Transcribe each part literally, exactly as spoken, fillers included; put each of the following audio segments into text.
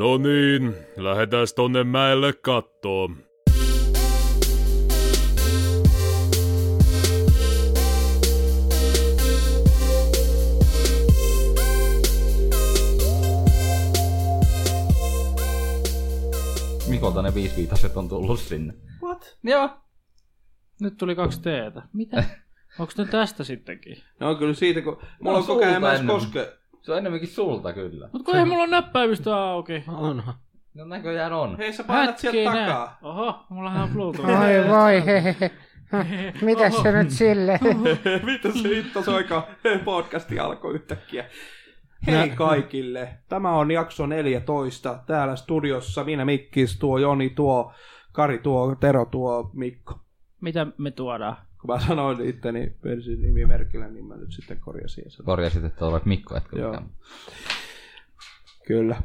No niin, lähdetään tonne mäelle kattoon. Mikolta ne viisiviitaset on tullut sinne. What? Joo. Nyt tuli kaksi teetä. Mitä? Onko ne tästä sittenkin? No kyllä siitä, kun mulla on on koko ajan sulta myös enemmän. koske... Se on enemmänkin sulta kyllä. Mut kun ei mulla ole näppäimistä auki. Onhan. No näköjään on. Hei, sä painat sieltä Hetkinen. takaa. Oho, mullahan on Bluetooth. Oi voi, hehehe. Mitäs se nyt silleen? Mitä se hitto soikaan? Podcasti alkoi yhtäkkiä. Hei kaikille. Tämä on jakso neljätoista. Täällä studiossa minä Mikkis, tuo Joni, tuo Kari, tuo Tero, tuo Mikko. Mitä me tuodaan? Kun mä sanoin itteni ensin nimimerkillä, niin mä nyt sitten korjasin. Korjasit, että olet Mikko, etkö Joo. mikään. Kyllä.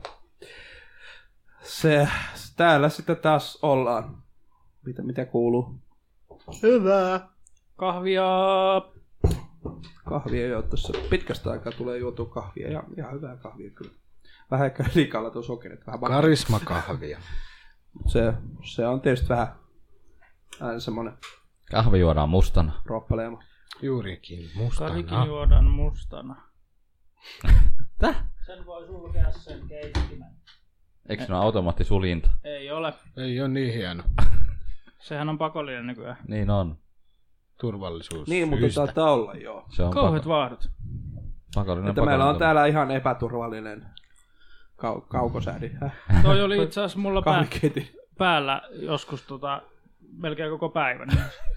Se, täällä sitten taas ollaan. Mitä, mitä kuuluu? Hyvä. Kahvia. Kahvia jo tuossa pitkästä aikaa tulee juotua kahvia. Ja ihan hyvää kahvia kyllä. Vähän ehkä liikalla tuo sokerit. Vähän vaan. Karismakahvia. Se, se on tietysti vähän aina semmoinen Kahvi juodaan mustana. roppaleema. Juurikin mustana. Karikin juodaan mustana. Täh? Sen voi sulkea sen keittimen. Eikö se ole automaattisuljinta? Ei ole. Ei ole niin hieno. Sehän on pakollinen nykyään. Niin on. Turvallisuus. Niin, mutta syistä. taitaa olla joo. Se on Kauheat pako- vaahdot. pakollinen. Että meillä on pakollinen. täällä ihan epäturvallinen kau- kaukosäädi. Häh? Toi oli itse asiassa mulla pää- Kahvikeitin. päällä joskus tota, melkein koko päivän.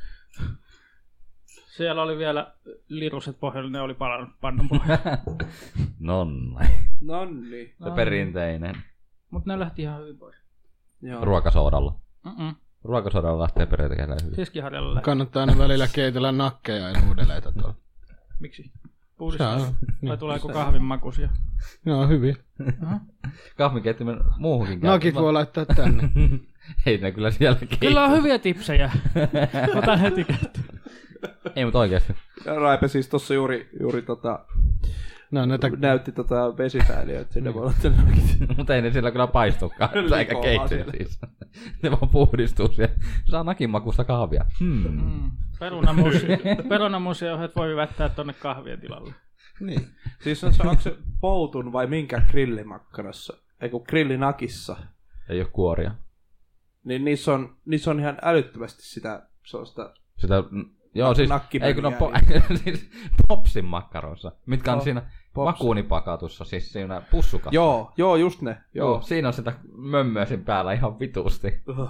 Siellä oli vielä liruset pohjalla, ne oli palannut pannun pohjalla. Nonnai. Nonni. Se perinteinen. Mut ne lähti ihan hyvin pois. Joo. Ruokasoodalla. Mm-mm. Ruokasoodalla lähtee perinteinen hyvin. Keskiharjalla lähti. Kannattaa aina välillä keitellä nakkeja ja nuudeleita tuolla. Miksi? Puhdistaa. Se on, Vai niin. tuleeko kahvin makuisia? Ne on hyvin. Kahvinkeittimen muuhunkin Nakit voi laittaa tänne. Ei ne kyllä siellä keitä. Kyllä on hyviä tipsejä. Otan heti käyttöön. Ei, mutta oikeesti. Ja Raipe siis tossa juuri, juuri tota, No, näitä... näytti tota vesisäiliöä, että sinne voi laittaa nakit. Mutta ei ne siellä kyllä paistukaan. Likoaa Eikä keittiö siellä. siis. Ne vaan puhdistuu siellä. Saa nakin makusta kahvia. Hmm. Mm. Perunamuusi- Perunamuusiohjeet voi vättää tonne kahvien tilalle. Niin. Siis on se, onko se poutun vai minkä grillimakkarassa, ei kun grillinakissa, Ei oo kuoria. niin niissä on, niissä on ihan älyttömästi sitä sellaista, Sitä, joo siis, Nakkimeniä, ei kun on po- siis popsin makkaroissa, mitkä on Oh, siinä pops. vakuunipakatussa, siis siinä pussukassa. joo, joo just ne, Joo, joo. siinä on sitä mömmöä siinä päällä ihan vitusti.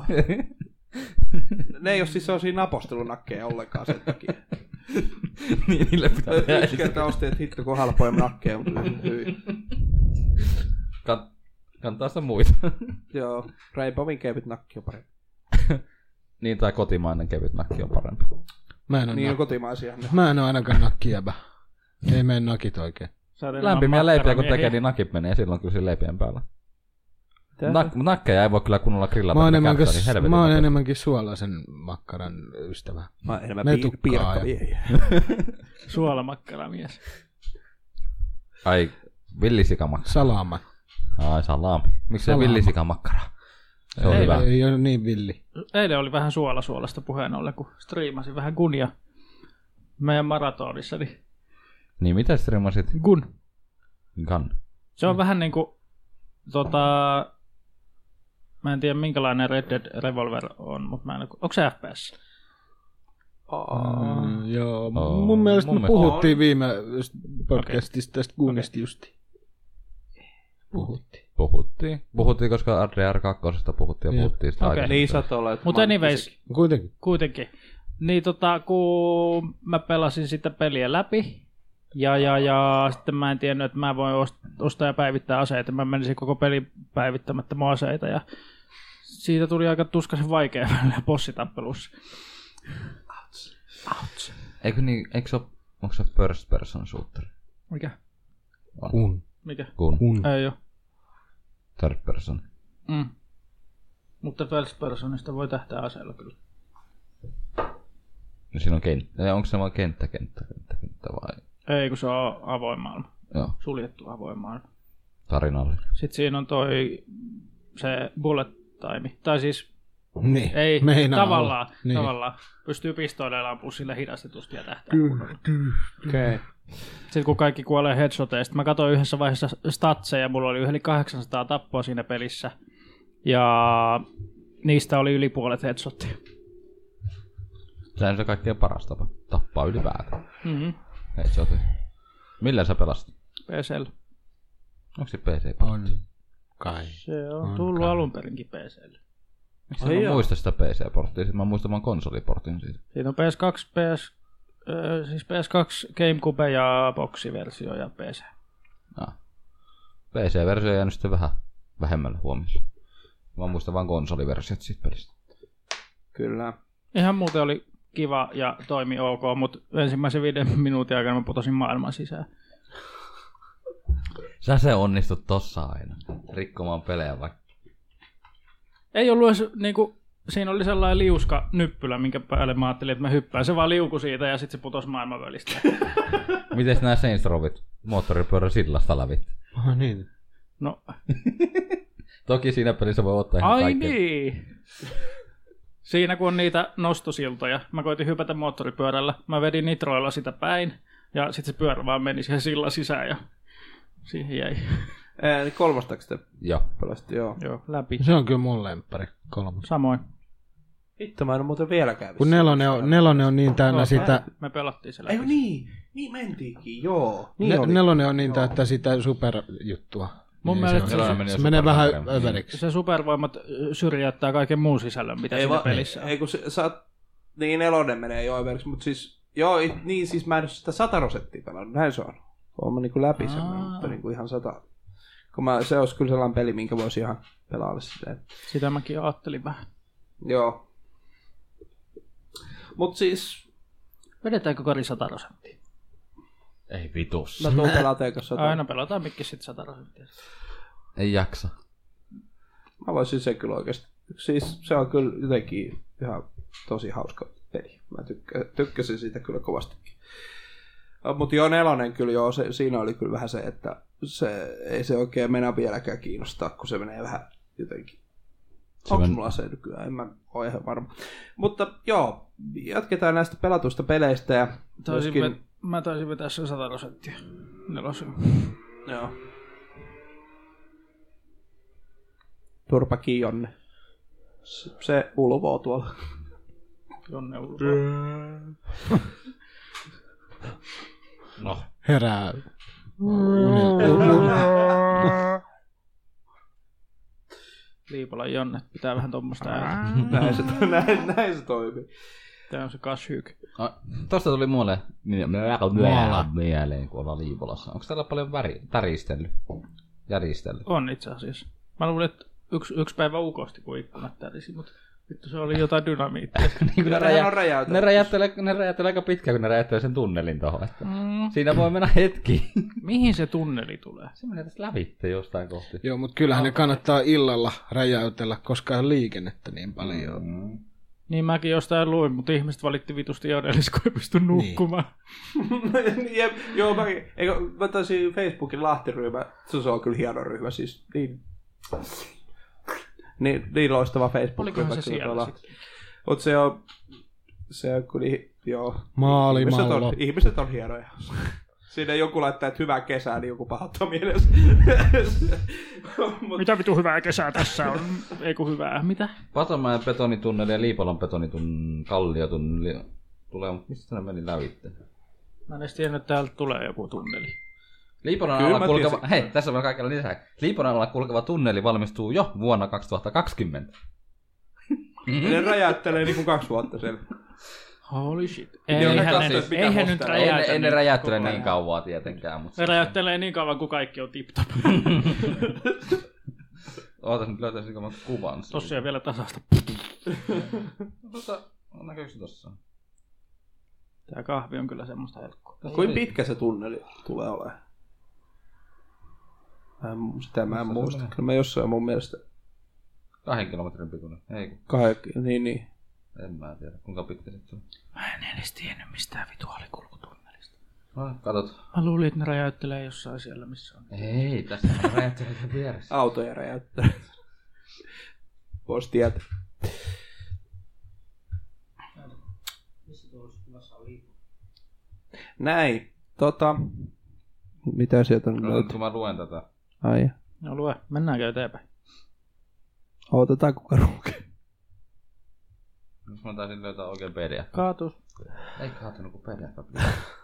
Ne ei ole siis sellaisia napostelunakkeja ollenkaan sen takia. Niin, niille pitää tehdä. Yksi kerta ostin, että hitto kun halpoja nakkeja, mutta hyvin. Kan- Kannattaa sitä muita. Joo, Reipovin kevyt nakki on parempi. Niin, tai kotimainen kevyt nakki on parempi. Mä en oo, Niin on nak- kotimaisia. Ne. Mä en oo ainakaan nakkijäbä. Ei mene nakit oikein. Lämpimiä leipiä kun tekee, tekee, niin nakit menee silloin kyllä siinä leipien päällä. Mitä? Nak- nakkeja ei voi kyllä kunnolla grillata. Mä oon, ne enemmänkin, käyttää, niin helvetin mä oon näköistä. enemmänkin suolaisen makkaran ystävä. Mä oon enemmän Ne pi- tukkaa piirakkaviehiä. Suolamakkaramies. Ai, villisikamakka. Salama. Ai, salami. Miksi se Salama. villisikamakara? Se on Ei, hyvä. Ei ole niin villi. Eilen oli vähän suola suolasta puheen ollen, kun striimasin vähän gunia meidän maratonissa. Niin Niin, mitä streamasit? gun. Gun. Se on mm. vähän niinku, tota, mä en tiedä minkälainen Red Dead Revolver on, mutta mä en, onko se F P S? Aa. Mm, joo, Oo, mun mielestä mun me mielestä puhuttiin viime podcastista tästä Gunista justi. Puhuttiin. Puhuttiin. Puhuttiin, koska R D R kaksi puhuttiin ja Jep. puhuttiin sitä Okei. aikaisemmin. Niin saattaa olla, että Mutta anyways, Kuitenkin. kuitenkin. Niin tota, kun mä pelasin sitä peliä läpi, ja, ja, ja sitten mä en tiennyt, että mä voin ost- ostaa ja päivittää aseita. Mä menisin koko peli päivittämättä mun aseita, ja siitä tuli aika tuskaisen vaikea välillä bossitappelussa. Ouch. Ouch. Eikö niin, eikö se ole, onko se first person shooter? Mikä? Kun. Mikä? Kun Kun. Ei oo. third person. Mm. Mutta first personista voi tähtää aseella kyllä. No siinä on kenttä. Onko se vaan kenttä, kenttä, kenttä, kenttä vai? Ei, kun se on avoin maailma. Joo. Suljettu avoin maailma. tarinallinen. Sitten siinä on toi se bullet time. Tai siis Niin, ei, meinaa tavallaan, olla. Niin. tavallaan. Pystyy pistooleilla ampumaan sille hidastetusti ja tähtää. Okei. Sitten kun kaikki kuolee headshoteista. Mä katsoin yhdessä vaiheessa statseja. Mulla oli yli kahdeksansataa tappoa siinä pelissä. Ja niistä oli yli puolet headshotteja. Sehän on se kaikkein paras tapa. Tappaa ylipäätään. Mm-hmm. Headshot. Millä sä pelasit? P C:llä. Onko se P C? On kai. Se on, On tullut kai. alun perinkin P C:lle. Miksi mä joo. muista sitä P C-porttia? Mä muistan vaan konsoliportin siitä. Siinä on P S kaksi, P S, äh, siis P S kaksi, GameCube ja Boxi-versio ja P C. Ah. P C-versio on jäänyt sitten vähän vähemmälle huomiolle. Mä muistan vaan konsoliversiot siitä pelistä. Kyllä. Ihan muuten oli kiva ja toimi ok, mutta ensimmäisen viiden minuutin aikana mä putosin maailman sisään. Sä se onnistut tossa aina. Rikkomaan pelejä vaikka. Ei ollut edes, niinku, siinä oli sellainen liuska nyppylä, minkä päälle mä ajattelin, että mä hyppään. Se vaan liuku siitä ja sitten se putosi maailman välistä. Mites nää Saints Rowit moottoripyörä sillasta lävit? Oh, niin. No, Toki siinä pelissä voi ottaa ihan ai kaikkea. niin! Siinä kun on niitä nostosiltoja, mä koitin hypätä moottoripyörällä. Mä vedin nitroilla sitä päin ja sitten se pyörä vaan meni siihen sillan sisään ja siihen jäi. Ee, niin kolmostako te Joo. pelasti? Joo. Joo, läpi. Se on kyllä mun lemppari, kolmas. Samoin. Hitto, mä en ole muuten vieläkään. Kun nelonen on, nelonen on niin täynnä No, sitä... Me pelattiin se Ei läpi. niin, niin mentiinkin, joo. Niin Ne, oli. nelonen on niin täyttä sitä superjuttua. Mun Niin mielestä se, Nelonen on, meni se, jo se menee vähän superkameraan. överiksi. Se supervoimat syrjäyttää kaiken muun sisällön, mitä Ei, siinä va- pelissä on. ei kun se, sä oot, niin nelonen menee jo överiksi, mutta siis, joo, it, niin siis mä en ole sitä sata prosenttia pelannut, näin se on. Oon mä niinku läpi sen, Aa. mutta niinku ihan sata. Kun mä, se olisi kyllä sellainen peli, minkä voisi ihan pelailla sitä. Sitä mäkin ajattelin vähän. Joo. Mut siis, Vedetäänkö Kari sata prosenttia? Ei vitus. mä tuun pelaa teikö sata. Aina pelataan mikki sitten sata prosenttia. Ei jaksa. Mä voisin se kyllä oikeesti. Siis se on kyllä jotenkin ihan tosi hauska peli. Mä tykkä, tykkäsin siitä kyllä kovastikin. Mutta joo, nelonen kyllä joo, se, siinä oli kyllä vähän se, että se, ei se oikein mennä vieläkään kiinnostaa, kun se menee vähän jotenkin. Onko men... mulla se nykyään? En mä ole ihan varma. Mutta joo, jatketaan näistä pelatuista peleistä. Ja Taisin myöskin... vet- mä taisin vetää sen sata prosenttia. Nelosen. Joo. Turpakin Jonne. Se, se ulvoo tuolla. Jonne ulkoa. No. Herää. Liipolan Jonne. Pitää vähän tommoista ääntä. näin, se, näin, näin se toimii. Tää on se kashyk. No, tosta tuli mulle Muola. mieleen, kun ollaan Liipolassa. Onko täällä paljon väri, täristellyt? Järjestellyt? On itse asiassa. Mä luulin, että yksi, yksi päivä ukosti, kun ikkunat tärisi, mutta vittu se oli jotain dynamiittia. niin kuin ne, Nehän räjä... on räjäytelty. ne, räjäyttelee, ne räjäyttelee aika pitkään, kun ne räjäyttelee sen tunnelin tohon. Että Mm. siinä voi mennä hetki. Mihin se tunneli tulee? Se menee tästä lävitte jostain kohti. Joo, mutta kyllähän ne kannattaa illalla räjäytellä, koska on liikennettä niin paljon. Mm. Niin mäkin jostain luin, mutta ihmiset valitti vitusti jodellis, kun ei pysty nukkumaan. Jep, joo, mä, eikö, mä taisin Facebookin Lahti-ryhmä, se, se on kyllä hieno ryhmä, siis niin, niin, niin loistava Facebook-ryhmä. Olikohan se kyllä siellä tuolla. sitten? Mut se on, se on kyllä, joo. Maailman Ihmiset on, loppu. ihmiset on hienoja. Siinä joku laittaa, että hyvää kesää, niin joku pahoittaa mielessä. Mut, Mitä vitu hyvää kesää tässä on? Ei kun hyvää. Mitä? Patomäen betonitunneli ja Liipolon betonitun kalliotunneli tulee, mutta mistä ne meni lävitte? Mä en edes tiennyt, että täältä tulee joku tunneli. Liiponan Kyllä alla mä kulkeva, tiesin. hei, tässä on kaikilla lisää. Liiponan alla kulkeva tunneli valmistuu jo vuonna kaksituhattakaksikymmentä. ne räjäyttelee niin kuin kaksi vuotta sen. Holy shit. Joo, ne Eihän katsoo, ne, että mikä eihän nyt hostaa. Ei, ne- räjäytä. ei ne niin räjäyttele koko ajan. niin kauan tietenkään, mutta... Ne räjäyttelee niin kauan, kun kaikki on tip-top. Ootas nyt löytäisinkö mä kuvan siitä. Tossa ei vielä tasasta. Tuossa, näkyykö se tossa? Tää kahvi on kyllä semmoista helkkoa. Kuinka pitkä se tunneli tulee olemaan? Mä en, sitä mä en Missä se muista. menee? Kyllä mä jossain mun mielestä... Kahden kilometrin pituinen. Ei, kun- Kaikki, niin niin. en mä tiedä. Kuinka pitkä se on? Mä en edes tiennyt mistään vitu alikulkutunnelista. No, katot. Mä luulin, että ne räjäyttelee jossain siellä, missä on. Ei, tässä on räjäyttelee sen vieressä. Autoja räjäyttää. Pois tietä. Näin. Tota... Mitä sieltä nyt No, löytyy? kun mä luen tätä. Ai. No lue, mennäänkö eteenpäin? Otetaan kuka ruukee. Jos mä taisin löytää oikein P D F. Kaatus. Ei kaatunut kuin P D F.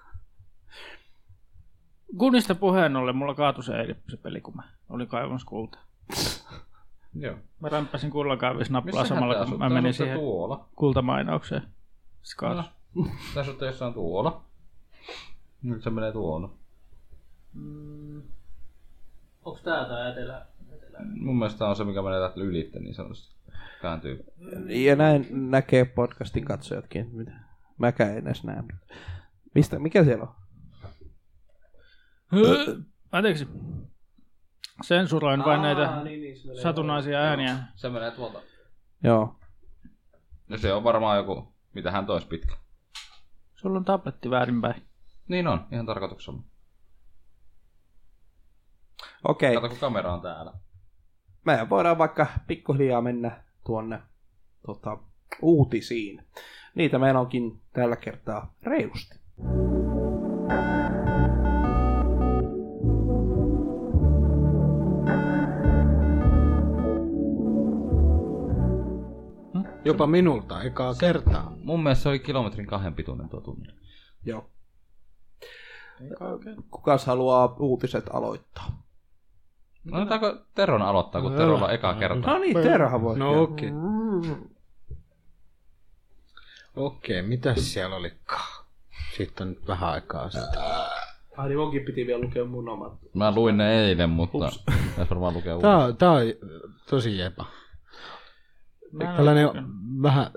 Kunista puheen ollen mulla kaatui se eilen se peli, kun mä olin kaivamassa kultaa. Joo. Mä rämpäsin kullankaivamisnappulaa Missähän samalla, te kun asutte? mä menin Asutte siihen tuolla? kultamainaukseen. Se kaatus. Te asutte jossain tuolla. Nyt se menee tuolla. Mm. Onks tää tää etelä? etelä? Mun mielestä tää on se, mikä menee täältä ylittä, niin sanotusti. Kääntyy. Ja näin näkee podcastin katsojatkin. Mitä? Mäkään en edes näe. Mistä? Mikä siellä on? Anteeksi. Sensuroin vain näitä niin, niin, se menee satunnaisia ääniä. Se menee tuolta. Joo. No se on varmaan joku, mitä hän tois pitkä. Sulla on tabletti väärinpäin. Niin on, ihan tarkoituksella. Okei. Kato, kun kamera on täällä. Me voidaan vaikka pikkuhiljaa mennä tuonne tota, uutisiin. Niitä meillä onkin tällä kertaa reilusti. Jopa minulta, ekaa kertaa. Mun mielestä se oli kilometrin kahden pituinen tuo tunne. Joo. Kukas haluaa uutiset aloittaa? No otetaanko Teron aloittaa, kun Terolla on eka kerta. No niin, Terha voi. No okei. Okay. Okei, okay, mitäs siellä olikaan? Siitä on nyt vähän aikaa sitten. Ah, niin munkin piti vielä lukea mun omat. Mä luin ne eilen, mutta tässä varmaan lukee Tää, uudelleen. on- tää on tosi jepa. Tällainen vähän...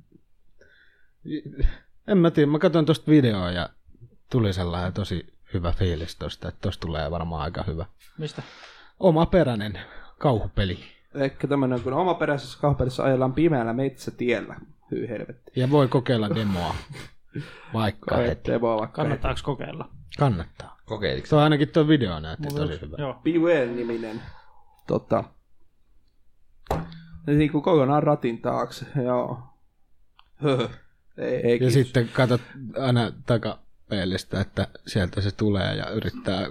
En mä tiedä, mä katson tosta videoa ja tuli sellainen tosi hyvä fiilis tosta, että tosta tulee varmaan aika hyvä. Mistä? Omaperäinen kauhupeli. Ehkä tämmönen, kun omaperäisessä kauhupelissä ajellaan pimeällä metsätiellä. Hyi helvetti. Ja voi kokeilla demoa. Vaikka heti. Ei voi vaikka Kannattaako kokeilla? Kannattaa. Kokeilitko? Tuo ainakin tuo video näytti Mulla tosi yksi- hyvä. Joo. Beware-niminen. Tota. Niin kuin kokonaan ratin taakse, joo. Höhö. Ei, ei Ja kiitos. sitten katsot aina takapeilistä, että sieltä se tulee ja yrittää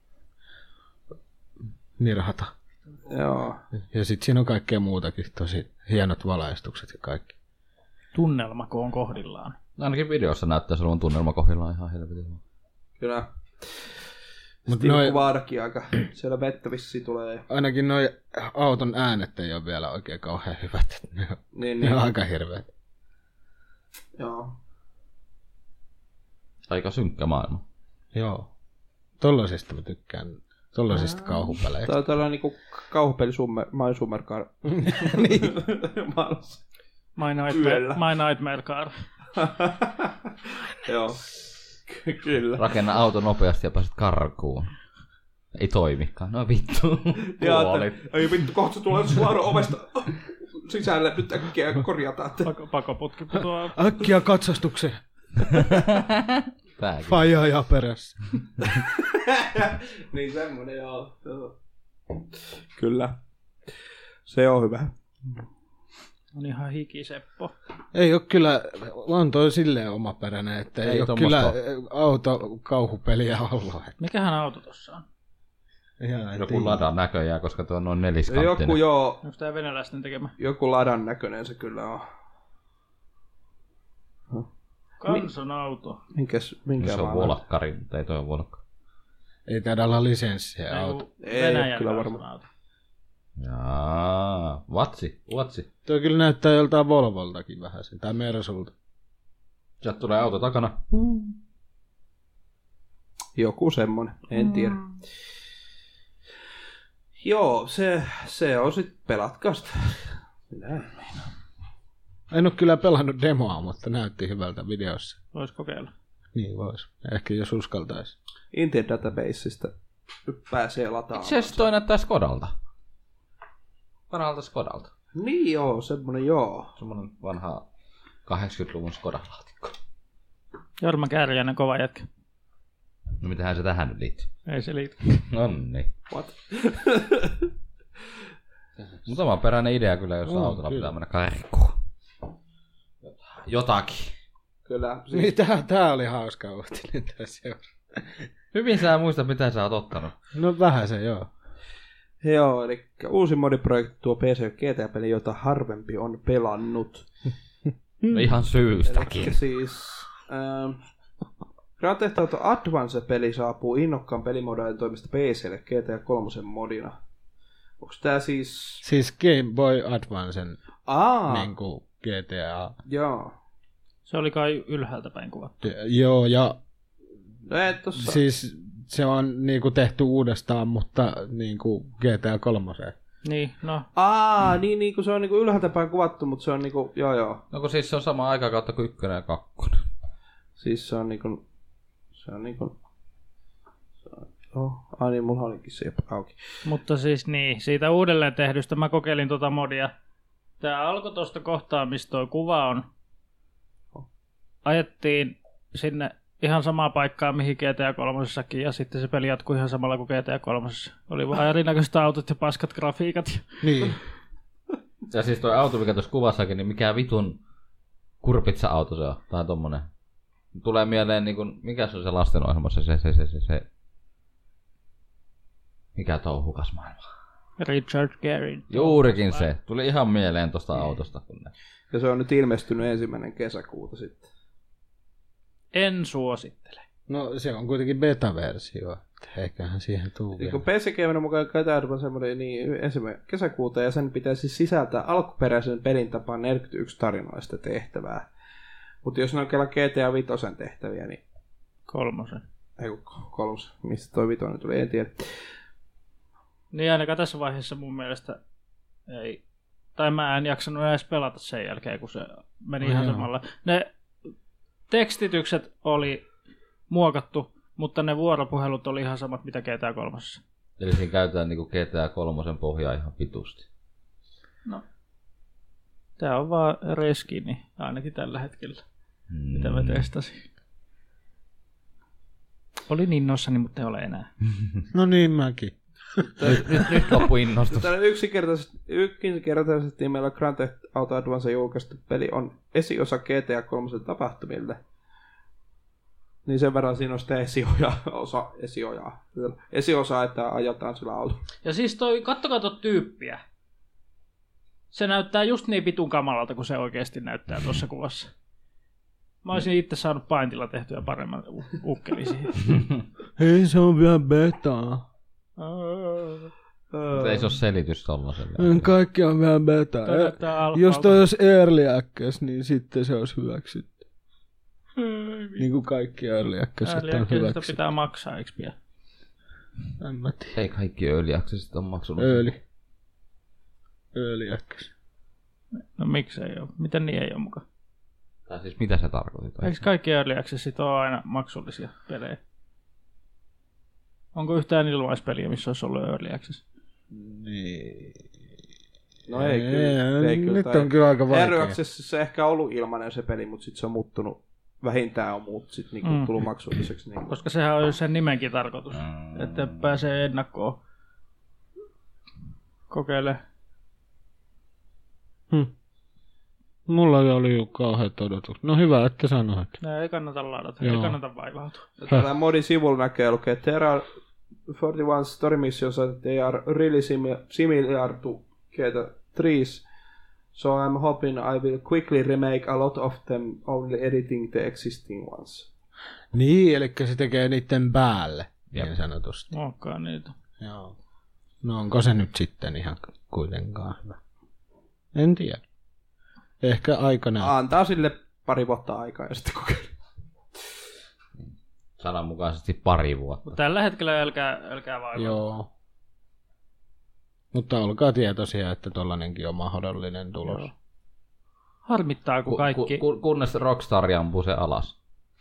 nirhata. Joo. Ja sitten siinä on kaikkea muutakin, tosi hienot valaistukset ja kaikki. Tunnelmako on kohdillaan. Ainakin videossa näyttää olevan tunnelma kohdillaan ihan helvetin. Kyllä. Mut Sitten noi- kuvaadakin aika. Siellä vettä vissiin tulee. Ainakin noi auton äänet ei ole vielä oikein kauhean hyvät. Ne on, Niin, ne niin. on aika hirveät. Joo. Aika synkkä maailma. Joo. Tollasista mä tykkään. Tollasista kauhupeleistä. Tää on tällainen niinku kauhupeli summe, My Summer Car. niin. Maailmassa. My Nightmare, Yöllä. my nightmare Car. Joo. Ky- Kyllä. Rakenna auto nopeasti ja pääset karkuun. Ei toimikaan. No vittu. Ja Kuolit. että, ei vittu, kohta se tulee Slauron ovesta sisälle. Nyt äkkiä korjataan. Että... Pako, pakoputki putoaa. Äkkiä katsastukseen. Tääkin. Faija ja perässä. niin semmonen, joo. joo. Kyllä. Se on hyvä. On ihan hikiseppo. Ei ole kyllä, on toi silleen omaperäinen, että ei, Ei ole tommosta- kyllä autokauhupeliä ollut. Mikähän auto tossa on? Ihan en Joku tiedä. Lada näköjään, koska tuo on noin neliskanttinen. Joku joo, Onko tää venäläisten tekemä? joku ladan näköinen se kyllä on. Kansan auto. Minkäs, minkä Se on maan- volkkari, mutta ei toi on volkkari. Ei taida olla lisenssiä auto. Ei, Venäjän kyllä kansan varmaan. auto. Jaa, vatsi, vatsi. Tuo kyllä näyttää joltain Volvoltakin vähän sen, tai Mersulta. Sieltä tulee auto takana. Joku semmonen, en tiedä. Joo, se, se on sit pelatkasta. Minä. En ole kyllä pelannut demoa, mutta näytti hyvältä videossa. Vois kokeilla. Niin vois. Ehkä jos uskaltaisi. Intel Databaseista pääsee lataamaan. Itse asiassa toi näyttää Skodalta. Vanhalta Skodalta. Niin joo, semmonen joo. Semmonen vanha kahdeksankymmentäluvun Skoda-laatikko. Jorma Kääriäinen, kova jätkä. No mitähän se tähän nyt liittyy? Ei se liity. Nonni. What? Muutama peräinen idea kyllä, jos On, autolla kyllä. pitää mennä karkuun. Jotakin. Kyllä. Siis, Niin, tää, tää oli hauska uutinen tässä. Hyvin sä muistat, mitä sä oot ottanut. No vähän se, joo. joo, eli uusi modiprojekti tuo P C G T A-peli, jota harvempi on pelannut. No ihan syystäkin. Eli siis ähm, Grand Theft Auto Advance-peli saapuu innokkaan pelimodaalin toimesta P C:lle G T A kolme modina. Onks tää siis... Siis Game Boy Advancen Aa, niinku G T A. joo. Se oli kai ylhäältä päin kuvattu. Joo, ja No ei tossa... siis se on niinku tehty uudestaan, mutta niinku G T A kolme. Niin, no. Aa, niin, niin kuin se on niin kuin ylhäältä päin kuvattu, mutta se on niin kuin, joo joo. No kun siis se on sama aikakautta kuin ykkönen ja kakkonen. Siis se on niin kuin, se on niin kuin, se on, oh, ai niin, mulla olikin se jopa auki. Mutta siis niin, siitä uudelleen tehdystä mä kokeilin tota modia. Tää alkoi tosta kohtaa, missä toi kuva on. Ajettiin sinne ihan samaa paikkaa, mihin G T A kolmosessakin, ja sitten se peli jatkui ihan samalla kuin G T A kolmosessa. Oli vähän erinäköiset autot ja paskat grafiikat. Niin. Ja siis toi auto, mikä tuossa kuvassakin, niin mikä vitun kurpitsa-auto se on, tai tommonen. Tulee mieleen niinku, mikä se on se lastenohjelmassa, se, se, se, se, se. Mikä touhukas maailma. Richard Gere. Juurikin se. Tuli ihan mieleen tosta autosta. Kun ne... Ja se on nyt ilmestynyt ensimmäinen kesäkuuta sitten. En suosittele. No se on kuitenkin beta-versio. että Eiköhän siihen tuu Niin vielä. kun P C-keivänä mukaan käytetään semmoinen niin ensimmäinen kesäkuuta, ja sen pitäisi sisältää alkuperäisen pelin tapaan neljäkymmentäyksi tarinallista tehtävää. Mutta jos ne on kello G T A viisi tehtäviä, niin... Kolmosen. Ei kun kolmas. Mistä toi vitonen tuli, en tiedä. Niin ainakaan tässä vaiheessa mun mielestä ei. Tai mä en jaksanut edes pelata sen jälkeen, kun se meni No ihan joo. samalla. Ne tekstitykset oli muokattu, mutta ne vuoropuhelut oli ihan samat, mitä G T A kolme. Eli siinä käytetään niinku G T A kolme pohjaa ihan vitusti. No. Tää on vaan reskini, ainakin tällä hetkellä, mm. mitä mä testasin. Olin innoissani, mutta ei ole enää. No niin mäkin. Nyt, nyt, nyt loppu innostus. Tällä yksinkertaisesti, yksinkertaisesti nimellä Grand Theft Auto Advance julkaistu peli on esiosa G T A kolme tapahtumille. Niin sen verran siinä on sitten esioja, osa esiojaa. Esiosa, että ajetaan sillä autolla. Ja siis toi, kattokaa tuota tyyppiä. Se näyttää just niin pitun kamalalta, kuin se oikeasti näyttää tuossa kuvassa. Mä olisin itse saanut Paintilla tehtyä paremman u- ukkeli siihen. Hei, se on vielä betaa. Mutta ei se ole selitys tollaselle. Kaikki on vielä betaa. Toi näyttää alfalta. Jos toi olisi early access, niin sitten se olisi hyväksytty. Niin kuin kaikki early access on Ääliäkkeistä hyväksytty. pitää maksaa, eikö vielä? En mä tiedä. Ei kaikki öljäksesit on maksunut. Early. Early access. No miksei ole? Miten niin ei ole mukaan? Tai siis mitä se tarkoittaa? Eikö kaikki early accessit ole aina maksullisia pelejä? Onko yhtään ilmaispeliä, missä olisi ollut early access? Niin. No ei Ei, kyllä. Ei, kyllä nyt tai- on kyllä aika vaikea. Early Accessissa se ehkä on ollut ilmainen se peli, mutta sitten se on muuttunut. Vähintään on muut sit niinku Mm. tullut maksulliseksi. Niinku. Koska sehän on jo sen nimenkin tarkoitus, Mm. että pääsee ennakkoon kokeilemaan. Hm. Mulla oli jo kauheat odotukset. No hyvä, että sanoit. Nää ei kannata ladata, Joo. ei kannata vaivautua. Tällä modin sivulla näkee lukee, että there are forty-one story missions and they are really simi- similar to G T A three. So I'm hoping I will quickly remake a lot of them, only editing the existing ones. Niin, eli se tekee niiden päälle, Jep. niin sanotusti. Onkaan niitä. Joo. No onko se nyt sitten ihan kuitenkaan hyvä? En tiedä. Ehkä aikana. Antaa sille pari vuotta aikaa ja sitten kokeilla. Sananmukaisesti pari vuotta. Mutta tällä hetkellä älkää, älkää vaivautua. Joo. Mutta olkaa tietoisia, että tollanenkin on mahdollinen tulos. Joo. Harmittaa, kun Ku, kaikki... ku, kunnes Rockstar ampuu se alas.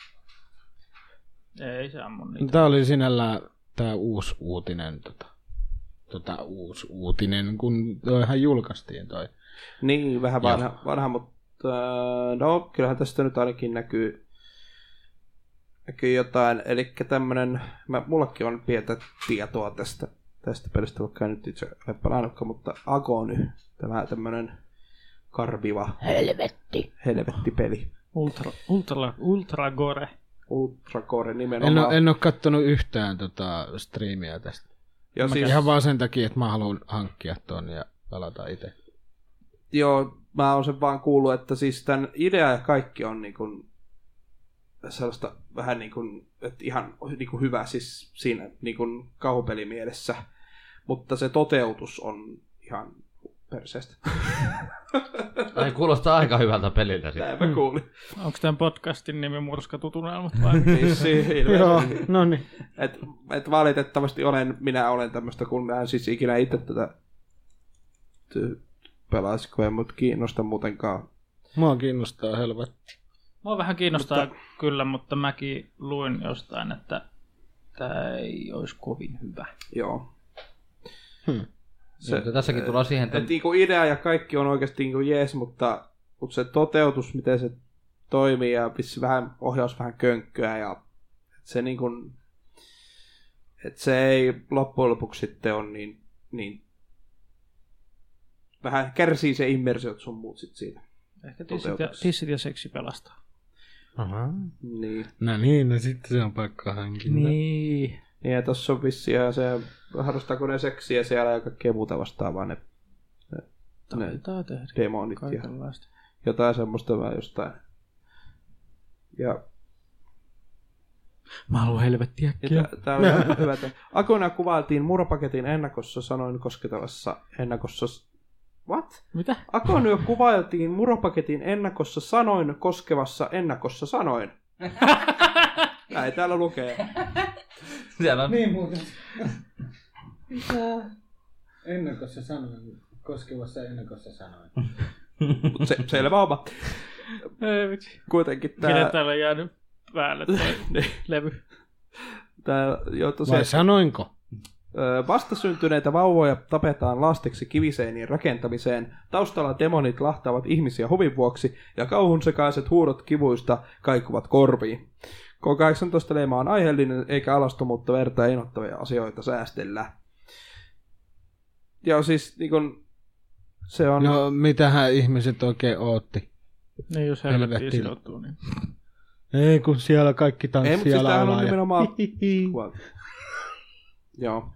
Ei se ammu niitä. Tämä oli sinällään tämä uusi uutinen, tota, tota uusi uutinen, kun toihan julkaistiin toi. Niin, vähän vanha, vanha mutta äh, no kyllähän tästä nyt ainakin näkyy Kyllä jotain, eli tämmönen, mä, mullakin on pientä tietoa tästä, tästä pelistä, vaikka en nyt itse ole pelannutkaan, mutta Agony, tämä tämmönen karviva Helvetti. helvettipeli. Ultra, ultra, ultra gore. Ultracore En nimenomaan. ole, en ole kattonut yhtään tota striimiä tästä. Ja siis, Ihan vaan sen takia, että mä haluan hankkia ton ja pelata itse. joo, mä oon sen vaan kuullut, että siis tämän idea ja kaikki on niin kuin sellaista vähän niin kuin, että ihan niin kuin hyvä siis siinä niin kuin kauhupelimielessä, mutta se toteutus on ihan perseestä. Ai, kuulostaa aika hyvältä peliltä sitten. Näin mä kuulin. Onko tämän podcastin nimi Murskatut unelmat vai? Vissiin, Joo, ilmeisesti. no niin. Et, et valitettavasti olen, minä olen tämmöistä, kun mä en siis ikinä itse tätä t- pelaisi, kun en mut kiinnosta muutenkaan. Mua kiinnostaa helvetti. Mua vähän kiinnostaa Mutta- mutta... kyllä, mutta mäkin luin jostain, että tämä ei olisi kovin hyvä. Joo. Hmm. Se, tässäkin tullaan siihen, että Et niinku idea ja kaikki on oikeasti niinku jees, mutta, mutta se toteutus, miten se toimii ja vissi vähän ohjaus vähän könkköä ja et se niinku, et se ei loppujen lopuksi sitten on niin, niin vähän kärsii se immersiot sun muut sit siitä. Ehkä tissit ja, Toteutuksessa. tissit ja seksi pelastaa. Aha. Niin. No niin, no sitten se on pakko hankinta. Niin. Niin ja tossa on vissiin se, harrastaako ne seksiä siellä ja kaikkea muuta vastaavaa ne, ne, ne Taitaa tehdä demonit ja kaikenlaista. jotain semmoista vähän jostain. Ja Mä haluan helvettiäkkiä. tää oli ihan hyvä. Agona kuvailtiin Murpaketin ennakossa sanoin kosketavassa ennakossa. What? Mitä? Agonia kuvailtiin Muropaketin ennakossa sanoin koskevassa ennakossa sanoin. Näin täällä lukee. siellä on... Niin muuten. Mitä? Ennakossa sanoin. Koskevassa ennakossa sanoin. Mut se, selvä homma. Ei vitsi. Kuitenkin tää... Kenen täällä on jäänyt päälle toi Niin. levy? tää jo tosiaan, Vai sanoinko? ö, vastasyntyneitä vauvoja tapetaan lastiksi kiviseinien rakentamiseen. Taustalla demonit lahtaavat ihmisiä huvin vuoksi ja kauhun sekaiset huudot kivuista kaikuvat korviin. K kahdeksantoista-leima on aiheellinen eikä alastomuutta verta inottavia asioita säästellä. Ja siis niin kun, se on... No mitähän ihmiset oikein ootti? Niin jos helvettiin Helvettiin. sijoittuu, niin... Ei kun siellä kaikki Ei, tanssii mutta ja siis tämähän on laulaa. ja- nimenomaan... Hihihi. Joo.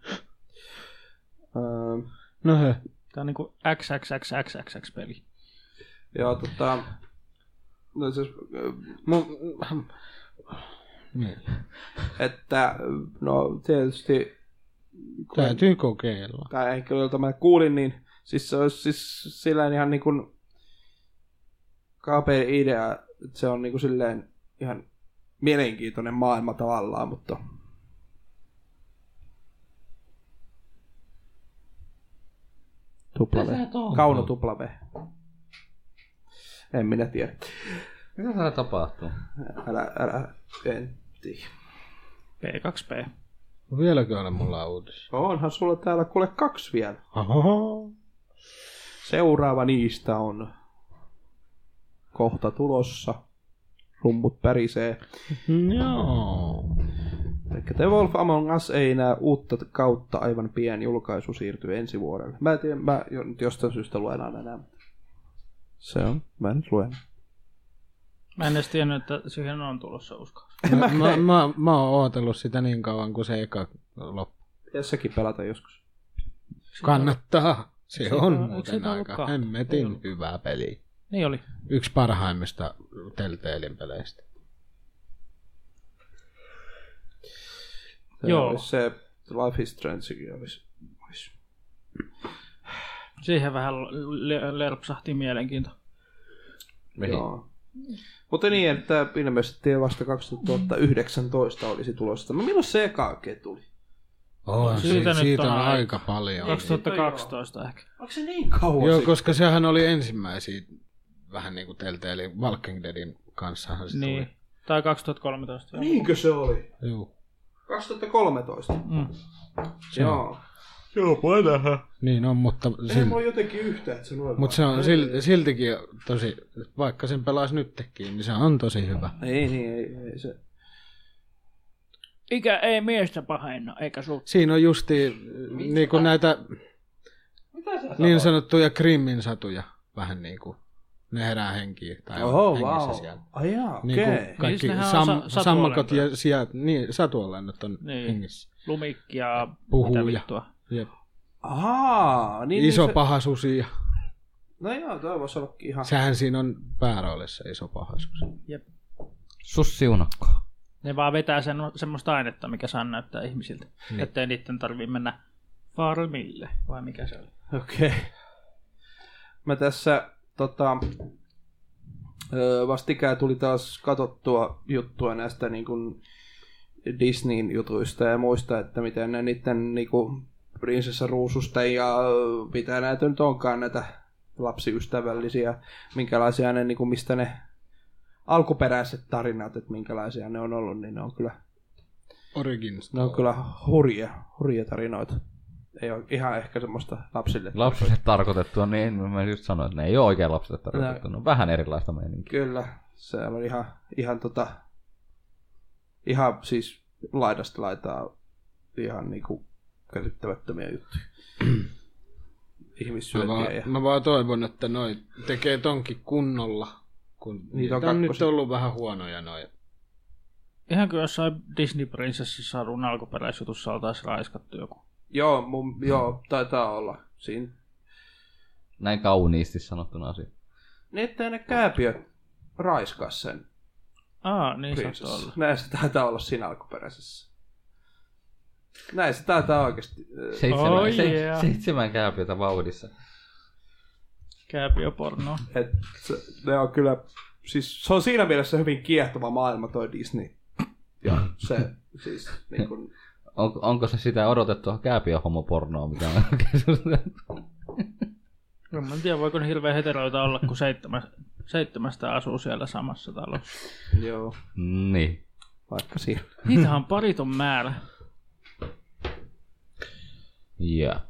Öö, No hö. Tää on niinku XXXXXX-peli. joo, tota... No siis, ö, Mu- Niin. että no tietysti... kun Täytyy kokeilla. tämä henkilö, jolta mä kuulin, niin siis se olisi siis sillä ihan niin kuin kapea idea, että se on niin kuin silleen ihan mielenkiintoinen maailma tavallaan, mutta tupla V. Kauno tupla V. En minä tiedä. Mitä täällä tapahtuu? Älä, älä, en tiedä. P kaksi P. Vieläkö ole mulla uutisia? Onhan sulla täällä kuule kaksi vielä. Oho. Seuraava niistä on kohta tulossa. Rummut pärisee. Joo. Eli The Wolf Among Us ei näe uutta kautta aivan pian, julkaisu siirtyy ensi vuodelle. Mä en tiedä, mä jo- nyt jostain syystä luen aina enää. Se on, mä en nyt luen. Mä en edes tiennyt, että siihen on tulossa uskoa. Mä, mä, mä, mä oon ootellut sitä niin kauan, kun se eka loppu. Pitäis sekin pelata joskus. Kannattaa. Se Eikö on siitä- eikö muuten siitä ollut aika kahta? Ei hemmetin ollut. hyvä peli. Niin oli. Yksi parhaimmista Telltalein peleistä. Se Joo. olisi se Life is Strangekin olisi. olisi. Siihen vähän le- lerpsahti mielenkiinto. Mihin? Joo. Mutta niin, että ilmeisesti vasta kaksituhattayhdeksäntoista olisi tulossa. No milloin se eka oikein tuli? Oh, Siitä siitä, nyt siitä on on aika. aika paljon. kaksituhattakaksitoista ehkä. Onko se niin kauan Joo, sitten? koska sehän oli ensimmäisiä vähän niin kuin Telltalein Walking Deadin kanssahan se Niin. tuli. Tai kaksituhattakolmetoista. joo. Niinkö se oli? Joo. kaksituhattakolmetoista. Mm. Joo. Niin on, mutta, Ei sil, mulla jotenkin yhtään, että se noin mutta se on sil, siltikin tosi, vaikka sen pelaisi nytkin, niin se on tosi hyvä. Ei niin, ei, ei se. Ikä ei miestä pahenna, eikä sut. Siinä on justi niinku näitä niin sanottuja Grimmin satuja. Vähän niinku ne herää henkiin. Tai Oho, hengissä wow. siellä. Ai jaa, okei. Niinku Okay. kaikki Niin, sam, nehän on sa- sammakot ja satuolentoja. sijat, niin, satuolennot on Niin. hengissä. Lumikki ja Puhuu mitä ja- vittua. Jep. Ahaa, niin, Iso niin se... paha susi. Ja... No joo, toi voisi olla ihan... Sehän siinä on pääroolissa iso paha susi. Jep. Sussiunakko. Ne vaan vetää sen, semmoista ainetta, mikä saa näyttää ihmisiltä. Niin. Ettei niiden tarvii mennä farmille, vai mikä se oli. Okei. Okay. Mä tässä tota, ö, vastikään tuli taas katsottua juttua näistä niin kuin Disneyn jutuista ja muista, että miten ne niiden niin kuin prinsessaruususta ja mitä näitä nyt onkaan näitä lapsiystävällisiä, minkälaisia ne, niin kuin mistä ne alkuperäiset tarinat, että minkälaisia ne on ollut, niin ne on kyllä, Origins. ne on kyllä hurja, hurja tarinoita. Ei ole ihan ehkä semmoista lapsille. Lapsille tarkoitettua, niin mä just sanoin, että ne ei ole oikein lapsille tarkoitettua. Ne on vähän erilaista meininkiä. Kyllä, se on ihan, ihan, tota, ihan siis laidasta laitaa ihan niinku käsittämättömiä juttuja. Mä Ihmissyöntiä vaan, ja... mä vaan toivon, että noi tekee tonkin kunnolla, kun niitä on, on nyt ollut vähän huonoja noin. Ihan kuin jossain Disney-prinsessissa sadun alkuperäisjutussa oltaisiin raiskattu joku. Joo, mun, joo, taitaa olla siinä. Näin kauniisti sanottuna asia. Niin, ettei ne kääpiöt raiskaa sen Aa, niin saattoi prinsessa. olla. Näin se taitaa olla siinä alkuperäisessä. Näin se taitaa oikeasti. Seitsemän, Oh, se, yeah. seitsemän kääpiötä vauhdissa. Kääpiöpornoa. Et se, ne on kyllä, siis se on siinä mielessä hyvin kiehtova maailma toi Disney. Ja se siis niin kun, On, onko se sitä odotettua kääpiöhomopornoa, mikä on No, mä en tiedä, voiko ne hirveän heteroita olla, kun seitsemä, seitsemästä asuu siellä samassa talossa. joo, Niin. vaikka siinä. Niitä on pariton määrä. Ja.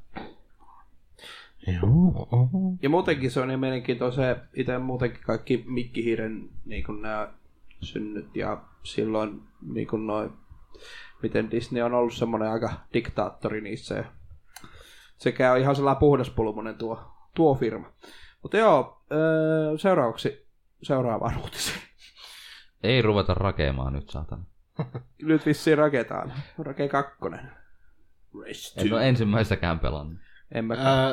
Joo. Ja muutenkin se on niin mielenkiintoista itse muutenkin kaikki Mikkihiiren niin kuin nämä synnyt ja silloin niin kuin noi, miten Disney on ollut semmoinen aika diktaattori niissä. Ja sekä on ihan sellainen puhdaspulmunen tuo, tuo firma. Mutta joo, öö, seuraavaksi seuraavaan uutiseen. Ei ruveta rakeamaan nyt, saatana. Nyt vissiin raketaan. Rake kakkonen. Race En two. ole ensimmäistäkään pelannut. En mä Ää,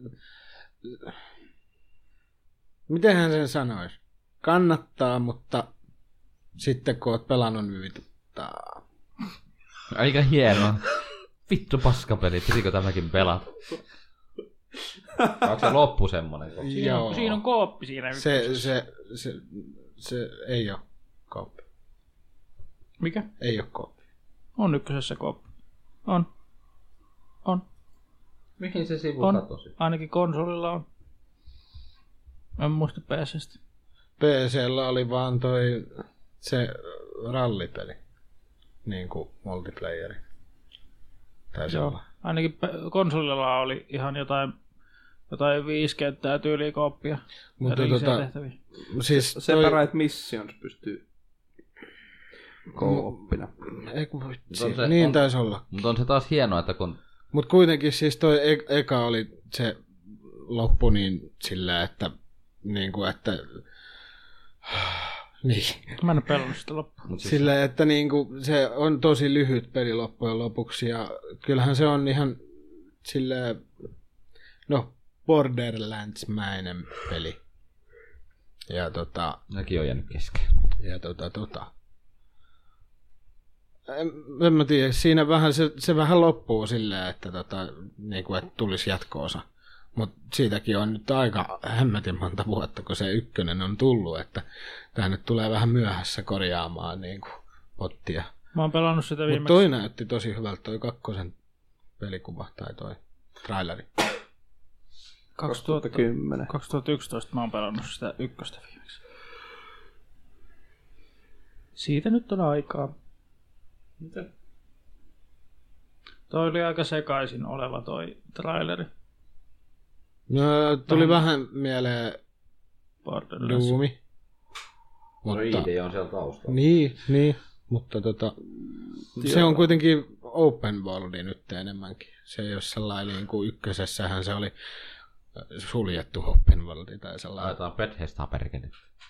mitenhän sen sanois? Kannattaa, mutta sitten kun oot pelannut, niin vituttaa. Aika hienoa. Vittu paskapeli, pitikö tämäkin pelata? Onko se loppu semmonen? Siinä, Joo. on, siinä on kooppi siinä. Se, se, se, se ei ole kooppi. Mikä? Ei ole kooppi. On ykkösessä kooppi. On. On. Mihin se sivu On. katosi? Ainakin konsolilla on. En muista P C:stä. P C:llä oli vaan toi se rallipeli. Niin kuin multiplayeri. Taisi Joo. olla. Ainakin pe- konsolilla oli ihan jotain, jotain viisi kenttää tyyliä kooppia. Mutta Erillisiä tota, tehtäviä. siis toi, Separate Missions pystyy co-oppina. ei kun On vitsi, se- niin on- taisi olla. Mutta on se taas hienoa, että kun Mutta kuitenkin siis toi e- eka oli se loppu niin sillä, että niinku, että niin. Mä en ole pelannut sitä loppuun. mut siis, Sillä, että niinku, se on tosi lyhyt peli loppujen lopuksi ja kyllähän se on ihan sillä, no Borderlands-mäinen peli. Ja tota, nekin on jäänyt kesken. ja tota, tota. En, en mä tiedä, siinä vähän se, se vähän loppuu silleen, että, tota, niinku, että tulisi jatko-osa. Mutta siitäkin on nyt aika hämmätin monta vuotta, kun se ykkönen on tullut, että tämä nyt tulee vähän myöhässä korjaamaan niinku, pottia. Mä oon pelannut sitä Mutta viimeksi. toi näytti tosi hyvältä, toi kakkosen pelikuva tai toi traileri. kaksituhattakymmenen. kaksituhattayksitoista mä oon pelannut sitä ykköstä viimeksi. Siitä nyt on aikaa. Mitä? Toi oli aika sekaisin oleva toi traileri. No, tuli vähän, vähän mieleen Borderlands. Doomi. No idea on siellä taustalla. Niin, niin. Mutta tota, se on kuitenkin open worldi nyt enemmänkin. Se ei ole sellainen niin kuin ykkösessähän se oli suljettu open worldi tai sellainen. Laitetaan Bethesdaa perkele.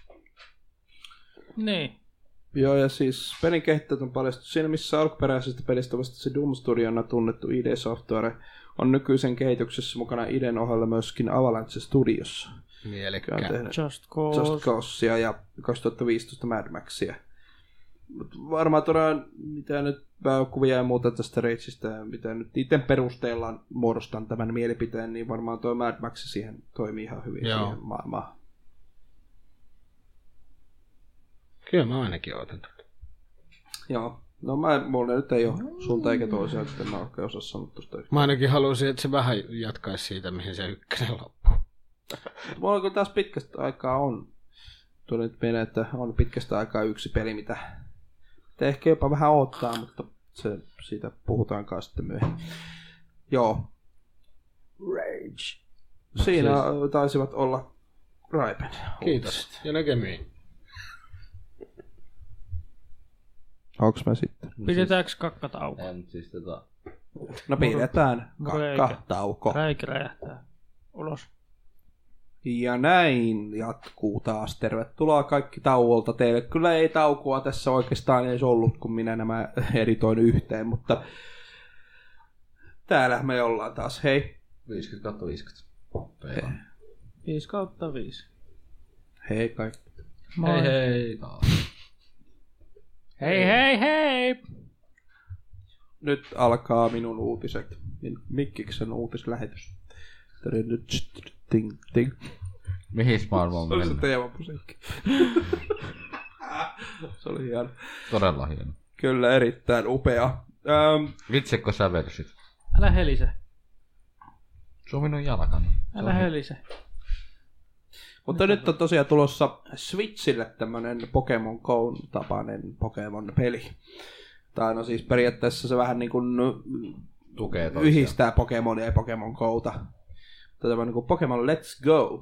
Niin. Joo, ja siis pelin kehittäjät on paljastettu siinä, missä alkuperäisestä pelistä vasta se Doom Studiona tunnettu I D Software on nykyisen kehityksessä mukana I D:n ohella myöskin Avalanche Studiossa. Mielekkään. Just Cause. Just Causea ja kaksituhattaviisitoista Mad Maxia. Mut varmaan todella, mitä nyt kuvia ja muuta tästä Rageista, mitä nyt niiden perusteella muodostan tämän mielipiteen, niin varmaan tuo Mad Max siihen toimii ihan hyvin. Joo. Siihen maailmaan. Kyllä mä ainakin ootan tätä. Joo. No mä, mulla nyt ei ole suunta eikä toisia, että mä oikein osaa sanoa tuosta yhtään. Mä ainakin haluaisin, että se vähän jatkaisi siitä, mihin se ykkönen loppuu. Mulla on kyllä taas pitkästä aikaa on. Tuli nyt mieleen, että on pitkästä aikaa yksi peli, mitä te ehkä jopa vähän odottaa, mutta se, siitä puhutaankaan sitten myöhemmin. Joo. Rage. Siinä siis taisivat olla Raipen. Kiitos. Ja näkemiin. Onks mä sitten? Pidetäänkö kakkatauko? En siis tota... No pidetään kakkatauko. Räikä räjähtää ulos. Ja näin jatkuu taas. Tervetuloa kaikki tauolta. Teille kyllä ei taukoa tässä oikeastaan edes ollut, kun minä nämä editoin yhteen, mutta täällä me ollaan taas. Hei. viisikymmentä kautta viisikymmentä. Hei. viisi kautta viisi. Hei kaikki. Moi. Hei hei taas. Hei hei hei! Nyt alkaa minun uutiset. Mikkiksen uutislähetys. Ting, ting. Mihin maailmaan se oli se mennään? teemamusiikki. Se oli hieno. Todella hieno. Kyllä, erittäin upea. Ähm, Vitsekko sävelsit? Älä helise. Se on minun jalkani. Älä helise. mutta nyt on tosiaan tulossa Switchille tämmönen Pokemon Go tapainen Pokemon-peli. Tai no siis periaatteessa se vähän niin kuin Tukee toisiaan. yhdistää Pokemonia ja Pokemon Gota. Tämä on niin kuin Pokemon Let's Go.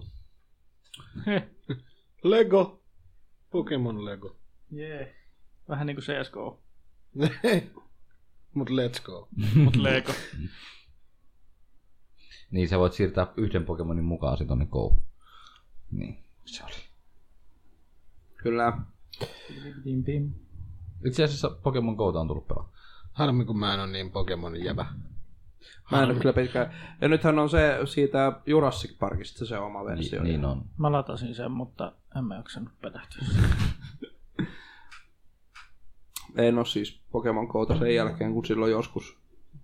Lego. Pokemon Lego. Jee. Yeah. Vähän niinku C S G O. Mut let's go. Mut Lego. Niin, sä voit siirtää yhden Pokemonin mukaan sit tonne Go. Niin, se oli. Kyllä. Pim, pim. Itse asiassa Pokemon Gota on tullut pelaa. Harmi, kun mä en ole niin Pokemonin jäbä. Mä en ole kyllä pitkään. Ja nythän on se siitä Jurassic Parkista se oma versio. Niin, niin on. Mä latasin sen, mutta en mä jaksanut pelähtyä. En ole siis Pokemon Gota sen jälkeen, kun silloin joskus.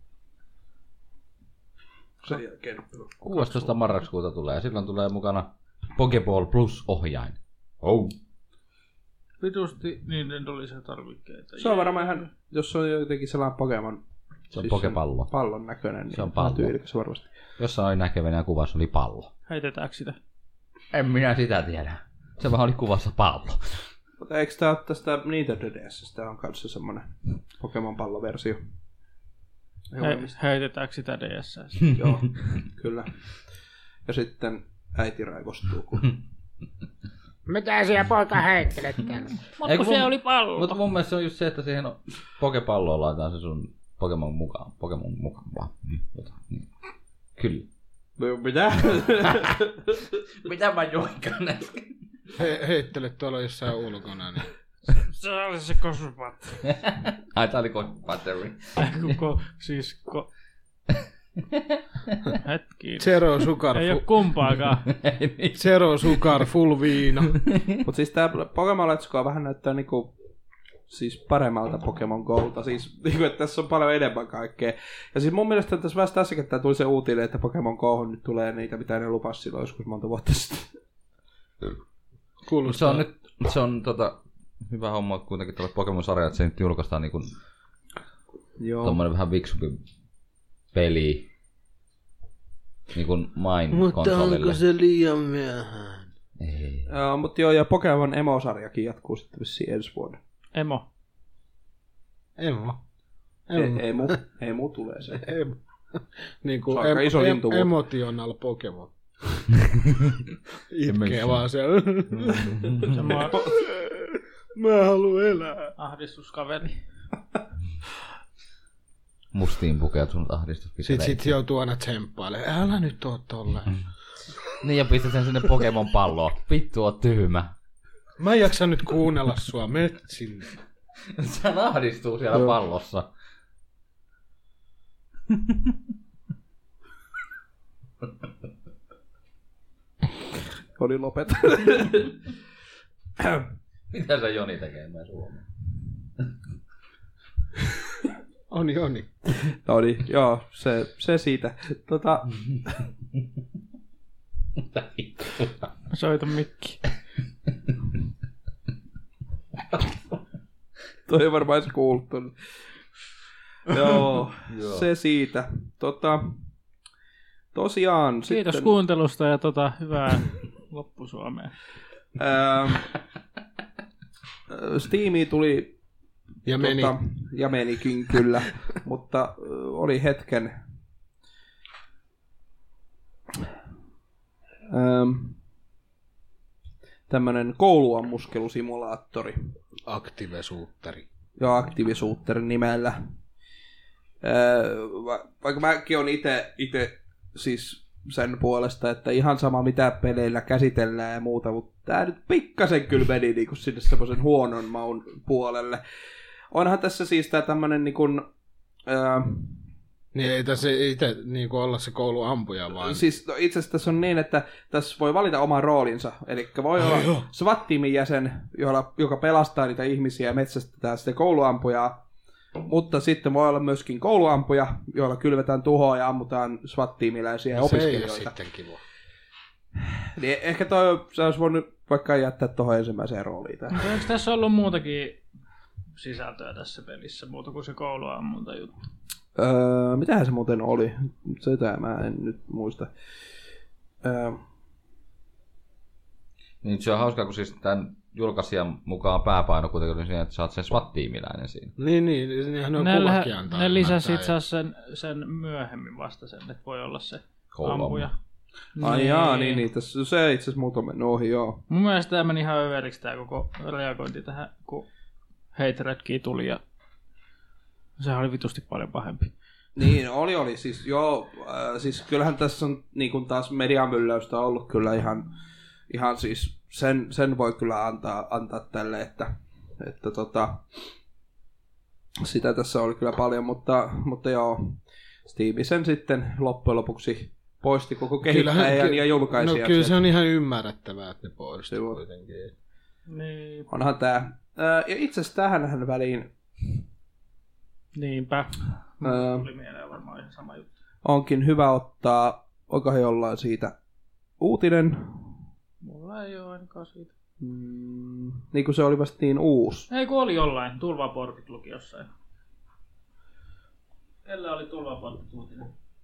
Sen jälkeen. kuudestoista marraskuuta tulee ja silloin tulee mukana Pokeball Plus ohjain. Oh. Vitusti niiden tuli se tarvikkeita. Se on varmaan ihan, jos on jotenkin sellainen Pokemon. Se on siis pokepallo. Pallon näköinen. Niin se on pallo. Tyylikäs varmasti. Jossain oli näkevinä ja kuvassa oli pallo. Heitetäänkö sitä? En minä sitä tiedä. Se vaan oli kuvassa pallo. Mutta eikö tää ole tästä Nintendo D S? Tää on kanssa semmonen Pokemon palloversio. He, heitetäänkö sitä D S? Joo, kyllä. Ja sitten äiti raivostuu, kun... Mitä siellä poika heittelet täällä? Mutta kun se oli pallo. Mutta mun mielestä se on just se, että siihen on pokepalloon laitetaan se sun Pokemon mukaan. Pokemon mukaan vaan. Mm, niin. Kyllä. Mitä? Mitä mä joikan äsken? He, heittele tuolla jossain ulkona. Niin. Se oli se kosupatti. Ai tää oli battery. Kuko, siis ko... Hetki. Zero Sugar. Ei oo kumpaakaan. Zero Sugar, full viina. Mut siis tää Pokemon Let's Go vähän näyttää niinku siis paremmalta Pokemon Golta. Siis niinku, että tässä on paljon enemmän kaikkea. Ja siis mun mielestä tässä vasta tässäkin tää tuli se uutinen, että Pokemon Gohon nyt tulee niitä, mitä ne lupas silloin joskus monta vuotta sitten. Kuulostaa. Se on nyt, se on tota, hyvä homma kuitenkin tällä Pokemon-sarja, että se nyt julkaistaan niinku tommonen vähän viksumpi peli niinku main konsolille. Mutta onko se liian myöhään? Ei. Joo, mutta joo, ja Pokemon Emo-sarjakin jatkuu sitten vissiin ensi vuonna. Emo. Emo. Emo. Emo. Emo tulee se. Emo. Niin kuin se on aika iso lintu. Emotional Pokemon. Itkee vaan siellä. Mä haluan elää. Ahdistuskaveri. Mustiin pukeutunut ahdistus. Sitten sit joutuu aina tsemppailemaan. Älä nyt oo tolleen. Niin ja pistät sen sinne Pokemon palloon. Vittu oot tyhmä. Mä en jaksa nyt kuunnella sua. Menet sinne. Sehän ahdistuu siellä Joo. pallossa. Oli lopeta. Mitä se Joni tekee mä Suomeen? Oni, oni. No niin, joo, se, se siitä. Tota... Soita mikki. Toi ei varmaan edes kuultu. Joo, se siitä. Tota, tosiaan Kiitos sitten... kuuntelusta ja tota, hyvää loppusuomea. Ähm, Steamiin tuli... Ja meni. Tota, ja menikin kyllä, mutta äh, oli hetken... Ähm, tämmönen kouluammuskelusimulaattori. Aktivesuutteri. Joo, Activesuutterin nimellä. Öö, va- vaikka mäkin on ite, ite siis sen puolesta, että ihan sama mitä peleillä käsitellään ja muuta, mutta tää nyt pikkasen kyllä meni niinku sinne semmoisen huonon maun puolelle. Onhan tässä siis tää tämmönen niinku... Öö, Niin ei tässä itse niin olla se kouluampuja vaan. Siis no, itse asiassa tässä on niin, että tässä voi valita oman roolinsa. Eli voi olla Ai SWAT-tiimin jäsen, jolla, joka pelastaa niitä ihmisiä ja metsästetään sitten kouluampujaa. Mutta sitten voi olla myöskin kouluampuja, joilla kylvetään tuhoa ja ammutaan SWAT-tiimiläisiä ja opiskelijoita. Se ei ole sitten kiva. Niin ehkä toi, se olisi voinut vaikka jättää tuohon ensimmäiseen rooliin. Mutta eikö tässä ollut muutakin sisältöä tässä pelissä, muuta kuin se kouluammunta juttu? Öö, mitähän se muuten oli? Sitä mä en nyt muista. Öö. Niin se on hauskaa, kun siis tämän julkaisijan mukaan pääpaino kuitenkin oli siinä, että sä oot sen SWAT-tiimiläinen siinä. Niin, niin. Nehän on ne, kuvakin antaa. Ne lisäsi itse asiassa sen, sen myöhemmin vasta sen, että voi olla se ampuja. Ai niin. Jaa, niin, niin. Tässä, se itse asiassa muut on mennyt ohi, joo. Mun mielestä tämä meni ihan överiksi tämä koko reagointi tähän, kun Hatredki tuli ja sehän oli vitusti paljon pahempi. Niin, oli, oli. Siis joo, äh, siis kyllähän tässä on niin kuin taas mediamylläystä ollut kyllä ihan, ihan siis sen, sen voi kyllä antaa, antaa tälle, että, että tota, sitä tässä oli kyllä paljon, mutta, mutta joo, Steam sen sitten loppujen lopuksi poisti koko kehittäjän ja julkaisijan. No kyllä se on ihan ymmärrettävää, että ne poisti kuitenkin. Niin. Onhan tää. Ja itse asiassa tähän väliin Niinpä. Öö, tuli mieleen varmaan ihan sama juttu. Onkin hyvä ottaa, onkohan jollain siitä uutinen. Mulla ei ole ainakaan siitä. Mm, niin kuin se oli vasta niin uusi. Ei kun oli jollain, tulvaportit luki jossain. Kellä oli tulvaportit uutinen?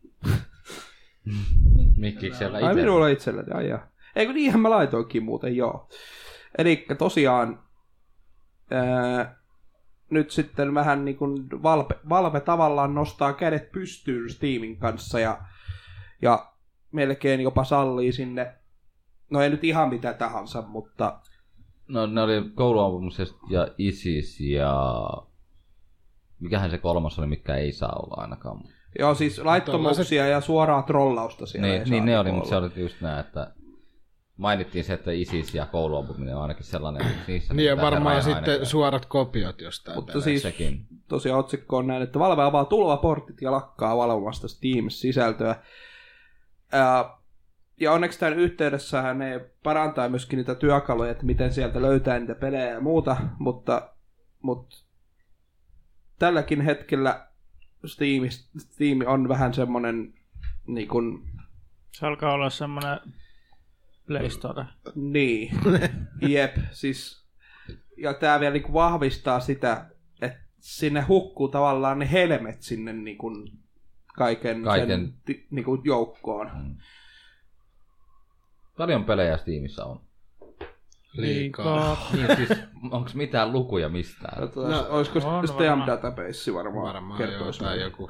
Mikkiksi siellä itse? Ai minulla itselläni, ai jaa. Eikö niinhän mä laitoinkin muuten, joo. Elikkä tosiaan ää, nyt sitten vähän niin kuin Valve, Valve tavallaan nostaa kädet pystyyn Steamin kanssa ja, ja melkein jopa sallii sinne, no ei nyt ihan mitä tahansa, mutta... No ne oli kouluampumisesta ja ISIS ja... Mikähän se kolmas oli, mikä ei saa olla ainakaan. Joo, siis laittomuuksia ja suoraa trollausta siellä niin, ei niin ne oli, olla. mutta se oli just näin, että... Mainittiin se, että ISIS ja kouluampuminen on ainakin sellainen, että niissä... Niin ja varmaan sitten ainakaan suorat kopiot jostain. Mutta siis sekin. Tosiaan otsikko on näin, että Valve avaa tulvaportit ja lakkaa valvomasta Steam-sisältöä. Ää, ja onneksi tämän yhteydessä ne parantaa myöskin niitä työkaluja, että miten sieltä löytää niitä pelejä ja muuta, mutta, mutta tälläkin hetkellä Steam, Steam on vähän semmoinen niin kuin... Se alkaa olla semmoinen Play Store. Niin, jep, siis ja tää vielä niinku vahvistaa sitä, että sinne hukkuu tavallaan ne helmet sinne niinku kaiken, kaiken. sen ti, niinku joukkoon. Hmm. Paljon pelejä Steamissa on. Liikaa. Niin siis, onko mitään lukuja mistään? No, no, olisiko on Steam varmaan. Database varmaan, varmaan kertoisi tai joku.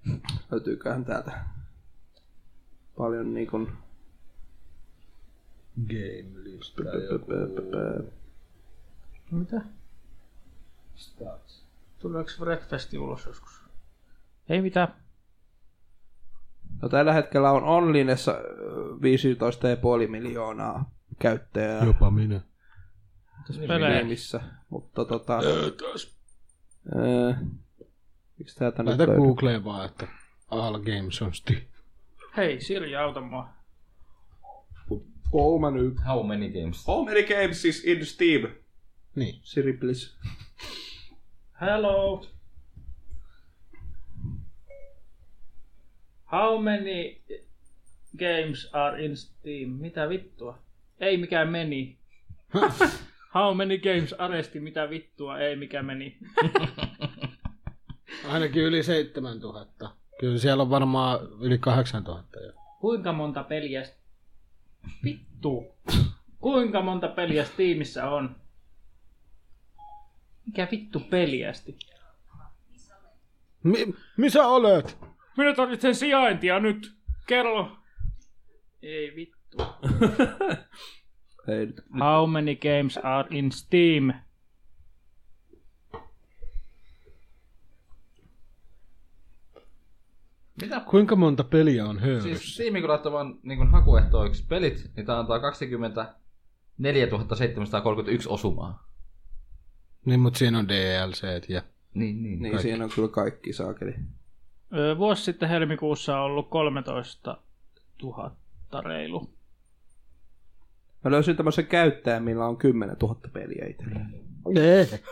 Löytyyköhän täältä paljon niin kuin Game list. Mitä? Tuleeko Breakfast ulos joskus? Ei mitään. No tällä hetkellä on Onlinessa viisitoista pilkku viisi miljoonaa käyttäjää. Jopa minä. Missä, mutta tota... Öö, miksi täältä nyt Laita Googleen vaan, että All Games on Steam. Hei, Siri, auta mua. Oh, mä nyt. How many games? How many games is in Steam? Niin. Siri, please. Hello. How many games are in Steam? Mitä vittua? Ei mikään meni. How many games aresti? Mitä vittua? Ei mikä meni. Ainakin yli seitsemäntuhatta. Kyllä siellä on varmaan yli kahdeksantuhatta jo. Kuinka monta peliä... Vittu. Kuinka monta peliä Steamissa on? Mikä vittu peliästi? Mi- missä olet? Minä tarvitsen sijaintia nyt. Kello. Ei vittu. Hei. How many games are in Steam? Mitä? Kuinka monta peliä on höyryssä? Siis Steam kun laittaa vaan niin hakuehtoiksi pelit, niin tää antaa kaksikymmentäneljätuhatta seitsemänsataakolmekymmentäyksi osumaa. Niin, mutta siinä on D L C:t ja... Niin, niin. Niin, siinä on kyllä kaikki saakeli. Öö, vuosi sitten helmikuussa on ollut kolmetoista tuhatta reilu. Mä löysin tämmöisen käyttäjän, millä on kymmenentuhatta peliä itsellä. Nee.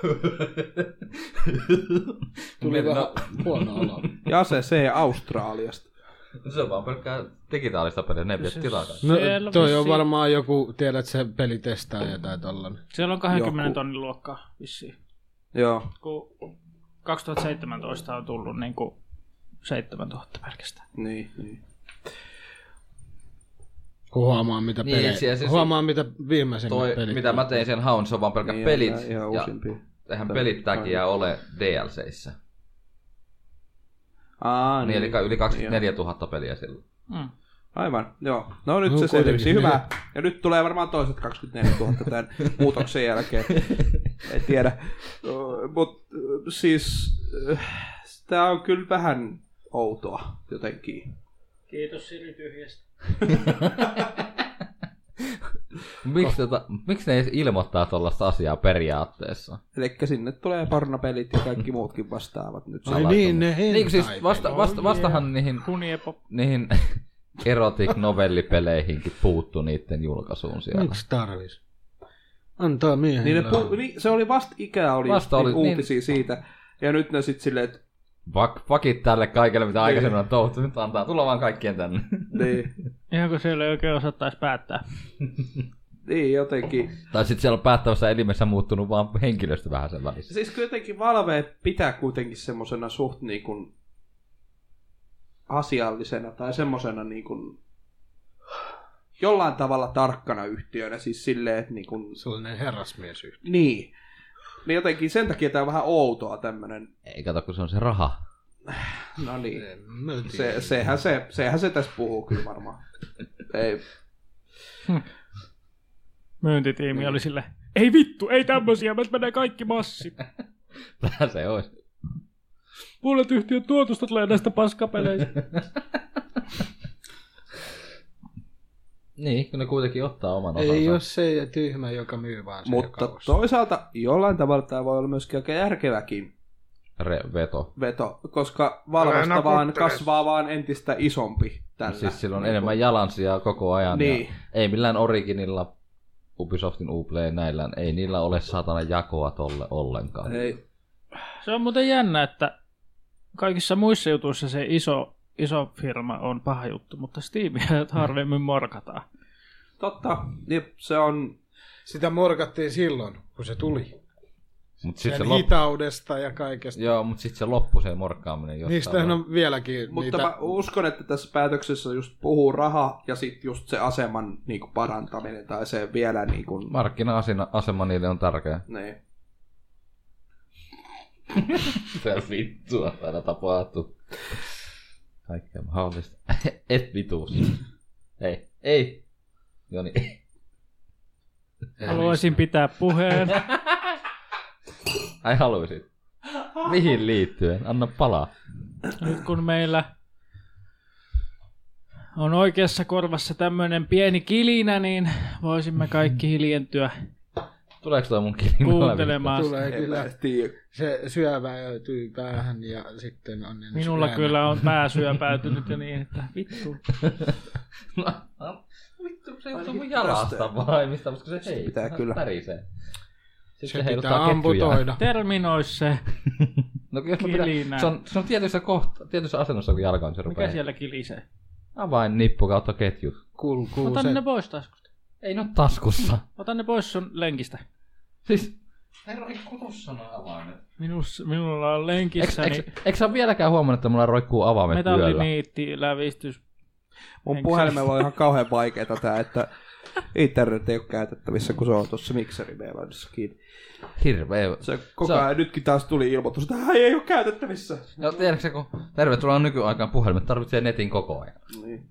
Tuli vähän huono olo. Ja se C Australiasta. Se on vaan pelkkää digitaalista peliä, ne ei pidä tilaa. No, Siellä toi on vissiin- varmaan joku, tiedät se pelitestaaja tai tollanen. Siellä on kaksikymmentä Joku. tonnin luokkaa vissiin. Joo. Kun kaksituhattaseitsemäntoista on tullut niin kuin seitsemäntuhatta pelkästään. Niin, niin. Kun huomaa mitä Niin, pelejä. et siellä se- Huomaa mitä viimeisimmät Toi, pelit. mitä mä tein sen haun, se on vaan pelkät Niin, pelit. ihan- ihan ja uusimpia. eihän Tai- pelittäkiä ole D L C:issä. Aa, Niin, eli yli kaksikymmentäneljätuhatta Joo. peliä silloin. Mm. Aivan, joo. No nyt No, se selvisi. kuitenkin. Hyvä. Ja nyt tulee varmaan toiset kaksikymmentäneljätuhatta tämän muutoksen jälkeen. En tiedä. Mutta siis tämä on kyllä vähän outoa jotenkin. Kiitos Siri tyhjästä. Miksi, tota, miksi ne ei ilmoittaa tuollaista asiaa periaatteessa? Eli sinne tulee pornopelit ja kaikki muutkin vastaavat nyt. Ai niin, ne hentai. Niin kuin siis vasta, vasta, vastahan niihin, Kuniepo. niihin erotic-novellipeleihinkin puuttu niiden julkaisuun siellä. Miksi tarvis? Antaa miehen. Niin ne pu- niin, se oli vasta ikää oli, Vasta oli oli, uutisia niin... siitä. Ja nyt ne sitten silleen, että Vak, vakit tälle kaikelle, mitä aikaisemmin on touhuttu. Nyt antaa tulla vaan kaikkien tänne. niin, Ihan kun siellä ei oikein osattaisi päättää. niin jotenkin. Tai sitten siellä on päättävässä elimessä muuttunut vaan henkilöstö vähän sen välissä. Siis kuitenkin Valve pitää kuitenkin semmosena suht niin kuin asiallisena tai semmosena niin kuin jollain tavalla tarkkana yhtiönä. Siis silleen, että niin kuin... Sellainen herrasmiesyhtiö. Niin. Niin jotenkin sen takia tää on vähän outoa tämmönen. Ei kato, kun se on se raha. No niin. En mä tiedä. Se, sehän, se, sehän se tässä puhuu kyllä varmaan. Ei. Myyntitiimi oli sille, ei vittu, ei tämmösiä, meiltä menee kaikki massit. Vähän se olisi. Puolet yhtiön tuotosta tulee näistä paskapeleistä. Niin, kun ne kuitenkin ottaa oman osansa. Ei ole se tyhmä, joka myy vaan se, Mutta joka ostaa. toisaalta jollain tavalla tämä voi olla myöskin aika järkeväkin Re- veto. veto, koska Valvesta Älä vaan kuttele. kasvaa vaan entistä isompi tällä. Siis sillä on enemmän jalansijaa koko ajan. Niin. Ja ei millään Originilla, Ubisoftin Uplay näillä, ei niillä ole saatana jakoa tolle ollenkaan. Ei. Se on muuten jännä, että kaikissa muissa jutuissa se iso, iso firma on paha juttu, mutta Steamia harvemmin morkataan. Totta, niin se on... Sitä morkattiin silloin, kun se tuli. Mut sit Sen se lop... hitaudesta ja kaikesta. Joo, mutta sitten se loppu se morkkaaminen jostain. Niistähän vaan. on vieläkin Mutta niitä... mä uskon, että tässä päätöksessä just puhuu raha ja sitten just se aseman niinku parantaminen tai se vielä niinku... Markkina-asema niille on tärkeä. Niin. Se vittua aina tapahtuu. Kaikkea mahdollista. Et vituus. Ei, ei. Joni. Haluaisin pitää puheen. Ai haluisit. Mihin liittyen? Anna palaa. Nyt kun meillä on oikeassa korvassa tämmönen pieni kilinä, niin voisimme kaikki hiljentyä Tuleeko toi mun kilinä? kuuntelemaan. Tulee kyllä. Se syöväytyy päähän ja sitten on... Minulla syömä. kyllä on pää syöpäytynyt ja niin, että vittu. No, no, vittu, se johtuu mun jalasta vai mistä, koska se hei, pitää kyllä. Pärisee. Se pitää amputoida. Terminoi se No, jos mä kilinä. pidän, se, on, se on tietyssä, kohta, tietyssä asennossa, kun jalka on se rupeaa. Mikä siellä kilisee? Avain, nippu kautta ketju. Kulkuu Ota se. ne pois taskusta. Ei ne ole taskussa. Ota ne pois sun lenkistä. Siis, ei roikkuu tossa noin avaimet. Minus, minulla on lenkissä Eikö niin... sä vieläkään huomannut, että mulla roikkuu avaimet yöllä? metalliniitti, lävistys. Mun Enkö puhelimella on ihan kauhean vaikeeta tää, että internet ei ole käytettävissä, kun se on tuossa mikserimeilannissa kiinni. Hirveä. Se koko ajan, nytkin taas tuli ilmoitus, että hän ei ole käytettävissä. No tiedätkö se, kun tervetuloa nykyaikaan puhelimet, tarvitsee netin koko ajan. Niin.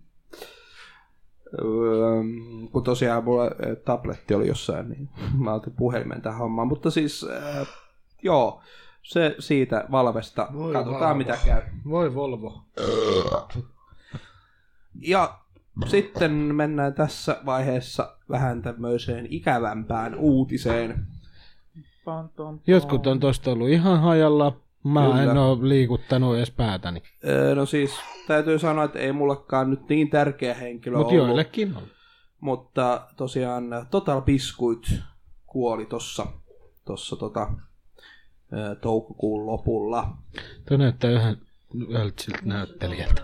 Öö, kun tosiaan mulla tabletti oli jossain, niin mä otin puhelimen tähän hommaan. Mutta siis, äh, joo, se siitä Valvesta. Voi Katsotaan Valvo. mitä käy. Voi Volvo. Ja sitten mennään tässä vaiheessa vähän tämmöiseen ikävämpään uutiseen. Jotkut on tosta ollut ihan hajalla. Mä Kyllä. en oo liikuttanut edes päätäni. Öö, no siis täytyy sanoa, että ei mullekaan nyt niin tärkeä henkilö Mut ollut. joillekin on. Mutta tosiaan Total Biscuit kuoli tossa, tossa tota, ö, toukokuun lopulla. Tuo näyttää yhden, yhdeltä siltä näyttelijältä.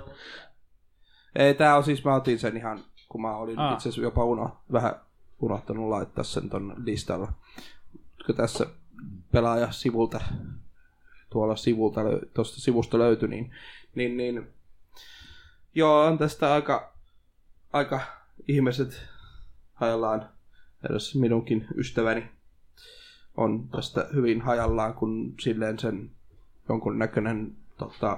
Ei, tää on siis, mä otin sen ihan, kun mä olin Aa. itse asiassa jopa uno, vähän unohtanut laittaa sen ton listalla. Kun tässä pelaaja sivulta, tuolla sivulta, tuosta sivusta löytyi, niin, niin, niin joo, on tästä aika, aika ihmiset hajallaan, edes minunkin ystäväni on tästä hyvin hajallaan, kun silleen sen jonkun näköinen tota,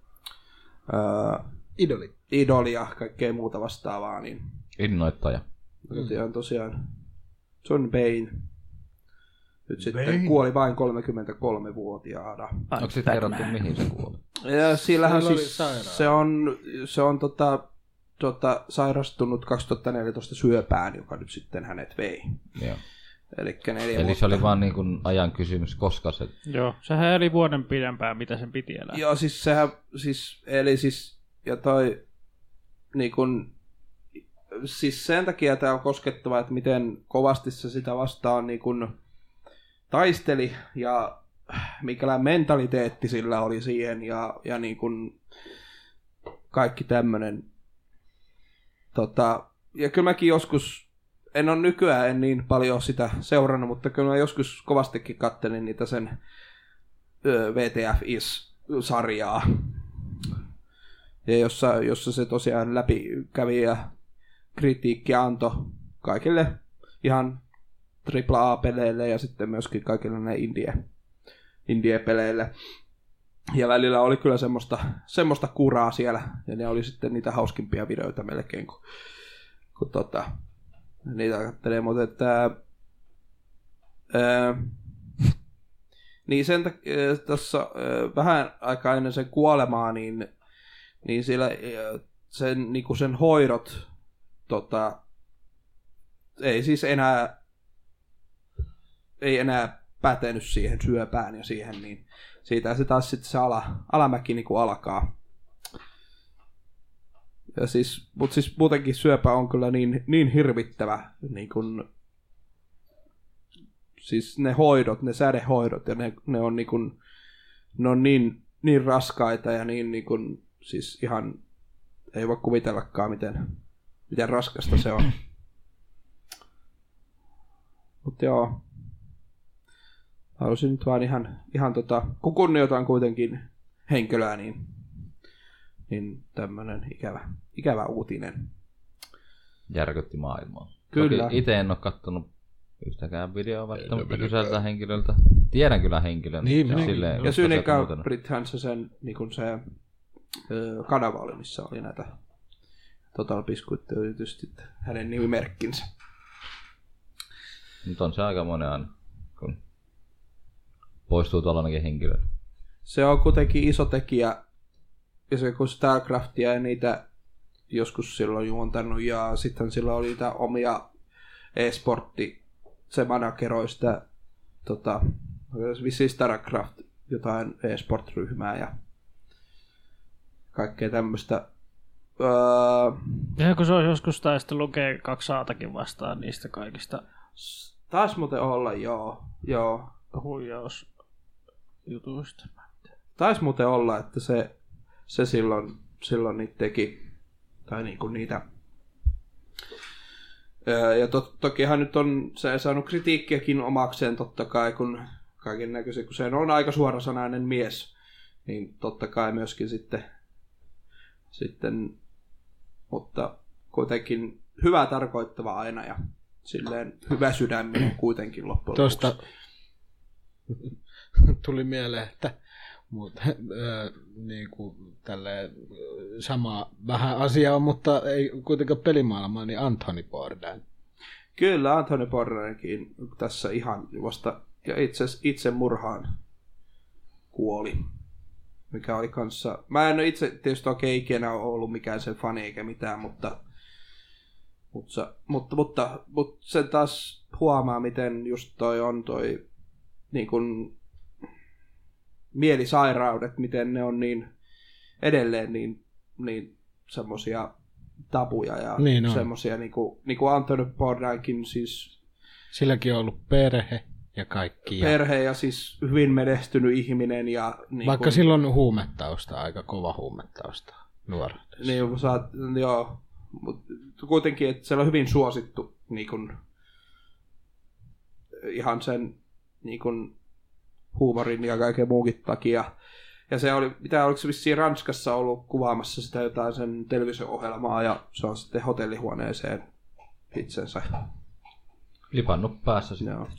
ää, Idoli. idoli ja kaikkea muuta vastaavaa, niin Innoittaja. mm. tosiaan John Bain nyt sitten Bain. kuoli vain kolmekymmentäkolmevuotiaana. Onko sitten kerrottu, mihin se kuoli? Ja sillähän Hänellä oli siis sairaala. se on, se on tota, tota, sairastunut kaksituhattaneljätoista syöpään, joka nyt sitten hänet vei. Joo. Elikkä neljä Eli vuotta. se oli vaan niin kuin ajan kysymys, koska se... Joo, sehän eli vuoden pidempään, mitä sen piti elää. Joo, siis sehän, siis, eli siis, ja toi, niin kun, siis sen takia tämä on koskettava, että miten kovasti se sitä vastaan niin kun taisteli, ja minkälainen mentaliteetti sillä oli siihen, ja, ja niin kun kaikki tämmönen, tota, ja kyllä mäkin joskus, en ole nykyään en niin paljon sitä seurannut, mutta kyllä mä joskus kovastikin kattelin niitä sen ö, V T F Is-sarjaa, ja jossa, jossa se tosiaan läpi kävi ja kritiikkiä antoi kaikille ihan triple A-peleille ja sitten myöskin kaikille ne indie, indie-peleille. Ja välillä oli kyllä semmoista, semmoista kuraa siellä, ja ne oli sitten niitä hauskimpia videoita melkein, kun, kun tota, niitä kattelee, mutta että ää, niin sen takia tuossa vähän aikaa ennen sen kuolemaa, niin, niin siellä ää, sen, niinku sen hoidot tota, ei siis enää ei enää pätenyt siihen syöpään ja siihen, niin siitä se taas sitten se ala, alamäki niinku alkaa. Ja siis, mutta siis muutenkin syöpä on kyllä niin, niin hirvittävä, niin kun, siis ne hoidot, ne sädehoidot, ja ne, ne on, niin, kun, ne on niin, niin raskaita ja niin, niin kun, siis ihan ei voi kuvitellakaan, miten, miten raskasta se on. Mutta joo, halusin nyt vaan ihan, ihan tota, kun kunnioitan kuitenkin henkilöä, niin, niin tämmönen ikävä, ikävä uutinen. Järkytti maailmaa. Kyllä. Toki itse en ole kattonut yhtäkään videoa välttämättä kysältä henkilöltä. Tiedän kyllä henkilön. Niin, ja minäkin. silleen, Ja jos Synika muuten- Brithän se sen niin kun se ö, kanava oli, missä oli näitä Total Biscuit-yritystä, hänen nimimerkkinsä. Mutta on se aika monen aina, kun poistuu tuollainenkin henkilö. Se on kuitenkin iso tekijä, ja se kun StarCraftia ja niitä joskus silloin juontanut, ja sitten sillä oli niitä omia e-sportti, se manageroi sitä, tota, vissiin StarCraft, jotain e-sport-ryhmää ja kaikkea tämmöistä. Öö... Ja kun se on joskus taista lukee kaksi saatakin vastaan niistä kaikista. Taisi muuten olla, joo. joo. Huijausjutuista. Taisi muuten olla, että se, se silloin, silloin niitä teki. Tai niinku niitä. Öö, ja to, tokihan nyt on se saanut kritiikkiäkin omakseen totta kai, kun kaiken näköisen, kun se on aika suorasanainen mies. Niin totta kai myöskin sitten, sitten mutta kuitenkin hyvää tarkoittava aina ja silleen hyvä sydäminen kuitenkin loppujen lopuksi. Tuosta tuli mieleen, että mutta, äh, niin kuin tälleen, sama vähän asiaa, mutta ei kuitenkaan pelimaailmaa, niin Anthony Bourdain. Kyllä, Anthony Bourdainkin tässä ihan vasta ja itse, itse murhaan kuoli. Mikä oli kanssa... Mä en ole itse tietysti oikein ikinä ollut mikään sen fani eikä mitään, mutta... Mutta, mutta, mutta, mutta sen taas huomaa, miten just toi on toi... Niin kun, mielisairaudet, miten ne on niin... Edelleen niin, niin semmosia tabuja ja niin semmosia niinku... Niin kuin Anthony Bourdainkin siis... Silläkin on ollut perhe. Ja kaikki. Perhe ja siis hyvin menestynyt ihminen. Ja niin vaikka kun, silloin on huumettausta, aika kova huumettausta nuoruudessa. Niin, saat, joo. Mutta kuitenkin, että siellä on hyvin suosittu niin kun, ihan sen niin kun, huumorin ja kaiken muunkin takia. Ja se oli, mitä oliko se vissiin Ranskassa ollut kuvaamassa sitä jotain sen televisio-ohjelmaa ja se on sitten hotellihuoneeseen itsensä. Lipannut päässä sitten. Joo.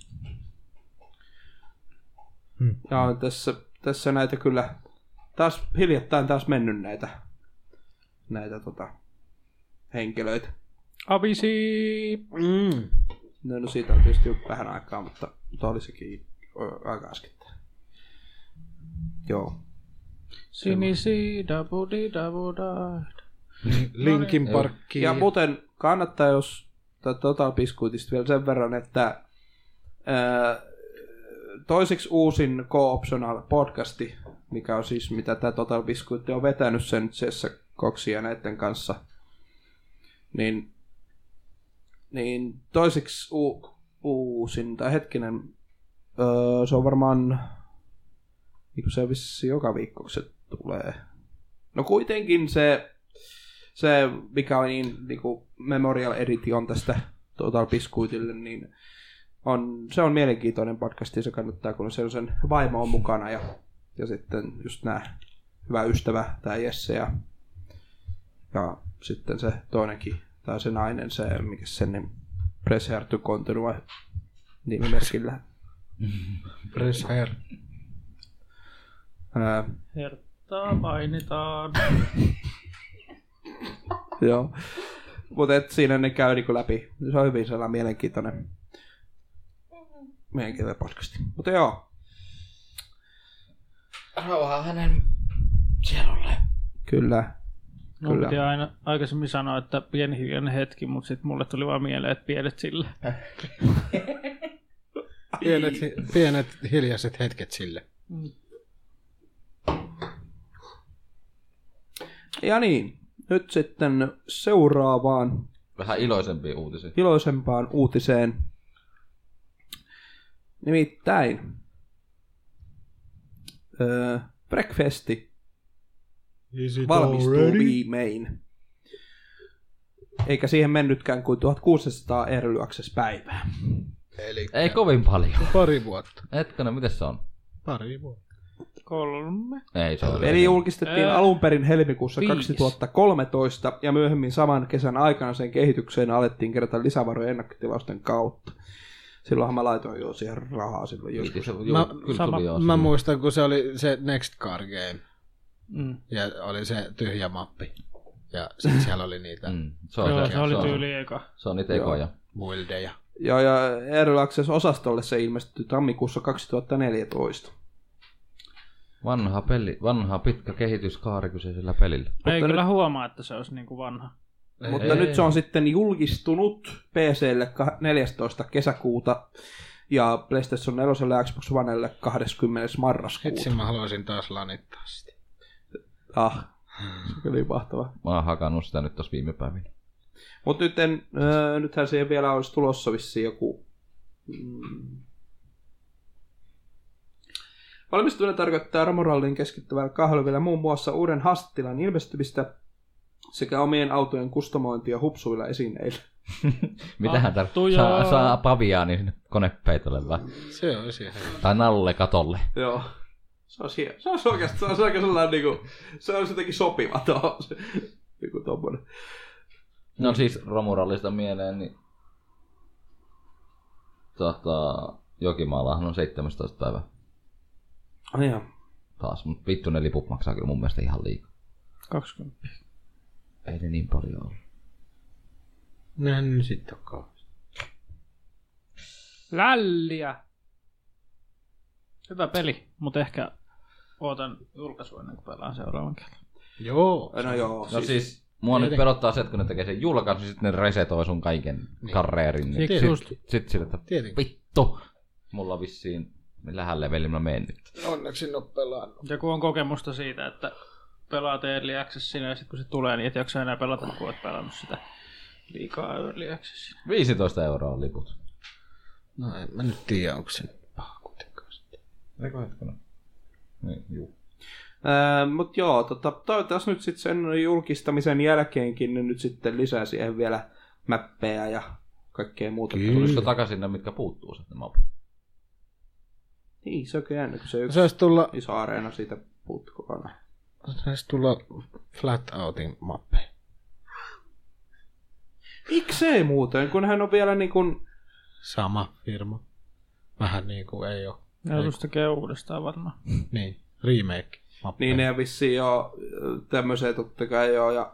Hmm. Ja on tässä, tässä näitä kyllä taas hiljattain taas mennyt näitä, näitä tota, henkilöitä. Avisi! Mm. No, no siitä on tietysti vähän aikaa, mutta, mutta oli sekin aika äskettäin. Joo. Sinisi dabudi dabuda. Linkin Parkki. Ja muuten kannattaa, jos Total Biscuitista vielä sen verran, että ää, toiseksi uusin Co-Optional podcasti, mikä on siis mitä tämä Total Biscuit on vetänyt sen Jesse Coxin ja näiden kanssa, niin, niin toiseksi u, uusin, tai hetkinen, öö, se on varmaan, niin se vissi joka viikko se tulee. No kuitenkin se, se mikä on niin, niin kuin Memorial Edition tästä Total Biscuitille, niin On, se on mielenkiintoinen podcast, se kannattaa, kun se on sen vaimo on mukana ja, ja sitten just nämä hyvä ystävä, tämä Jesse ja, ja sitten se toinenkin, tai se nainen, se mikä sen niin, Press Here to Continue nimimerkillä. Press Here. Ää, Hertaa mainitaan. Joo, mutta siinä ne käy niin läpi. Se on hyvin sellainen mielenkiintoinen. Mielenkiintoinen podcasti. Mutta joo. Rauhaa hänen sielulle. Kyllä. No, Kyllä. piti aina aikaisemmin sanoa, että pieni hiljainen hetki, mutta sitten mulle tuli vaan mieleen, että pienet sille. pienet, pienet hiljaiset hetket sille. Mm. Ja niin, nyt sitten seuraavaan vähän iloisempiin uutisiin. Iloisempaan uutiseen. Nimittäin öö, Breakfasti valmistuu viimein. Eikä siihen mennytkään kuin tuhatkuusisataa Early Access-päivää. Elikkä ei kovin paljon. Pari vuotta. Hetkinen, miten se on? Pari vuotta. Kolme. Ei se ole. Eli julkistettiin Ää, alun perin helmikuussa viisi. kaksituhattakolmetoista ja myöhemmin saman kesän aikana sen kehitykseen alettiin kerätä lisävaroja ennakkotilausten kautta. Silloinhan mä laitoin jo siihen rahaa silloin joskus. Mä, mä muistan, kun se oli se Next Car Game. Mm. Ja oli se tyhjä mappi. Ja sitten siellä oli niitä mm, se, on Joo, se, se oli se tyyli eka. Se on niitä ekoja. muildeja. Ja, ja Early Access-osastolle se ilmestyi tammikuussa kaksituhattaneljätoista. Vanha peli, vanha pitkä kehityskaari kyseisellä pelillä. Ei Mutta kyllä nyt- huomaa, että se olisi niinku vanha. Ei, Mutta ei, nyt se on sitten julkistunut P C:lle neljästoista kesäkuuta ja PlayStation neljä ja Xbox Onelle kahdeskymmenes marraskuuta. Hitsi, mä haluaisin taas lanittaa sitä. Ah, se on kyllä niin mahtavaa. Mä oon hakannut sitä nyt tossa viime päivinä. Mutta nyt en, äh, nythän siihen vielä olisi tulossa vissiin joku... Mm. Valmistuminen tarkoittaa Ramorallin keskittyvällä kahvilla muun muassa uuden haastetilan ilmestymistä sekä omien autojen kustomointia hupsuilla esineillä. Mitähän tar... Hattuja. saa, saa paviaani sinne konepeitolle vai? Se on siihen. Tai nalle katolle. Joo. Se on, sie- se on oikeasti, se on aika sellainen niinku, se on jotenkin sopiva tuo, se, niinku tommonen. No siis Romurallista mieleen, niin tota, Jokimaallahan on seitsemästoista päivä Ai jaa. taas, mutta vittu ne liput maksaa kyllä mun mielestä ihan liikaa. kaksikymmentä. Ei ne niin paljon ole. Näin nyt sitten on kauheasti. Lälliä! Hyvä peli, mutta ehkä ootan julkaisua ennen kuin pelaan seuraavan kerran. Joo. No joo, No siis, siis mua nyt Tietenkin. pelottaa se, että kun ne tekee sen julkaisun, niin sitten ne resetoi sun kaiken Niin. karreerin. Niin Siksi sit, just. sit sille, että Tietenkin. vittu, mulla on vissiin, millähän levelillä mä menen nyt. Onneksi en oo pelannut. Ja kun on kokemusta siitä, että pelaat Early Accessin ja sitten kun se tulee, niin et jaksa enää pelata, kun olet pelannut sitä liikaa Early Accessin. viisitoista euroa on liput. No en mä nyt tiedä, onko se paha kuitenkaan sitten. Eikö hetkona? Niin, juu. ää, mut joo, tota, toivottavasti nyt sitten sen julkistamisen jälkeenkin niin nyt sitten lisää siihen vielä mäppejä ja kaikkea muuta. Tulisiko takaisin ne, mitkä puuttuu sitten mapit? Niin, se on kyllä jännä, kun se yksi Se olisi tulla, iso areena siitä puuttuu kokonaan. se olisi tulla Flat Outin mappeja. Miksei muuten, kun hän on vielä niin kuin... Sama firma. Vähän niin kuin ei oo. Joutuisi tekee uudestaan varmaan. Niin, remake mappeja. Niin ne vissiin jo tämmöisiä totta kai joo ja...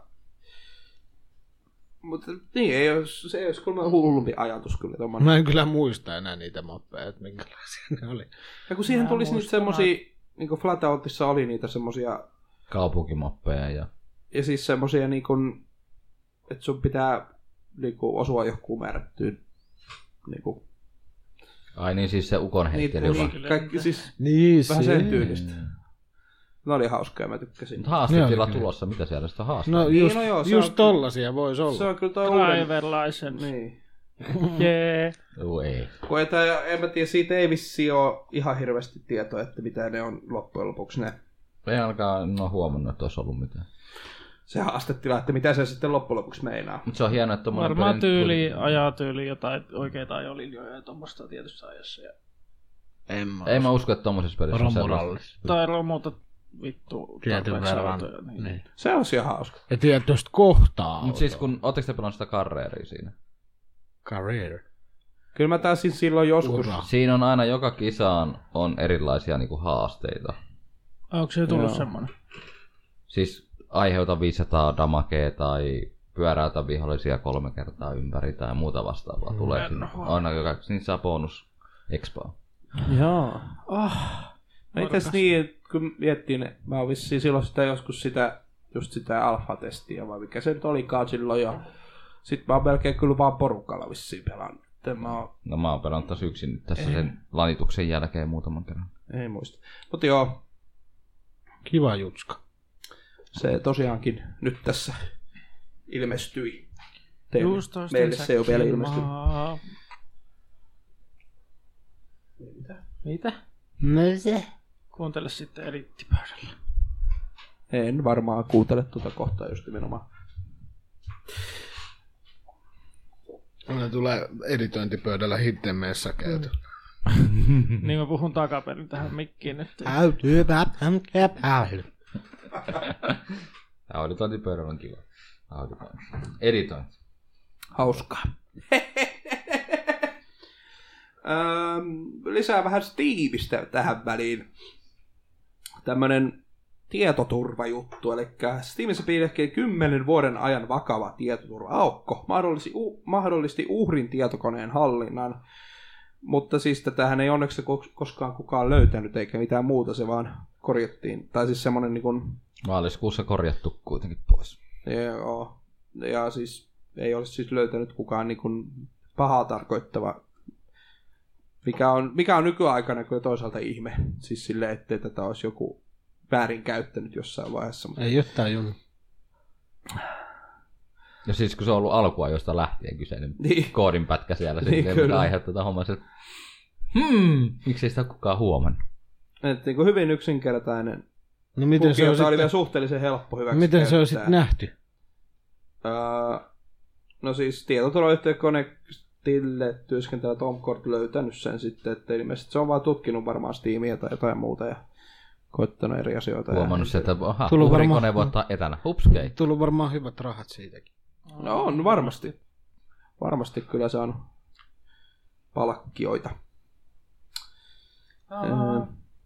Mutta niin, ei olisi, se ei olisi kuulemma hullumpi ajatus kyllä tommonen. Mä en kyllä muista enää niitä mappeja, että minkälaisia ne oli. Ja kun siihen Mä tulisi niitä muistan, semmosia, niin kuin Flatout,issa oli niitä semmosia, Kaupunkimappeja ja... ja siis semmosia niin kuin, että sun pitää niin kuin, osua johonkuun määrättyyn niin kuin, Ai niin, siis se ukon niitä, heitteli vaan. niin, kaikki siis Niin, vähän sen tyylistä. Ne oli hauskaa, mä tykkäsin. Mutta haastetila Joo, tulossa, mitä siellä sitä haastaa? No Niin, just, no joo, se just on- tollasia vois olla. Se on kyllä toi uuden... Driver license. Niin. Jee. Joo, ei. Kun et, en mä tiedä, siitä ei vissiin ole ihan hirveästi tietoa, että mitä ne on loppujen lopuksi ne. Ei ainakaan en ole huomannut, että olisi ollut mitään. Se haastetila, että mitä se sitten loppujen lopuksi meinaa. Mutta se on hienoa, että tommonen Varmaan peli- tyyli, ajaa tyyli jotain oikeita ajolinjoja ja tuommoista tietyssä ajassa. Ja... En mä Ei mä usko, että tommosessa pelissä on sellaista. Romurallis. Tai romuta vittu Tietyn tarpeeksi verran. autoja, Niin. Niin. Se olisi ihan hauska. Ja tietysti kohtaa Mutta siis kun, ootteko te pelannut sitä karreeria siinä? Career. Kyllä mä taisin silloin joskus. Ura. Siinä on aina, joka kisaan on erilaisia niinku haasteita. Onko se tullut Joo. semmonen? Siis aiheuta viisisataa damakea tai pyöräytä vihollisia kolme kertaa ympäri tai muuta vastaavaa Mm. tulee sinne. Aina joka, niin saa bonus expaa. Joo. Oh, No itse asiassa niin, että kun miettii, ne, mä oon vissiin silloin sitä joskus sitä, just sitä alfa-testiä, vai mikä se nyt olikaan silloin jo. Sitten mä oon melkein kyllä vaan porukalla vissiin pelannut. En mä oon, No mä oon pelannut taas yksin nyt tässä sen lanituksen jälkeen muutaman kerran. ei muista. Mutta joo, Kiva jutska. se tosiaankin nyt tässä ilmestyi. Teille. just ostin Meille se ei ole vielä ilmestynyt. säkkimaa. Mitä? No se. Kuuntele sitten eliittipöydällä. En varmaan kuuntele tuota kohtaa just nimenomaan. Mulle tulee editointipöydällä hittemeessä käyty. Niin mä puhun takaperin tähän mikkiin nyt. Täytyy päättää päälle. Auditointipöydällä on kiva. Auditointi. Editointi. Hauskaa. Öm, lisää vähän Steamista tähän väliin. Tämmönen tietoturvajuttu, eli Steamissa piilehkii kymmenen vuoden ajan vakava tietoturva-aukko, mahdollisti, uh, mahdollisti uhrin tietokoneen hallinnan, mutta siis tätähän ei onneksi koskaan kukaan löytänyt, eikä mitään muuta, se vaan korjattiin, tai siis semmoinen niin kuin... Maaliskuussa korjattu kuitenkin pois. Joo, ja siis ei olisi siis löytänyt kukaan niin kuin pahaa tarkoittava, mikä on, mikä on nykyaikana kyllä toisaalta ihme, siis silleen, ettei tätä olisi joku väärin käyttänyt jossain vaiheessa. Ei jotain junnu. Ja siis kun se on ollut alkua josta lähtien kyseinen niin. koodinpätkä siellä, niin, sitten mitä aiheuttaa tätä hommaa, että hmm, miksei sitä kukaan huomannut. Et niin kuin hyvin yksinkertainen. No miten se on oli sitten... vielä suhteellisen helppo hyväksi Miten käyttää. se on sitten nähty? Öö, no siis tietoturvayhteyskonektille työskentelevä Tom Kort löytänyt sen sitten, että ilmeisesti se on vaan tutkinut varmaan Steamia tai jotain muuta ja koittanut eri asioita. Huomannut se, että aha, Tullut uhrikone varmaan- voi ottaa etänä. Hupskei. Tullut varmaan hyvät rahat siitäkin. No on varmasti. Varmasti kyllä se on palkkioita. Öö,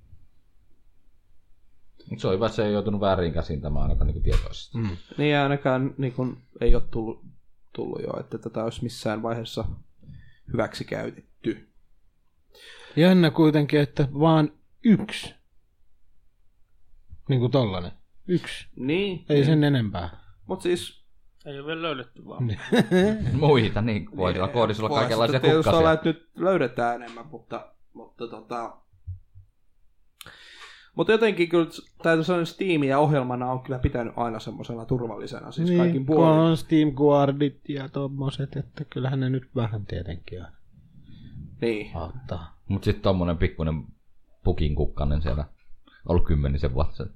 Se on hyvä, että se ei joutunut väärin käsiin tämä ainakaan niin tietoisesti. Mm. niin ainakaan niin kun, ei ole tullut, tullut jo, että tätä olisi missään vaiheessa hyväksi käytetty. Jännä kuitenkin, että vaan yksi. Niin kuin tollanen. Yksi. Niin. Ei sen enempää. Mutta siis Ei ole vielä löydetty vaan. Muita, niin voi olla koodissa olla kaikenlaisia tietysti kukkasia. olla, että nyt löydetään enemmän, mutta, mutta tota... Mutta jotenkin kyllä täytyy sanoa, että Steamia ohjelmana on kyllä pitänyt aina semmoisena turvallisena, siis kaikin Niin, kun puolin. on Steam Guardit ja tommoset, että kyllähän ne nyt vähän tietenkin on. Niin. Auttaa. Mutta sitten tommonen pikkuinen pukin kukkanen siellä ollut kymmenisen vuotta sen.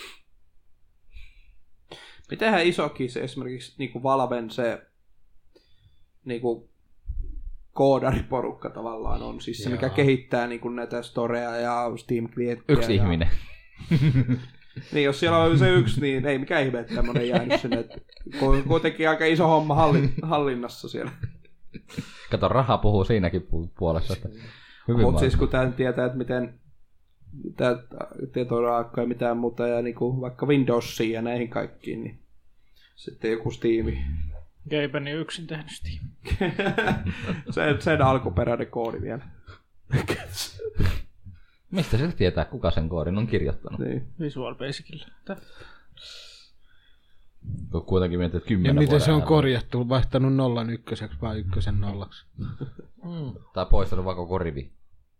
Mitenhän isokin se esimerkiksi niinku Valven se niinku koodariporukka tavallaan on, siis se Joo. mikä kehittää niinku näitä storeja ja Steam-klienttiä. Yksi ja... ihminen. Niin, jos siellä on se yksi, niin ei mikään ihme, että tämmöinen jäänyt sinne. Että kuitenkin aika iso homma hallin, hallinnassa siellä. Kato, raha puhuu siinäkin pu- puolessa. Mutta siis kun tämän tietää, että miten tämä tietoraakka ja mitään muuta, ja niinku vaikka Windowsiin ja näihin kaikkiin, niin sitten joku Steam. Geipeni yksin tehnyt Steam. sen, sen alkuperäinen koodi vielä. Mistä se tietää, kuka sen koodin on kirjoittanut? Niin. Visual Basicille. Tää. Kun kuitenkin mietit, että Ja kymmenen miten vuoden se on ajan. korjattu? Vaihtanut nollan ykköseksi vai ykkösen nollaksi? Mm. Tai poistanut vaikka koko rivi.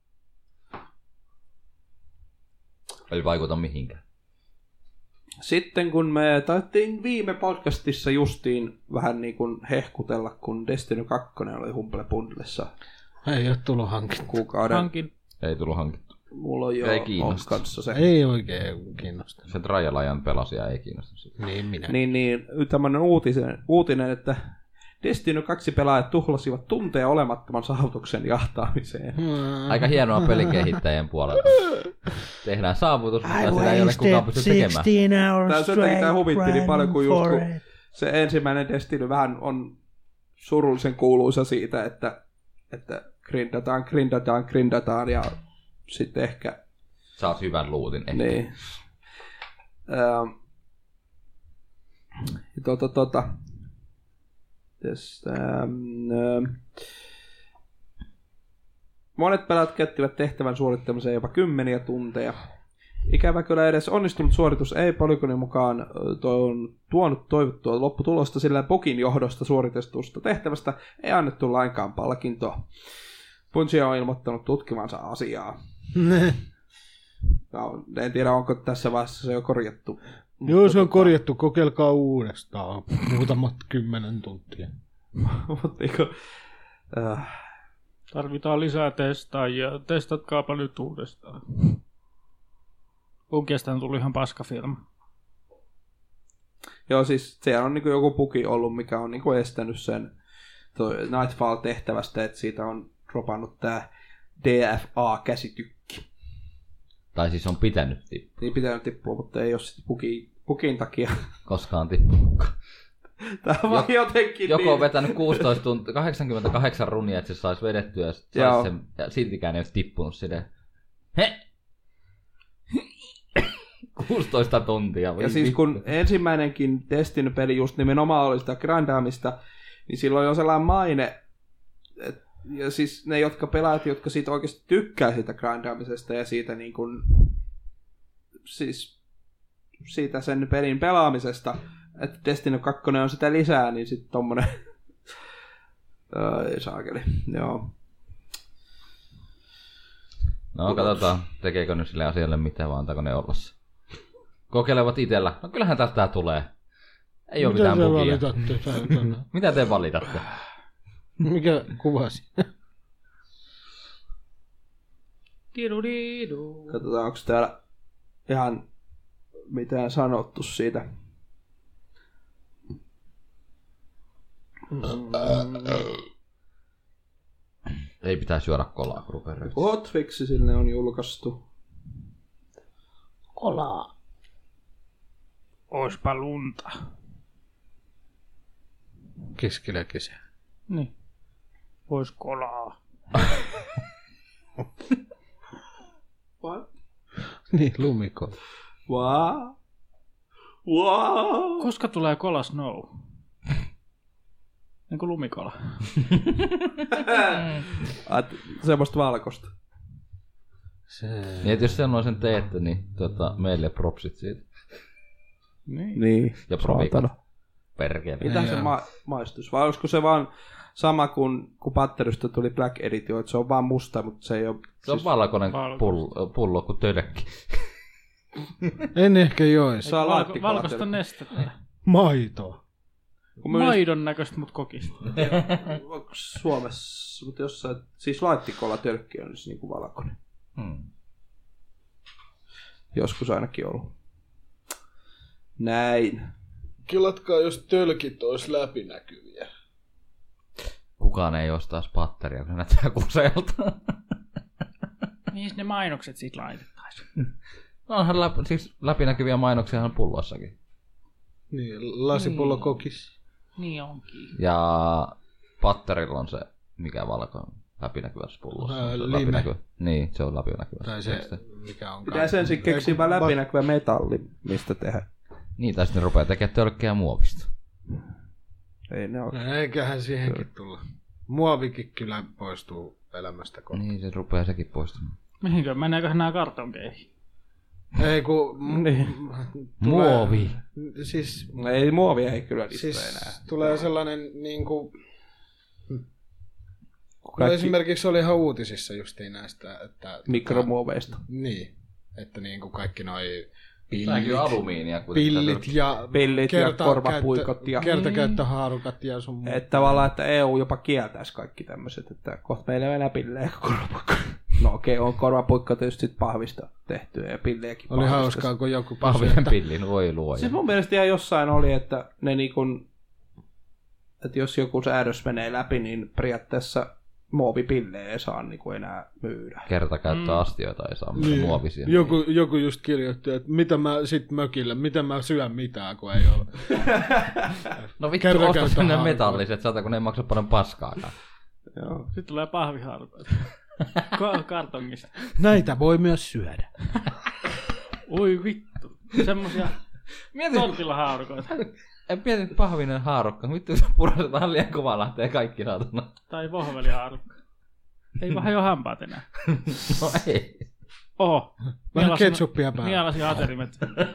Ei vaikuta mihinkään. Sitten kun me taittiin viime podcastissa justiin vähän niin kuin hehkutella, kun Destiny kaksi oli Humble Bundlessa Ei ole tullut hankittu. kuukauden. Hankin. Ei tullut hankittu. Mulla on jo Ei on kiinnosta. kanssa se. Ei oikein kiinnosta. Se trial-ajan pelasi ja ei kiinnosta sitä. Niin minä. Niin, niin tämmöinen uutinen, uutinen, että Destiny kaksi pelaajat tuhlasivat tunteja olemattoman saavutuksen jahtaamiseen. Aika hienoa pelikehittäjien puolelta. Tehdään saavutus, mutta sitä ei ole kukaan pysty tekemään. Tämä sen takia tämä huvitti niin paljon, kun just kun se ensimmäinen Destiny vähän on surullisen kuuluisa siitä, että, että grindataan, grindataan, grindataan ja sitten ehkä... Saat hyvän luutin. Ehkä. Niin. Ähm. Tota, tota. Tästä, ähm, ähm. Monet pelaat käyttivät tehtävän suorittamiseen jopa kymmeniä tunteja. Ikävä kyllä edes onnistunut suoritus ei Polygonin mukaan on tuonut toivottua lopputulosta, sillä Pokin johdosta suoritetusta tehtävästä ei annettu lainkaan palkintoa. Bungie on ilmoittanut tutkivansa asiaa. No, en tiedä, onko tässä vaiheessa se jo korjattu. Joo, se on korjattu. Kokeilkaa uudestaan. Muutamat kymmenen tuntia. Mutta niinku... Äh, Tarvitaan lisää testaajia. Testatkaapa nyt uudestaan. Bungiestahan tuli ihan paskafilma. joo, siis siellä on niinku joku bugi ollut, mikä on niinku estänyt sen toi Nightfall-tehtävästä, että siitä on dropannut tää D F A-käsitykki. Tai siis on pitänyt tippua. Niin pitänyt tippua, mutta ei ole sitten bugi, bugin takia. Koskaan tippunutkaan. Tää on vaan jotenkin Joku niin. on vetänyt kuusitoista tuntia, kahdeksankymmentäkahdeksan runia, että se saisi vedettyä ja, sais Joo. sen, ja siltikään ei olisi tippunut sinne. He! kuusitoista tuntia. Ja siis kun ensimmäinenkin Destiny-peli just nimenomaan oli sitä grindaamista, niin silloin on sellainen maine, et, ja siis ne, jotka pelaat, jotka siitä oikeasti tykkää siitä grindaamisesta ja siitä niin kuin, siis siitä sen pelin pelaamisesta, että Destiny kaksi on sitä lisää, niin sitten tommonen ei saakeli, joo. No katsotaan, tekeekö nyt sille asialle mitään, vaan antaako ne olla se. Kokeilevat itellä. No kyllähän tästä tulee. Ei ole mitään bugia. Mitä te valitatte? Mikä kuvasi? Katsotaan, onko täällä ihan mitään sanottu siitä. Ei pitäisi juoda kolaa, kun rupeaa röyksiä. Hotfixi sinne on julkaistu. Kolaa. Oispa lunta. Keskellä kesää. Niin. Ois kolaa. What? Niin, lumikola. Wow. Wow. Koska tulee Cola Snow? Niin kuin lumikola. At, semmoista valkoista. Se... Niin, että jos sen teette, niin tota, meille propsit siitä. Niin. Niin. Ja provikat. Perkele. Mitä se ma- maistus? Vai olisiko se vaan sama kuin kun Patterista tuli Black Edition, että se on vaan musta, mutta se ei ole... Se on siis... valkoinen pullo, pullo kuin tölkki. En ehkä joisi. Se on Valko- valkoista nestettä. Maitoa. Maidon näköistä, mut kokista. Onko Suomessa, mutta jossain, siis laittikolla tölkki on niin niinku valkoinen. Hmm. Joskus ainakin ollut. Näin. Kilatkaa, jos tölkit olisi läpinäkyviä. Kukaan ei ostaa spatteria, kun se näyttää kuseelta. Mihin ne mainokset siitä laitettaisiin? No onhan läp- siis läpinäkyviä mainoksia pullossakin. Niin, lasipullo niin. Kokis. Niin onkin. Ja patterilla on se, mikä valko läpinäkyvässä pullossa. Ää, se lime. läpinäkyvä. Niin, se on läpinäkyvä. Tai se, mikä on... Pitää sen sitten keksiä vaan läpinäkyvä metalli, mistä tehdä. Niin, tai sitten ne rupeaa tekemään tölkkejä muovista. Ei ne ole. No, eiköhän siihenkin tulla. Muovikin kyllä poistuu elämästä kohta. Niin, se rupeaa sekin poistumaan. Mihinkö? Meneeköhän nämä kartonkeihin? Ei kun... Niin. Muovi. Siis... No ei muovia ei kyllä niistä Siis enää. tulee sellainen niinku... Kaikki... No esimerkiksi oli ihan uutisissa justiin näistä, että... Mikromuoveista. Niin. Että niinku kaikki noi... Tämäkin on alumiinia. Pillit ja, Pillit kerta, ja korvapuikot. Ja... Kertakäyttöhaarukat ja sun... Että tavallaan, että E U jopa kieltäisi kaikki tämmöiset, että kohta meillä ei enää pillejä eikä korvapuikkoja. No okei, okay, on korvapuikko tietysti sit pahvista tehtyä ja pillejäkin oli pahvista. hauskaa, kun joku pahvinen pillin voi luoja. Siis mun mielestä ihan jossain oli, että ne niin kun, että jos joku säädös menee läpi, niin periaatteessa muovipillejä ei saa niin kuin enää myydä. Kertakäyttöastioita ei saa myydä niin. muovisia. Joku, joku just kirjoitti, että mitä mä sit mökillä, mitä mä syön mitään, kun ei ole. No vittu, osta sinne metalliset, saata kun ne ei maksa paljon paskaakaan. Joo. Sitten tulee pahvihaarukoita. Kartongista. Näitä voi myös syödä. Oi vittu. Semmosia tortillahaarukoita. En mieti pahvinen haarukka. Vittu, se purasetaan liian kovaa lähtee kaikki saatana. Tai vohvelihaarukka. Ei vähän jo hampaat enää. No ei. Oho. Vähän ketsuppia päällä. Mielasin aterimet.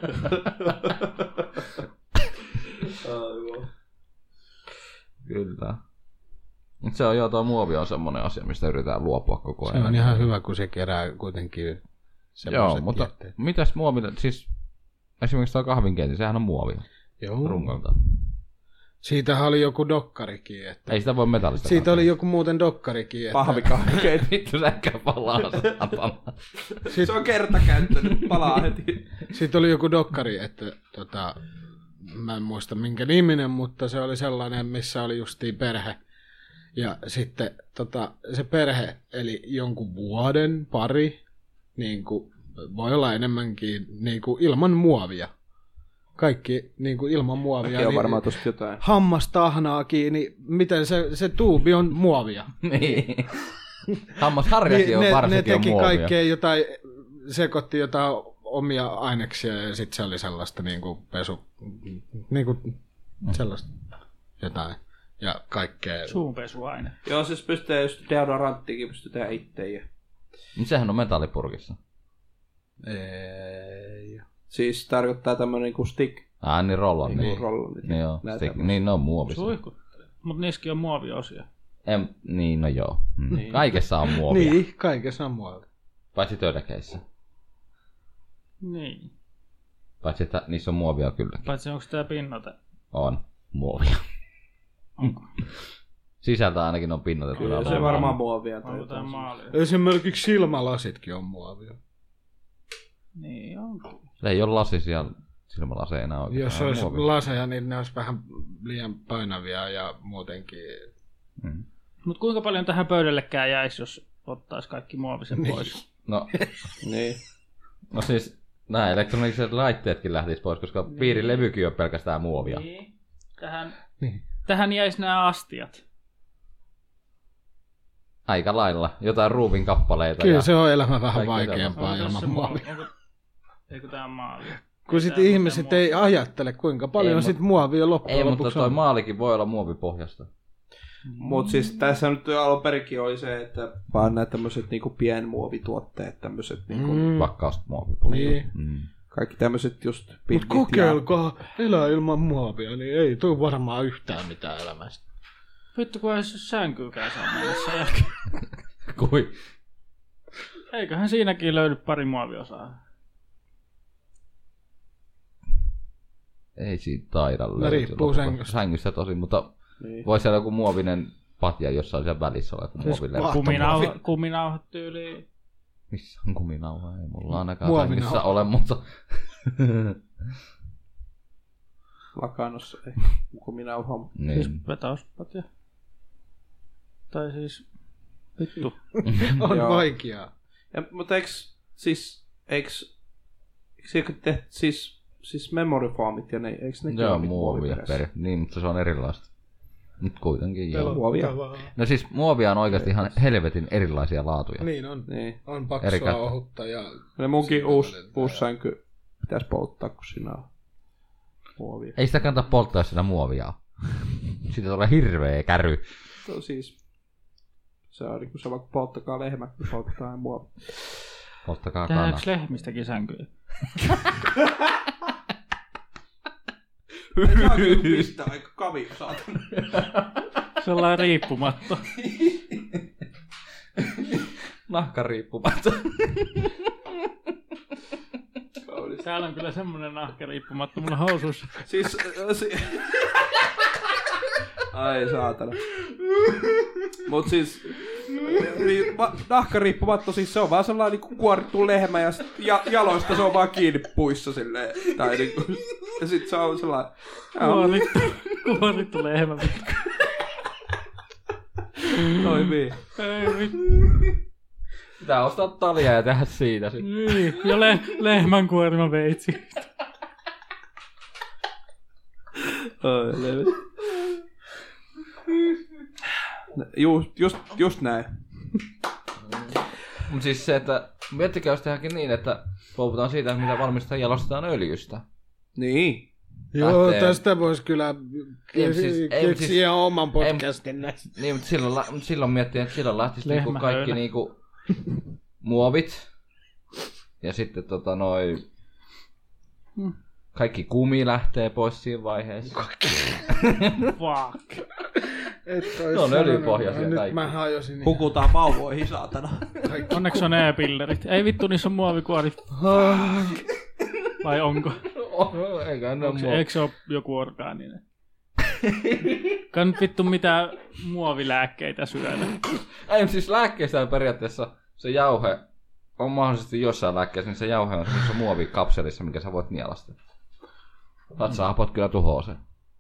Kyllä. Mutta se on joo, tuo muovi on semmoinen asia, mistä yritetään luopua koko ajan. Se on ihan hyvä, kun se kerää kuitenkin joo, mutta jätteet. Mitäs muoville, siis esimerkiksi tuo kahvinkeitin, sehän on muovia. Joo. Runkolta. Siitähän oli joku dokkarikin. Että... Ei sitä voi metallista. Siitä oli joku muuten dokkarikin. Että... Pahvikahvikeitin. Vittu säkkä palaa saatana. Se on kertakäyttöinen, palaa heti. Siitä oli joku dokkari, että tota, mä en muista minkä niminen, mutta se oli sellainen, missä oli justiin perhe. Ja sitten tota, se perhe, eli jonkun vuoden, pari, niin kuin, voi olla enemmänkin niin kuin ilman muovia. Kaikki niin kuin ilman muovia. Kaikki on niin, varmaan tosta jotain. Hammastahnaa kiinni, miten se, se tuubi on muovia. Niin. Hammasharjakin on ne, varsinkin ne teki on muovia. kaikkea jotain, sekoitti jotain omia aineksia ja sitten se oli sellaista niinku pesu, niinku sellaista jotain ja kaikkea. Suunpesuaine. Joo, siis pystyy just deodoranttikin pystyy tehdä itse. Ja... Sehän on metallipurkissa. Ei. Siis tarkoittaa tämmönen niinku stick. Ah, niin rollon. Niin, Niin, rollonit. niin, joo, stick, niin ne on muovissa. Suihkuttelee. Mut niissäkin on muoviosia. En, niin, no joo. Mm. Niin. Kaikessa on muovia. Niin, kaikessa on muovia. Paitsi tödäkeissä. Niin. Paitsi että niissä on muovia kylläkin. Paitsi onko tää pinnoite? On muovia. Onko? Sisältä ainakin on pinnotettu. Kyllä se varmaan muovia. Tai Onko tää maalia? Esimerkiksi silmälasitkin on muovia. Niin onko. Se ei ole lasisia silmälaseja enää oikein. Jos olisi laseja, niin ne olisi vähän liian painavia ja muutenkin. Mm. Mut kuinka paljon tähän pöydällekään jäisi, jos ottaisi kaikki muovisen niin. pois? No, niin. no siis nämä elektroniset laitteetkin lähtis pois, koska niin. Piirilevykin on pelkästään muovia. Niin. Tähän, niin. tähän jäisi nämä astiat. Aika lailla. Jotain ruuvin kappaleita. Kyllä ja se on elämä vähän vaikeampaa ilman muovia. Onko, eikö tää maali? Kun sitten ihmiset ei ajattele, kuinka paljon sit muovia loppujen ei, lopuksi mutta toi on. maalikin voi olla muovipohjasta. Mm. Mutta siis tässä nyt alun perikin oli se, että vaan nämä tämmöiset niinku pienmuovituotteet, tämmöiset niinku... Mm. Vakkausmuovipohjasta. Niin. Mm. Kaikki tämmöiset just... Mut kokeilkaa ja... elää ilman muovia, niin ei tule varmaan yhtään mitään elämästä. Vittu, kun ei se sänkyykään saa mennessä jälkeen. Kui? Eiköhän siinäkin löydy pari muoviosaa. Ei siitä taida löytyä. Riippuu sängystä. Sängystä tosi, mutta niin. Voisi siellä joku muovinen patja jossain siellä välissä olla. Siis kuminauha, kuminauhat tyyliin. Missä on kuminauha? Ei mulla ainakaan sängyssä ole, mutta... Lakanossa ei kuminauha. Niin. Siis vetauspatja. Tai siis... Vittu. On vaikeaa. Ja, mutta eiks... Siis... Eiks... Eiks tehty... Siis... Siis memory foamit ja ne... Eiks ne joo, muovia per... Niin, mutta se on erilaista. Nyt kuitenkin joo. Muovia. No siis muovia on oikeasti ihan helvetin erilaisia laatuja. Niin on. Niin. On paksua, ohutta ja... Ja munkin uusi, uusi sänky pitäisi polttaa, kun siinä on muovia. Ei sitä kannata polttaa sitä muovia. Siitä tulee hirveä käry. Se on siis... Se on niin kuin sama kuin polttakaa lehmä, kun polttaa muovia. Polttakaa kana. Tehdäänkö lehmistäkin sänkyjä? Ei saa kyllä pistää aika kavio, saatana. Sellainen riippumatto. Nahka riippumatta. Täällä on kyllä semmonen nahka riippumatto mun housuissa. Siis... Äh, si- Ai saatana. Mut siis... Nahka riippumatto, siis se on vaan sellainen niin kuorittu lehmä ja, sit, ja jaloista se on vaan kiinni puissa silleen. Tai niinku... Ja sit se on sellainen... Kuorittu, kuorittu lehmä. Toimii. Ei vittu. Pitää ostaa talia ja tehdä siitä sit. Niin, ja le- lehmän kuorima veitsi. Oi, levi. Just, just, just näin. Mut siis se, että miettikää jos tehdäänkin niin, että puhutaan siitä, mitä valmistetaan jalostetaan öljystä. Niin. Joo, Lähtee... tästä voisi kyllä Ei, siis, ei, keksiä siis, oman podcastin näistä. Niin, mutta silloin, silloin miettii, että silloin lähtisi niinku kaikki niinku muovit. Ja sitten tota noi... Hmm. Kaikki kumi lähtee pois siinä vaiheessa. Fuck. Ne on öljypohjaisia nyt kaikki. mä hajosin. Hukutaan vauvoihin, saatana. Onneksi on e-pillerit. Ei vittu, niissä on muovikuorit. Vai onko? Oh, eikä ne Onko, ole eikö se ole joku orgaaninen? Kann vittu mitään muovilääkkeitä syödä. Ei, siis lääkkeistä periaatteessa se jauhe on mahdollisesti jossain lääkkeessä, niin se jauhe on semmoisessa muovikapselissa, minkä sä voit nielasta. Vatsahapot kyllä tuhoaa sen.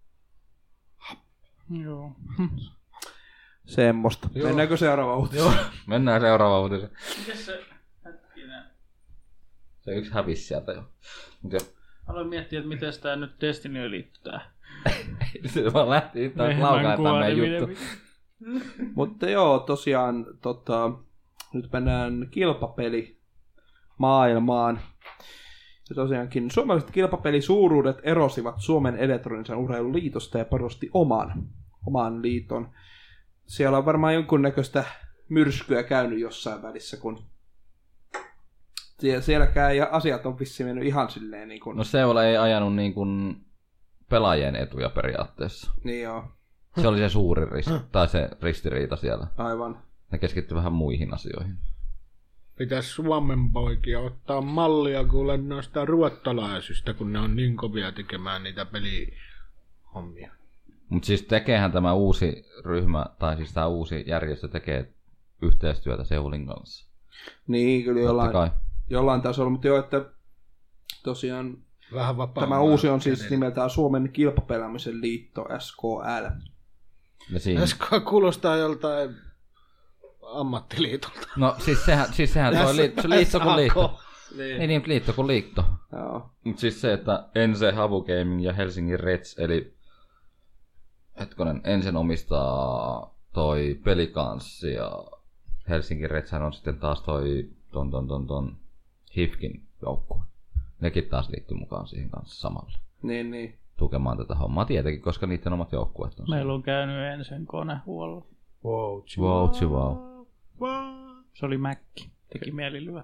Joo. Semmosta. Joo. Mennäänkö seuraava uutis? Joo. Mennään seuraavaan uutiseen. Mites se hetkinen? Se yksi hävisi sieltä jo. Mut jo. Aloin miettiä, että miten tää nyt Destinyyn liittyy tää. Se vaan lähti taas laukaan tämä meidän juttu. Mutta joo, tosiaan tota, nyt mennään kilpapeli maailmaan. Ja tosiaankin suomalaiset kilpapelisuuruudet erosivat Suomen elektronisen urheilun liitosta ja perusti oman, oman liiton. Siellä on varmaan jonkunnäköistä myrskyä käynyt jossain välissä, kun sielläkään ja asiat on vissiin mennyt ihan silleen niin kuin... No Seula ei ajanut niin kuin pelaajien etuja periaatteessa. Niin joo. Se oli se suuri risti, tai se ristiriita siellä. Aivan. Ne keskittyi vähän muihin asioihin. Pitäisi Suomen poikia ottaa mallia kuule noista ruottalaisista, kun ne on niin kovia tekemään niitä pelihommia. Mutta siis tekeehän tämä uusi ryhmä, tai siis tämä uusi järjestö tekee yhteistyötä Seulin kanssa. Niin, kyllä jollain, jollain tasolla, mutta joo, että tosiaan vähän tämä uusi on siis nimeltään Suomen kilpapelaamisen liitto, S K L. S K kuulostaa joltain ammattiliitolta. No siis sehän, siis sehän toi liitto, se liitto kuin liitto. Niin. Ei niin, liitto kuin liitto. Joo. Mutta siis se, että Ense Havu Gaming ja Helsingin Reds, eli hetkonen, Ensen omistaa toi Pelikanssi ja Helsingin Redshän on sitten taas toi ton ton ton ton Hifkin joukkue. Nekin taas liittyy mukaan siihen kanssa samalla. Niin, niin. Tukemaan tätä hommaa tietenkin, koska niiden omat joukkueet on. Meillä on käynyt ensin konehuollo. Wow, wow, wow. wow. Se oli Mäkki. Teki mieli lyödä.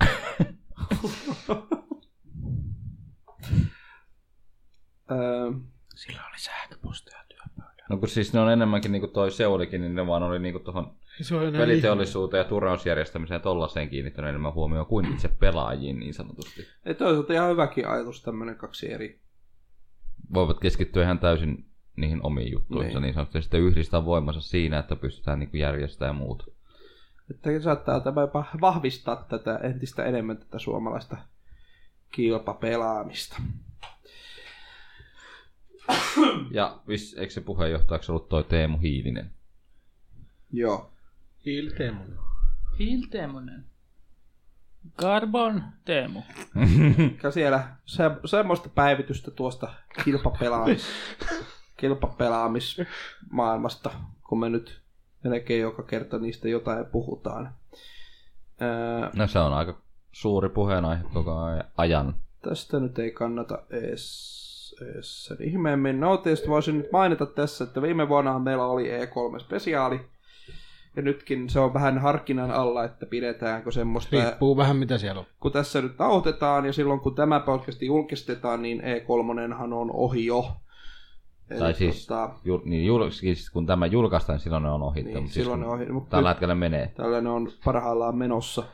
Sillä oli sähköpostia työpöydällä. No kun siis ne on enemmänkin niinku toi Seulikin, niin ne vaan oli niinku tohon peliteollisuuteen ja turnausjärjestämiseen ja tollaiseen kiinnittänyt enemmän huomioon kuin itse pelaajiin niin sanotusti. Ei toisaalta ihan hyväkin ajatus tämmönen kaksi eri. Voivat keskittyä ihan täysin niihin omiin juttuihinsa niin, niin sanotusti ja sitten yhdistää voimansa siinä, että pystytään niinku järjestämään ja muuta. Että saattaa tämä jopa vahvistaa tätä entistä enemmän tätä suomalaista kilpapelaamista. Ja vis, eikö se puheenjohtajaksi ollut toi Teemu Hiilinen? Joo. Hiil Teemu. Hiil Teemonen. Carbon Teemu. Ja siellä se, semmoista päivitystä tuosta kilpapelaamis, kilpapelaamismaailmasta, kun me nyt melkein joka kerta niistä jotain puhutaan. Ää, no se on aika suuri puheenaihe koko ajan. Tästä nyt ei kannata edes, edes sen ihmeemmin. No tietysti voisin nyt mainita tässä, että viime vuonna meillä oli E kolme spesiaali. Ja nytkin se on vähän harkinnan alla, että pidetäänkö semmoista... Riippuu vähän mitä siellä on. Kun tässä nyt nauhoitetaan ja silloin kun tämä podcast julkistetaan, niin E kolme on ohi jo. Tai eli siis, tota, jul, niin jul, siis kun tämä julkaistaan, niin silloin ne on ohi. Niin, siis silloin ne ohi. Mutta tällä hetkellä menee. Tällä ne on parhaillaan menossa.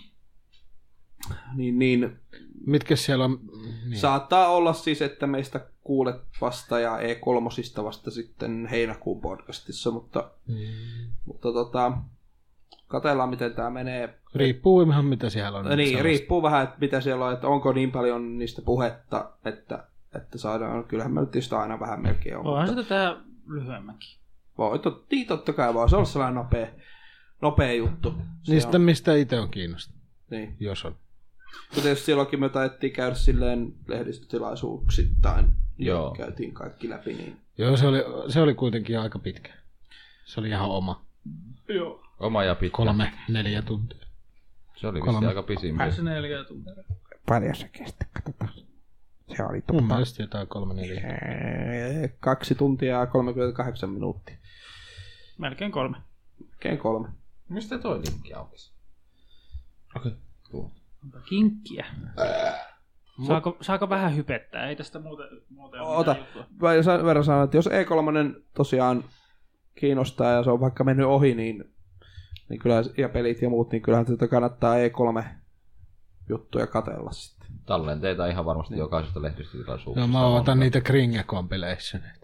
Niin, niin, mitkä siellä on? Niin. Saattaa olla siis, että meistä kuulet vasta ja E kolme vasta sitten heinäkuun podcastissa, mutta, mm. mutta tota, katsellaan miten tämä menee. Riippuu ihan mitä siellä on. Niin, sellaista. Riippuu vähän, että mitä siellä on, että onko niin paljon niistä puhetta, että että saadaan, kyllähän me nyt tietysti aina vähän melkein on. Voihan sitä tehdä lyhyemmäkin. Voi, tot, niin totta kai voi, se on sellainen nopea, nopea juttu. Se niistä on. Mistä itse on kiinnostunut, niin. Jos on. Mutta tietysti silloinkin me taidettiin käydä silleen lehdistötilaisuuksittain, joo. Käytiin kaikki läpi. Niin. Joo, se oli, se oli kuitenkin aika pitkä. Se oli ihan oma. Joo. Oma ja pitkä. Kolme, neljä tuntia. Se oli vissi aika pisimpiä. Se neljä tuntia. Paljon se kesti, katsotaan. Se oli mun mielestä jotain kolme neljä. Kaksi tuntia ja kolmekymmentäkahdeksan minuuttia. Melkein kolme. Melkein kolme. Mistä toi linkki aukesi? Okei. Okay. Kinkkiä. Saako, saako vähän hypettää? Ei tästä muuten, muuten ole Ota. Sen verran sanon, että jos E kolme tosiaan kiinnostaa ja se on vaikka mennyt ohi, niin, niin kyllä, ja pelit ja muut, niin kyllähän tätä kannattaa E kolme juttuja katsella sitten. Tallenteita ihan varmasti niin. Jokaisesta lehdistötilaisuuksesta. No mä otan niitä Kringe compilationeita.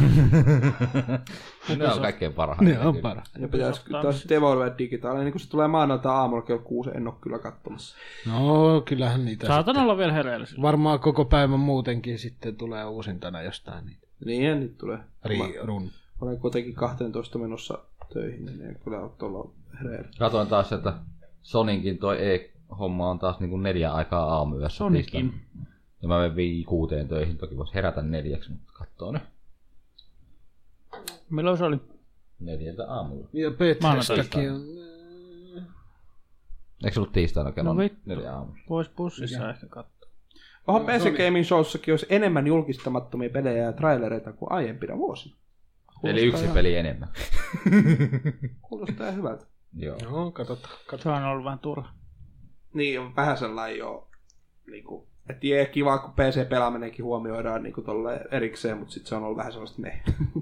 Ne on kaikkein parhaita. Ne on parhaita. Ja pitäisi taas Devolver Digital, niin kun se tulee maanantai aamulla kello kuusi, en ole kyllä katsomassa. No kyllähän niitä saatan sitten olla vielä hereillä. varmaan koko päivän muutenkin sitten tulee uusintana jostain niitä. Niin ja nyt tulee. Run. Olen kuitenkin kahteentoista menossa töihin, niin ei kyllä ole tuolla hereillä. Katoin taas, että Soninkin toi E-homma on taas niinku neljän aikaa aamuyössä. Sonikin. Ja mä menen vii kuuteen töihin, toki vois herätä neljäksi, mutta kattoo ne. Milloin se oli? Neljältä aamulla. Ja Petrastakin on... Eikö se ollut tiistaina kello no neljä aamulla? Vois bussissa ehkä katsoa. Onhan No, P C se oli- Gaming Showssakin olisi enemmän julkistamattomia pelejä ja trailereita kuin aiempina vuosina. Eli yksi ihan- peli enemmän. Kuulostaa hyvältä. Joo. Joo, katsotaan. Se katsotaan. on ollut vähän turha. Niin, on vähän sellainen jo, niinku, että jee, kiva, kun P C-pelaaminenkin huomioidaan niinku tolle erikseen, mutta sitten se on ollut vähän sellaista meh.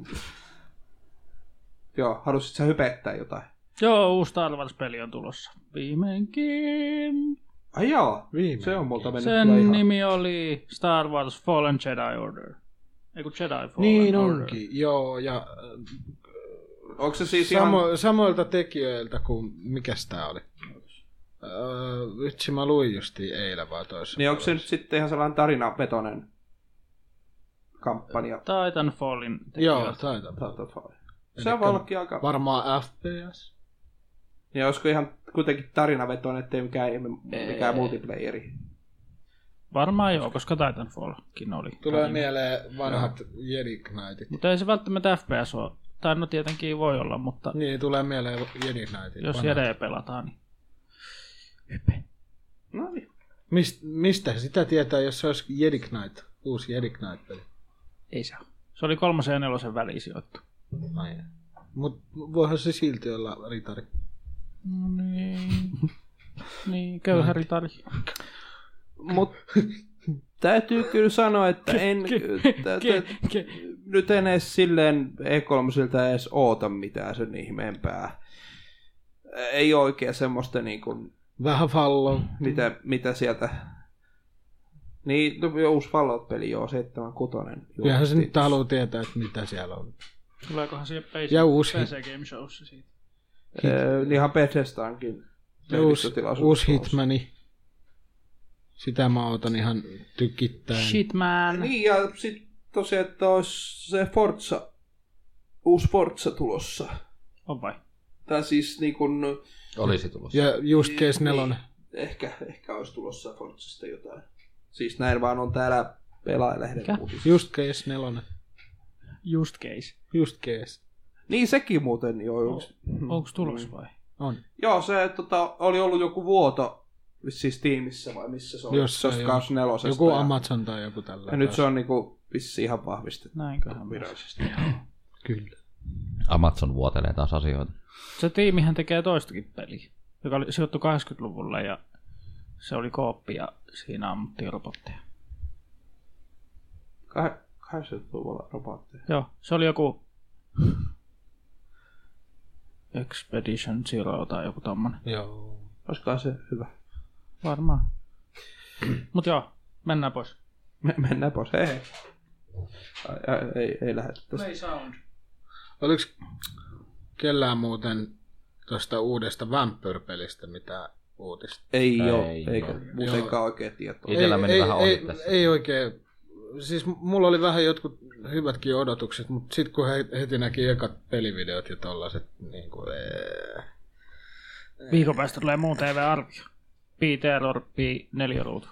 Joo, haluaisit sä hypettää jotain? Joo, uusi Star Wars-peli on tulossa. Viimeinkin. Ai joo, Viimeinkin. se on multa mennyt kyllä Sen ihan... nimi oli Star Wars Fallen Jedi Order. Eiku Jedi Fallen Niin Order. onkin, joo. Ja Onko se siis ihan... samo, samoilta tekijöiltä kuin, mikäs tää oli? Öö, vitsi, mä luin justiin eilen vaan toisessa. Niin onko se nyt sitten ihan sellainen tarinavetoinen kampanja? Titanfallin Joo, tekijät. taitaa. Titanfall. Se on ollakin aika... Varmaan F P S. Ja olisiko ihan kuitenkin tarinavetoinen, ettei mikään, mikään Ei. multiplayeri? Varmaan joo, koska Titanfallkin oli. Tulee tarina. mieleen vanhat Jedi Knightit. Mutta ei se välttämättä F P S ole. Tai no tietenkin voi olla, mutta Niin, tulee mieleen Jedi Knightit. jos vanhat. Jedi pelataan, niin No niin. Mist, mistä sitä tietää, jos se olisi Jedi Knight, uusi Jedi Knight-peli? ei se ole. Se oli kolmosen ja nelosen väliin sijoittu. Ai. Mut voihan se silti olla ritari. No niin. niin, köyhä ritari. Mut täytyy kyllä sanoa, että en... tä- tä- Ke- nyt en edes silleen E kolme edes oota mitään sen ihmeempää. Ei oikein semmoista niin kuin, Vähän Fallout. mitä, mitä sieltä... Niin, no, jo uusi Fallout-peli, joo, seitsemän kutonen. Kyllähän se nyt haluaa tietää, että mitä siellä on. Tuleekohan siihen P C, Ja uusi P C Game Showssa siitä? Öö, ihan Bethesdaankin. Ja uusi, lehdistötilaisuus uusi tulossa. Hitmani. Sitä mä otan ihan tykittäen. Shitman. Niin, ja sitten tosiaan, että olisi se Forza, uusi Forza tulossa. On vai? Tai siis niin kuin... Olisi tulossa. Ja just Case neljä. Niin, ehkä, ehkä olisi tulossa Forzasta jotain. Siis näin vaan on täällä Pelaajalehden Mikä? uutisissa. Just Case neljä. Just case. Just Case. Niin sekin muuten jo. Onko tulos vai? On. Joo, se tota, oli ollut joku vuoto siis Steamissa vai missä se oli. Jossain Tuosta joo. Chaos nelosesta. Joku ja, Amazon tai joku tällainen. ja nyt se on niinku vissi ihan vahvistettu Näinköhän virallisesti. Kyllä. Amazon vuotelee taas asioita. Se tiimihän tekee toistakin peliä, joka oli sijoittu kahdeksankymmentäluvulle ja se oli kooppi ja siinä ammuttiin robotteja. Kah- kahdeksankymmentäluvulla robotteja. Joo, se oli joku Expedition Zero tai joku tommonen. Joo. Olisikohan se hyvä. Varmaan. Mut joo, mennään pois. Me- mennään pois. Hei hei. Ai, ai, ei, ei lähdetä tästä. Play sound. Oliko kellään muuten tuosta uudesta Vampyr-pelistä mitään uutista? Ei, Ei oo, oo. eikä muutenkaan oikein tietoa. Itellä meni ei, vähän ei, ohi tässä. ei oikein. Siis mulla oli vähän jotkut hyvätkin odotukset, mutta sitten kun he, heti näki ekat pelivideot ja tollaset, niin kuin, ee. Viikon päästä tulee muun T V-arvio. P-Terror, P neljä ruutu.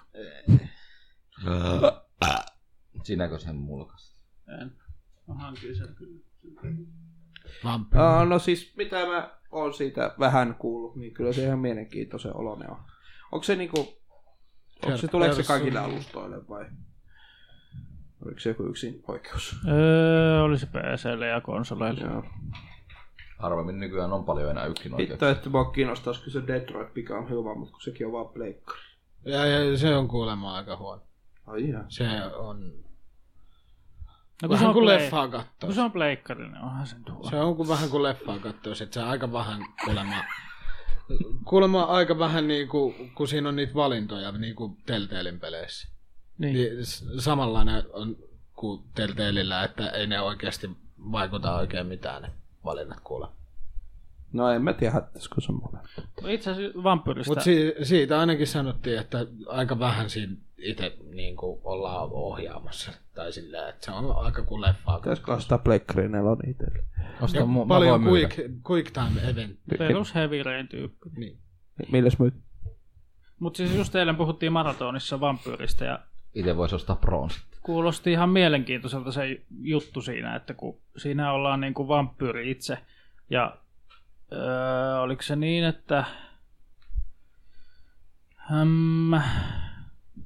Sinäkö sen mulkasta? En. Onhan kyllä se kyllä. Vampyr. Uh, no siis mitä mä oon siitä vähän kuullut, niin kyllä se ihan mielenkiintoisen oloinen on. Onko se niinku, onko se, tuleeko se kaikille alustoille vai oliko se joku yksin oikeus? Öö, oli se P C:lle ja konsoleille. Joo. Harvemmin nykyään on paljon enää yksin Hitto, oikeuksia. että mua kiinnostaisi kyllä se Detroit, mikä on hyvä, mutta kun sekin on vaan pleikkari. Ja, ja se on kuulemma aika huono. Ai ihan. Se on No, kun se vähän on kuin play- leffaa kattoo. Kun se on pleikkari, niin onhan se tuo. Se on kuin vähän kuin leffaa kattoo, että se aika vähän kuulemma, kuulemma aika vähän niinku, kun siinä on niitä valintoja niinku Telltalein peleissä. Niin. Niin s- samanlainen on kuin Telltaleillä, että ei ne oikeasti vaikuta oikein mitään ne valinnat kuule. No en mä tiedä, hattaisiko semmoinen. No itse asiassa vampyyristä. Mutta si- siitä ainakin sanottiin, että aika vähän siinä itse niinku ollaan ohjaamassa. Tai silleen, että se on aika kuin leffaa. Pitäisikö ostaa pleikkari nelonen itselle? Osta Ja mu- mä paljon voin myydä. quick, quick time event. Perus Heavy Rain tyyppi. Niin. Milles myyt? Mutta siis just eilen puhuttiin maratonissa vampyyristä ja Itse voisi ostaa Proon sitten. kuulosti ihan mielenkiintoiselta se juttu siinä, että kun siinä ollaan niin kuin vampyyri itse ja öö, oliko se niin, että häm,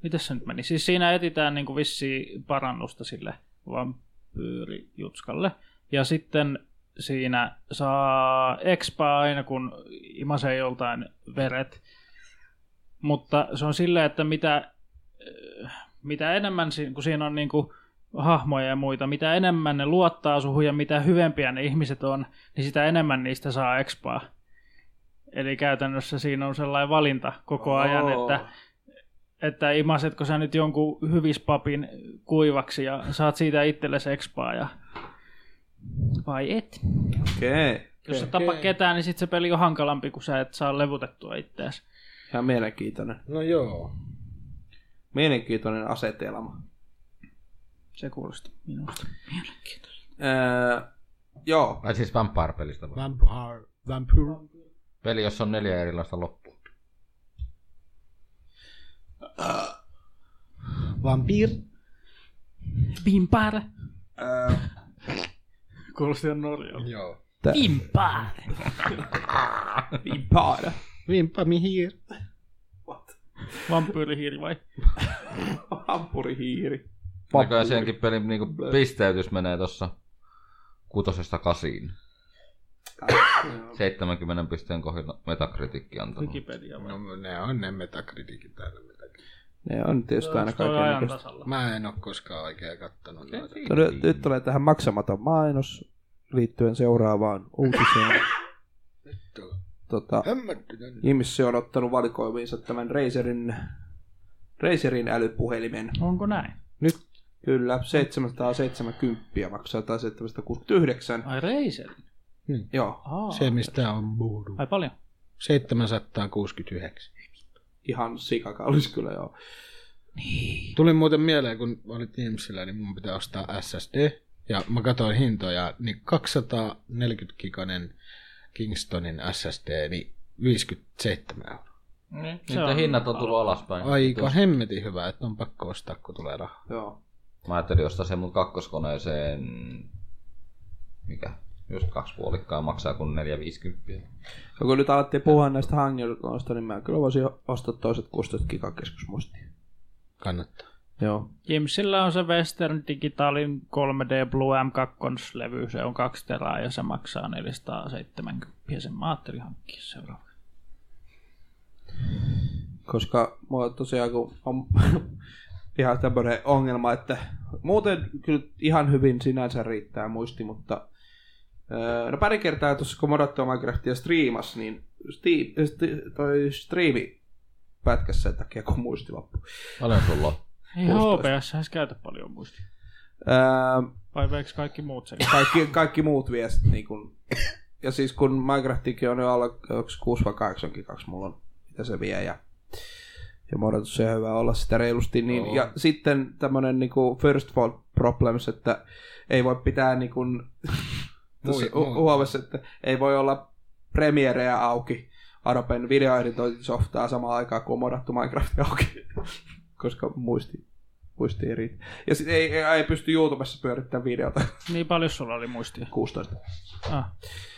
mitäs se nyt meni? Siis siinä etsitään niinku vissiin parannusta sille vampyyrijutskalle. Ja sitten siinä saa expaa aina, kun imasee joltain veret. Mutta se on silleen, että mitä, mitä enemmän, kun siinä on niinku hahmoja ja muita, mitä enemmän ne luottaa suhun ja mitä hyvempiä ne ihmiset on, niin sitä enemmän niistä saa expaa. Eli käytännössä siinä on sellainen valinta koko ajan, oh. että, että imasetko sä nyt jonkun hyvispapin kuivaksi ja saat siitä itsellesi expaa ja vai et. Okei. Okay. Jos sä tapat ketään, niin sit se peli on hankalampi, kun sä et saa levutettua itseäsi. Ihan mielenkiintoinen. No joo. Mielenkiintoinen asetelma. Se kuulosti minusta mielenkiintoinen. Öö, joo. Ai siis Vampire-pelistä vai? Vampire. Vampire. Peli, jossa on neljä erilaista loppua. Uh, Vampir. Vampire. Öö, Kuulosti ihan Norjalta. Joo. Vampire. Vampire. Vimpamihir. What? Vampyyrihiiri vai? Hampurihiiri. Näköjään senkin pelin niinku pisteytys menee tossa kutosesta kasiin. seitsemänkymmentä pisteen kohdalla Metacritic antanut. Wikipedia vai? No ne on ne Metacriticit täällä. Ne on tietysti aina kaiken näköistä. Mä en oo koskaan oikein kattonut noita. Nyt, nyt tulee tähän maksamaton mainos liittyen seuraavaan uutiseen. Tota, ihmisiä on ottanut valikoimiinsa tämän Razerin, Razerin älypuhelimen. Onko näin? Nyt kyllä, seitsemänsataaseitsemänkymmentä maksaa tai seitsemänsataakuusikymmentäyhdeksän. Ai Razerin? Hmm. Joo. Aa, Se mistä on puhunut. ai paljon? seitsemänsataakuusikymmentäyhdeksän. Ihan sikakallis kyllä joo. Niin. Tuli muuten mieleen, kun olit Teamsillä, niin mun pitää ostaa S S D. Ja mä katsoin hintoja, niin kaksisataaneljäkymmentä giganen Kingstonin S S D, niin viisikymmentäseitsemän euroa. Niin, niiden hinnat on tullut alaspäin. Aika Tuossa. hemmetin hyvä, että on pakko ostaa, kun tulee rahaa. Joo. Mä ajattelin ostaa sen mun kakkoskoneeseen, mikä, just kaksi puolikkaa maksaa kuin neljä viisikymmentä. Ja kun nyt alettiin puhua näistä hankinnoista, niin mä kyllä voisin ostaa toiset kuusitoista gigaa keskusmuistia. Kannattaa. Joo. Jimsillä on se Western Digitalin kolme D Blue M kaksi-levy, se on kaksi terää ja se maksaa neljäsataaseitsemänkymmentä ja sen mä ajattelin hankkia seuraava. Koska mulla tosiaan kun on ihan tämmöinen ongelma, että muuten kyllä ihan hyvin sinänsä riittää muisti, mutta no pari kertaa tuossa kun modattua Minecraftia striimas, niin sti, sti, toi striimi pätkäs sen takia kun muisti loppu. Paljon sulla on? Ei H P S häs käytä paljon muistia. Ää, Vai veikö kaikki muut sen? kaikki, kaikki muut viestit niin kun, ja siis kun Minecraftikin on jo alla kuusi vai kahdeksan gigaksi mulla on mitä se vie ja ja modatus on hyvä olla sitä reilusti niin oh. Ja sitten tämmönen niinku first world problems, että ei voi pitää niinku tuossa huomassa, että ei voi olla premiereä auki Adoben videoeditointisoftaa samaan aikaan kuin on modattu Minecraft auki, koska muisti, muisti ei riitä. Ja sitten ei, ei, ei pysty YouTubessa pyörittämään videota. Niin paljon sulla oli muistia? kuusitoista. Ah.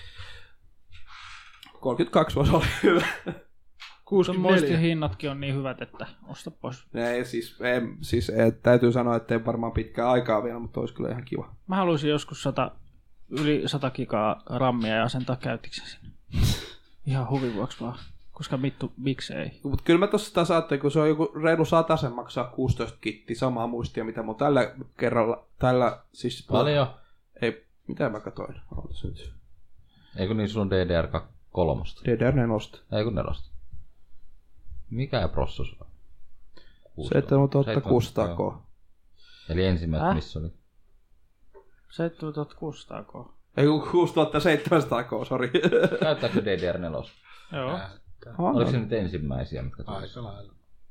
kolmekymmentäkaksi vuosi oli hyvä. Muistin hinnatkin on niin hyvät, että osta pois. Ei, siis, ei, siis ei, täytyy sanoa, että ei varmaan pitkää aikaa vielä, mutta olisi kyllä ihan kiva. Mä haluaisin joskus sata, yli sata gigaa rammia ja asentaa käytiksi sinne. Ihan huvin vuoksi vaan, koska mittu, miksei. Mutta kyllä mä tuossa taas ajattelin, kun se on joku reilu satasen maksaa kuusitoista kitti, samaa muistia, mitä mun tällä kerralla, tällä siis... Paljon? Ei, mitä mä katsoin? Ootas nyt. Eikö niin, sulla on D D R kolme? D D R neljä. Eikö nelosta? Mikä prosessi on? seitsemäntuhattakuusisataa K. Eli ensimmäiset, äh? missä oli? seitsemäntuhattakuusisataa K. Ei kuusituhattaseitsemänsataa K, sori. Käyttääkö D D R neljä? Joo. Oliko se nyt ensimmäisiä, mitkä tuli? Aika lailla.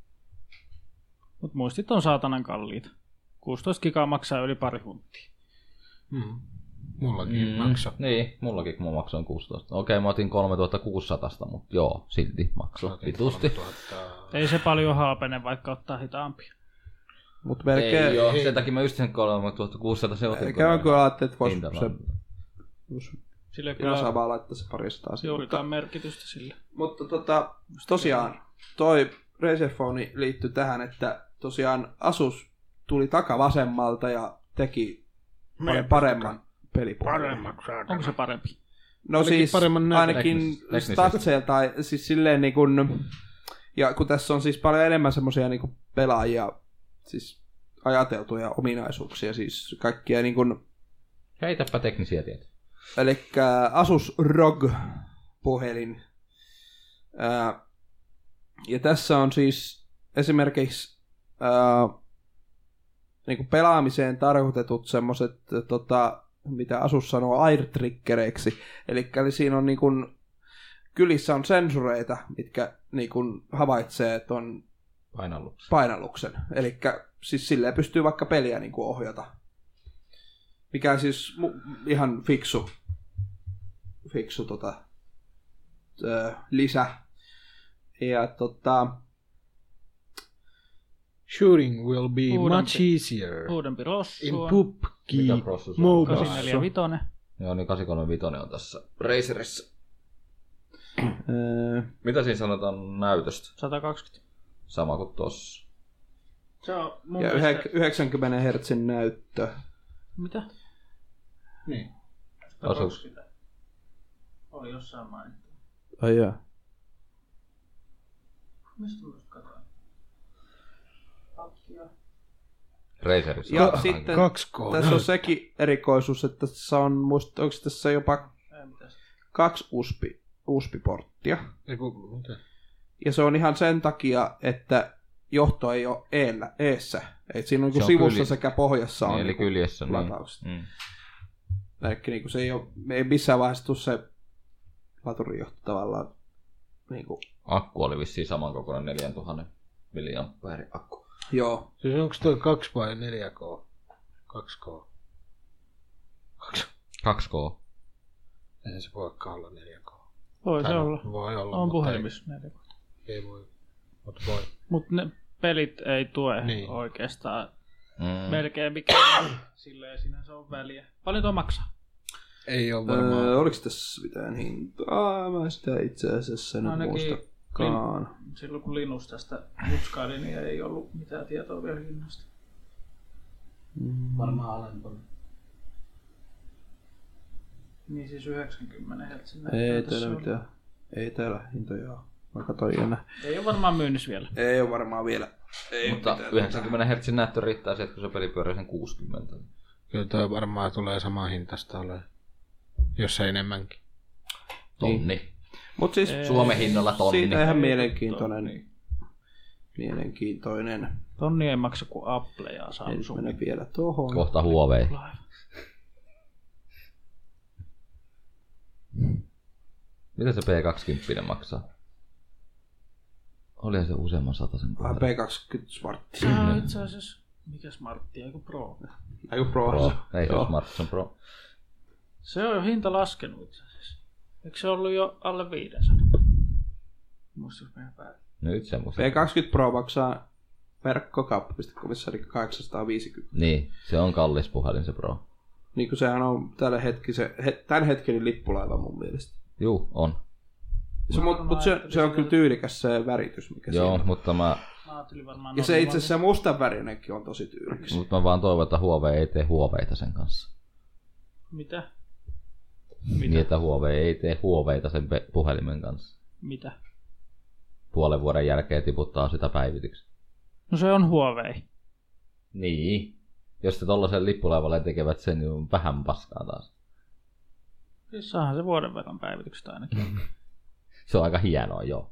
Mut muistit on saatanan kalliita. kuusitoista gigaa maksaa yli pari huntia. Mm. Mullakin mm. maksaa. Niin, mullakin kun mä maksoin kuusitoista. Okei, mä otin kolmetuhattakuusisataa, mutta joo, silti maksoi vitusti. kolmetuhatta... Ei se paljon halpene, vaikka ottaa hitaampia. Mut melkein... Ei joo, sen takia mä just sen kolmetuhattakuusisataa se otin. Eikä mä kyllä ajattelin, että vois se... Sille kyllä kyllä saa vaan laittaa se parisataa. juurikaan merkitystä sille. Mutta tota, tosiaan, toi Razerphone liittyi tähän, että tosiaan Asus tuli takavasemmalta ja teki paljon paremman pelipuolen. Onko se parempi? No Ainakin siis paremman ainakin teknis- statseilta, siis silleen niin kuin, ja kun tässä on siis paljon enemmän semmoisia niin kuin pelaajia, siis ajateltuja ominaisuuksia, siis kaikkia niin kuin, Heitäpä teknisiä tietoja. eli Asus R O G-puhelin. Ää, ja tässä on siis esimerkiksi ää, niin kuin pelaamiseen tarkoitetut semmoiset, tota, mitä Asus sanoo air-triggereiksi. Eli siinä on niin kuin, kylissä on sensoreita, mitkä niin kuin havaitsee ton Painalluksen. painalluksen. Eli siis silleen pystyy vaikka peliä niin kuin ohjata. Mikä on siis mu- ihan fiksu, fiksu tota, ö, lisä. Ja tota, Shooting will be Uudempi. much easier Uudempi rossu in on. P U B G Mikä prosessori? Mobile. kahdeksansataaneljäkymmentäviisi. Joo, niin kahdeksansataakolmekymmentäviisi on tässä Razerissa. ö, Mitä siinä sanotaan näytöstä? sata kaksikymmentä. Sama kuin tossa. Se on mun ja mielestä... yhe- yhdeksänkymmentä hertsin näyttö. Mitä? Niin. Asus. Oli jossain mainittu. Ai jaa. Mistä mä just katsoin? Hakkia. Razerissa. Ja on sitten kaksi K. tässä on sekin erikoisuus, että tässä on, muista, onko tässä jopa Ei mitään. kaksi U S B, U S B-porttia. Eiku, mitä? Ja se on ihan sen takia, että johto ei ole eellä, eessä. Et siinä on, Se niin on sivussa kyli- sekä pohjassa on Niin, eli niinku kyljessä. Niin. lataukset. Mm. Eli niin se ei, ole, ei missään vaiheessa tule se laturijohto tavallaan. Niin kuin, Akku oli vissiin samankokoinen neljätuhatta milliampeerin akku. joo. Siis onko toi kaksi vai neljä K? kaksi K. kaksi K. Eihän se voikaan olla neljä K. Voi se Tai no, olla. Voi olla. On mutta puhelimissa neljä. Ei, ei voi. Mutta voi. Mutta ne pelit ei tue Niin. oikeastaan Mm. melkein mikään. Silleen sinänsä on väliä. Paljon tuo maksaa? Ei ole varmaan. Öö, oliko tässä mitään hintaa? Mä sitä itse asiassa en Ainakin muistakaan. Silloin kun Linus tästä jutskaili, niin ei ollut mitään tietoa vielä hinnasta. Varmaan alempana. Niin siis yhdeksänkymmentä hertsin. Ei täällä mitään. Ei täällä hintoja ole. Mä katsoin enää. Ei ole varmaan myynnissä vielä. Ei ole varmaan vielä. Ei Mutta mitään. yhdeksänkymmentä hertsin näyttö riittää se, että kun se peli pyörii sen kuusikymmentä. Kyllä toi varmaan tulee sama hintasta ole. Jos ei enemmänkin. Tonni. Mut siis Suomen hinnalla tonni. siitä ihan Ei, mielenkiintoinen. tonni. Mielenkiintoinen. Tonni ei maksa kuin Apple ja Ei Samsung. mene vielä tohon. Kohta Huawei. Mitä se P kaksikymmentä maksaa? Olihan se useamman sataisen Vai kohdalla. P kaksikymmentä Smartti. Se on itse asiassa, mikä Smartti, eiku Pro. Eiku Pro. Pro. Ei se Joo. ole Smart, se on Pro. Se on jo hinta laskenut itse asiassa. Eikö se ollut jo alle viisisataa? Muistuiko meidän päälle? Nyt se muista. P kaksikymmentä Pro maksaa verkkokauppa piste comissa eli kahdeksansataaviisikymmentä. Niin, se on kallis puhelin se Pro. Niin kuin sehän on tällä hetki se, he, tämän hetken lippulaiva mun mielestä. Juu, on. Se, mutta mut se, se on kyllä tyylikäs se väritys, mikä Joo, siinä on. mutta mä, Mä ajattelin varmaan Ja se itse normaali. asiassa mustan värinenkin on tosi tyylikäs. mutta mä vaan toivon, että Huawei ei tee Huaweita sen kanssa. Mitä? Niin, että Huawei ei tee Huaweita sen pe- puhelimen kanssa. Mitä? Puolen vuoden jälkeen tiputtaa sitä päivityksi. No se on Huawei. Niin. Jos te tollasen lippulaivalle tekevät sen, niin on vähän paskaa taas. Siis saahan se vuoden verran päivitykset ainakin. Se on aika hienoa, joo.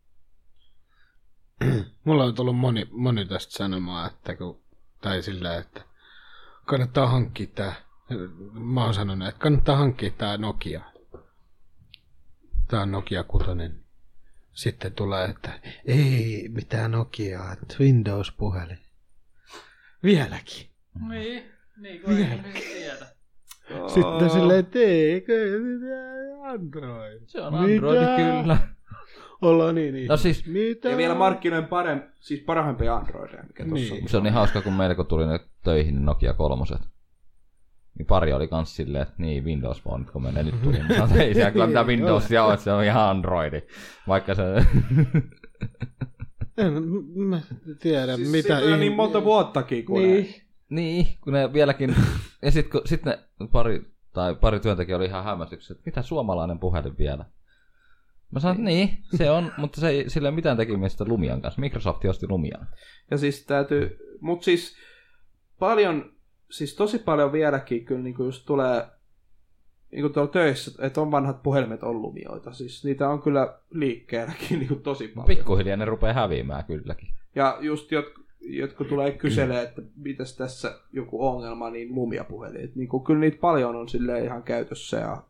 Mulla on tullut moni, moni tästä sanomaan, että kun, tai sillä, että kannattaa hankkia tää, mä oon sanonut, että kannattaa hankkia tää Nokia. Tää on Nokia kutonen. Sitten tulee, että ei mitään Nokiaa, että Windows-puhelin. Vieläkin. niin, niin kun ei tiedä. Sitten silleen, että eikö Android. Se on Mitä? Android kyllä. Ollaan niin, niin. No siis, Mitä? Ja vielä markkinoiden parempi, siis parhaimpia Androideja, mikä tossa Niin. on. se on niin hauska, kun meillä kun tuli ne töihin ne Nokia kolmoset. Niin pari oli kans silleen, että niin, Windows Phone, kun menee nyt tuli. Mä sanoin, ei siellä kyllä mitään Windowsia ole, että se on ihan Androidi. Vaikka se... En mä tiedä, Siis mitä... siitä on niin monta vuottakin, kun Niin. ne... Niin, kun ne vieläkin... Ja sitten sit ne pari, tai pari työntekijä oli ihan hämmästyksessä, että mitä suomalainen puhelin vielä? Mä sanoin, että niin, se on, mutta se ei sillä ei mitään tekemistä Lumian kanssa. Microsoft osti Lumian. Ja siis täytyy... Mut siis paljon... Siis tosi paljon vieläkin kyllä niin just tulee... Niin kuin tuolla töissä, että on vanhat puhelimet on Lumioita. Siis niitä on kyllä liikkeelläkin niin kuin tosi paljon. Pikkuhiljaa ne rupeaa häviämään kylläkin. Ja just jotkut, jotkut tulee kyselee, että mitäs tässä joku ongelma, niin Lumia-puhelin. Niin kuin, kyllä niitä paljon on silleen ihan käytössä. Ja,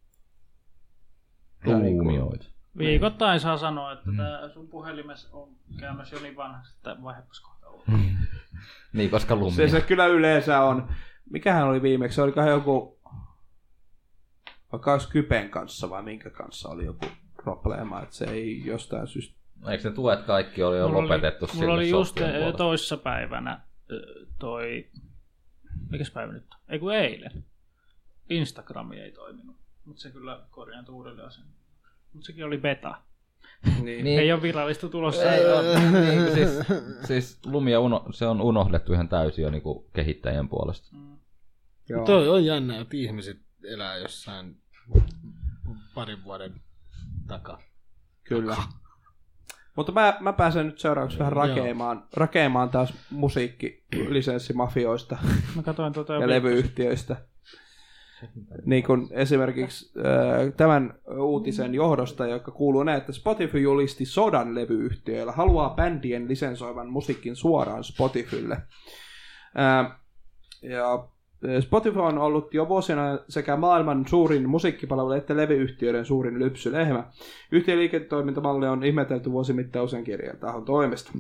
ja niin kuin, Lumioita. Viikoittain saa sanoa, että tää sun puhelimessa on käymässä jo niin vanhaksi, että vaihepas kohta ulos. Niin, koska Lumia. se, se kyllä yleensä on. Mikähän oli viimeksi? Se olikohan joku... Vaikka olisi Kypen kanssa vai minkä kanssa oli joku probleema, että se ei jostain syystä... Eikö ne tuet kaikki oli jo Mulla lopetettu oli, sille mulla oli just softien puolesta? toissa päivänä toi... Mikäs päivä nyt on? Ei kun eilen. Instagrami ei toiminut, mutta se kyllä korjaantui uudelleen asian. Mutta sekin oli beta. Niin. Niin. Ei ole virallista tulossa. Ei ole. Niin, siis, siis Lumia uno, se on unohdettu ihan täysin jo niin kuin kehittäjien puolesta. Mm. Joo. Toi on jännä, että ihmiset elää jossain parin vuoden takaa. Kyllä. Mutta mä, mä pääsen nyt seuraavaksi vähän rakeamaan, rakeamaan taas musiikkilisenssimafioista Mä katsoin tuota ja levyyhtiöistä. Niin kuin esimerkiksi äh, tämän uutisen johdosta, joka kuuluu näin, että Spotify julisti sodan levyyhtiöillä, haluaa bändien lisensoivan musiikin suoraan Spotifylle. Äh, ja Spotify on ollut jo vuosina sekä maailman suurin musiikkipalvelu että levyyhtiöiden suurin lypsylehmä. Yhtiön liiketoimintamalli on ihmetelty vuosimittain usein kirjan tahon toimesta.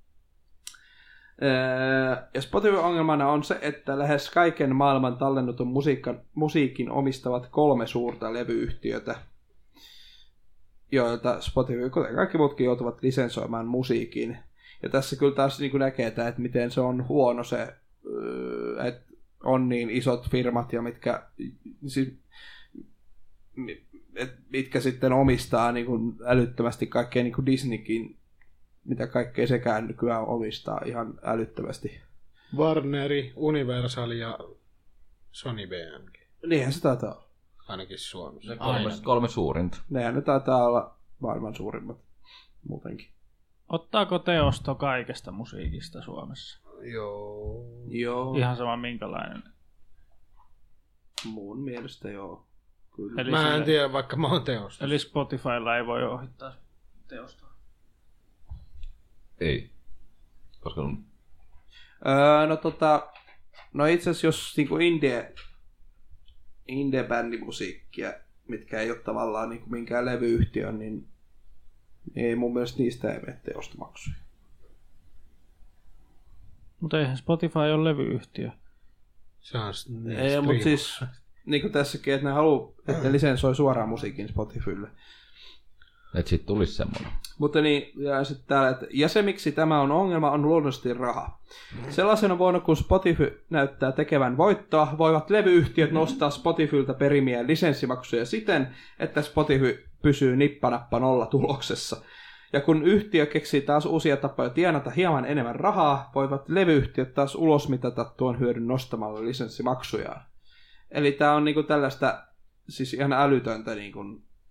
Ja Spotify-ongelmana on se, että lähes kaiken maailman tallennutun musiikan, musiikin omistavat kolme suurta levyyhtiötä, joilta Spotify, kuten kaikki muutkin, joutuvat lisensoimaan musiikin. Ja tässä kyllä taas niin kuin näkee, että miten se on huono se, että on niin isot firmat, ja mitkä, siis, mitkä sitten omistaa niin kuin älyttömästi kaikkea, niin kuin Disneykin, mitä kaikkea sekään nykyään omistaa ihan älyttömästi. Warneri, Universal ja Sony B M G. Niinhän se taitaa olla. Ainakin Suomessa. Kolme, kolme suurinta. Nehän ne taitaa olla maailman suurimmat muutenkin. Ottaako teosto kaikesta musiikista Suomessa? Joo. Joo. Ihan sama minkälainen. Mun mielestä joo. Kyllä. Eli Mä en sille- tiedä, vaikka mä oon teosta. Eli Spotifylla ei voi ohittaa teostoa. Ei. Koska Öö, no tota, no itse asiassa jos niinku indie, indie-bändimusiikkia, mitkä ei ole tavallaan niinku minkään levyyhtiön, niin ei mun mielestä niistä ei mene teostomaksuja. Mutta eihän Spotify ole levyyhtiö. Se on s- niin Ei, mutta siis niin kuin tässäkin, että ne haluaa, että ne lisensoi suoraan musiikin Spotifylle. että sit tulisi semmonen. Mutta niin, ja sitten täällä, että ja se miksi tämä on ongelma on luonnollisesti raha. Sellaisena vuonna, kun Spotify näyttää tekevän voittoa, voivat levyyhtiöt nostaa Spotifylta perimiä lisenssimaksuja siten, että Spotify pysyy nippanappa nolla tuloksessa. Ja kun yhtiö keksii taas uusia tapoja tienata hieman enemmän rahaa, voivat levyyhtiöt taas ulosmitata tuon hyödyn nostamalla lisenssimaksujaan. Eli tää on niinku tällaista, siis ihan älytöntä niinku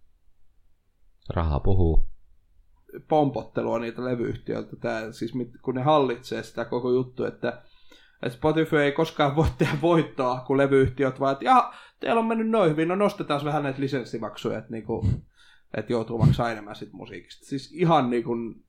Raha puhuu. pompottelua niitä levyyhtiöiltä, tää, siis mit, kun ne hallitsee sitä koko juttu, että, että Spotify ei koskaan voi tehdä voittoa, kun levyyhtiöt vaan, että jaha, teillä on mennyt noin hyvin, no nostetaan vähän näitä lisenssimaksuja, että, niinku, että joutuu maksaa enemmän sit musiikista. Siis ihan niin kuin...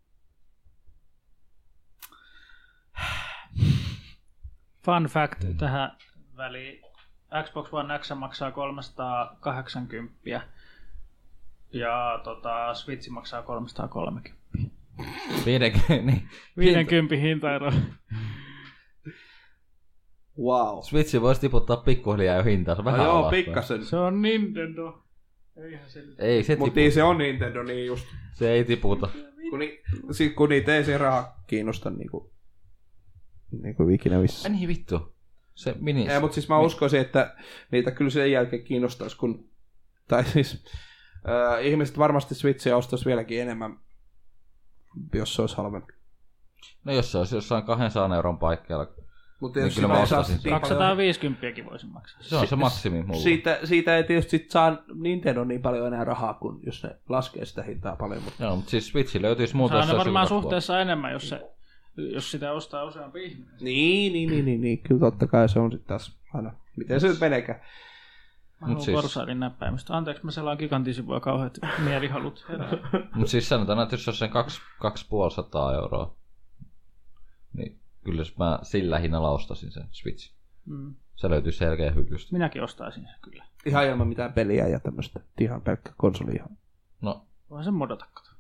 Fun fact mm. tähän väliin. Xbox One X maksaa kolmesataakahdeksankymmentä ja tota, Switch maksaa kolmesataakolmekymmentä. Viidenkymmenen, niin. viidenkymmenen hintaero. Wow. Switch voisi tiputtaa pikkuhiljaa jo hintaa. Se on vähän No joo, alaspäin. pikkasen. Se on Nintendo. Eihän se Ei se Mutta tiputa. niin se on Nintendo, niin just. Se ei tiputa. Kun, ni, sit, kun niitä ei se raha kiinnosta niinku, niinku ikinä missä. Ai niin vittu. Se mini... Ei, mutta siis mä uskoisin, että niitä kyllä sen jälkeen kiinnostaisi, kun... Tai siis... Äh, ihmiset varmasti Switchia ostaisi vieläkin enemmän jos se olisi halvempi. No jos se olisi jossain kahdensadan euron paikkeilla, Mutta niin kyllä mä ostaisin. kaksisataaviisikymmentä voisin maksaa. Se on se maksimi mulla. Siitä, siitä ei tietysti sit saa Nintendo niin paljon enää rahaa, kun jos ne laskee sitä hintaa paljon. Mutta... Joo, mutta siis Switchi löytyisi muuta. Saa ne varmaan suhteessa enemmän, jos, se, jos sitä ostaa useampi ihminen. Niin, niin, niin, niin, niin. Kyllä totta kai se on sitten taas aina. Miten se nyt menekään? Mä haluan siis... porsailin näppäimistä. Anteeksi, mä selaan gigantisivuja kauheat mielihalut. Mutta siis sanotaan, että jos on kaksi, kaksi puolisataa euroa, niin kyllä jos mä sillä hinnalla ostasin sen Switch. Mm. Se löytyy selkeä hyllystä. Minäkin ostaisin sen kyllä. Ihan ilman mitään peliä ja tämmöistä. Ihan pelkkä konsoli ihan. No. Voin sen modata, kato.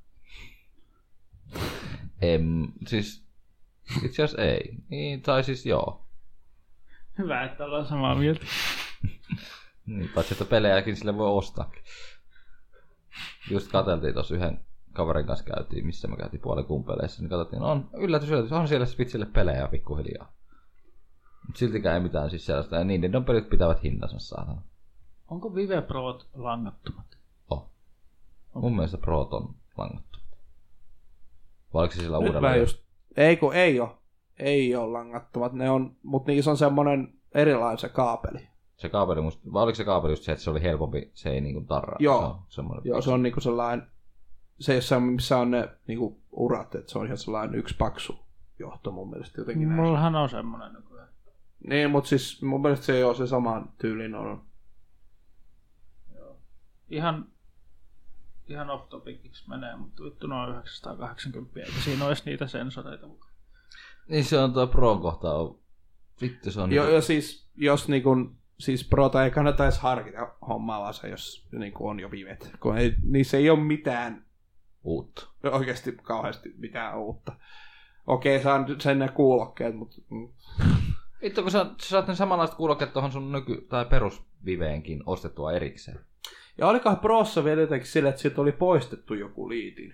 Em, siis itse asiassa ei. Niin, tai siis joo. Hyvä, että ollaan samaa mieltä. Niin, paitsi että pelejäkin sille voi ostaa. Just katseltiin tuossa yhden kaverin kanssa käytiin, missä me käytiin puolikuun peleissä, niin katsottiin, no on yllätys, yllätys, on siellä Switchille pelejä pikkuhiljaa. Mutta siltikään ei mitään siis sellaista, ja niin, ne pelit pitävät hintansa saatana. Onko Vive Prot langattomat? Oh. Okay. Mun mielestä Prot on langattomat. Vai oliko se sillä uudella? Just... Ei kun ei ole. Ei ole langattomat, ne on, mutta niissä on semmoinen erilainen se kaapeli. Se kaapeli, vai oliko se kaapeli just se, että se oli helpompi, se ei niinku tarraa? Joo, se on, Joo, se on niinku sellainen, se ei ole missä on ne niinku urat, että se on ihan sellainen yksi paksu johto mun mielestä jotenkin. Mullahan on semmoinen nykyään. Niin, mutta siis mun mielestä se ei ole se saman tyylin on. Joo. Ihan, ihan off topiciksi menee, mutta vittu noin yhdeksänsataakahdeksankymmentä, eikä siinä olisi niitä sensoreita mukaan. Niin se on tuo Proon kohta on. Vittu se on. Joo, niin... ja siis jos niinku, siis Prota ei kannata edes harkita hommaa vaan se, jos niinku on jo vivet. Kun ei, niissä ei ole mitään uutta. Oikeasti kauheasti mitään uutta. Okei, saan sen ne kuulokkeet, mutta... Vittu, kun sä, sä saat ne samanlaiset kuulokkeet tuohon sun nyky- tai perusviveenkin ostettua erikseen. Ja olikohan Prossa vielä jotenkin sille, että siitä oli poistettu joku liitin?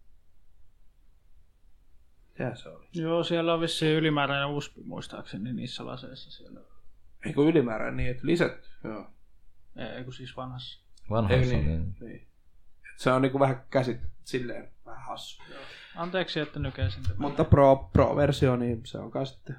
Mitä se oli? Joo, siellä on vissiin ylimääräinen U S B muistaakseni niissä laseissa siellä. Eikö ylimääräinen niin, että lisätty? Joo. Ei, kun siis vanhassa. Vanhassa, niin. niin. niin. Se on niinku vähän käsit silleen vähän hassu. Joo. Anteeksi, että nykäisin tätä. Mutta Pro, Pro-versio, niin se on kai sitten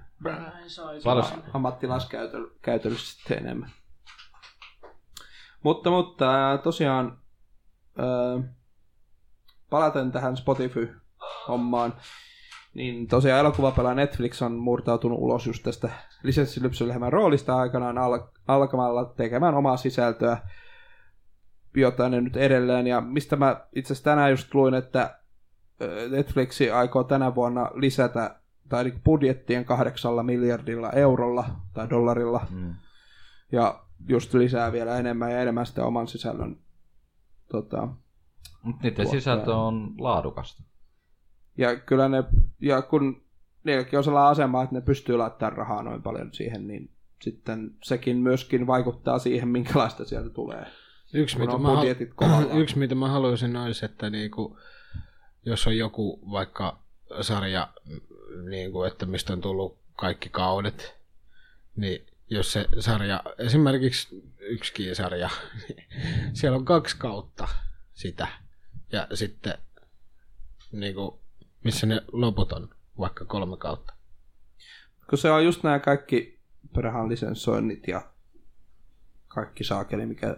ammattilaiskäytöllä sitten enemmän. Mutta, mutta tosiaan äh, palaten tähän Spotify-hommaan, niin tosiaan elokuvapelaaja Netflix on murtautunut ulos just tästä lisenssilypsylehmän roolista aikanaan al- alkamalla tekemään omaa sisältöä, jota ne nyt edelleen. Ja mistä mä itse asiassa tänään just luin, että Netflix aikoo tänä vuonna lisätä tai budjettien kahdeksalla miljardilla eurolla tai dollarilla. Mm. Ja just lisää vielä enemmän ja enemmän sitä oman sisällön. Tota, niiden sisältö on laadukasta. Ja kyllä ne, ja kun niilläkin on sellainen asema, että ne pystyy laittamaan rahaa noin paljon siihen, niin sitten sekin myöskin vaikuttaa siihen, minkälaista sieltä tulee. Yksi, mitä mä, hal- yksi mitä mä haluaisin olisi, että niinku, jos on joku vaikka sarja, niinku, että mistä on tullut kaikki kaudet, niin jos se sarja, esimerkiksi yksikin sarja, niin siellä on kaksi kautta sitä, ja sitten niinku, missä ne loput on, vaikka kolme kautta. Kun se on just nämä kaikki perään lisensoinnit ja kaikki saakeli, mikä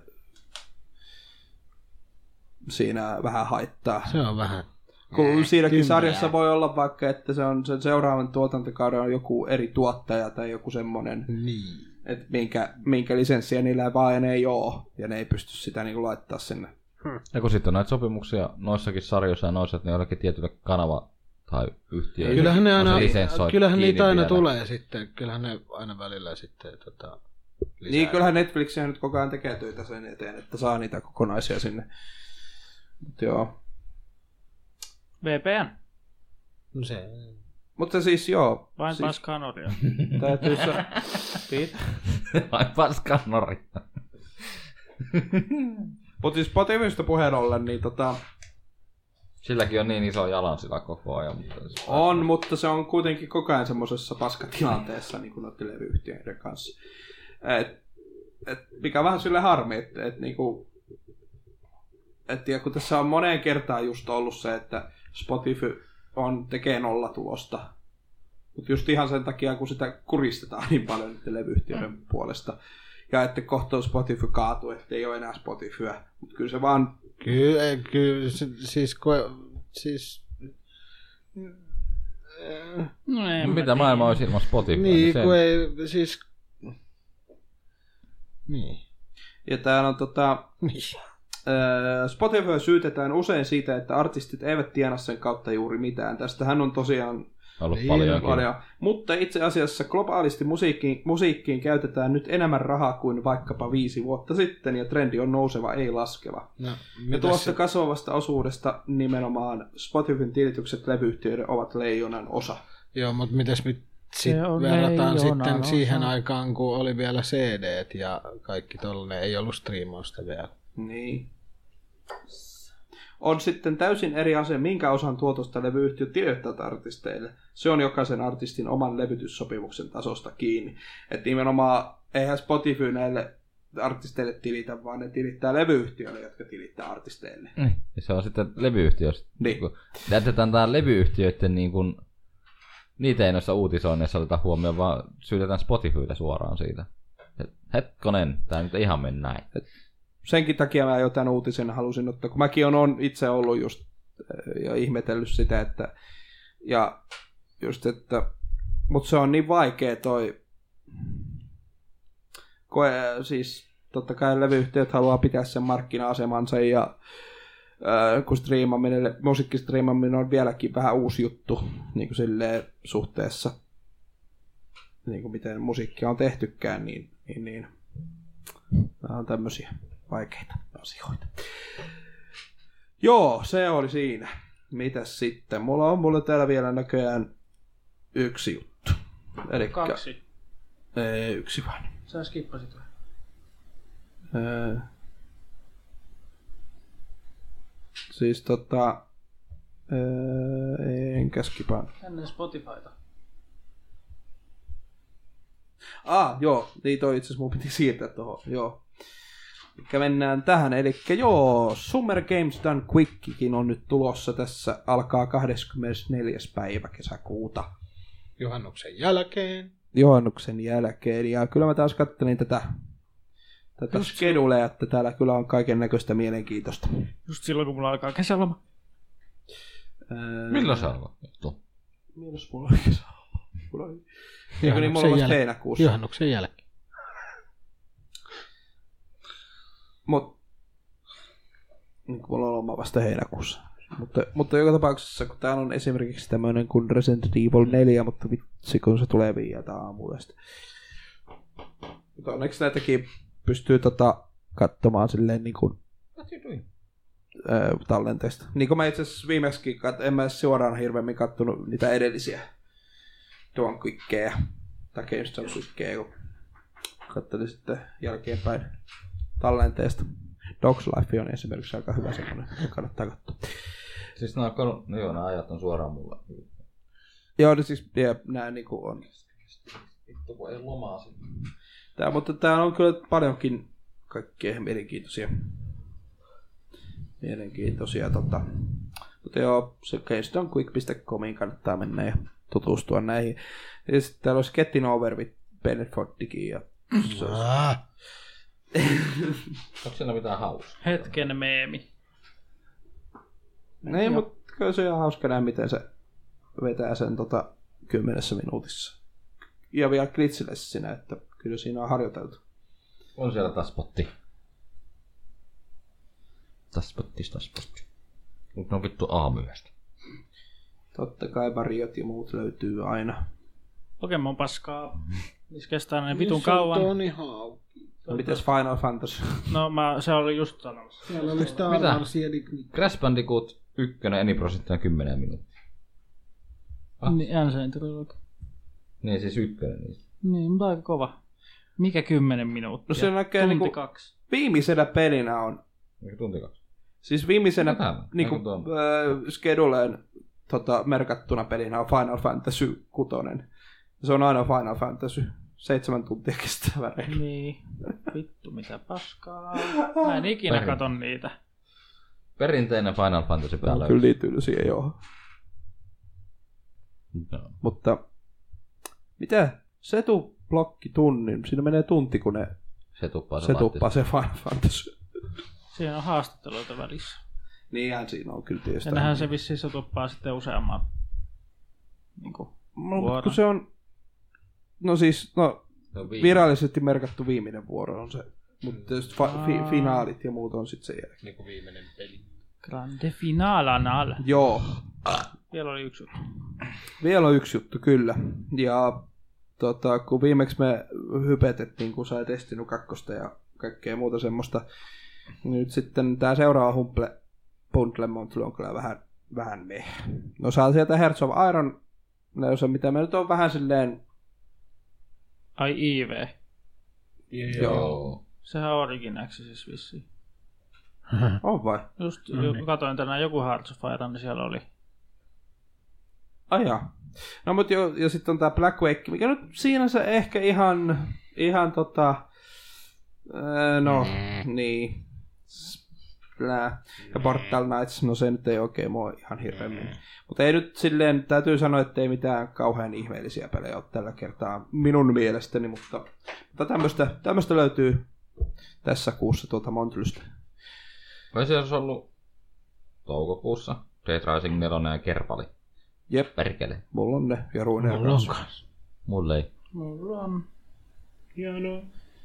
siinä vähän haittaa. Se on vähän. Kun siinäkin sarjassa voi olla vaikka, että se on sen seuraavan tuotantokauden on joku eri tuottaja tai joku semmoinen, niin. että minkä, minkä lisenssiä niillä vaan ei ole, ja ne ei pysty sitä niin kuin laittaa sinne. Hmm. Ja kun sitten on näitä sopimuksia noissakin sarjoissa ja noissa, että ne jollekin tietylle kanava tai yhtiö. Kyllähän ne aina, kyllähän niitä aina vielä tulee sitten, kyllähän ne aina välillä sitten tota, lisää. Niin, kyllähän Netflix nyt koko ajan tekee töitä sen eteen, että saa niitä kokonaisia sinne. Mut joo. V P N. No se. Mutta siis joo. Vain siis, paskaa Norja. Täytyy sa... Pit. Vain paskaa Norja. Mutta siis Spotifysta puheen ollen, niin tota... Silläkin on niin iso jalan sillä koko ajan. Mutta on, mutta se on kuitenkin koko ajan semmoisessa paskatilanteessa niin kuin noiden levyyhtiöiden kanssa. Et, et, mikä on vähän sille harmi, että et, niinku... Et, ja kun tässä on moneen kertaan just ollut se, että Spotify on, tekee nollatulosta. Mutta just ihan sen takia, kun sitä kuristetaan niin paljon niiden levyyhtiöiden mm. puolesta. Ja että kohta Spotify kaatuu, ettei ole enää Spotifyä. Mutta kyllä se vaan... Kyllä, kyllä siis... Kun, siis no ei, mitä maailma olisi ilman Spotify? Niin, sen... kun ei... Siis... Niin. Ja täällä on tota... Niin. Spotify syytetään usein siitä, että artistit eivät tienaa sen kautta juuri mitään. Tästähän on tosiaan ollut niin, paljon. paljon. Mutta itse asiassa globaalisti musiikkiin, musiikkiin käytetään nyt enemmän rahaa kuin vaikkapa viisi vuotta sitten, ja trendi on nouseva, ei laskeva. No, ja tuosta se... kasvavasta osuudesta nimenomaan Spotifyn tilitykset levyyhtiöiden ovat leijonan osa. Joo, mutta mitäs nyt sit verrataan sitten osa. Siihen aikaan, kun oli vielä C D:t ja kaikki tollainen, ei ollut striimausta vielä. Niin. On sitten täysin eri asia, minkä osan tuotosta levyyhtiö tilittävät artisteille. Se on jokaisen artistin oman levytyssopimuksen tasosta kiinni. Että nimenomaan eihän Spotify näille artisteille tilitä, vaan ne tilittää levyyhtiöille, jotka tilittää artisteille. Mm. Ja se on sitten levyyhtiöstä. Niin. Jätetään tää levyyhtiöiden niin kuin, niitä ei noissa uutisoinneissa oteta huomioon, vaan syytetään Spotifylle suoraan siitä. Hetkonen, tää nyt ihan meni näin. Et senkin takia mä jo tämän uutisen halusin ottaa, kun mäkin olen itse ollut just ja ihmetellyt sitä, että ja just, että mutta se on niin vaikea toi koe, siis totta kai levyyhtiöt haluaa pitää sen markkina-asemansa ja äh, kun striimaminen, musiikkistriimaminen on vieläkin vähän uusi juttu niin kuin silleen suhteessa niin kuin miten musiikkia on tehtykään, niin, niin, niin nämä on tämmöisiä vaikeita asioita. Joo, se oli siinä. Mitäs sitten? Mulla on mulla täällä vielä näköjään yksi juttu. Elikkä... Kaksi. Ei, yksi vaan. Sä skippasit vai? Öö... Siis tota... Öö... Enkä skipaan. Ennen Spotifyta. Ah, joo. Niin toi itse asiassa mun piti siirtää tohon. Joo. Eli mennään tähän. Eli joo, Summer Games Done Quickikin on nyt tulossa tässä. Alkaa kahdeskymmenesneljäs päivä kesäkuuta. Juhannuksen jälkeen. Juhannuksen jälkeen. Ja kyllä mä taas kattelin tätä, tätä skedulea, että täällä kyllä on kaiken näköistä mielenkiintoista. Just silloin, kun mulla alkaa kesäloma. Öö... Milloin se alkaa? Milloin mulla on kesäloma? Eikö niin mulla on vasta heinäkuussa? Juhannuksen jälkeen. Mut niin kuin mulla on oma vasta heinäkuussa. Mutta, mutta joka tapauksessa, kun täällä on esimerkiksi tämmöinen kuin Resident Evil neljä, mutta vitsi, kun se tulee viieltä aamulla. Mutta onneksi näitäkin pystyy tota, katsomaan silleen niin kuin öö, tallenteesta. Niin kuin mä itse asiassa viimeksikin, en mä suoraan hirveämmin kattonut niitä edellisiä Dawn Quickeja tai GameStop Quickeja, kun katselin sitten jälkeenpäin tallenteesta. Dogs Life on esimerkiksi aika hyvä semmoinen, kannattaa katsoa. Siis nämä, no joo, nämä ajat on suoraan mulla. Joo, niin siis jep, nämä niinku on. Vittu, kun ei lomaa sitten. Tää, mutta tää on kyllä paljonkin kaikkea mielenkiintoisia. Mielenkiintoisia tota. Mutta joo, se gamestonequick piste comiin kannattaa mennä ja tutustua näihin. Ja sitten täällä olisi Getting Over with Benforddikin ja onko siellä mitään hauskaa? Hetken meemi. Ei, mutta kyllä se on ihan hauska nähdä, miten se vetää sen tota, kymmenessä minuutissa. Ja vielä glitchilessinä, että kyllä siinä on harjoiteltu. On siellä taspotti. Taspotti, taspotti. Mutta on vittu aamuyöstä. Totta kai Mariot ja muut löytyy aina. Pokemon paskaa. Niissä kestää näin vitun kauan. Tony Hawk. No, mites Final Fantasy? No mä, se oli just sanomassa. Siellä oli Star Wars ja Crash Bandicoot yksi eniprosentti on kymmenen minuuttia. Ah. Niin, Ancient Trilogy. Niin, siis ykkönen niistä. Niin, mutta aika kova. Mikä kymmenen minuuttia? No se näkee tunti niinku, kaksi. Viimeisenä pelinä on. Mikä tunti kaksi? Siis viimeisenä niinku, äh, scheduleen tota, merkattuna pelinä on Final Fantasy kuusi. Se on aina Final Fantasy. Seitsemän tuntia kestävä reilu. Niin. Vittu mitä paskaa. Mä en ikinä Perin. katon niitä. Perinteinen Final Fantasy päällä. Kyllä niin tylsiä, joo. No. Mutta mitä se tuu blokki tunnin? Siinä menee tunti, kun ne Se tuppaa se, se, tuppaa se Final Fantasy. Siinä on haastatteluita välissä. Niinhän siinä on kyllä tietysti. Ja nähdään se vissiin se tuppaa sitten useamman niin kuin, no, kun se on, no siis, no, virallisesti merkattu viimeinen vuoro on se. Mutta tietysti fa- fi- finaalit ja muut on sitten sen jälkeen. Niin kuin viimeinen peli. Grande finalanal. Joo. Vielä oli yksi juttu. Vielä on yksi juttu, kyllä. Ja tota, kun viimeksi me hypetettiin, kun sai Destiny kakkosta ja kaikkea muuta semmoista, nyt sitten tämä seuraava Humble Bundle Monthly on kyllä vähän, vähän meh. No saa sieltä Hearts of Iron, no se mitä me nyt on vähän silleen... Ai I V. Yeah. Joo. Sehän on Origin Access vissiin. On vai? Just no niin. Katoin tänään joku Hearts of Iron, niin siellä oli. Ai jaa. No mut jo, ja sitten on tää Black Wake, mikä nyt siinä se ehkä ihan, ihan tota, ää, no, mm. niin, Splää. Ja Portal Knights, no se nyt ei oikein mua ihan hirveämmin. Mutta ei nyt silleen, täytyy sanoa, että ei mitään kauhean ihmeellisiä pelejä ole tällä kertaa minun mielestäni, mutta, mutta tämmöstä, tämmöstä löytyy tässä kuussa tuolta Montlystä. Vai se olisi ollut toukokuussa, Dead Rising neljä ja Kerpali. Jep. Perkele. Mulla on ne ja Ruineen Mulla on kans. Mulla ei. Mulla on. Hienoa.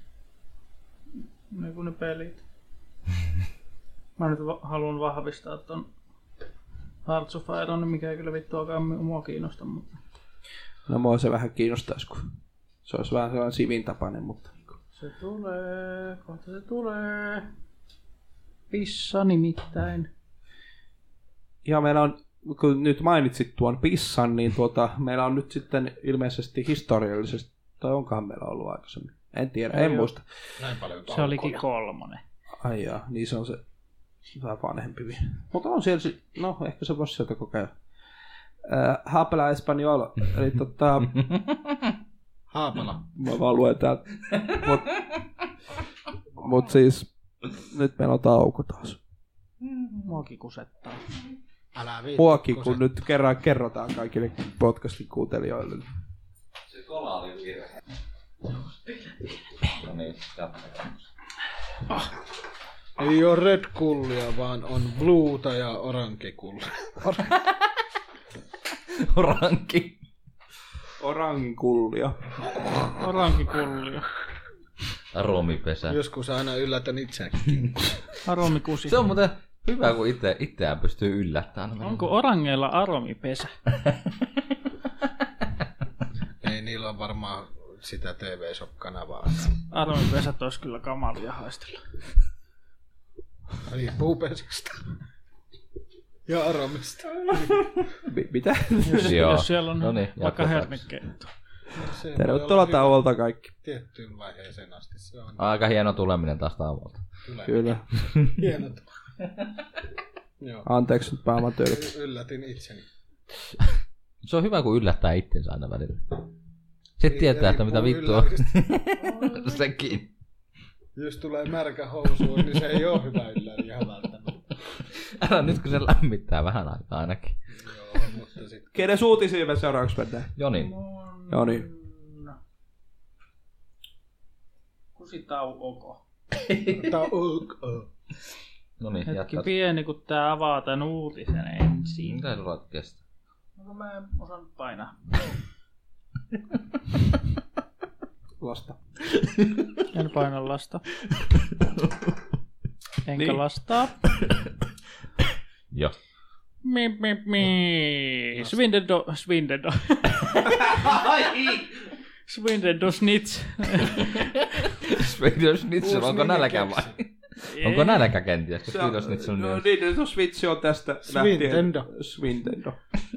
Ne kun ne pelit. Mä nyt va- haluan vahvistaa ton Hearts of Iron, mikä ei kyllä vittuakaan mua kiinnosta, mutta... No mua se vähän kiinnostaisi, kun se olisi vähän sellainen sivin tapainen, mutta... Se tulee, kohta se tulee. Pissa nimittäin. Ja meillä on, kun nyt mainitsit tuon pissan, niin tuota, meillä on nyt sitten ilmeisesti historiallisesti, tai onkohan meillä ollut aikaisemmin? En tiedä, ei en ole. muista. Näin paljon se olikin kolmonen. Ai jaa, niin se on se vähän vanhempi vielä. Mutta on siellä, no ehkä se voisi sieltä kokeilla. Äh, Haapela Espanjol, eli tota... Haapala. Mä vaan luen täältä. Mut, mut siis, nyt meillä on tauko taas. Muakin kusettaa. Älä viitti. Muakin, kun nyt kerran kerrotaan kaikille podcastin kuuntelijoille. Se kola oli virhe. No niin, jatketaan. Ah. Ei oo Red Kullia, vaan on Bluuta ja Orange Kullia. Oranki. Orangin kullia. Oranki kullia. Aromipesä. Joskus aina yllätän itseäkin. Aromikusi. Se on muuten hyvä, kun itse, itseään pystyy yllättämään. Onko orangeilla aromipesä? Ei, niillä on varmaan sitä T V-shop-kanavaa. Aromipesät olisi kyllä kamalia haistella. Riippuu pesästä. Ja aromista. M- mitä? Jos, jos siellä on no niin, vaikka hernekeitto. Tervetuloa tauolta kaikki. Tiettyyn vaiheeseen asti se on. Aika hieno tuleminen taas tauolta. Kyllä. Kyllä. Hieno. Anteeksi nyt pääoman työtä. Yllätin itseni. Se on hyvä, kun yllättää itsensä aina välillä. Sitten tietää, että mitä vittua. Sekin. Jos tulee märkä housu, niin se ei ole hyvä ylläri ihan välttämättä. Älä nyt, kun se lämmittää vähän aikaa ainakin. Joo, mutta sit... Kenen uutisia me seuraavaksi mennään? Joni. Joni. Kusitauoko. Tauoko. No niin, hetki jatkaa. pieni, kun tää avaa tän uutisen ensin. Mitä sulla kestää? No mä en osannut painaa. Lasta. En paina lasta. Enkä niin. lastaa. Joo. Mi, mi, mi. Swindendo, Swindendo. Swindendo Snitch. Swindendo Snitch, onko nälkä vai? Onko nälkä kenties? Swindendo Snitch on no, niin, no Switch on tästä Swindendo. Swindendo.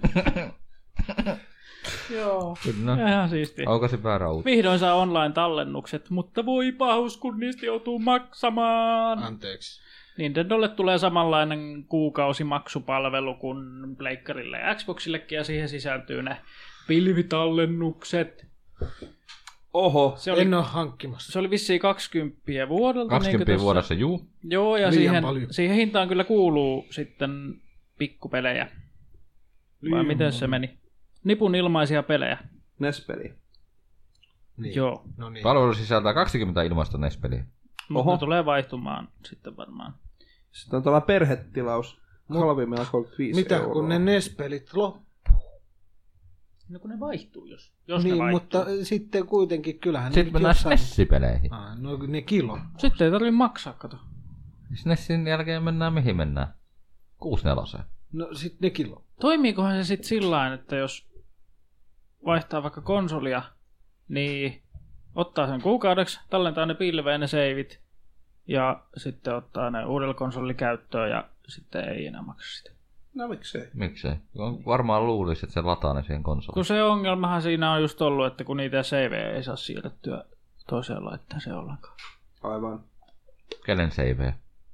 Joo, no. ihan siistiä. Onko se väärä uutinen? Vihdoin saa online-tallennukset, mutta voi pahus, kun niistä joutuu maksamaan. Anteeksi. Nintendolle tulee samanlainen kuukausimaksupalvelu kuin Pleikkarille ja Xboxillekin, ja siihen sisältyy ne pilvitallennukset. Oho, se oli, en ole hankkimassa. Se oli vissiin kaksikymmentä vuodelta. kaksikymmentä niin vuodessa, juu. Joo, ja siihen, siihen hintaan kyllä kuuluu sitten pikkupelejä. Vai miten se meni? nipun ilmaisia pelejä. N E S-peli. Niin. Joo. No niin. Palvelu sisältää kaksikymmentä ilmaista N E S-peliä. Mutta ne tulee vaihtumaan sitten varmaan. Sitten on tuolla perhetilaus. Halvimmilla kolmekymmentäviisi Mitä, euroa. kun ne N E S-pelit loppuu? No kun ne vaihtuu, jos, jos Niin, ne vaihtuu. mutta sitten kuitenkin kyllähän... Sitten mennään jossain- S N E S-peleihin. Ah, no ne kilo. Sitten ei tarvitse maksaa, kato. S N E Sin jälkeen mennään mihin mennään? kuusikymmentäneljä. No sit ne kilo. Toimiikohan se sitten sillain, että jos vaihtaa vaikka konsolia, niin ottaa sen kuukaudeksi, tallentaa ne pilveen ne seivit ja sitten ottaa ne uudella konsolilla käyttöön ja sitten ei enää maksa sitä. No miksei? Miksei? Varmaan luulisi, että se lataa ne siihen konsoliin. Kun se ongelmahan siinä on just ollut, että kun niitä seivejä ei saa siirrettyä toiseen laitteeseen ollenkaan. Aivan. Kenen savejä?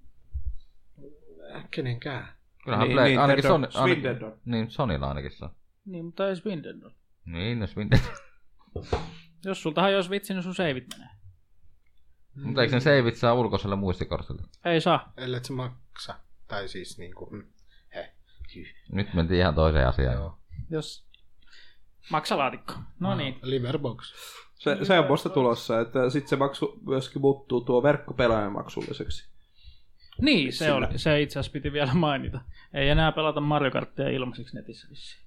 Kenenkään. Kyllähän Niin, Play, niin, ainakin Nintendo Sony, ainakin, Swindon. niin, Sonylla ainakin se on. Niin, mutta ei Swindon. Niin, no Swindon. Jos sulta hajoisi vitsi, niin sun seivit menee. Mutta eikö ne saveit saa ulkoiselle muistikortille? Ei saa. Ellet se maksa. Tai siis niinku... mm, He. Nyt mentiin ihan toiseen asiaan. Joo. Jos maksalaatikko. No niin. Liverbox. Se, se on vasta tulossa, että sitten se maksu myöskin muuttuu tuo verkkopelaajan maksulliseksi. Niin, se, Sillä. oli, se itse asiassa piti vielä mainita. Ei enää pelata Mario Karttia ilmaiseksi netissä vissiin.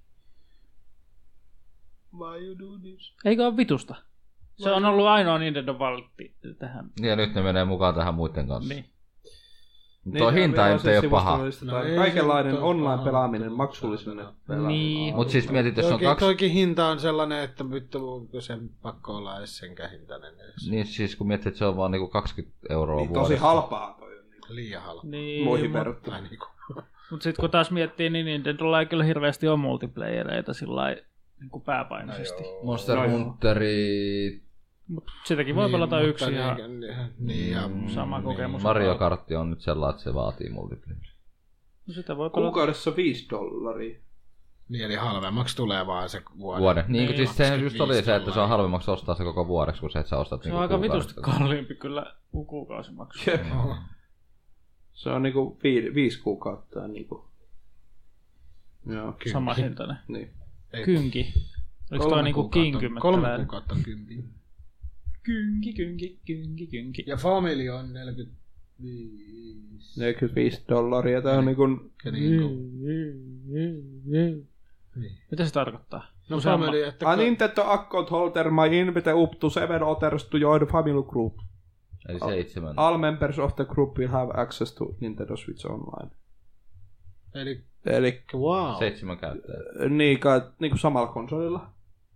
Why you do this? Eikö ole vitusta? Se on ollut ainoa Nintendo valtti tähän. Ja nyt ne menee mukaan tähän muiden kanssa. Niin. Niin, tuo hinta ei, ei ole paha. No ei Kaikenlainen se nyt ole online-pelaaminen paha. maksullisena. Niin. Mutta siis mietit, jos on Toikin, kaksi... toikin hinta on sellainen, että vittu, onko sen pakko olla edes senkään hintainen edes. Niin siis kun mietit, että se on vaan niinku kaksikymmentä euroa Niin, vuodessa. tosi halpaa toi on. Liian halpa. Niin, Muihin mutta verrattuna. Tai niinku. mut sitten kun taas miettii, niin Nintendolla ei kyllä hirveästi ole multiplayereita sillä lailla niin pääpainoisesti. Monster No joo. Hunteri... Mut sitäkin voi Niin, pelata mutta yksin ja niin, niin, ja sama kokemus. Mario Kart on nyt sellainen, että se vaatii multiplayer. No sitä voi pelata. Kuukaudessa viisi dollaria. niin, eli halvemmaksi tulee vaan se vuoden. Vuoden. Niin, Niin. siis sehän just oli se, että se on dollaria. halvemmaksi ostaa se koko vuodeksi, kuin se, että sä ostat Se on niinku aika kuukaudesta. vitusti kalliimpi kyllä kuin kuukausimaksu. Jep. Oho. Se on niinku vi- viisi kuukautta. Niinku. Joo. Sama hintainen. Niin. Ei, Kynki. Oliko kolme toi niinku kuukautta- kinkymmentä? Kolme kuukautta on kympi. Kynki, kynki, kynki, kynki. Ja Family on neljäkymmentäviisi. neljäkymmentäviisi dollaria. Tää on niinku... Ja niinku, niin. Mitä se tarkoittaa? No Useamma- Family, että... A Nintendo account holder my invite up to seven others to join the family group. Eli seitsemän. All members of the group will have access to Nintendo Switch Online. Eli, Eli wow. Seitsemän käyttäjää. niin kai niinku samalla konsolilla.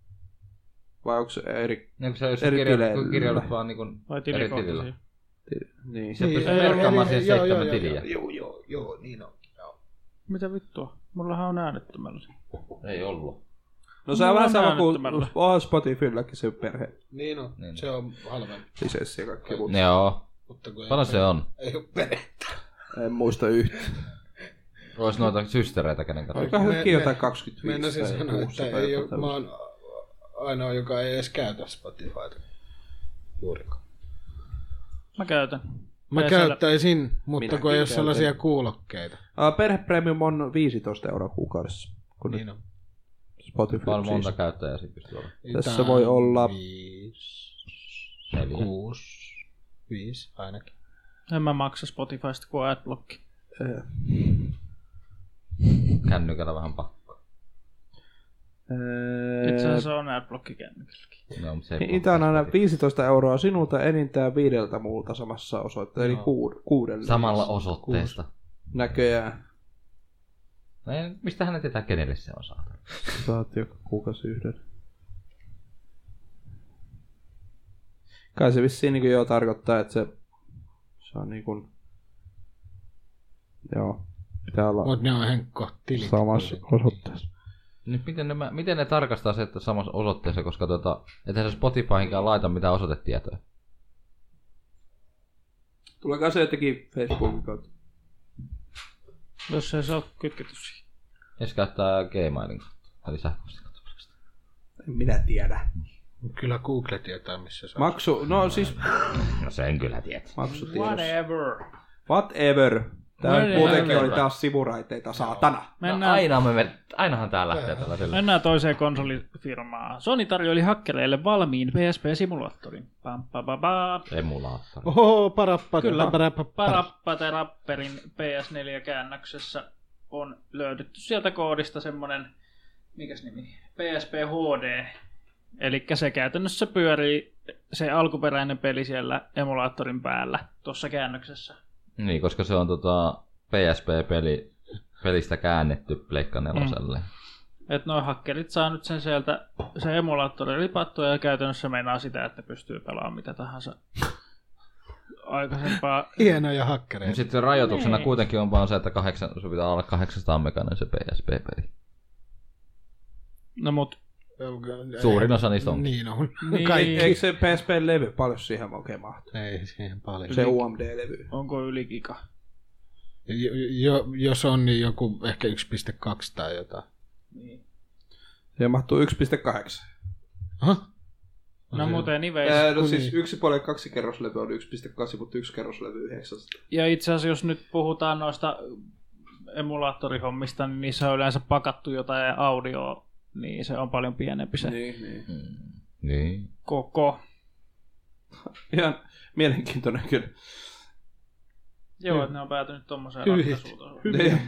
Vai onko se eri... Niin kun sä jos Eri kirjaudut, tileillä. kirjaudut vaan niinku Vai eri tilikohtaisia? tilillä. Niin. Se Niin, pystyy joo, verkkaamaan joo, siihen joo, seitsemän joo, tiliä. Joo, joo, joo, niin on. Joo. Mitä vittua? Mullahan on äänettömällä. Ei ollut. No se on Mulla vähän on sama kuin äänettömällä. onhan Spotifylläkin se perhe Niin on, Niin. se on halvempi. lisenssi ja kaikki muut. Joo. Mutta kun ei, Paljon se on? ei ole perhettä. En muista yhtä. Ois noita systereitä kenen kanssa. Oliko Me- hyvin me- jotain kaksikymmentäviisi Meinasin tai sanoa, kuusi että tai ei jotain ole, mä tällaista. oon ainoa, joka ei edes käytä Spotifyta. Juurikaan. Mä käytän. Mä Ei käyttäisin, mutta Minäkin kun ei ole käytän. sellaisia kuulokkeita. Uh, perhepremium on viisitoista euroa kuukaudessa. Kun Niin on. Spotify Paljon monta siis. käyttäjää sit pystyy olla. Tässä Tää voi on olla- Viisi, Neljä. kuusi, viisi ainakin. En mä maksa Spotifysta kuin adblocki. Eh, Kännykällä vähän pakko. eh, Itse asiassa on adblocki kännykälläkin. No, mutta se ei Hinta on aina viisitoista euroa sinulta, enintään viideltä muulta samassa osoitteessa, eli Joo. kuud- kuudelle. samalla osoitteesta. Näköjään. No ei, mistähän ne tietää, kenelle se on saatu. Saat joka kuukausi yhden. Kai se vissiin niin jo tarkoittaa, että se, se on niin kuin, joo, pitää olla Mut ne on Henkko tilit. samassa osoitteessa. Nyt miten ne, miten ne tarkastaa se, että samassa osoitteessa, koska tota, ethän se Spotifyhinkaan laita mitään osoitetietoja. Tuleekaan se jotenkin Facebookin kautta? Jos ei se ole kytketty siihen. Jos käyttää Gmailin kautta, eli sähköisesti katsomuksesta. En minä tiedä. Kyllä Google tietää, missä se on. Maksu, no siis No sen kyllä tiedät. maksutiedossa. Whatever. Whatever. Tää Mennään muutenkin oli verran. taas sivuraiteita, saatana. Mennään, No, aina me, me, ainahan tää lähtee tällaiselle. mennään toiseen konsolifirmaan. Sony tarjoili hakkereille valmiin P S P-simulaattorin. Pam, pa, pa, pa. Emulaattori. Oho, parappa. Kyllä, parappa, Parappa Rapperin P S neljä -käännöksessä on löydetty sieltä koodista semmonen, mikäs nimi, P S P H D. Eli se käytännössä pyörii se alkuperäinen peli siellä emulaattorin päällä tuossa käännöksessä. Niin, koska se on tota P S P-peli, pelistä käännetty Pleikka neloselle. Mm. Että nuo hakkerit saa nyt sen sieltä se emulaattori lipattua ja käytännössä meinaa sitä, että pystyy pelaamaan mitä tahansa aikaisempaa. Hienoja hakkereita. Sitten rajoituksena Ei. kuitenkin on vaan se, että kahdeksan, se pitää olla kahdeksansataa meganen se P S P-peli. No mut Suurin osa niistä on. Niin on. Niin. Kaikki. Eikö se P S P-levy paljon siihen oikein mahtuu? Ei siihen paljon. Se U M D-levy. onko yli giga? Jo, jo, jos on, niin joku ehkä yksi pilkku kaksi tai jotain. Niin. Se mahtuu yksi pilkku kahdeksan. Aha. No muuten anyways. Ää, no Kun siis niin. yksi puoli kaksi kerroslevy on yksi pilkku kahdeksan, mutta yksi kerroslevy yhdeksänsataa. Ja itse asiassa jos nyt puhutaan noista emulaattorihommista, niin niissä on yleensä pakattu jotain audioa, niin se on paljon pienempi se Niin, niin. Mm. Niin. koko. Ihan mielenkiintoinen kyllä. Joo, että ne on päätynyt tommoseen Hyvin. ratkaisuun. Niin.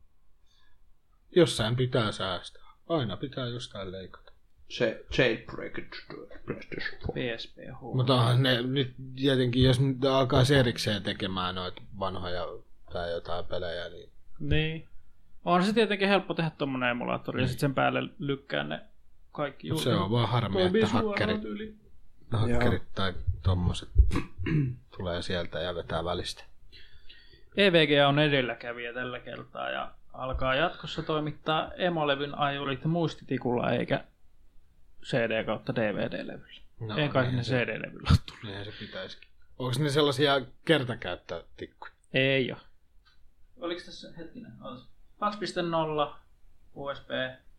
Jossain pitää säästää. Aina pitää jostain leikata. Ch- Jailbreaked PlayStation P S P H. Mutta onhan ne nyt tietenkin, jos nyt alkaa erikseen tekemään noita vanhoja tai jotain pelejä, niin Niin. On se tietenkin helppo tehdä tommonen emulaattori ja sitten sen päälle lykkää ne kaikki se on vaan harmi, että hakkerit, yli. hakkerit tai tommoset tulee sieltä ja vetää välistä. E V G A on edelläkävijä tällä kertaa ja alkaa jatkossa toimittaa emolevyn ajurit muistitikulla eikä C D kautta D V D-levyllä. No, Ei kai niin ne se- C D-levyllä ole tullut. Niinhän se pitäisikin. Onko ne sellaisia kertakäyttötikkuja? Ei oo. Oliko tässä hetkinen? kaksi piste nolla U S B.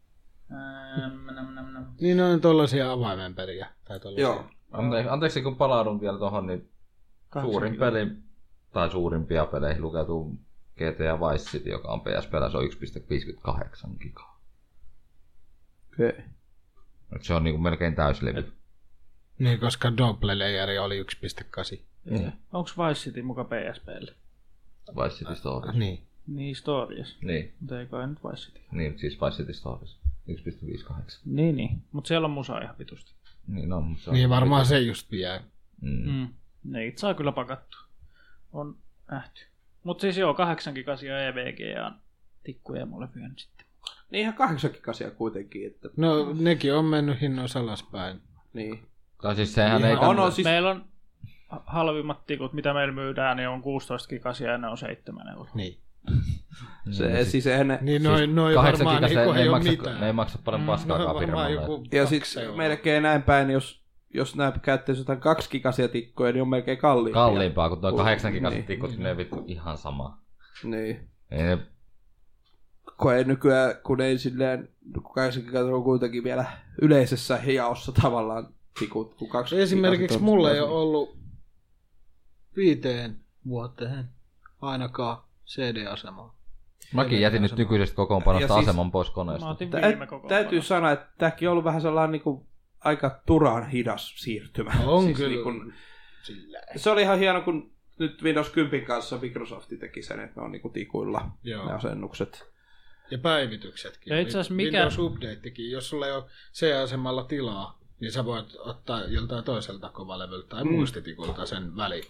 Ähm, nam, nam, nam. Niin ne on tollaisia avaimenperiä. Tai tollaisia. Joo. Anteeksi, anteeksi kun palaudun vielä tuohon, niin suurin peli, tai suurimpia peleihin lukeutuu G T A Vice City, joka on P S P:llä, se on yksi pilkku viisikymmentäkahdeksan gigaa. Okei. Okay. Et se on niinku melkein täyslevy. Niin, koska Double Layeri oli yksi pilkku kahdeksan. Niin. Onks Vice City muka P S P:lle? Vice City Stories. Niin. Niin, Stories. Niin, Mutta ei kai nyt Vice City. niin, siis Vice City Stories. yksi pilkku viisikymmentäkahdeksan. Niin, niin. Mut siellä on musa ihan vitusti. Niin on, mutta se on... Niin varmaan se just vie. Mm. Mm. Ne it saa kyllä pakattua. On nähty. Mut siis joo, kahdeksan gigasia E V G A tikkuja mulle vielä sitten. Niin ihan kahdeksankin kasia kuitenkin. Että... No nekin on mennyt hinnoissa alaspäin. Niin. Tai siis sehän ei... On, on siis... Meillä on halvimmat tikut, mitä meillä myydään, niin on kuusitoista gigasia ja ne on seitsemän euroa. Niin. Se, siis ennen... Niin noin noi kahdeksan varmaan gigasen, niinku ne, ei ei ole maksa, mitään. ne ei maksa paljon Mm, paskaakaan varmaan firmalle. joku Ja kaksi siis euroa. melkein näin päin, jos, jos nämä käyttäisi jotain kaksi gigasia tikkoja, niin on melkein kalliimpia. Kalliimpaa, kun tuo kahdeksan gigasen Niin. tikut, niin ne vittu ihan sama. Niin. Ei ne... Kun ei nykyään, kun ei silleen, kun kahdeksan gigasia on kuitenkin vielä yleisessä jaossa tavallaan tikut, kun kaksi Esimerkiksi gigaset on- mulla ei ole ollut viiteen vuoteen ainakaan C D-asemaa. Mäkin jätin nyt nykyisestä kokoonpanosta Ja siis- aseman pois Mä koneesta. otin Tä- viime koko Täytyy sanoa, että tämäkin on ollut vähän sellainen niin kuin, aika turaan hidas siirtymä. On Siis kyllä. niin kuin, Sillä. se oli ihan hieno, kun nyt Windows kymmenen kanssa Microsoft teki sen, että ne on niin kuin tikuilla Joo. ne asennukset. Ja päivityksetkin. Ja itse asiassa mikä- Windows Updatekin. Jos sulla ei ole C-asemalla tilaa, niin sä voit ottaa joltain toiselta kovalevyltä tai Mm. muistitikulta sen väli.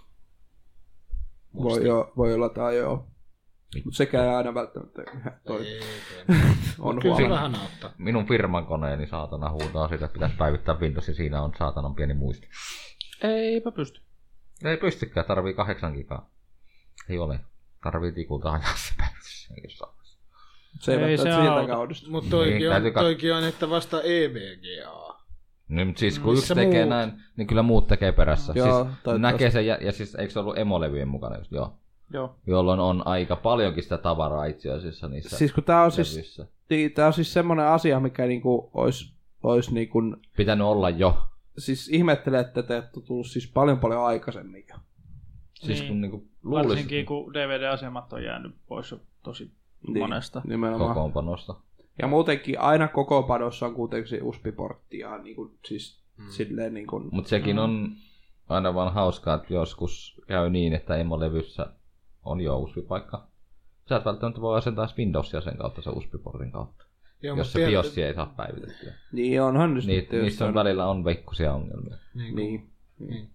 Voi, jo, voi olla tai joo. Mutta sekään ei aina välttämättä ihan toi Ei, ei, on kyllä se huono. vähän auttaa. Minun firman koneeni saatana huutaa sitä, että pitäisi päivittää Windows ja siinä on saatanan pieni muisti. Eipä pysty. Ei pystykään, tarvii kahdeksan gigaa. Ei ole. Tarvii tikulta ajaa se päivitys jossain vaiheessa. Se ei, Ei välttämättä se siltä auta. kaudesta. Mutta toikin, Niin, on, täytyy kat- toikin on, että vasta E V G A. No, mutta siis kun Missä yksi tekee muut? näin, niin kyllä muut tekee perässä. Joo, siis toivottavasti. näkee sen, ja, ja siis eikö se ollut emolevyjen mukana just, joo. Joo. Jolloin on aika paljonkin sitä tavaraa itse asiassa niissä Siis kun tää on siis, levyissä. niin, tää on siis semmoinen asia, mikä niinku ois, ois niinku, Pitänyt olla jo. siis ihmettelee, että te ette tullut siis paljon paljon aikaisemmin jo. Siis niin. kun niinku luulis... Varsinkin kun D V D-asemat on jäänyt pois tosi niin, monesta kokoonpanosta. Ja muutenkin aina kokoonpanossa on kuitenkin U S B-portti ja niin kuin, siis mm. silleen niin kuin... Mut sekin mm. on aina vaan hauskaa, että joskus käy niin, että emolevyssä on jo U S B-paikka. Sä et välttämättä voi asentaa Windowsia sen kautta se U S B-portin kautta. Joo, jos se BIOS ei saa päivitettyä. Niin onhan nyt. Ni, niissä on välillä on veikkoisia ongelmia. Niin. niin. niin.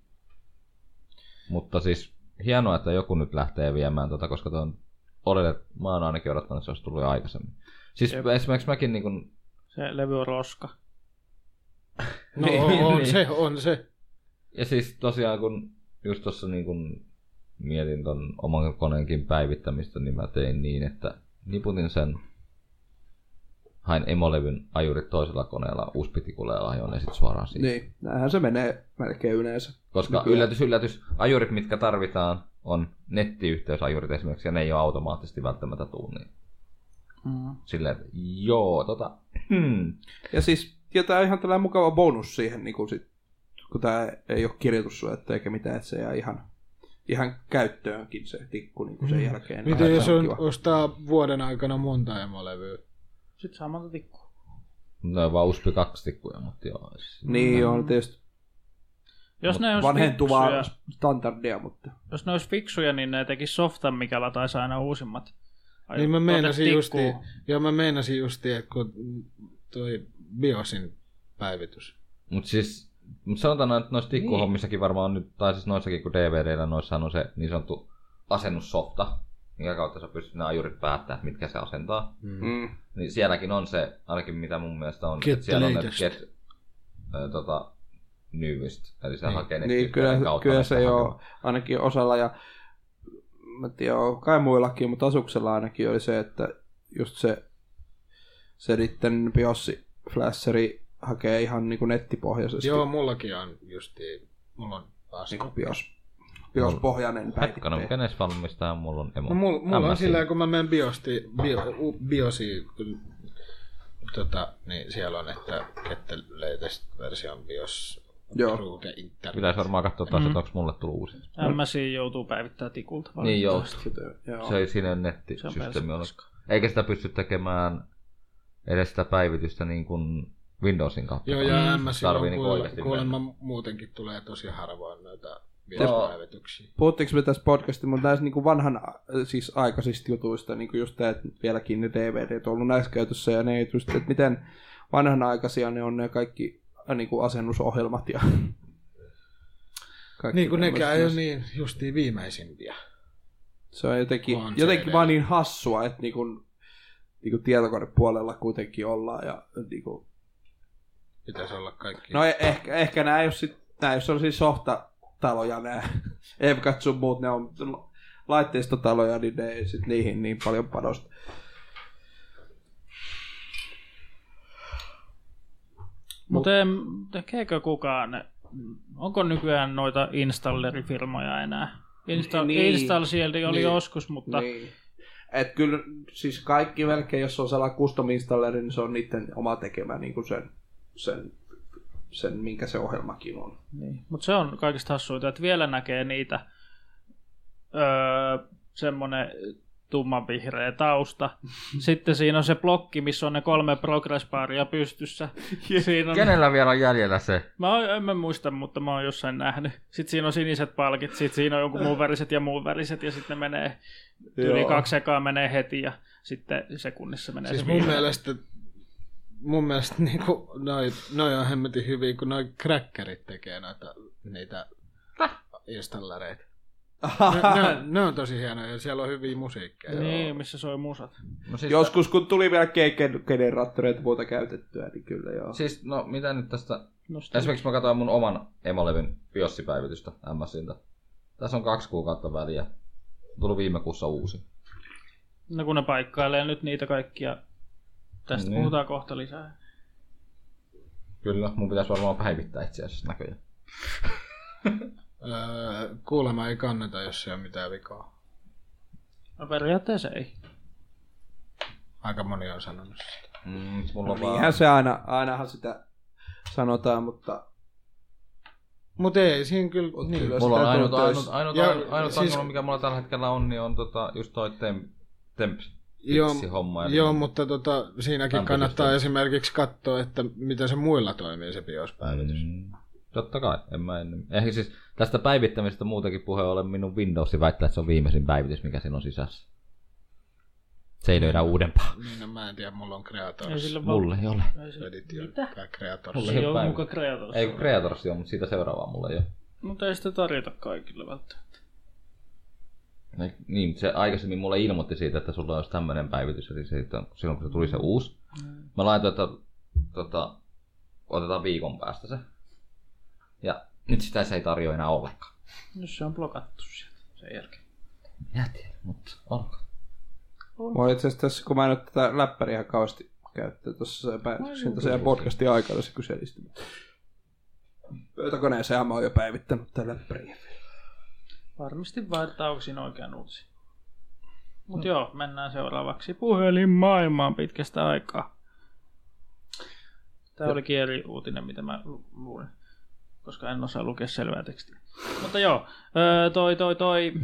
Mutta siis hienoa, että joku nyt lähtee viemään tota, koska tuon Olille, mä oon ainakin odottanut, että se olisi tullut jo aikaisemmin. Siis Jep. esimerkiksi mäkin niin kun... Se levy on roska. No niin, on niin. se, on se. Ja siis tosiaan kun just tuossa niin kun mietin ton oman koneenkin päivittämistä, niin mä tein niin, että niputin sen, hain emolevyn ajurit toisella koneella U S B-tikulla ja lahjoin ne sitten suoraan siihen. Niin, näinhän se menee melkein yleensä. Koska nykyään. yllätys, yllätys, ajurit mitkä tarvitaan on nettiyhteysajurit esimerkiksi, ja ne ei ole automaattisesti välttämättä tuu niin. Mm. Silleen, että joo, tota... Hmm. Ja siis, ja tää on ihan tällainen mukava bonus siihen, niin kun, sit, kun tää ei ole kirjoitussuojattu eikä mitään, että se jää ihan, ihan käyttöönkin se tikku niin sen mm. jälkeen. Miten jos on, ostaa vuoden aikana monta emolevyä? Sitten saa monta tikkua. No on vaan U S B kaksi tikkuja, mutta joo. Niin, on tietysti jos ne vanhentuvaa fiksuja, standardia, mutta... Jos ne olisi fiksuja, niin ne teki softan, mikä lataisi aina uusimmat. Ai, niin mä meinasin justi, joo mä meinasin justi, että kun toi BIOSin päivitys. Mut siis, mut sanotaan, että noissa tikkuhommissakin varmaan on nyt, tai siis noissakin kun D V D:llä noissahan on se niin sanottu asennussofta, minkä kautta sä pystyt ne ajurit päättämään, että mitkä se asentaa. Mm. Niin sielläkin on se, ainakin mitä mun mielestä on, get että siellä on ne get äh, tota, newest, eli se niin. hakee niin, kyllä, kautta. Kyllä se jo ainakin osalla, ja mä en tiedä, kai muillakin, mutta Asuksella ainakin oli se, että just se, se niitten BIOS flasheri hakee ihan niin kuin nettipohjaisesti. Joo, mullakin on justi, mulla on taas niin kuin BIOS. BIOS-pohjainen päivittäjä. Hetkinen, kenes valmistaa? Mulla on emo. No, mulla, mulla on sillä kun mä menen BIOSti, bio, BIOSiin, tota, niin siellä on, että get the latest version BIOS through the internet. Pitäisi varmaan katsoa taas, mm-hmm. että onko mulle tullut uusi. M S I joutuu päivittämään tikulta. Niin joo, se ei sinne nettisysteemi ole. Eikä sitä pysty tekemään edes sitä päivitystä niin kuin Windowsin kautta. Joo, ja M S I on niin kuulemma muutenkin tulee tosi harvoin noita BIOS-päivityksiä. Puhuttiinko me tässä podcastissa, mutta näissä niin vanhan siis aikaisista jutuista, niin kuin just tämä, että vieläkin ne D V D:t on ollut näissä käytössä, ja ne just, että miten vanhanaikaisia ne on ne kaikki niin kuin asennusohjelmat ja niin kuin nekään ei ole niin justiin viimeisimpiä. Se on jotenkin, on jotenkin vaan niin hassua, että niin kuin, niin kuin tietokonepuolella kuitenkin ollaan. Ja, niin kuin... Pitäisi olla kaikki. No ehkä, ehkä nämä, jos, sit, nämä, jos on siis softataloja, nämä E M K sun muut, ne on laitteistotaloja, niin ne ei sit niihin niin paljon panosta. Mutta tekeekö kukaan, onko nykyään noita installerifirmoja enää? Install, niin, Install Shield oli niin, joskus, mutta... Niin. Et kyllä siis kaikki melkein, jos on sellainen custom installeri, niin se on niiden oma tekemä niin kuin sen, sen, sen, minkä se ohjelmakin on. Niin. Mutta se on kaikista hassuita, että vielä näkee niitä öö, semmoinen tummanvihreä tausta. Sitten siinä on se blokki, missä on ne kolme progress-baaria pystyssä. Siinä on... Kenellä vielä on jäljellä se? Mä oon, en mä muista, mutta mä oon jossain nähnyt. Sitten siinä on siniset palkit, sitten siinä on jonkun muun väriset ja muun väriset, ja sitten ne menee, yli kaksi sekaa menee heti, ja sitten sekunnissa menee siis se mun mielestä, mun mielestä niinku, noi, noi on hemmetin hyviä, kun noi crackerit tekee noita, niitä installereita. Ne, ne, on, ne on tosi hienoja ja siellä on hyviä musiikkeja. Niin, joo. Missä soi musat. No siis joskus kun tuli vielä generaattoreita muuta käytettyä, niin kyllä joo. Siis no mitä nyt tästä, Nostan. Esimerkiksi mä katsoin mun oman emolevyn BIOS-päivitystä M S-iltä. Tässä on kaksi kuukautta väliä. Tuli viime kuussa uusi. No kun ne paikkailee nyt niitä kaikkia. Tästä niin. Puhutaan kohta lisää. Kyllä, mun pitäisi varmaan päivittää itse asiassa näköjään. Öö, kuulemma ei kannata, jos ei ole mitään vikaa. No periaatteessa ei. Aika moni on sanonut sitä. Mm, mulla no, niinhän vaan... se aina, ainahan sitä sanotaan, mutta Mut ei siinä kyllä... Niin. Kyllä Mulla on sitä ainut, tulee ainut, töissä. ainut, Ja ainut, ainut siis- siis... mikä mulla tällä hetkellä on, niin on tota, just toi temp, temp Joo, homma. joo, mutta tota, siinäkin Lämpösysteemi. kannattaa esimerkiksi katsoa, että mitä se muilla toimii se BIOS-päivitys. Mm, totta kai, en mä ennen. Ehkä siis tästä päivittämisestä muutenkin puhe ole minun Windowsi väittää, että se on viimeisin päivitys, mikä siinä on sisässä. Se ei löydä uudempaa. Niin, no, mä en tiedä, mulla on Ei Creators. sillä vaan... Mulle ei ole. Ei sillä... Edition, Mitä? tai Creators. Mulla Se ei ei ole ole päivä. muka Creators. Ei kun Creators on, mutta siitä seuraavaa mulla ei ole. Mutta ei sitä tarjota kaikille välttämättä. Ei, niin, mutta se aikaisemmin mulle ilmoitti siitä, että sulla olisi tämmöinen päivitys, eli se, että silloin kun se tuli se uusi. Mm. Mä laitoin, että tota, otetaan viikon päästä se. Ja nyt sitä se ei tarjoa enää ollenkaan. Nyt se on blokattu sieltä sen jälkeen. Minä tiedän, mutta olkoon. Mä itse asiassa tässä, kun mä en ole tätä läppäriä ihan kauheasti käyttää tuossa se päätöksiin tosiaan podcastin aikana se kyselisti. Pöytäkoneeseen mä oon jo päivittänyt tätä läppäriä. Varmasti vaan, että onko siinä oikein uutisia. Mut no. Joo, mennään seuraavaksi puhelinmaailmaan pitkästä aikaa. Tää oli kieliuutinen, mitä mä lu- luin, koska en osaa lukea selvää tekstiä. Mutta joo, öö, toi toi toi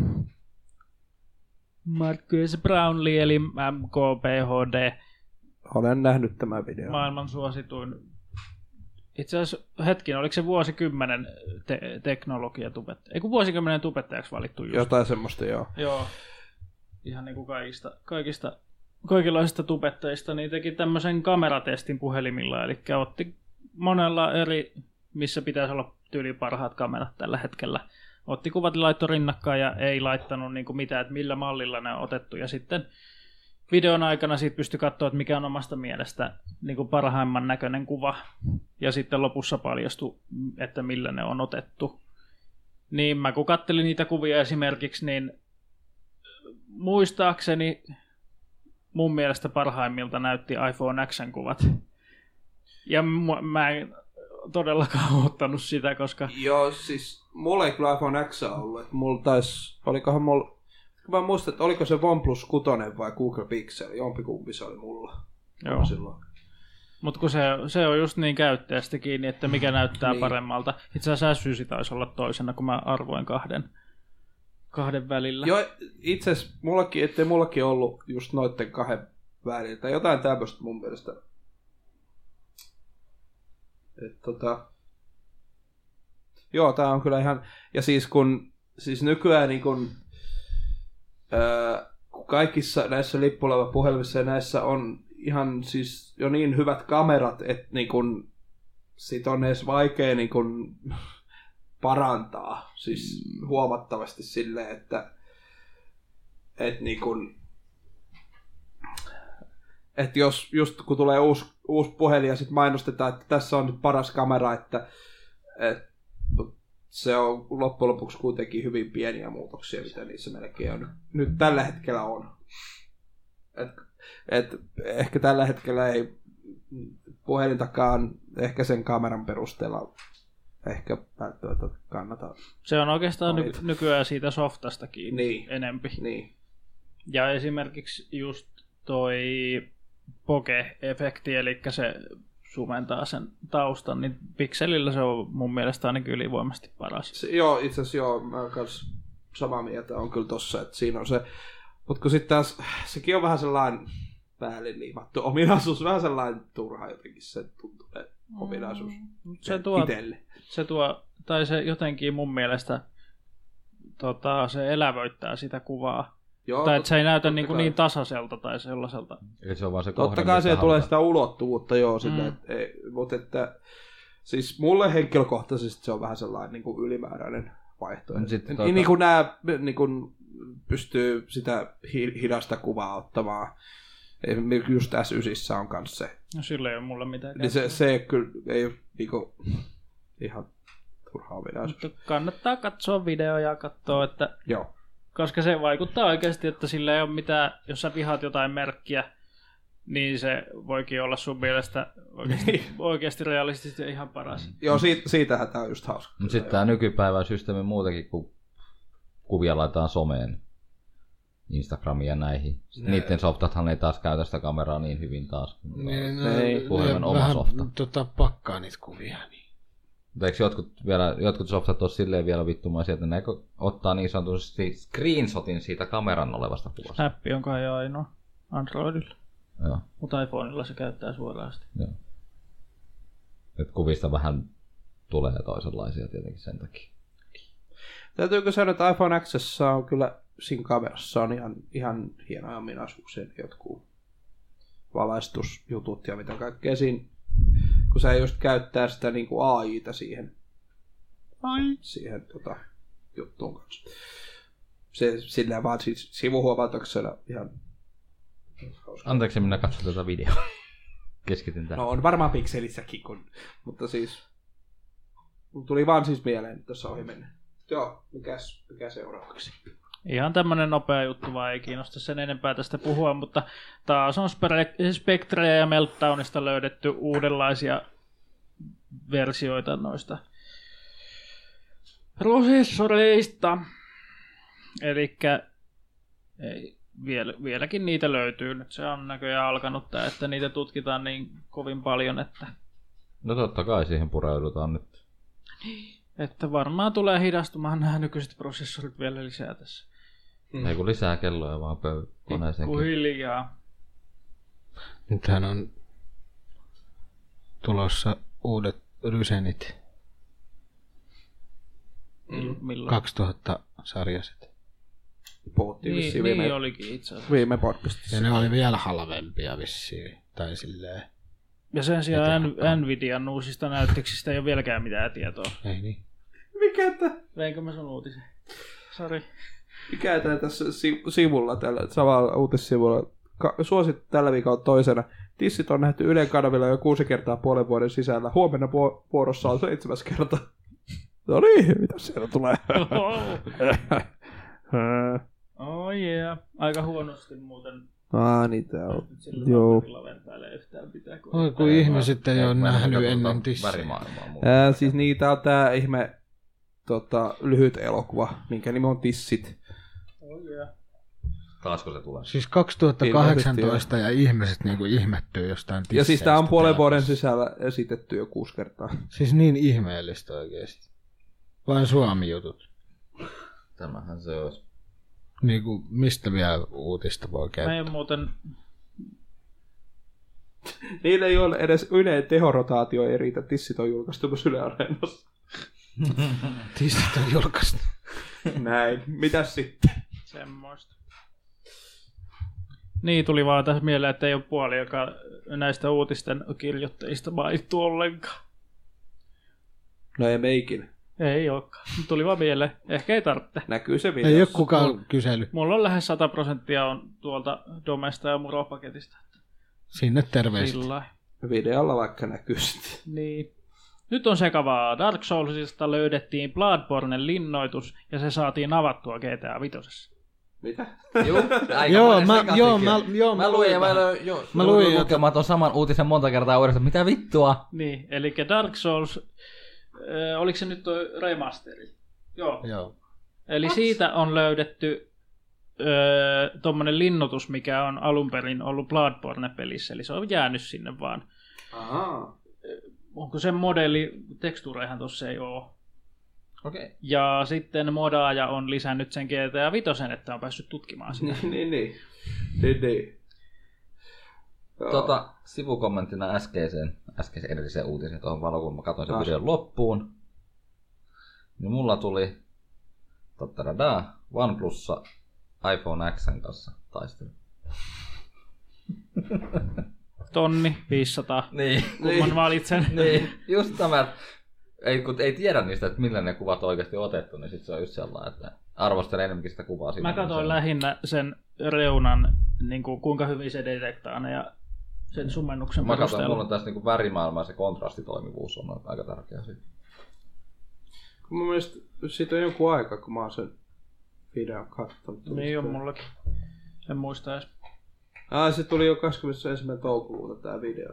Marcus Brownlee eli M K P H D. Olen nähnyt tämän videon. Maailman suosituin. Itse asiassa hetkin, oliko se vuosikymmenen te- teknologiatubettaja? Ei kun vuosikymmenen tubettajaksi valittu just. Jotain semmoista, joo. Joo. Ihan niin kuin kaikista, kaikista, kaikenlaisista tubettajista, niin teki tämmöisen kameratestin puhelimilla. Eli otti monella eri, missä pitäisi olla tyyli parhaat kamerat tällä hetkellä. Otti kuvat ja laittoi rinnakkain ja ei laittanut niin kuin mitään, että millä mallilla ne on otettu. Ja sitten videon aikana siitä pystyi katsoa, että mikä on omasta mielestä niin kuin parhaimman näköinen kuva. Ja sitten lopussa paljastui, että millä ne on otettu. Niin mä kun kattelin niitä kuvia esimerkiksi, niin muistaakseni mun mielestä parhaimmilta näytti iPhone X:n kuvat. Ja mä en todellakaan ottanut sitä, koska... Joo, siis mulla ei kyllä iPhone X ollut. Että mulla taisi, olikohan mulla... Mä muistan, että oliko se OnePlus kuusi vai Google Pixel, jompikumpi se oli mulla. Joo. Silloin. Mutta kun se, se on just niin käyttäjästä kiinni, että mikä näyttää niin paremmalta. Itse asiassa S Y taisi olla toisena, kun mä arvoin kahden, kahden välillä. Joo, itse asiassa mullakin, ettei mullakin ollut just noitten kahden välillä. Jotain tämmöistä mun mielestä. Et tota... Joo, tää on kyllä ihan... Ja siis kun... Siis nykyään niin kun... Öö, kun kaikissa näissä lippulaivapuhelimissa ja näissä on ihan siis jo niin hyvät kamerat, että niin kun sit on edes vaikea niin kun parantaa. Siis huomattavasti silleen, että et niin kun, et jos just kun tulee uusi, uusi puhelin ja sit mainostetaan, että tässä on nyt paras kamera, että et, se on loppujen lopuksi kuitenkin hyvin pieniä muutoksia, mitä niissä melkein on. Nyt tällä hetkellä on. Et, et, ehkä tällä hetkellä ei puhelintakaan ehkä sen kameran perusteella ehkä välttämättä kannata. Se on oikeastaan ny- nykyään siitä softasta kiinni niin enempi. Niin. Ja esimerkiksi just toi bokeh-efekti, eli se sumentaa sen taustan, niin pikselillä se on mun mielestä ainakin ylivoimasti paras. Se, joo, itse asiassa joo, mä oon kans samaa mieltä on kyllä tossa, että siinä on se, mutta kun sitten taas, sekin on vähän sellainen päälle liimattu ominaisuus, vähän sellainen turha jotenkin se tuntuu, ominaisuus mm, se tuo, itselle. Se tuo, tai se jotenkin mun mielestä tota, se elävöittää sitä kuvaa. Joo, tai että se ei näytä niin, niin tasaiselta tai sellaiselta. Eli se on vaan se totta kai se tulee sitä ulottuvuutta, joo, sitä, mm. että, ei, mutta että siis mulle henkilökohtaisesti se on vähän sellainen niin kuin ylimääräinen vaihtoehto. Sitten tuota... Niin kuin nämä niin kuin pystyy sitä hidasta kuvaa ottamaan. Just S yhdeksässä on kanssa se. No sillä ei ole mulle mitään. Niin se, se kyllä ei ole niin kuin, ihan turhaa ominaisuus. Mutta kannattaa katsoa videoja ja katsoa, että... Joo. Koska se vaikuttaa oikeasti, että sillä ei ole mitään, jos sä vihaat jotain merkkiä, niin se voikin olla sun mielestä oikeasti, oikeasti realistisesti ja ihan paras. Joo, siitä, siitähän tää on just hauska. Mutta sitten tämä nykypäivän systeemi muutenkin, kun kuvia laitetaan someen, Instagramiin ja näihin. Ne. Niiden softathan ei taas käytä sitä kameraa niin hyvin taas. Ne, ne, puhelimen oma vähän softa. Tota, pakkaa niitä kuvia. Niin. Mutta eikö jotkut, vielä, jotkut softat ole silleen vielä vittumaisia, että ne ottaa niin sanotusti screenshotin siitä kameran olevasta kuvasta? Snappi on kai ainoa Androidilla. Joo. Mutta iPhoneilla se käyttää suoraan sitä. Joo. Nyt kuvista vähän tulee toisenlaisia tietenkin sen takia. Täytyykö sanoa, että iPhone X on kyllä siinä kamerassa on ihan, ihan hienoja ominaisuuksia, jotkut valaistusjutut ja mitä kaikkea siinä, kun sä just käyttää sitä niin kuin A I:tä siihen, Ai. siihen tota, juttuun kanssa. Se sillä vaan siis sivuhuomautuksella ihan hauska. Anteeksi, minä katson tätä videoa. Keskityn tähän. No on varmaan pikselissäkin, kun, mutta siis tuli vaan siis mieleen tässä ohi mennä. Joo, mikäs, mikä seuraavaksi? Ihan tämmönen nopea juttu, vaan ei kiinnosta sen enempää tästä puhua, mutta taas on Spectrea ja Meltdownista löydetty uudenlaisia versioita noista prosessoreista. Elikkä ei, viel, vieläkin niitä löytyy. Nyt se on näköjään alkanut tää, että niitä tutkitaan niin kovin paljon, että... No totta kai siihen pureudutaan nyt. Että varmaan tulee hidastumaan nämä nykyiset prosessorit vielä lisää tässä. Mm. Ei kun lisää kelloja vaan pöy- koneeseen. Pikkuhiljaa. Nythän on tulossa uudet Ryzenit. Mm. Milloin? kaksituhatta-sarjaiset. Puhuttiin niin, vissiin niin viime, olikin itse asiassa. viime podcastissa. Ja ne oli vielä halvempia vissiin. Tai silleen. Ja sen sijaan N- Nvidian uusista näytteksistä ei ole vieläkään mitään tietoa. Ei niin. Mikä tää? Veinkö mä sun uutisen? Sori. Mikä tää tässä si- sivulla, tällä samalla uutissivulla? Ka- suosit tällä viikolla toisena. Tissit on nähty Ylen kanavilla jo kuusi kertaa puolen vuoden sisällä. Huomenna vu- vuorossa on seitsemäs kerta. No niin, mitä siellä tulee? Oh yeah. Aika huonosti muuten. Ah, niin tää on. Sillä Joo. ventäilee yhtään pitää. Kun Oi kun ihmiset ei ole nähnyt ennen tissejä. Värimaailmaa. Ää, siis niitä on tää ihme tota, lyhyt elokuva, minkä nimi on Tissit. Oh yeah. Taasko se tulee? Siis kaksituhattakahdeksantoista ja ihmiset niinku ihmettyy jostain tisseistä. Ja siis tää on puolen täällä. vuoden sisällä esitetty jo kuusi kertaa. Siis niin ihmeellistä oikeesti. Vain Suomi-jutut. Tämähän se olisi. Niinku mistä vielä uutista voi Mä käyttää? en muuten... Niillä ei ole edes Yleen tehorotaatio ei riitä. Tissit on julkaistu myös Yle Areenassa. Tissit on julkaistu. Näin. Mitäs sitten? Semmoista. Niin, tuli vaan tässä mieleen, että ei ole puoli, joka näistä uutisten kirjoittajista mainittu ollenkaan. No ei meikin. Ei olekaan. Tuli vaan mieleen. Ehkä ei tarvitse. Näkyy se videossa. Ei ole kukaan kysely. Mulla on lähes sata prosenttia on tuolta Domesta ja Muro-paketista. Sinne terveistä. Sillai. Videolla vaikka näkyy sitten. Niin. Nyt on sekavaa. Dark Soulsista löydettiin Bloodbornen linnoitus ja se saatiin avattua G T A viisi. Mitä? Joo, Joo, mä, joo, mä, joo, mä luin ja mä, luin, jo, Mä luin, luin lukemaan ton saman uutisen monta kertaa uudestaan. Mitä vittua? Niin, eli Dark Souls, äh, oliko se nyt toi remasteri? Joo. Joo. Eli siitä on löydetty äh, tommonen linnoitus, mikä on alun perin ollut Bloodborne-pelissä, eli se on jäänyt sinne vaan. Ahaa. Onko se modelli, tekstuureihan tossa ei oo. Okei. Okay. Ja sitten modaaja on lisännyt sen G T A viisi, että on päässyt tutkimaan sitä. niin, niin, niin. Niin, niin. Tota, sivukommenttina äskeiseen, äskeiseen edelliseen uutiseen tuohon valoon, kun mä katsoin sen Taas. videon loppuun. Niin mulla tuli tattaradaa, OnePlussa iPhone X:n kanssa taistelu. Tonni, viisisataa. Niin. Kumman valitsen. Niin, just tämä. Ei, kun ei tiedä niistä, että millä ne kuvat on oikeasti otettu, niin sit se on just sellainen, että arvostelen enemmänkin sitä kuvaa. Mä katsoin lähinnä sen reunan, niin kuin, kuinka hyvin se detektaa ne ja sen summennuksen Mä katsoin, perusteella. mulla on tässä niin värimaailma ja se kontrastitoimivuus on aika tärkeä asia. Mun mielestä siitä on joku aika, kun mä oon sen videon katsonut. Niin on mullakin. En muista edes. Ah, se tuli jo kahdeskymmenesensimmäinen toukokuuta tää video.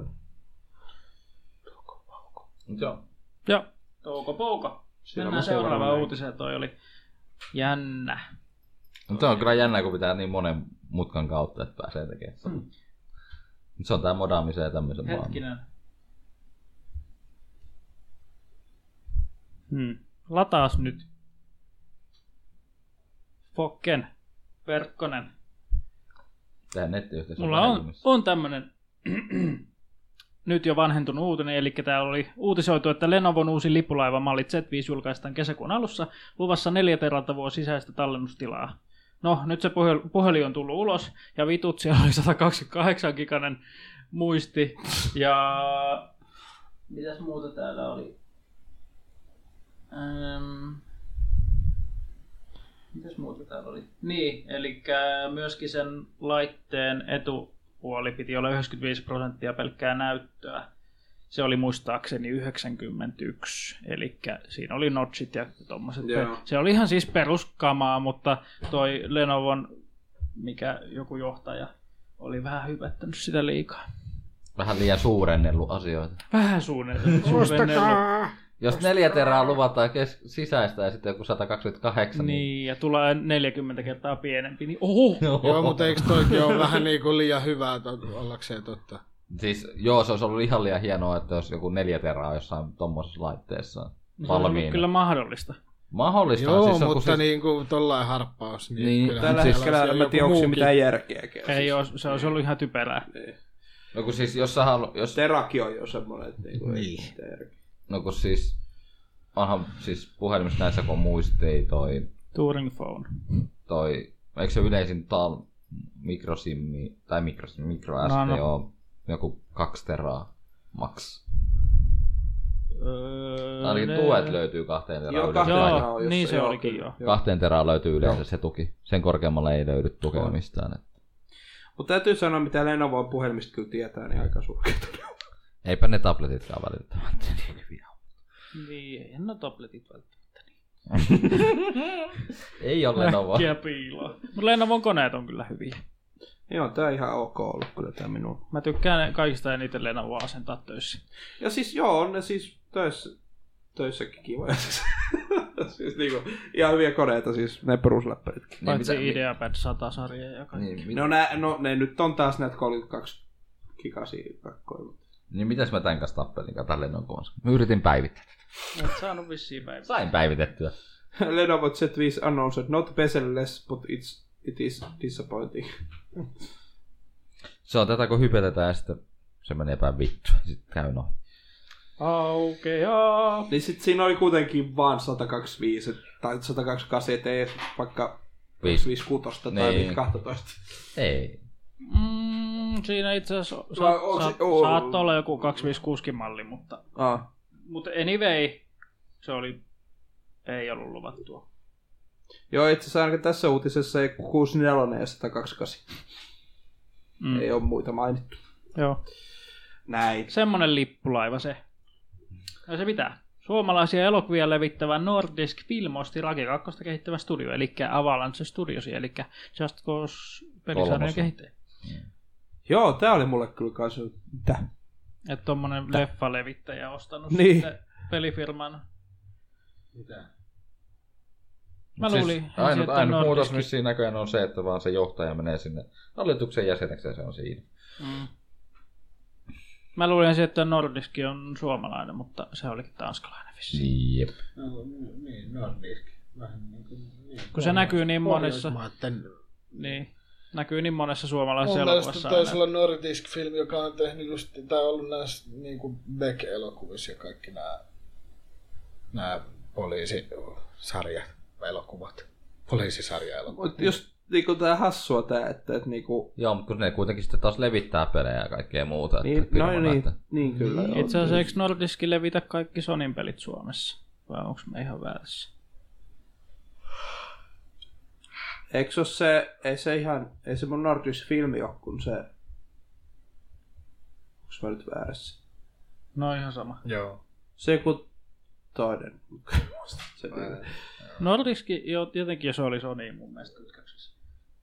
Mut joo. Joo, touko pouko. Siinä Mennään on seuraava seuraavaan näin. uutiseen, toi oli jännä. Mutta on kyllä jännää, kun pitää niin monen mutkan kautta, että pääsee tekemään. Hmm. Se on tää modaamisen ja tämmöisen Hetkinen. Hmm. Lataas nyt. Fokken. Verkkonen. Tähän nettiyhteys Mulla on, on tämmönen nyt jo vanhentunut uutinen, eli täällä oli uutisoitu, että Lenovon uusi lipulaivamalli Z viisi julkaistaan kesäkuun alussa, luvassa neljä terattavuo sisäistä tallennustilaa. No, nyt se puhelin on tullut ulos, ja vitut, siellä oli sata kaksikymmentäkahdeksan giganen muisti, ja mitäs muuta täällä oli? Ähm... Mitäs muuta täällä oli? Niin, eli myöskin sen laitteen etupuoli piti olla yhdeksänkymmentäviisi prosenttia pelkkää näyttöä. Se oli muistaakseni yhdeksänkymmentäyksi, eli siinä oli notchit ja tommoset. Joo. Se oli ihan siis peruskamaa, mutta toi Lenovon, mikä joku johtaja, oli vähän hypättänyt sitä liikaa. Vähän liian suurennellut asioita. Vähän suurennellut. suurennellut. Jos neljä teraa luvataan kes- sisäistä ja sitten joku sata kaksikymmentäkahdeksan. Niin, niin ja tulee neljäkymmentä kertaa pienempi, niin oho! Joo, mutta eikö toikin ole vähän niin kuin liian hyvää to- ollakseen totta? Siis joo, se olisi ollut ihan liian hienoa, että jos joku neljä teraa jossain tommosessa laitteessa valmiina. Se on kyllä mahdollista. Mahdollista. Joo, siis mutta siis... niin kuin tollain harppaus. Niin, Niin, tällä hetkellä en tiedä, onko se mitään järkeäkään. Ei ole, se olisi ollut ihan typerää. Niin. No kun siis, jos sä halu... Jos... Terakin on jo semmoinen, että niinku niin. ei mitään järkeä. No kun siis... Onhan siis puhelimessa näissä, kun muisti toi... Turing phone. Toi... Eikö se yleisin tal... mikrosimmi... Tai mikrosimmi... Mikro S D no, no. on joku kaksi teraa max. Öö, Ainakin ne... tuet löytyy kahteen teraan. Joo, yleensä. kahteen Joo, jos, niin se joo, olikin joo. jo. Kahteen teraan löytyy yleensä Joo. se tuki. Sen korkeammalle ei löydy tukea mistään. Että... Mutta täytyy sanoa, mitä Lenovo puhelimista kyllä tietää, niin aika surkeita. Eipä ne tabletitkaan välttämättä niin hyviä. Niin, eihän ne tabletit välttämättä niin. Ei ole Lenovo. Äkkiä piiloa. Mutta Lenovon koneet on kyllä hyviä. Joo, tää on ihan ok ollut kyllä tää minun. Mä tykkään kaikista eniten Lenovoa asentaa töissä. Ja siis joo, on ne siis töissä, töissäkin kivoja. Siis niinku ihan hyviä koneita, siis ne perusläppäritkin. Niin, Paitsi mitä- IdeaPad sata-sarja ja kaikki. Niin, mit... No, nää, no ne nyt on taas näitä kolmekymmentäkaksi gigasia kakkoja. niin mitäs mä tän kanssa tappelin tällä Lenovon kanssa? Mä yritin päivittää. Et saanut vissiin päivää. Sain päivitettyä. Lenovo Z viisi announced not bezel-less, but it's, it is disappointing. Se on tätä, kun hypetetään ja sitten se menee päin vittu. Sitten käy no. Aukeaa. Niin sit siinä oli kuitenkin vaan sata kaksikymmentäviisi tai sata kaksikymmentäkahdeksan, ettei vaikka viisikymmentäkuusi tai Niin. viisikaksitoista. Ei. Mm, siinä itse asiassa sa- Vai onko sa- se- oo. saattoi olla joku kaksisataaviisikymmentäkuusi malli, mutta, Ah. mutta anyway, se oli, ei ollut luvattua. Joo, itse asiassa ainakin tässä uutisessa ei kuusikymmentäneljä ja sata kaksikymmentäkahdeksan. Mm. Ei ole muita mainittu. Joo. Näin. Semmonen lippulaiva se. Ja se pitää. Suomalaisia elokuvia levittävä Nordisk Film osti Rage kaksi kehittävä studio, eli Avalanche Studios, eli Just Cause pelisarjan Kolmosen. kehittäjä. Joo, tää oli mulle kyllä kans. Mitä? Että tommonen leffa-levittäjä ostanut Niin. sitten pelifirman. Mitä? Mä Siis luulin, ainut, että ainut muutos Nordisk- missä näköjään on se, että vaan se johtaja menee sinne hallituksen jäseneksi ja se on siinä. Mm. Mä luulin ensin, että Nordisk on suomalainen, mutta se olikin tanskalainen vissiin. Jep. No, niin, Nordisk. Vähän niin kuin... Niin. Kun se näkyy niin monessa, Pohjoismaiden... niin, näkyy niin monessa suomalaisessa Mun mielestä elokuvassa taisi aina. olla Nordisk Film, joka on tehnyt just, tai ollut näissä niin kuin Beck-elokuvissa ja kaikki nämä, nämä poliisisarjat, elokuvat, poliisisarja-elokuvat. Mut just niinku tää hassua tää, että et niinku... Joo, mutta kun ne kuitenkin sitten taas levittää pelejä ja kaikkea muuta. että Niin, firmana, no niin, että- niin kyllä. joo. Itse asiassa eikö Nordiski levitä kaikki Sonin pelit Suomessa? Vai onko me ihan väärässä? Eikö se ole se, ei se ihan, ei se mun Nordisk filmi ole, kun se... Onks mä nyt väärässä? No ihan sama. Joo. Se kun toinen. Se, Nordiski jo, jotenkin jo se oli Sony mun mielestä kytköksessä.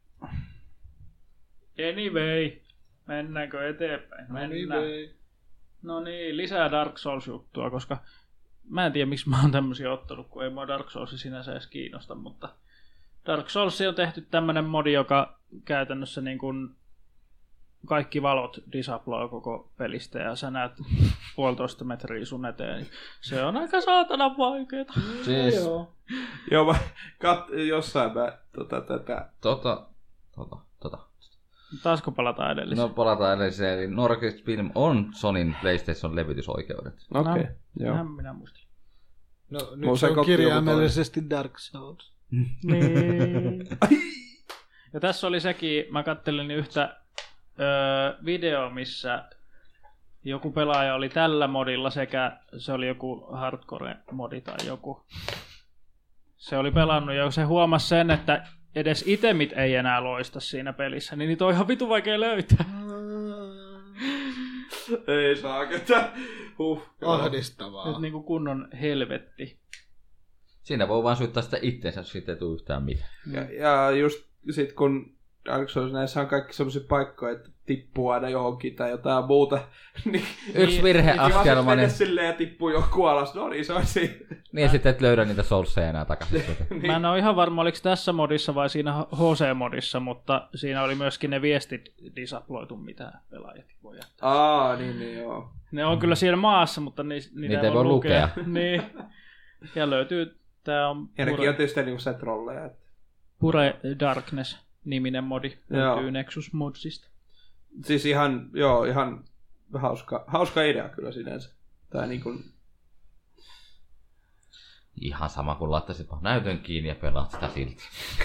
Anyway, mennäänkö eteenpäin? Mennään. No niin, lisää Dark Souls-juttua, koska mä en tiedä miksi mä oon tämmösiä ottanut, kun ei mua Dark Souls sinänsä edes kiinnosta, mutta Dark Souls on tehty tämmönen modi, joka käytännössä niin kuin kaikki valot disaploi koko pelistä ja sä näet puolitoista metriä sun eteen. Niin se on aika saatanan vaikeeta. Siis. Joo. Joo, mä kat... jossain mä tota tätä... Tota, tota, tota. Taasko palataan edelliseen? No palataan edelliseen. Eli Nordic Film on Sonyn PlayStation-levytysoikeudet. Okei, okay, no, joo. Näin minä muistelin. No nyt se on kirjaimellisesti Dark Souls. Niin. Ja tässä oli sekin, mä kattelin yhtä öö, video, missä joku pelaaja oli tällä modilla sekä se oli joku hardcore-modi tai joku. Se oli pelannut ja se huomasi sen, että edes itemit ei enää loista siinä pelissä, niin niitä on ihan vitu vaikea löytää. Ei saa ketään. Huh. Ahdistavaa. Nyt niinku kunnon helvetti. Siinä voi vaan syyttää sitä itseensä, jos siitä ei tule yhtään mitään. Ja, ja just sit kun Dark Souls näissä on kaikki semmosia paikkoja, että tippuu aina johonkin tai jotain muuta. Niin, Yksi virheaskelma. Niin silleen ja tippuu joku alas. No niin, se on siinä. Niin ja sitten et löydä niitä soulseja enää takaisin. Niin. Mä en ole ihan varma, oliko tässä modissa vai siinä H C-modissa, mutta siinä oli myöskin ne viestit disaploitu, mitä pelaajat voi jättää. Aa, niin, niin joo. Ne on kyllä siellä maassa, mutta ni, niitä, niitä ei voi lukea. lukea. Niin. Ja löytyy, tää on Ja nekin Pure, on tietysti niinku se trolleja. Että... Pure Darkness-niminen modi. Löytyy Nexus Modsista. Siis ihan, joo, ihan hauska, hauska idea kyllä sinänsä. Tää niinku... Ihan sama kuin laittaisit näytön kiinni ja pelaat sitä silti.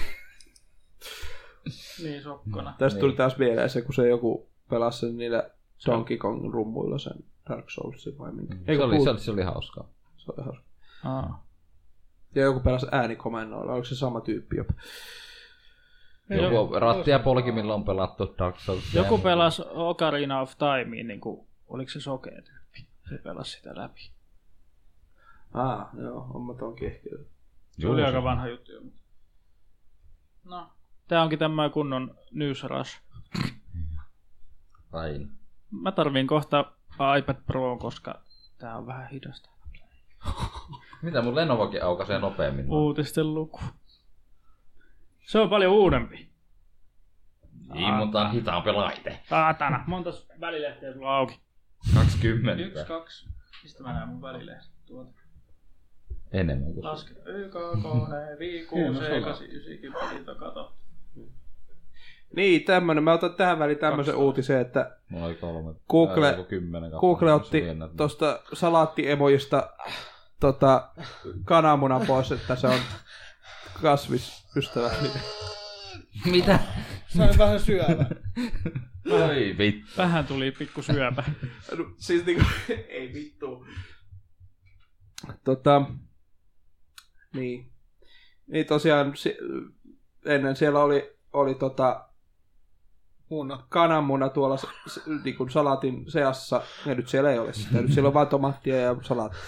Niin, sokkona. Tästä niin. tuli taas mieleen se, kun se joku pelasi sen niillä Donkey Kong rummuilla sen Dark Soulsin vai minkä. Mm. Se, oli, se, oli, se oli hauskaa. Se oli hauska. Aa. Ja joku pelasi äänikomennoilla, oliko se sama tyyppi jopa? Joku ratti ja polkimilla on pelattu Dark Souls. Joku pelasi Ocarina of Timea, niin kuin, oliko se sokea tyyppi? Se pelasi sitä läpi. Ah, joo, on mä tonkin ehkä. Se oli aika vanha juttu jo. No, tää onkin tämmöinen kunnon news rush. Aina. Mä tarviin kohta iPad Pro, koska tää on vähän hidasta. Mitä mun Lenovokin aukaisee nopeammin? Uutisten luku. Se on paljon uudempi. Niin, mutta on hitaampi laite. Saatana. Montas välilehteä sulla on auki? kaksikymmentä. Yksi, kaksi. Mistä mä näen mun välilehdet? Tuota. Enemmän kuin Laske. Y, K, K, N, V, kuusi, kahdeksan, yhdeksän, kymmenen, kato. Niin, tämmönen. Mä otan tähän väliin tämmöisen uutisen, että mulla oli kolme. Google, ää, kymmenen, Google otti tosta salaattiemojista tota, kananmunan pois, että se on kasvisystävällinen. Mitä? Sain vähän syövää. Oi vittu. Vähän tuli pikku syöpä. No, siis niinku, ei vittu. Tota, niin. Niin tosiaan, si- ennen siellä oli, oli tota, Muna. kananmuna tuolla se, se, niinku salaatin seassa, ja nyt siellä ei ole sitä. Nyt siellä on vain tomaattia ja salaattia.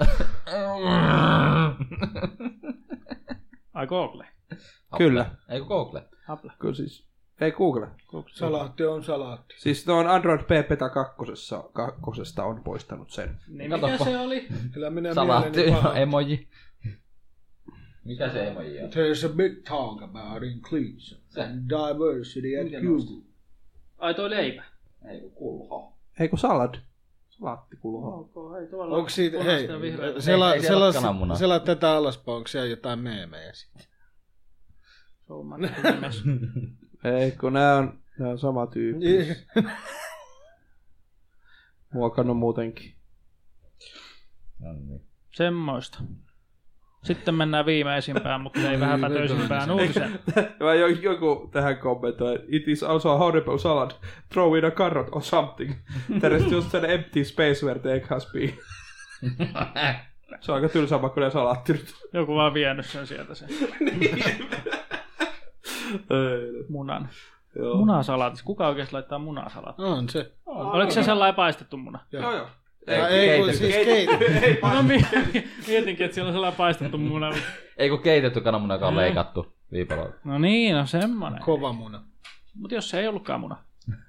Ai Google. Kyllä. Eikö Google? Apple. Kyllä siis, ei Google. Google. Salaatti on salaatti. Siis tuon Android P Beta kakkosessa, kakkosesta on poistanut sen. Niin Katoppa. mikä se oli? Kyllä minä Salaatti mieleni ja paha. emoji. Mikä se emoji on? There's a big talk about inclusion and diversity at Google. Ai toi leipä. Ei kun kulho. Ei kun salad. Salaattikulho. Ok, hei tuolla Onko siitä, punaista hei, ja vihreää. sela, Ei- ei siellä ole sela, kananmunaa. sela tätä alaspäin, onko siellä jotain meemejä sitten? Se on männikämessä. Ei kun nää on, nää on sama tyyppi. Muokannut muutenkin. No niin. Semmoista. Sitten mennään viimeisimpään, mutta ei vähän pätöisimpään uutiseen. Vai joku tähän kommentoi. It is also a horrible salad. Throw in a carrot or something. There is just an empty space where the egg has been. Se on aika tylsä makuinen salaatti nyt. Joku vaan vienyt sen sieltä sen Ei, munan. joo. Munasalaatissa. Kuka oikeasti laittaa munasalaattia? On se. Oliko se sellainen paistettu muna? Joo, joo. Ei, ei kun siis keitetty. No mietin- mietinkin, että siellä on sellainen paistettu muna. Ei kun keitetty kananmuna, joka on leikattu viipaloilla. No niin, no semmonen. Kova muna. Mutta jos se ei ollutkaan muna.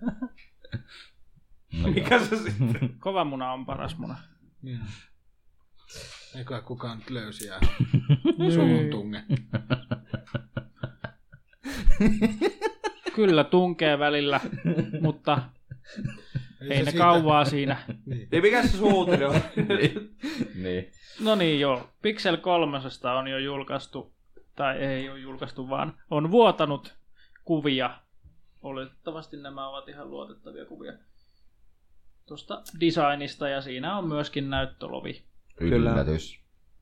No, Mikä se sitten? Kova muna on paras muna. Niin. Eiköhän kukaan nyt löysi jää. Sumun tunge. Kyllä tunkee välillä, mutta ei, ei ne siitä kauaa siinä. Niin. Niin mikä se sun uutinen on? niin. niin. No niin joo, Pixel kolme on jo julkaistu, tai ei ole julkaistu, vaan on vuotanut kuvia. Oletettavasti nämä ovat ihan luotettavia kuvia tuosta designista, ja siinä on myöskin näyttölovi. Yllätys.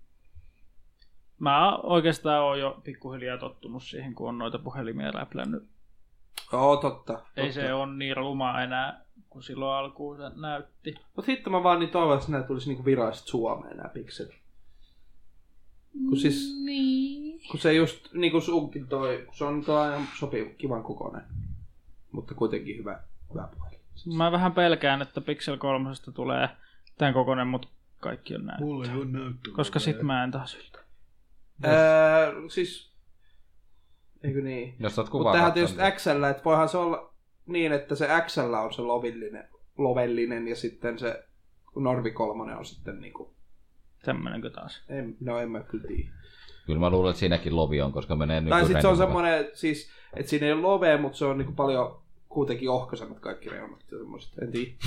Mä oikeastaan oon jo pikkuhiljaa tottunut siihen, kun on noita puhelimia räplännyt. Joo, totta, totta. Ei se ole niin ruma enää, kun silloin alkuun se näytti. Mutta sitten mä vaan niin toivon, että nämä tulisi niinku virallisesti Suomeen nämä Pixel. Kun siis, niin. Kun se just, niin kuin sunkin toi, se on toi aina sopii kivan kokoinen. Mutta kuitenkin hyvä, hyvä puhelin. Mä vähän pelkään, että Pixel kolme tulee tämän kokoinen, mutta kaikki on näyttö. Mulla ei ole näyttö. Koska sit mä en taas yltä. Öö, siis, eikö niin? Jos oot kuvaa Mutta tähän katsonut. tietysti X L, että voihan se olla niin, että se X L on se lovillinen, lovellinen ja sitten se Norvi kolmonen on sitten niinku... Tämmönenkö taas? En, no en mä kyllä tiedä. Kyllä mä luulen, että siinäkin lovi on, koska menee nyt. Tai sitten se on semmoinen, siis, että siinä ei ole lovea, mutta se on niinku paljon kuitenkin ohkaisemmat kaikki reunat ja semmoiset, en tiedä.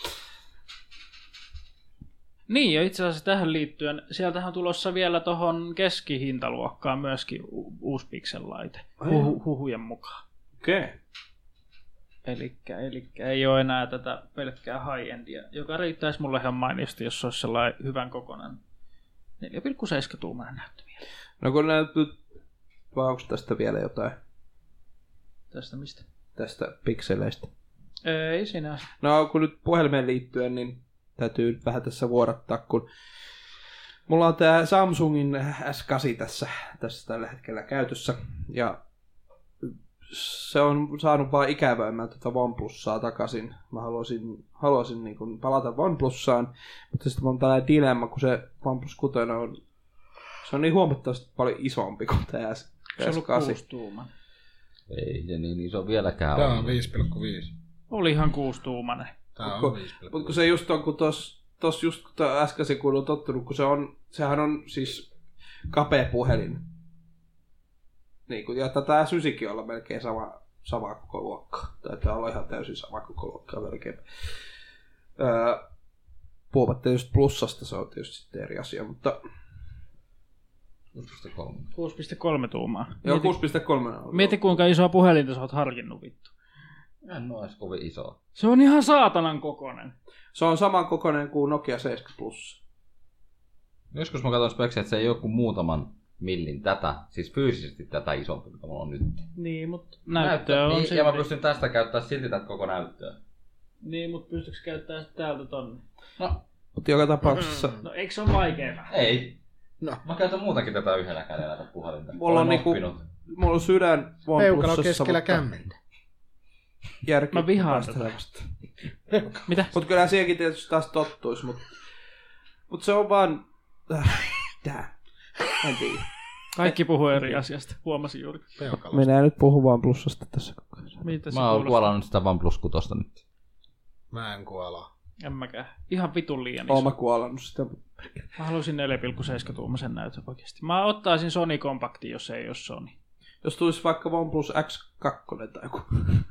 Niin, ja itse asiassa tähän liittyen, sieltähän on tulossa vielä tuohon keskihintaluokkaan myöskin u- uusi Pixel-laite, Huhu, huhujen mukaan. Okei. Okay. Elikkä, elikkä ei ole enää tätä pelkkää high-endia, joka riittäisi mulle ihan mainiosti, jos se olisi sellainen hyvän kokoinen neljä pilkku seitsemän tuumainen näyttömieli. No kun näytyy, vai onko tästä vielä jotain? Tästä mistä? Tästä pikseleistä. Ei sinä. No kun nyt puhelimeen liittyen, niin täytyy nyt vähän tässä vuodattaa, kun mulla on tää Samsungin S kahdeksan tässä, tässä tällä hetkellä käytössä, ja se on saanut vaan ikävämmän tätä OnePlusaa takaisin. Mä haluaisin, haluaisin niin kuin palata OnePlusaan, mutta sitten on tällainen dilemma, kun se OnePlus kuusi on, se on niin huomattavasti paljon isompi kuin tämä S kahdeksan. Se on ollut kuusi tuuman. Ei se niin iso vieläkään Tämä on. on viisi pilkku viisi. Oli ihan kuusi tuumainen. Tämä on Mutta viisi pilkku viisi. mut kun se just on, kun tos, tos just kun äsken kun on tottunut, kun se on, sehän on siis kapea puhelin. Niin kuin, ja tätä S yhdeksän olla melkein sama, sama koko luokkaa. Taitaa olla ihan täysin sama koko luokkaa melkein. Öö, puhumatta tietysti plussasta, se on tietysti sitten eri asia, mutta... kuusi pilkku kolme. kuusi pilkku kolme tuumaa. Joo, Mieti, kuusi pilkku kolme on. mieti kuinka isoa puhelinta sä oot harkinnut vittu. En ole edes kovin iso. Se on ihan saatanan kokonen. Se on saman kokoinen kuin Nokia seitsemänkymmentä Plus. Joskus mä katson speksiä, että se ei ole kuin muutaman millin tätä, siis fyysisesti tätä isompi, mitä mulla on nyt. Niin, mutta näyttöä on niin, silti. ja mä pystyn tästä käyttämään silti tätä koko näyttöä. Niin, mutta pystytkö käyttämään täältä tonne? No, Mutta joka tapauksessa... No eikö se ole vaikeeta? ei. No. Mä käytän muutenkin tätä yhdellä kädellä tätä puhelinta. Mulla on, Olen niinku, oppinut. mulla on sydän Peukalo OnePlusassa, keskellä mutta kämmentä. järki Mä vihaan vastaavasta. Mitä? Mut kyllä siihenkin tietysti taas tottuisi, mut, mut se on vaan... Äh, tää. En tiedä. Kaikki puhuu eri asiasta, huomasin juuri. Peukalo. Minä en nyt puhu vaan plussasta tässä koko ajan. Mitä se Mä oon kuulostaa? kuolannut sitä OnePlus kuusi nyt. Mä en kuola. En mäkään. Ihan vitun liian Oon iso. mä kuolannut sitä. Mä halusin neljä pilkku seitsemän tuumaisen näytön oikeesti. Mä ottaisin Sony Compactin, jos ei ole Sony. Jos tulisi vaikka OnePlus X kaksi tai joku.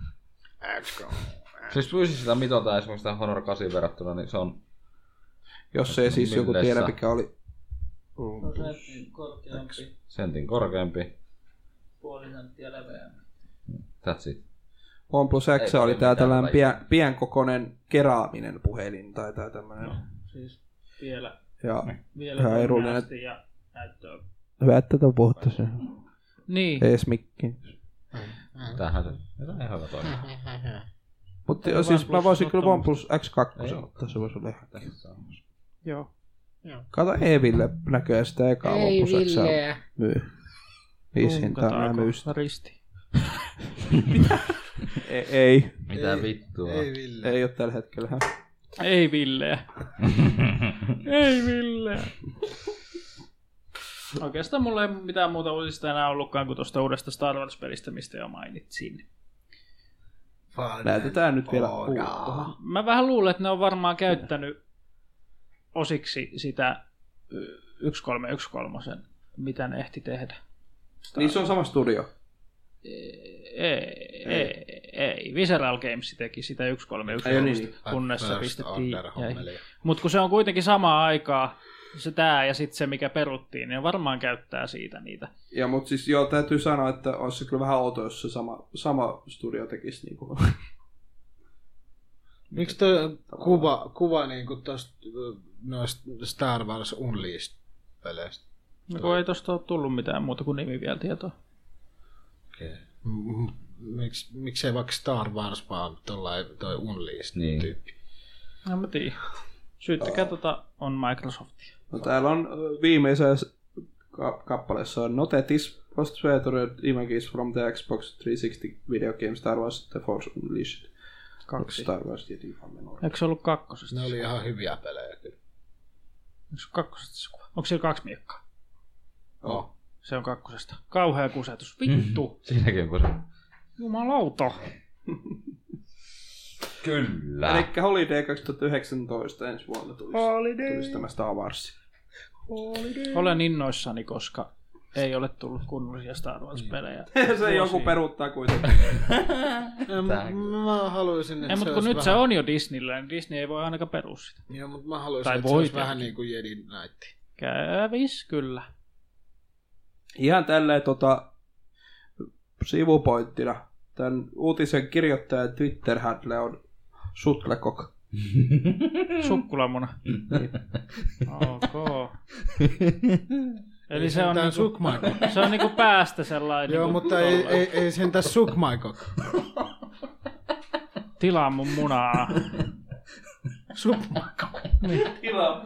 Siis fyysisesti sitä mitota esimerkiksi sitä Honor kahdeksan verrattuna, niin se on... Jos ei siis joku Milleissä? tiedä mikä oli. korkeampi, sentin korkeampi. puoli senttiä leveämpi. That's it. OnePlus X Ei oli ole tää mitään tällainen lajia. pien, pienkokoinen keraaminen puhelin tai tää tämmönen. No, siis vielä, Ja vielä Ihan edullinen. komeasti ja näyttöä. hyvä, että tätä puhuttu sen. Niin, Ees mikki. Tämähän se... Tämä ei hyvä toimia. Mutta Onko siis mä OnePlus voisin kyllä ottanut? OnePlus X kaksi Ei. ottaa, se voisi olla ihan. joo. Kato Eeville näköjään sitä ekaa Ei OnePlus X Villeä. myy. Viisi hintaa nää myy sitä. risti. Ei, ei, Mitä Ei- vittua? Ei Ville. ei ole tällä hetkellä. Hä? Ei Villeä. Ei Villeä. Oikeastaan mulla ei mitään muuta uutista enää ollutkaan kuin tuosta uudesta Star Wars-pelistä, mistä jo mainitsin. Näytetään nyt vielä Oda. uutta. Mä vähän luulen, että ne on varmaan käyttänyt osiksi sitä yksi kolme yksi kolme, mitä ne ehti tehdä. Niin se on sama studio. Ei, ei, ei. Visceral Games teki sitä yksi kolme yksi, Ei, niin. kunnes se pistettiin. Mutta kun se on kuitenkin samaa aikaa, se tää ja sitten se, mikä peruttiin, niin varmaan käyttää siitä niitä. Ja mutta siis joo, täytyy sanoa, että olisi se kyllä vähän outo, jos se sama, sama studio tekisi niinku. Miksi toi kuva, kuva niinku tosta noista Star Wars Unleashed-peleistä? No kun ei tosta ole tullut mitään muuta kuin nimi vielä tietoa. Okei. Okay. Miks, miksei vaikka Star Wars vaan tollain toi Unleashed-tyyppi? Niin. No mä tiedän. Syyttäkää oh. tota on Microsoftia. No täällä on viimeisessä ka- kappaleessa on Notetis post featured images from the Xbox three sixty video game Star Wars The Force Unleashed. Kaksi. Star Wars Jedi Fallen Order. Eikö se ollut kakkosesta? Ne oli ihan hyviä pelejä kyllä. Onko se kakkosesta se kuva? Onko siellä kaksi miekkaa? Oh. Se on kakkosesta. Kauhea kusetus. Vittu! Mm. Siinäkin kun se... Jumalauta! Kyllä. Elikkä Holiday kaksituhattayhdeksäntoista ensi vuonna tulisi, tulisi tämä Star Wars. Holiday. Olen innoissani, koska ei ole tullut kunnollisia Star Wars-pelejä. Se joku peruuttaa kuitenkin. mä, mä haluaisin, että ei, mutta kun nyt vähän... se on jo Disneyllä, niin Disney ei voi ainakaan perua sitä. Joo, mutta mä haluaisin, tai että se olisi vähän niin kuin Jedi Knight. Kävis, kyllä. Ihan tälleen tota, sivupointtina. Tämän uutisen kirjoittajan Twitter-handle on Sutlekok. Sukkulamuna. Ok. Eli se on, niinku, se on niinku päästä sellainen. Joo, niinku mutta ei, ei, ei sentään Sukmaikok. Tilaa mun munaa. Sukmaikok. Niin. Tilaa.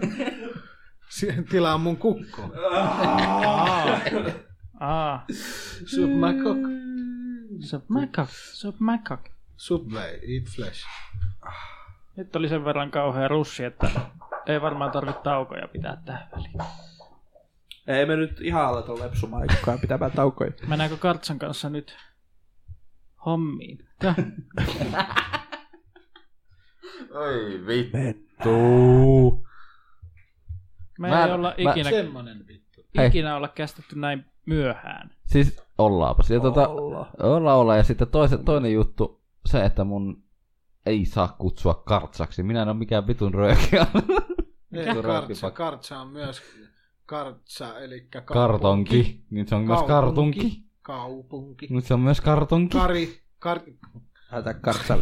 Tilaa mun kukko. Aa. Aa. Sukmaikok. Submaikok. Submaikok. Subway, eat flesh. Nyt oli sen verran kauhea russi, että ei varmaan tarvitse taukoja pitää tähän väliin. Ei me nyt ihan aleta lepsumaan eikä pitämään taukoja. Mennäänkö Kartsan kanssa nyt hommiin? Oi vittu. Me mä, ei olla mä, ikinä, semmonen vittu. ikinä olla kästetty näin myöhään. Siis ollaanpa. Ja tuota, olla. olla olla. Ja sitten toisen, toinen juttu, se, että mun ei saa kutsua Kartsaksi. Minä en ole mikään vitun röökiä. Kartsa, kartsa on myös kartsa, eli kaupunki. Kartonki. Niin se on kaupunki. Myös kartunki. Kaupunki. Nyt se on myös kartonki. Kari. Kar... Hätä Kartsalle.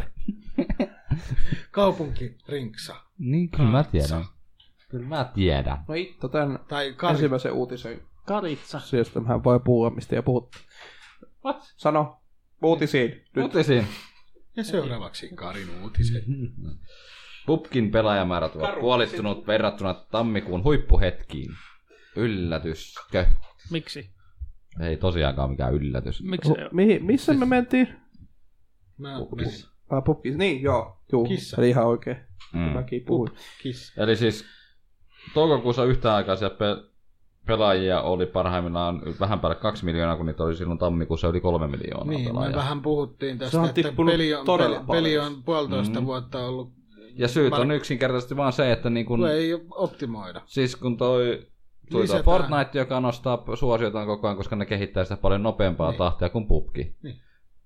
Kaupunki Rinksa. Niin, kyllä mä tiedän. Kyllä mä tiedän. No itto tämän tai kar... ensimmäisen uutisen. Karitsa. Syystä mehän voi puhua, mistä ja puhuttiin. What? Sano. Uutisiin. Nyt. Uutisiin. Ja seuraavaksi Karin uutiset. Pupkin pelaajamäärät ovat puolittunut verrattuna tammikuun huippuhetkiin. Yllätyskö? Miksi? Ei tosiaankaan mikään yllätys. Miksi? Hu- mihin, missä me mentiin? Mä Pupkis. Ah, Pupkis. Niin, joo. Juu, Kissa. eli ihan oikein. Mm. Mäkin puhuin. Kissa. Eli siis toukokuussa yhtäaikaisia pe- pelaajia oli parhaimmillaan vähän päälle kaksi miljoonaa, kun niitä oli silloin tammikuussa yli kolme miljoonaa niin, pelaajaa. me vähän puhuttiin tästä, Se on että peli on, peli, peli on puolitoista mm. vuotta ollut. Ja syyt on yksinkertaisesti vaan se, että niin kun, ei optimoida. Siis kun toi, toi, toi Fortnite, joka nostaa suosiotaan koko ajan, koska ne kehittää sitä paljon nopeampaa niin. tahtia kuin Pupki. Niin.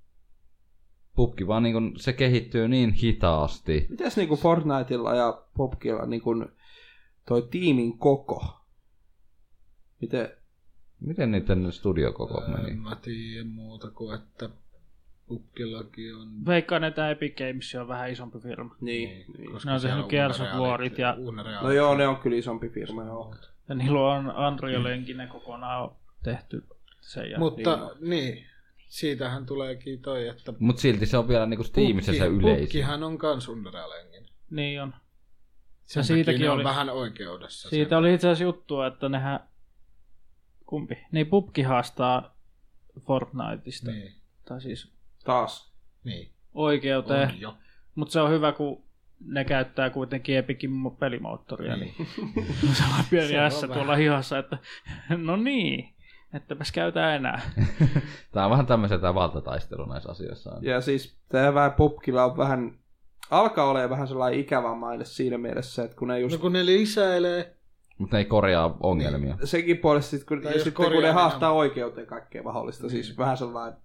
Pupki vaan niin kun, se kehittyy niin hitaasti. Mites niin kuin Fortniteilla ja Pupkilla niin kuin toi tiimin koko? Miten? Miten niiden studiokoko meni? En mä tiedä muuta kuin, että Pupkillakin on... Veikkaan, että Epic Games on vähän isompi firma. Niin. niin. Ne on tehnyt Gears of Warit ja... No joo, ne on kyllä isompi firma, joo. Ja niillä on Unreal Engine kokonaan tehty sen. Ja... Mutta niin, niin, siitähän tuleekin toi, että... Mut silti se on vielä niinku Steamissa se yleisin. Pupkihan on kans Unreal Engine. Niin on. Sen siitäkin on oli... vähän oikeudessa. Siitä sen... oli itse asiassa juttua, että nehän... Kumpi? Niin Pupki haastaa Fortniteista. Niin. Tai siis... Taas. Niin. Oikeuteen. Mutta se on hyvä, kun ne käyttää kuitenkin Epicin pelimoottoria. Niin. niin. Se on pieni ässä tuolla hihassa, että no niin, ettäpäs käytä enää. Tää on vähän tämmöisen tää valtataistelu näissä asioissa. Ja siis tää vähän Pupkilla on vähän, alkaa olemaan vähän sellainen ikävä siinä mielessä, että kun ne just... No kun ne lisäilee... Mutta ne ei korjaa ongelmia. Niin. Sekin puolesta, sit, kun, ja sitten kun ne haastaa oikeuteen kaikkea mahdollista, niin. Siis vähän sellainen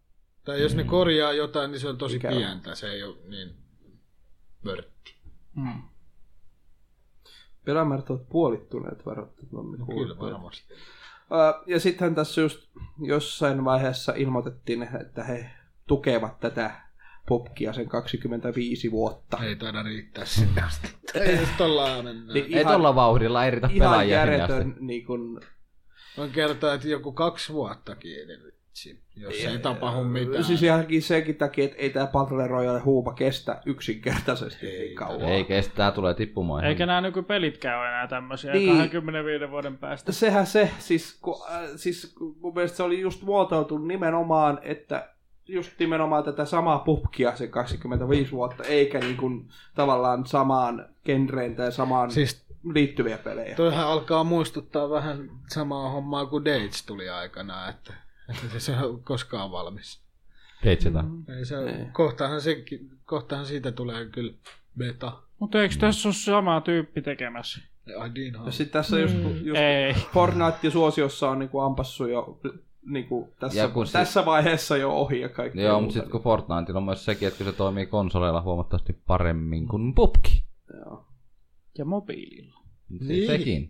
Tai jos ne korjaa jotain, niin se on tosi Ikävä. pientä. Se ei ole niin vörtti. Mm. Pelamäärät ovat puolittuneet verrattuna. No, kyllä varmasti. Ja sittenhän tässä just jossain vaiheessa ilmoitettiin, että he tukevat tätä pubgia sen kaksikymmentäviisi vuotta. Ei taida riittää sinne asti. Ei jos tollaan mennään. Niin Ei tolla vauhdilla, ei riitä ihan pelaajia sinne asti. järjetön niin kun, Voin kertoa, että joku kaksi vuottakin, niin vitsi, jos ei tapahdu mitään. siis ihankin senkin takia, että ei tämä Battle Royale huupa kestä yksinkertaisesti Ei, niin kauan. Ei kestä, tää tulee tippumaan. ihan. Eikä nämä nykypelitkään ole enää tämmöisiä Niin. kaksikymmentäviisi vuoden päästä. Sehän se, siis, kun, äh, siis mun mielestä se oli just muotoiltu nimenomaan, että just nimenomaan tätä samaa pubgia se kaksikymmentäviisi vuotta, eikä niin kuin tavallaan samaan genreen tai samaan Siis liittyviä pelejä. toihan alkaa muistuttaa vähän samaa hommaa kuin Dates tuli aikanaan, että, että se on koskaan valmis. Deitseta. Ei se, Ei. kohtahan, sekin, kohtahan siitä tulee kyllä beta. Mutta eikö tässä ole sama tyyppi tekemässä? Ai Dean Ja sitten tässä just, just Ei. Fortnite-suosiossa on niinku ampassu jo niinku tässä, Ja kun se- tässä vaiheessa jo ohi ja kaikki. Joo, muuta. mutta sitten kun Fortniteilla on myös sekin, että se toimii konsoleilla huomattavasti paremmin kuin pubki. Joo. Ja mobiililla. Niin. Sekin.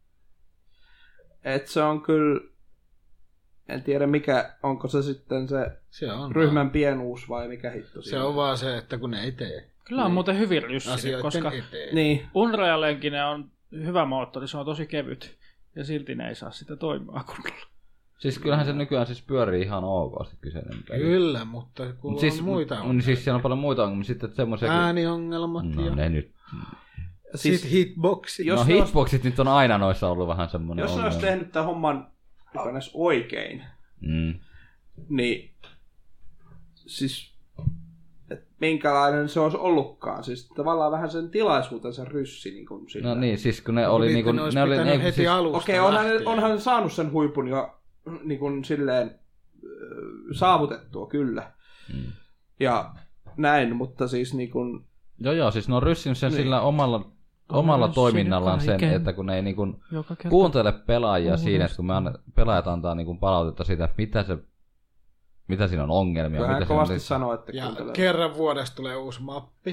Et se on kyllä, en tiedä mikä, onko se sitten se Se on, ryhmän vaan, pienuus vai mikä hitto se siinä on vaan se, että kun ne ei tee Kyllä on muuten hyvin ryssinen, asioiden koska eteen. Niin, Unrealenkin on hyvä moottori, se on tosi kevyt. Ja silti ne ei saa sitä toimimaan kunnolla. Siis kyllähän se nykyään siis pyörii ihan ok se kyseinen peli. Kyllä, mutta kun Mut siis, siis, on muita mut- ongelmia. siis siellä on paljon muita ongelmia. Sitten semmoisia... Ääniongelmat No ja ne nyt... siis sitten hitboxit. jos no ne hitboxit nyt on aina noissa ollut vähän semmoinen jos ne ongelma. olisi tehnyt tämän homman edes oikein, Mm. niin siis et minkälainen se olisi ollutkaan. Siis tavallaan vähän sen tilaisuutensa ryssi. Niin kuin sillä. No niin, siis kun ne oli Niitten niinku... olisi Ne oli, pitänyt ne, heti siis, alusta Okei, onhan, ne- lähtien. onhan ne saanut sen huipun jo niin kuin silleen ö, saavutettua, kyllä. Mm. Ja näin, mutta siis niin kuin, Joo joo, siis ne on ryssinyt sen Niin. sillä omalla, omalla ryssinyt toiminnallaan sen, kaiken. että kun ne ei niinku Joka kerta. kuuntele pelaajia Uudestaan. siinä, että kun me anna, pelaajat antaa niinku palautetta siitä, että mitä, se, mitä siinä on ongelmia. vähän mitä siinä kovasti on, sanoo, että Ja kuuntelee. kerran vuodessa tulee uusi mappi.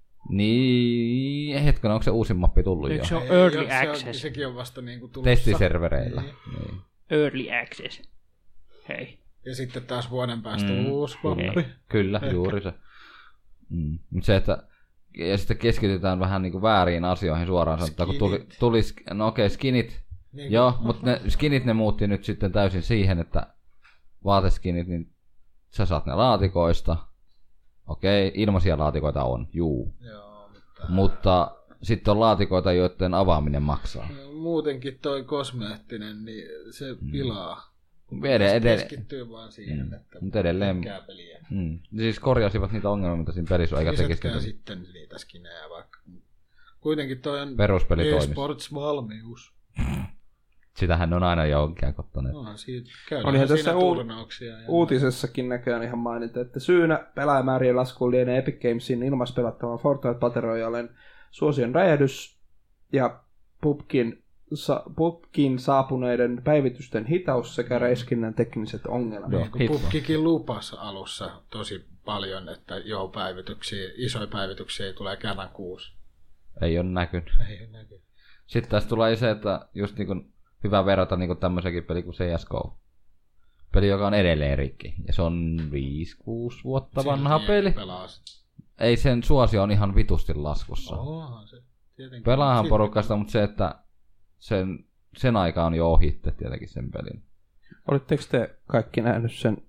niin, hetkinen, onko se uusin mappi tullut Eikö jo? se ole Ei, early se on- access? Sekin on vasta niinku tulossa. Testiservereillä. Niin. Niin. Early access. Hei. Ja sitten taas vuoden päästä Mm. uusi mappi. Kyllä, Ehkä. juuri se. Mm. Mut se, että ja sitten keskitytään vähän niinku vääriin asioihin suoraan sanottuna, kun tuli, Skinit. tuli sk- no okei, skinit, Niin, joo, mutta ne skinit ne muutti nyt sitten täysin siihen, että vaateskinit, niin sä saat ne laatikoista, okei, ilmaisia laatikoita on, juu, Joo, mutta mutta sitten on laatikoita, joiden avaaminen maksaa. muutenkin toi kosmeettinen, niin se pilaa. Kun Ed- ed- keskittyy vaan siihen, Mm. että Mut edelleen- tykkää peliä. Mm. Siis korjasivat niitä ongelmia, mitä siinä pelissä on, eikä tekisi Lisätkää niitä sitten niitä skinejä vaikka. Kuitenkin toi on peruspeli toimisi. e-sports-valmius. Sitähän ne on aina jonkin kottaneet. Onhan siitä, käydään Olihan siinä tässä uu- turnauksia. Ja Uutisessakin näköjään ihan mainita, että syynä pelaajamäärien laskuun lienee Epic Gamesin ilmaispelattavan Fortnite Battle Royalen suosion räjähdys ja pubkin, sa, pubkin saapuneiden päivitysten hitaus sekä reiskinnän tekniset ongelmat. Joo. Niin kuin Hitman. Pupkikin lupas alussa tosi paljon, että joo, päivityksiä, isoja päivityksiä tulee kerran kuusi. Ei ole näkynyt. Ei näky. Sitten tässä tulee se, että just niin kuin hyvä verrata niin kuin tämmöisenkin peli kuin C S G O. Peli, joka on edelleen rikki. Ja se on viisi kuusi vuotta vanha Silti peli. pelaa sitä. Ei sen suosio on ihan vitusti laskussa. Onhan se. Tietenkin. Pelaahan Silti- porukasta, mutta se, että sen, sen aika on jo ohitte tietenkin sen pelin. Olitteko te kaikki nähnyt sen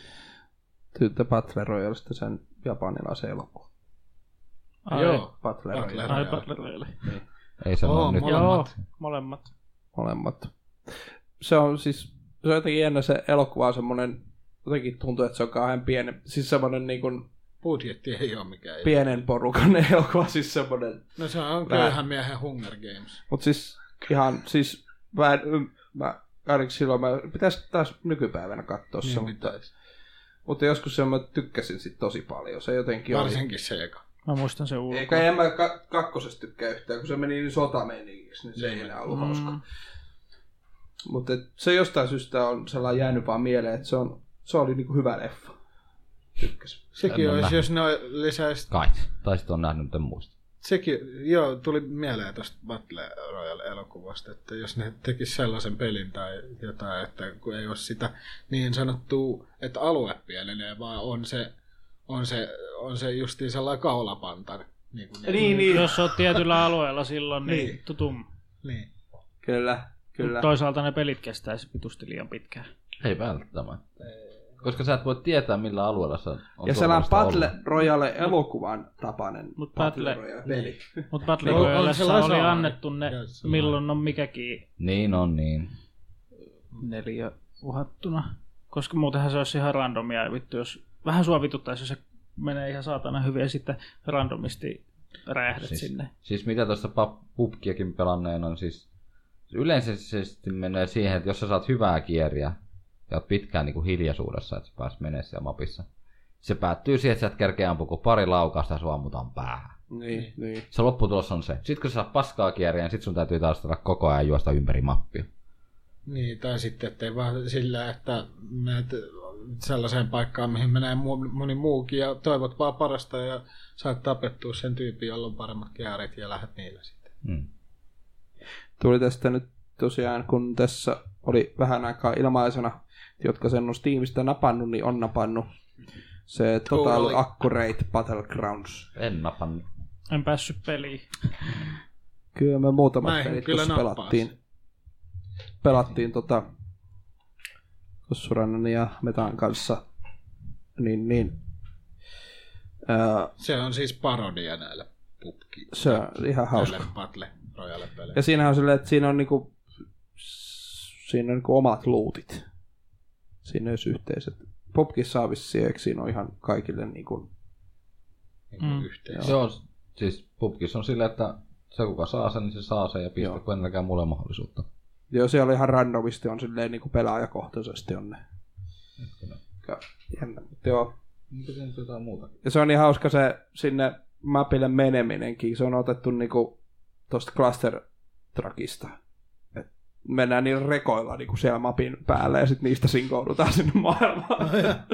The Battle Royalesta sen japanilaisen elokuvan? Ai, Joo. Battle Battle Royale. Ai, Royale. Battle Royale. Ei se Oo, ole nyt. molemmat. Joo, molemmat. Molemmat. Se on siis, se on jotenkin jännä se elokuva on semmonen, jotenkin tuntuu, että se on kauhean pienen, siis semmonen niin kuin Budjetti ei ole mikään. pienen porukan elokuva, siis semmonen. No se on Vähän. köyhän miehen Hunger Games. Mut siis ihan, siis mä, en ym- mä ainakin silloin mä pitäis taas nykypäivänä katsoa se, Niin mutta, pitäisi. mutta joskus se mä tykkäsin sit tosi paljon. Se jotenkin oli. Varsinkin se eka. Mä muistan sen ulkoa. Eikä en mä ka- kakkosesta tykkää yhtään, kun se meni niin sotameiningiksi, niin se ei Niin. enää ollut Mm. hauska. Mutta se jostain syystä on sellainen jäänyt vaan mieleen, että se, on, se oli niinku hyvä leffa. tykkäsin. Sekin olisi, nähnyt. Jos ne lisäisi... Kai. Tai sitten on nähnyt, mutta en muista. Sekin, joo, tuli mieleen tuosta Battle Royale-elokuvasta, että jos ne tekis sellaisen pelin tai jotain, että kun ei ole sitä niin sanottua, että alue pienenee, vaan on se, on se, on se justiin sellainen kaulapanta. Niin, kuin niin, niin. Jos olet tietyllä alueella silloin, niin, niin. tutum. Niin. Kyllä, kyllä. Mut toisaalta ne pelit kestäisi vitusti liian pitkään. Ei välttämättä. Koska sä et voi tietää, millä alueella se on. Ja sellainen Battle Royale-elokuvan tapainen Mut Battle Royale-peli. Mutta Battle Royalessa oli annettu ne, milloin on mikäkin niin on, niin. neljä uhattuna. Koska muutenhan se olisi ihan randomia. Vittu, jos vähän sua vituttaisi, jos se menee ihan saatana hyvin ja sitten randomisti räjähdet siis, sinne. Siis mitä tuossa P U B Giakin pelanneen on siis yleisesti menee siihen, että jos sä saat hyvää kieriä ja oot pitkään niin kuin hiljaisuudessa, että sä pääs menee siellä mapissa, se päättyy siihen, että sä et kerkeä ampua, kun pari laukasta ja sua ammutaan päähän. Niin, niin. Se lopputulos on se. Sitten kun sä saat paskaa kieriä, niin sit sun täytyy taistella koko ajan juosta ympäri mappia. Niin, tai sitten ettei vaan sillä, että menet sellaiseen paikkaan, mihin menee moni muukin ja toivot vaan parasta ja saat tapettua sen tyypin, jolla on paremmat käärit ja lähdet niillä sitten. Mm. Tuli tästä nyt tosiaan, kun tässä oli vähän aikaa ilmaisena, jotka sen on Steamista napannut, niin on napannut se Total oh, Accurate Battlegrounds. En napannut. En päässyt peliin. Kyllä me muutamat pelit tuossa pelattiin. Pelattiin tota Kossurannan ja Metan kanssa. Niin, niin. Ää, se on siis parodia näille pubki. Se on ihan hauska. Battle Royale-pelejä. Ja siinähän on silleen, että siinä on niinku, siinä on niinku omat lootit. Siinä olisi yhteiset. Popkissa on vissiin, eikö siinä on ihan kaikille niinku, niinku mm. yhteiset. Joo, siis Pupkissa on silleen, että se kuka saa sen, niin se saa sen ja pistä kenelläkään mulle mahdollisuutta. Joo, siellä oli ihan randomisti, on silleen niinku pelaajakohtaisesti on ne. Jännä, mutta joo. Mitä se nyt jotain muuta? Ja se on niin hauska se sinne mapille meneminenkin. Se on otettu niinku tosta Cluster Truckista. Et mennään niillä rekoilla niinku siellä mapin päälle ja sitten niistä sinkoudutaan sinne maailmaan.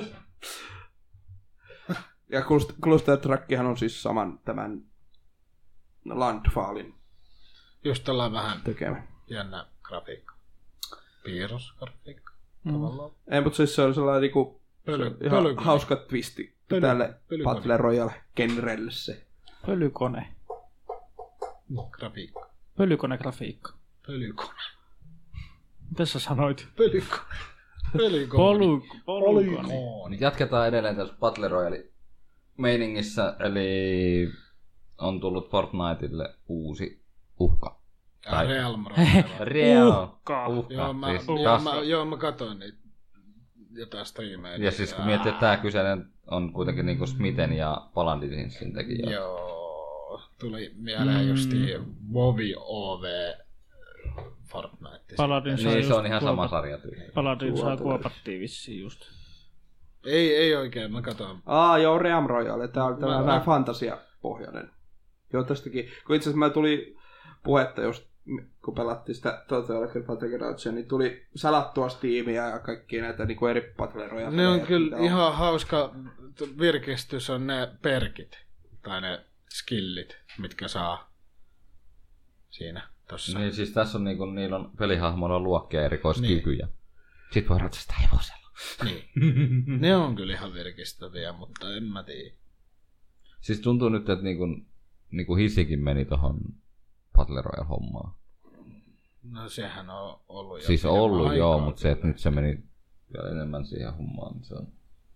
Ja Cluster Truckihan on siis saman tämän Landfallin just tällainen vähän tekemä. Jännä grafiikka. Piirrosgrafiikka. Mm. Ei, mutta siis se on sellainen niinku, Pöly, se ihan pölykone. hauska twisti Pöly, tälle pölykone. Battle Royale-genrelle se. Pölykone. Grafiikka. Pölykonegrafiikka. Pölykone. Mitä sä sanoit? Pölykone. Pölykone. Polu, polykone. Jatketaan edelleen tässä Battle Royale-meiningissä, eli on tullut Fortniteille uusi uhka. Tai Realm Royale. Real. Uhka. Uhka. Joo, mä, Siis joo, taas... mä, joo, mä katsoin niitä jotain striimejä. Ja siis kun miettii, että tää kyseinen on kuitenkin niinku Smithen ja Paladinsin tekijä. Joo, tuli mieleen mm. justiin Wovi O V Fortnite. Paladin niin, se on ihan kuopat... sama sarja tyyli. Paladin saa kuopattiin vissiin just. Ei, ei oikein, mä katson. Aa, joo, Realm Royale. Tää on tämä mä... vähän fantasiapohjainen. Joo, tästäkin. Kun itse asiassa mä tuli puhetta just, kun pelattiin sitä Total Battlegroundsia, niin tuli salattua Steamia ja kaikkia näitä niin kuin eri Battle Royale. Ne on kyllä on. Ihan hauska virkistys on ne perkit tai ne skillit, mitkä saa siinä tossa. Niin siis tässä on niinku, niillä on pelihahmoilla luokkia erikoiskykyjä. Niin. Sitten voi ratsastaa hevosella. Niin. Ne on kyllä ihan virkistäviä, mutta en mä tiedä. Siis tuntuu nyt, että niinku, niinku hisikin meni tohon Battle Royale-hommaan. No sehän on ollut jo. Siis on ollut joo, mutta se, että nyt se meni vielä enemmän siihen hommaan. Niin se on...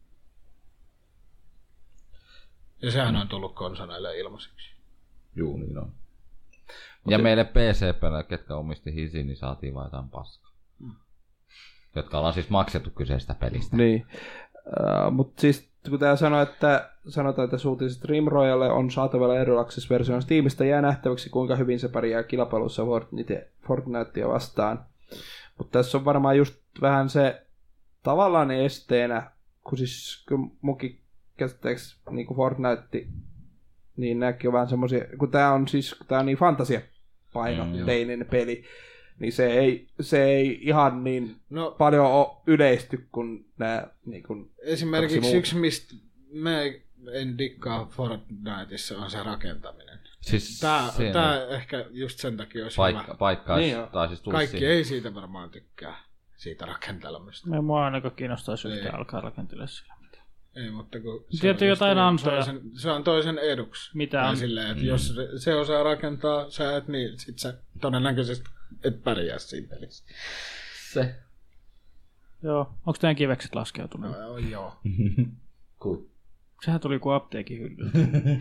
Ja sehän on tullut konsoleille ilmaiseksi. Juu, niin on. Ja Mut meille P C-pelejä, ketkä omisti hisiin, niin saatiin vaan jotain paskaa. Hmm. Jotka ollaan siis maksettu kyseistä pelistä. Niin. Uh, mutta siis kun tää sanoi, että sanotaan, että suutiset Realm Royale on saatavilla erilaisissa versioissa Steamista, jää nähtäväksi, kuinka hyvin se pärjää kilpailussa Fortnite, Fortnitea vastaan. Mutta tässä on varmaan just vähän se tavallaan esteenä, kun siis kun munkin käsittääks niin kuin Fortnite, niin nämäkin on vähän semmosia, kun tää on siis tää on niin fantasiapainotteinen mm, peli, niin se ei, se ei ihan niin no, paljon ole yleisty kuin nämä niin kuin esimerkiksi yksi, mistä me en dikkaa Fortniteissa on se rakentaminen. Siis Tää, siinä tää ehkä just sen takia olisi paikka, hyvä. paikka Niin olisi, tai siis tulisi Kaikki siihen. ei siitä varmaan tykkää, siitä rakentelemista. Me mua ainakaan kiinnostaisi Ei. yhtään alkaa rakentella sillä. Ei, mutta kun se Tietty on just jotain ansoja. Toisen, se on toisen eduksi. Mitä Tai on? silleen, että mm. jos se osaa rakentaa, sä et, niin sit sä todennäköisesti et pärjää siinä pelissä. Se. Joo. Onko teidän kivekset laskeutuneet? No, joo. Cool. Sehän tuli kuin apteekin hyllyltä.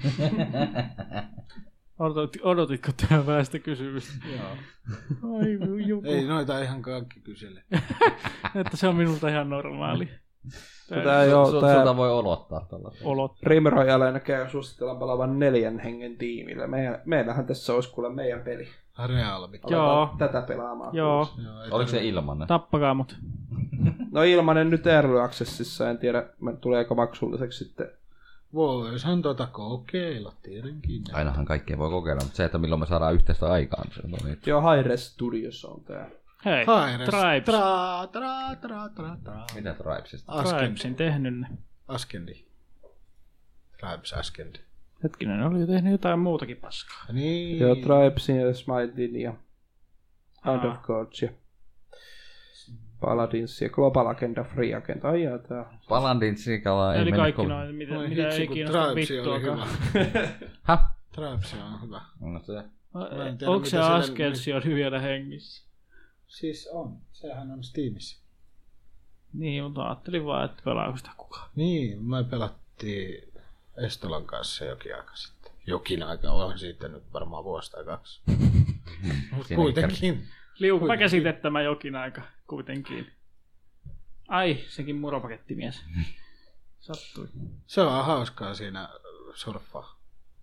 Odotit, odotitko tähän väistä kysymystä? Joo. Ai joku. Ei noita ihan kaikki kysele. Että se on minulta ihan normaali. Tää ei oo, Sul- tää Sulta voi olottaa tällaista. Olot. Rim Royale näkee suositellaan pelaavan neljän hengen tiimille. Meillä, meillähän tässä olisi kuule meidän peli. Realmi. Joo. Aletaan tätä pelaamaan. Joo. Joo, ei Oliko se tarvi- ilmanen? Tappakaa mut. No ilmanen nyt Early Accessissa, en tiedä tuleeko maksulliseksi sitten. Voisihan tota kokeilla tietenkin. Ainahan kaikkea voi kokeilla, mutta se, että milloin me saadaan yhteistä aikaan. Se on niin. Joo, Hi-Res Studios on tää. Hei, Haires. Tribes. Tra, tra, tra, tra, tra. Mitä Tribesista? Askendi. Tribesin tehnyt ne. Askendi. Tribes Askendi. Hetkinen, ne oli jo tehnyt jotain muutakin paskaa. Niin. Joo, Tribesin ja Smitein ja Hand Aa. of Gods ja Paladins ja Global Agenda, Free Agenda. Ai jaa, tää. Palandin sikala ei Eli mennyt kaikki kol- noin, mitä, Oi mitä hitsi, ei kun kiinnosta Tribes oli vittuakaan. hyvä. Häh? Tribes on hyvä. No se. Mä en tiedä, Onko se mitä siellä- Askelsi on vielä hengissä? Siis on. Sehän on Steamissa. Niin, mutta ajattelin vaan, että pelaako sitä kukaan. Niin, me pelattiin Estolan kanssa jokin aika sitten. Jokin aika, on siitä nyt varmaan vuosi tai kaksi. Mutta Siinä kuitenkin. Liukka käsitettä mä jokin aika kuitenkin. Ai, sekin muropakettimies. Sattui. Se on hauskaa siinä surffaa.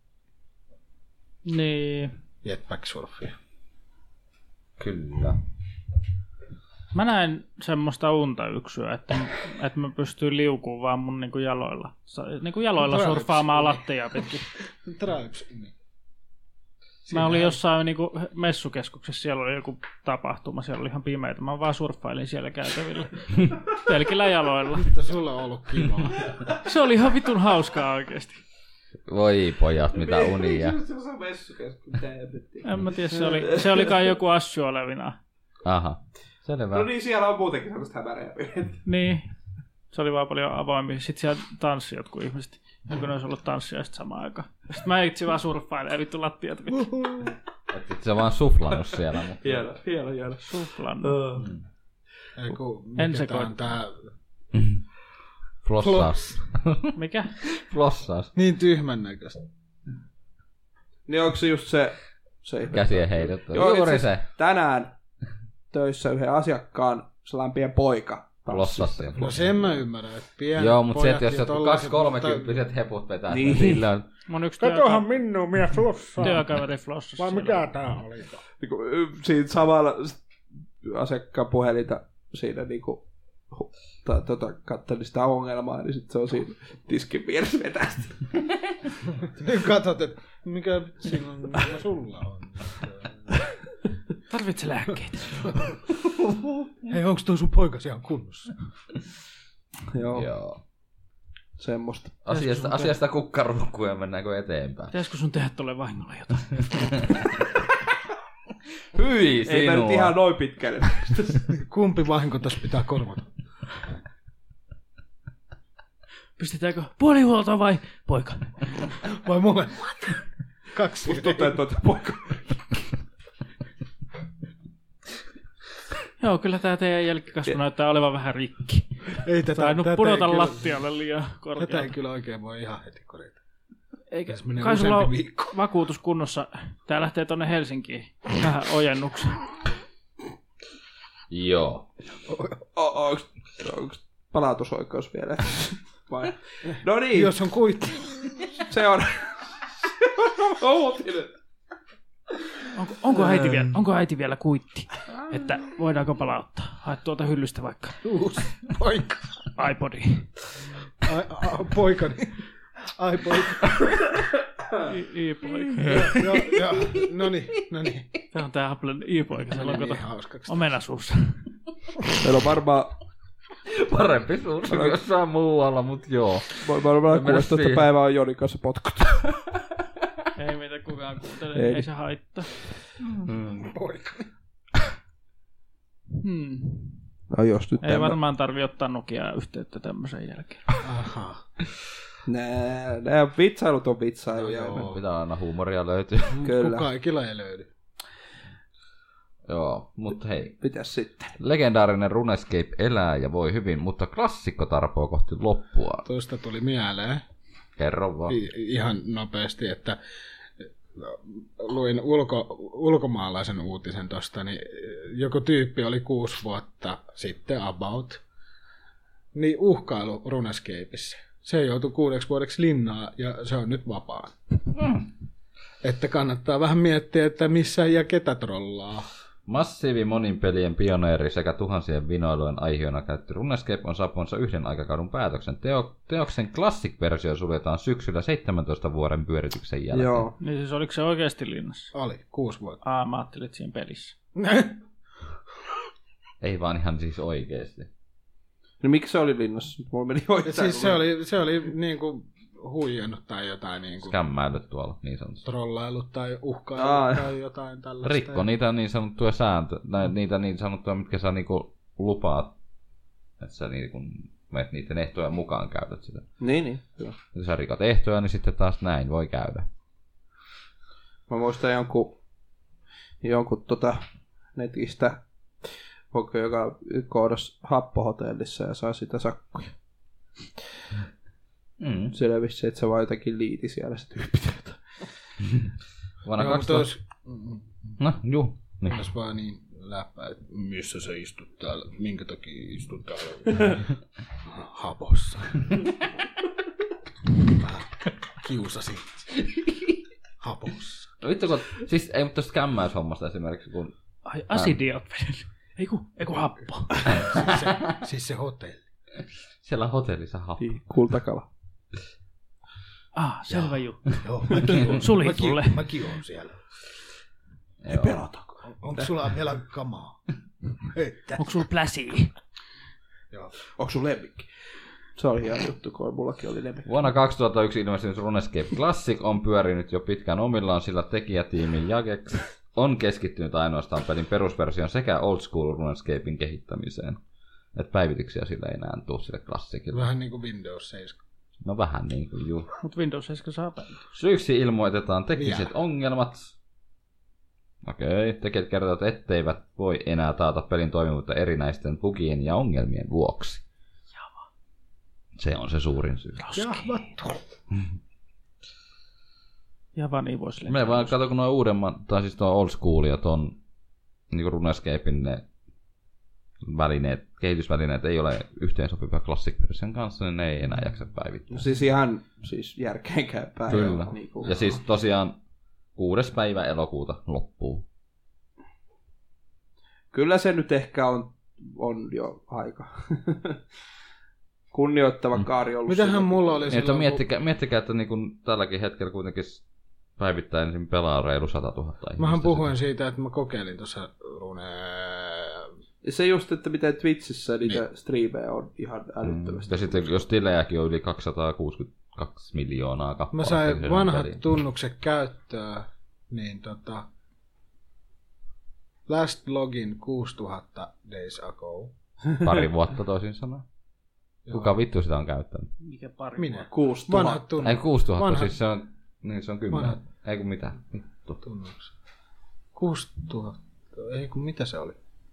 Niin. Jetpack-surfia. Kyllä. Mä näin semmoista unta yksyä, että, että mä pystyn liukumaan vaan mun niinku jaloilla. Sa- Niinku jaloilla Tribes. surffaamaan latteja pitkin. Tribes, niin. Mä olin jossain niinku messukeskuksessa, siellä oli joku tapahtuma, siellä oli ihan pimeitä. Mä vaan surffailin siellä käytävillä. Pelkillä jaloilla. Mutta sulla on ollut kivaa. Se oli ihan vitun hauskaa oikeesti. Voi pojat, mitä unia. Se on messukeskus, En mä tiedä, se oli, se oli kai joku assu olevina. Aha. Selvä. No niin, siellä on muutenkin semmoista hämärää. Niin. Se oli vaan paljon avoimia. Sitten siellä tanssi jotkut ihmiset. Ja kun ne olisi ollut tanssia sitten samaan aikaan. Sitten mä itse vaan surffailen ja vittu lattiat vittu. Et se vaan suflannut siellä. Mutta... Hieno, hieno, hieno. Suflannut. Mm. Ei kun, En mikä tää sekoita. on tää Flossaus. Mikä? Flossaus. niin tyhmän näköistä. Niin onko se just se... se Käsien heidot. Joo, Juuri itse se. tänään töissä yhden asiakkaan sellainen pieni poika. Flossassa. No sen mä ymmärrän, että pienet Joo, mutta se, pojat että jos ja jotkut tollaset, kaksi kolmekymppiset heput vetää, Niin. niin sillä on... Mun yksi Katohan työka- minua, minä flossaa. työkaveri flossassa. Vai siellä. mikä tää oli? Niin kuin, y- siitä samalla asiakkaan puhelinta siinä niinku hu- tai tota, katteli sitä ongelmaa, niin sit se on siinä tiskin vieressä vetästä. Katsot, että mikä silloin no, sulla on. Tarvitse lääkkeitä. Hei, onks toi sun poikasi ihan kunnossa? Joo, Joo. semmoista. Asiasta, asiasta kukkaruukkuun ja mennäänkö eteenpäin. Pitäisikö sun tehdä tolle vahingolle jotain? Hyi Ei mä nyt sinua. ihan noin pitkälle. Kumpi vahinko tässä pitää korvata? Pistetäänkö puolihuoltoa vai poika? Vai molemmat? Kaksi. Musta tuntuu, että oot poika. Joo, kyllä tää teidän jälkikasvu näyttää olevan vähän rikki. Ei tätä, Tainnut tätä pudota ei kyllä- lattialle liian Tätä ei korkealta. kyllä oikein voi ihan heti korjata. Eikä, Tässä menee kai sulla useampi on viikko. vakuutus kunnossa. Tää lähtee tonne Helsinkiin. Vähän ojennukseen. Joo. O- onks, onks palautusoikeus vielä? Vai? No niin, Jos on kuitti. se on... se on uutinen. Onko, onko, äiti vielä, onko äiti vielä kuitti? Että voidaanko palauttaa? Haet tuolta hyllystä vaikka Uusi poika. iPodi. Ai, a, poikani. Ai poika. I- i-poika. Joo, joo. Noniin, noniin. Tää on tää Applen i-poika. Se on Meni kato niin hauskaksi. omena suussa. Meillä on varmaan, Parempi suusi jossain muualla, mut joo. Varmaan kuusitoista päivää on Jonin kanssa potkut. Ei meitä kukaan kuuntele, ei, ei se haittaa. Mm. Poikani. Hmm. No, jos nyt ei tämän... varmaan tarvi ottaa Nokiaa yhteyttä tämmöisen jälkeen. Aha. Nää, nää vitsailut on vitsailuja. No, pitää aina huumoria löytyä. Kyllä. Kun kaikilla ei löydy. Joo, mutta hei. Mitäs sitten? Legendaarinen RuneScape elää ja voi hyvin, mutta klassikko tarpoo kohti loppua. Tuosta tuli mieleen. Kerro vaan. I- ihan nopeasti, että luin ulko, ulkomaalaisen uutisen tosta, niin joku tyyppi oli kuusi vuotta sitten about, niin uhkailu RuneScapeissa. Se joutui kuudeksi vuodeksi linnaan ja se on nyt vapaa. Mm. Että kannattaa vähän miettiä, että missä ja ketä trollaa. Massiivi monin pelien pioneeri sekä tuhansien vinoilujen aiheena käytetty RuneScape on saapunsa yhden aikakauden päätöksen. Teo, teoksen Classic-versio suljetaan syksyllä seitsemäntoista vuoden pyörityksen jälkeen. Joo. Niin siis oliko se oikeasti linnassa? Oli, kuusi vuotta. Aa, mä ajattelin, että siinä pelissä. Ei vaan ihan siis oikeesti. No miksi se oli linnassa? Mulla meni oikein. Siis se oli, se oli niinku huijannut tai jotain niinku skämmäillyt tuolla niin sanotusti. Trollailut tai uhkailut Aa, tai jotain tällaista. Rikko niitä niin sanottuja sääntöjä, niitä niin sanottuja, mitkä sä niinku lupaat, että sä niinku menet niiden ehtojen mukaan käytät sitä. Niin, niin. Kyllä. Jos sä rikot ehtoja, niin sitten taas näin voi käydä. Mä muistan jonkun, jonkun tota netistä, joka koodasi happohotellissa ja saa sitä sakkoja. Mm. Selvisi, että se vaan jotenkin liiti siellä se tyyppi. Vuonna Joo, kaksituhatta... tos... No, juu. Niin. Jos vaan niin läppää, että missä sä istut täällä, minkä takia istut täällä hapossa. Vähän kiusasin. Hapossa. No vittu, kun... Siis ei, mutta tosta kämmäyshommasta esimerkiksi, kun... Ai, asidia oot vedellyt. Ei ku, ei ku happo. siis, se, siis se hotelli. Siellä hotellissa happo. Kultakala. Ah, selvä juttu. Joo, mäkin oon. Sulhitulle. Mäkin, mäkin oon siellä. Ei pelata. On, onko sulla vielä kamaa? Onko sulla pläsiä? Joo. Onko sun lemmikki? Se oli hieno juttu, kun mullakin oli lemmikki. Vuonna kaksituhattayksi ilmestynyt RuneScape Classic on pyörinyt jo pitkään omillaan, sillä tekijätiimi Jagex on keskittynyt ainoastaan pelin perusversion sekä old school RuneScapein kehittämiseen. Että päivityksiä sillä ei enää tule sille Classicille. Vähän niin kuin Windows seitsemän. No vähän niin kuin juu. Mut Windows seitsemän saa päivityksiä. Syyksi ilmoitetaan tekniset Vielä. ongelmat. Okei, tekijät kertovat, etteivät voi enää taata pelin toimivuutta erinäisten bugien ja ongelmien vuoksi. Java. Se on se suurin syy. Jahvattu. Java niin voisi lentää. Me vaan katso, kun nuo uudemman, tai siis tuo old school ja ton niin RuneScapein ne välineet, kehitysvälineet ei ole yhteensopivia Classic-version kanssa, niin ne ei enää jaksa päivittää. No siis ihan siis järkeenkäin päivä. Kyllä. Niin kuin... Ja siis tosiaan kuudes päivä elokuuta loppuu. Kyllä se nyt ehkä on, on jo aika. Kunnioittava mm. kaari ollut. Mitähän mulla oli Niin, silloin? että miettikää, miettikää, että niin kuin tälläkin hetkellä kuitenkin päivittäin ensin pelaa reilu sata tuhatta ihmistä. Mähän puhuin siitä, että mä kokeilin tuossa Rune... Se just, että miten Twitchissä niitä niin. striimejä on ihan älyttömästi. Mm. Ja sitten jos tilejäkin on yli kaksisataakuusikymmentäkaksi miljoonaa kappaletta. Mä sain niin vanhat peliin. tunnukset käyttöön, niin tota... Last login kuusituhatta days ago. Pari vuotta toisin sanoen. Kuka vittu sitä on käyttänyt? Mikä pari Minä. vuotta? kuusituhatta. Vanhat tunnukset. Ei kuusituhatta, Vanhat siis se on, niin se on kymmenen. Vanhat. Ei kun mitä? Vittu. tunnukset. kuusituhatta. Ei kun mitä se oli?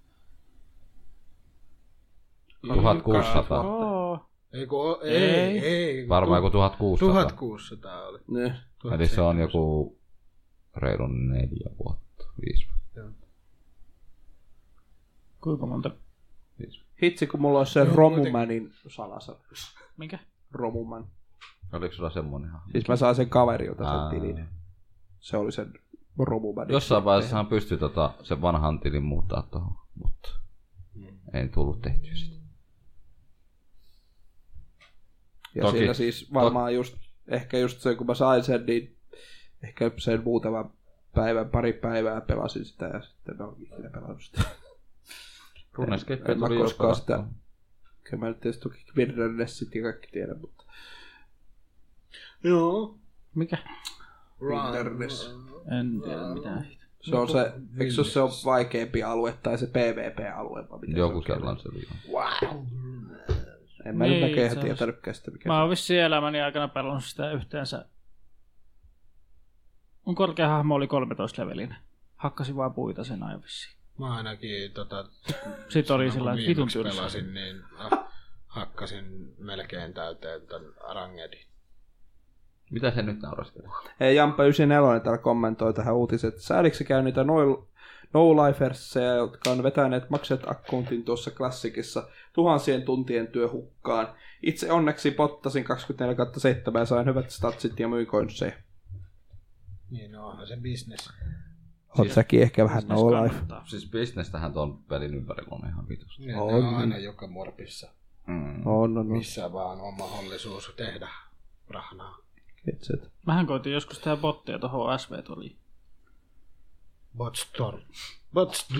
tuhatkuusisataa. Oo. Ei kun... o- Ei, Ei. ei. kun Varmaan tu- joku tuhatkuusisataa. tuhatkuusisataa oli. Ne. Eli se on joku reilun neljä vuotta, viisi vuotta. Kuinka monta? Viisi. Hitsi, kun mulla olisi se Joo, Romumanin salasana. Minkä? Romuman. Oliko sulla semmonen ihan? Siis mä sain sen kaverilta Aa. sen tilin. Se oli sen Romumanin. Jossain vaiheessahan pystyi tota, sen vanhan tilin muuttaa tuohon, mutta ei tullut tehtyä sitä. Ja Toki- siinä siis varmaan just, ehkä just se, kun mä sain sen, niin ehkä sen muutaman päivän, pari päivää pelasin sitä ja sitten en ole ikinä pelannut sitä. RuneScape en mä tuli koskaan joka sitä kohtaan. Kyllä mä nyt tietysti toki Wilderness ja kaikki tiedän, mutta... Joo. Mikä? Wilderness. En tiedä mitään. Se on se, eikö se ole se on vaikeampi alue tai se PvP-alue? Vai miten Joku se on sellainen se oli. Wow. En mä Niin, nyt näkään itse asiassa. tietänytkään sitä, mikä Mä se oon vissiin elämäni aikana pelannut sitä yhteensä. Mun korkea hahmo oli kolmetoista levelinen. Hakkasin vaan puita sen ajan vissiin. Mä ainakin tota... Sitten oli silloin, sillä kun vitun viimeksi tylsä. pelasin, niin ah, hakkasin melkein täyteen ton Arangedin. Mitä se nyt nauraskelee? Hei, Jampa yhdeksänkymmentäneljä täällä kommentoi tähän uutiseen, että sääliksi käy niitä no- no-lifersseja, jotka on vetäneet makset accountin tuossa klassikissa tuhansien tuntien työhukkaan. Itse onneksi pottasin kaksikymmentäneljä kautta seitsemän ja sain hyvät statsit ja myin coinseja. Niin, no onhan se business. Oot säkin ehkä vähän no-life. Siis bisnestähän tuon pelin ympärillä on ihan vitus. Niin, On, on, on aina niin. joka morpissa. Mm. On, on, on. Missä vaan on mahdollisuus tehdä rahnaa. Itse. Mähän koitin joskus tehdä botteja tohon S V-toliin. Botstorm. Botstorm.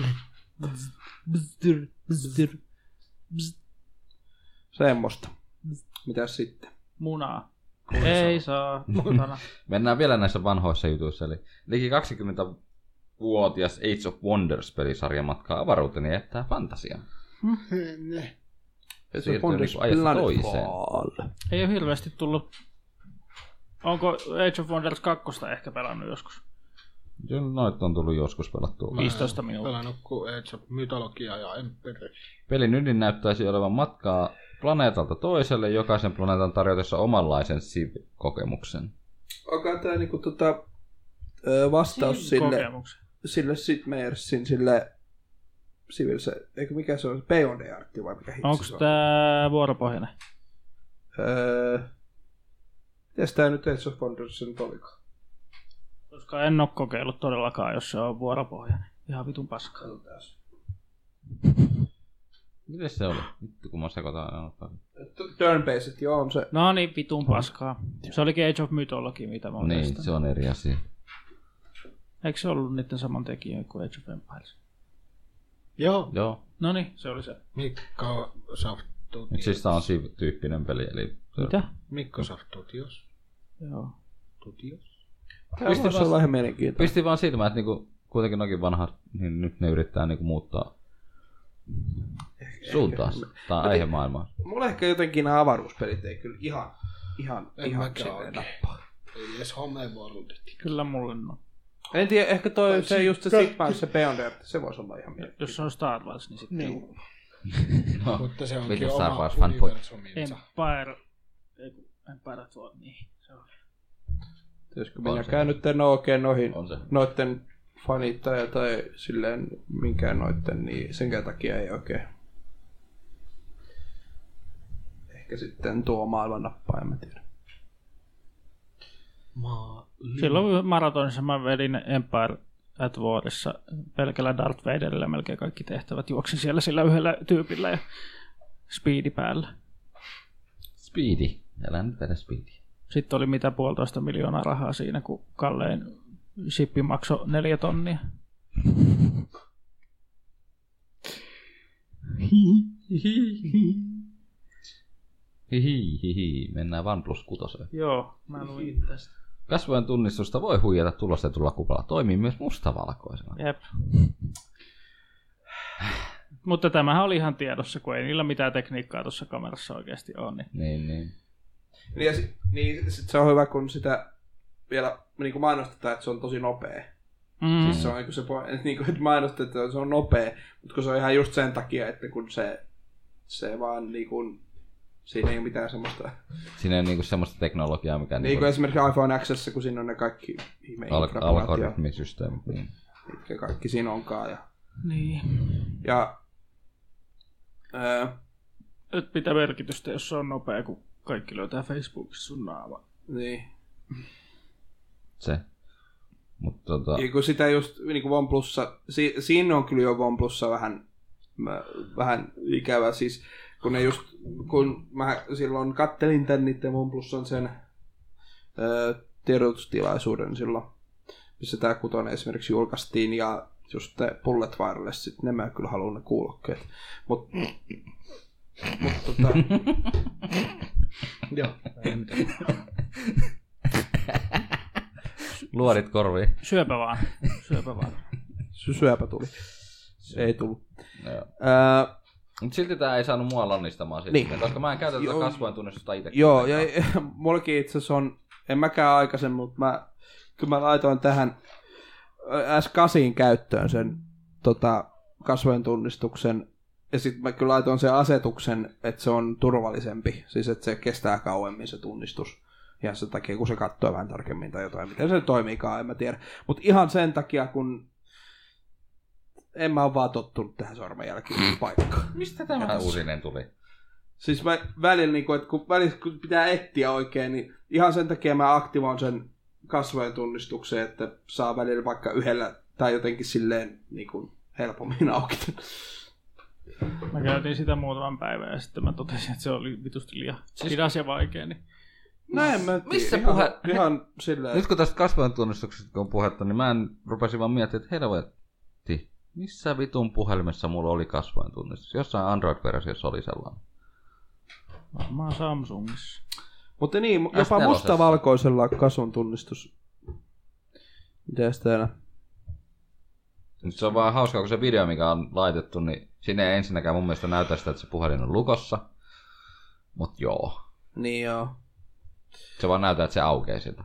Semmosta. Mitäs sitten? Munaa. Ei saa. Mutana. Mennään vielä näissä vanhoissa jutuissa. Eli liki kaksikymmentävuotias Age of Wonders-pelisarja matkaa avaruuteen ja jättää fantasian. Ne. Siirtyy niinku ajasta toiseen. Ei ole hirveästi tullut. Onko Age of Wonders kaksi ehkä pelannut joskus? Noit on tullut joskus pelattua. viisitoista minuuttia. Pelannut kuin Age of Mythologia ja Empire. Pelin ydin näyttäisi olevan matkaa planeetalta toiselle, jokaisen planeetan tarjotessa omanlaisen Civ-kokemuksen. Onko tämä niinku tota, ö, vastaus sille, Kokemuksen. sille Sid Meiersin, sille Civil se, eikö mikä se on, Beyond the Arctic vai mikä hitsi Onko se on? tää vuoropohjainen? Öö, mitäs tää nyt Age of Wonders nyt olikaan? Koska en oo kokeillut todellakaan, jos se on vuoropohjainen. Ihan vitun paska. Miten se oli? Vittu kun mä sekoitan. Turn-based, joo on se. No niin, vitun paskaa. Se olikin Age of Mythology, mitä mä oon Niin, testannut. se on eri asia. Eikö se ollut niiden saman tekijöiden kuin Age of Empires? Joo. Joo. No niin, se oli se. Mikko Soft Studios. Siis tää on Civ-tyyppinen peli. Eli Mitä? Mikko Soft Studios. Joo. Studios. Tämä voisi olla ihan mielenkiintoista. Pisti vaan silmään, että niinku, kuitenkin nokin vanhat, niin nyt ne yrittää niinku muuttaa suuntaan. Tää on aihemaailmaa. Mulla ehkä jotenkin nämä avaruuspelit ei kyllä ihan, ihan, En ihan mäkään silleen oikein. nappaa. Ei edes Homeworldit. Kyllä mulle no. En tiedä, ehkä toi, se just se Sid Meier's, se Beyond the Arctic, se voisi olla ihan mielenkiintoista. Jos se on Star Wars, niin sitten Niin. No, Mutta se onkin vittu Star oma Wars fanboy. universuminsa. Empire. Ei kun Empire at War, niin. Se on. Josko On minä se. käyn nyt no oikein noihin, On se. noitten fanittaja tai silleen minkään noitten, niin senkään takia ei oikein. Ehkä sitten tuo maailman nappaa, en mä tiedä. Maa. Silloin maratonissa mä vedin Empire at Warissa pelkällä Darth Vaderilla melkein kaikki tehtävät. Juoksin siellä sillä yhdellä tyypillä ja speedi päällä. Speedy. Älä nyt vedä Speedy. Sitten oli mitä puolitoista miljoonaa rahaa siinä, kun kallein shippi maksoi neljä tonnia. Hihi, hihi. Mennään OnePlus kutoseen. Joo, mä luin tästä. Kasvojen tunnistusta voi huijata tulostetulla kuvalla. Toimii myös mustavalkoisena. Jep. Mutta tämähän oli ihan tiedossa, kun ei niillä mitään tekniikkaa tuossa kamerassa oikeasti ole. Niin. Niin, niin. Niin, ja si- niin sit se on hyvä, kun sitä vielä niin kuin mainostetaan, että se on tosi nopea. Mm. Siis se on niin kuin se point, että, niin kuin, että mainostetaan, että se on nopea, mutta kun se on ihan just sen takia, että kun se, se vaan niin kuin, siinä ei ole mitään semmoista. Siinä on niinku semmoista teknologiaa, mikä... Niin kuin esimerkiksi iPhone X:ssä, kun siinä on ne kaikki ihme al- infrapalat ja algoritmisysteemit. Niin. mitkä kaikki siinä onkaan. Ja, Niin. ja ää, Et pitää merkitystä, jos se on nopea, kun kaikki löytää Facebookissa sun naama. niin. Se. Mutta tota... Ja kun sitä just niin kuin OnePlussa, si, siinä on kyllä jo OnePlussa vähän, mä, vähän ikävä, siis kun ne just, kun mä silloin kattelin tän niiden OnePlusan sen ö, tiedotustilaisuuden silloin, missä tää kutonen esimerkiksi julkaistiin, ja just te Bullet Wirelessit, ne mä kyllä haluan ne kuulokkeet. Mut Mutta tota... Joo, ei mitään. Luodit korviin. Syöpä vaan. Syöpä vaan. Syöpä tuli. Ei tullut. Joo. Öö, Mut silti tää ei saanut mua lannistamaan siitä, Niin. koska mä en käytä tätä Joo. kasvojen tunnistusta itse. joo, ja mullakin itse asiassa on, en mäkään aikaisemmin, mutta mä, kyllä mä laitoin tähän S kahdeksan käyttöön sen tota, kasvojen tunnistuksen, ja sitten mä kyllä laitoin sen asetuksen, että se on turvallisempi, siis että se kestää kauemmin se tunnistus. Ja sen takia, kun se katsoo vähän tarkemmin tai jotain, miten se toimiikaan, en mä tiedä. Mutta ihan sen takia, kun en mä ole vaan tottunut tähän sormenjälkeen paikkaan. Mistä tämä uusinen tuli? Siis mä välillä, niin kun, että kun, välillä, kun pitää etsiä oikein, niin ihan sen takia mä aktivoin sen kasvojen tunnistuksen, että saa välillä vaikka yhdellä tai jotenkin silleen niin kuin helpommin auki. Mä käytin sitä muutaman päivän ja sitten mä totesin, että se oli vitusti liian siis... hidas ja vaikea. Niin... No en mä tiedä. Missä ihan, puhe... ihan silleen. Nyt kun tästä kasvojen tunnistuksesta kun on puhetta, niin mä en rupesin vaan miettimään, että helvetti, missä vitun puhelimessa mulla oli kasvojen tunnistus? Jossain Android-versiossa oli sellainen. Varmaan Samsungissa. Mutta niin, jopa S neljä. mustavalkoisella kasvon tunnistus. Mitäs täällä? Nyt se on vaan hauskaa, kun se video, mikä on laitettu, niin sinne ei ensinnäkään mun mielestä näytä sitä, että se puhelin on lukossa. Mut joo. Niin joo. Se vaan näyttää, että se aukeaa siltä.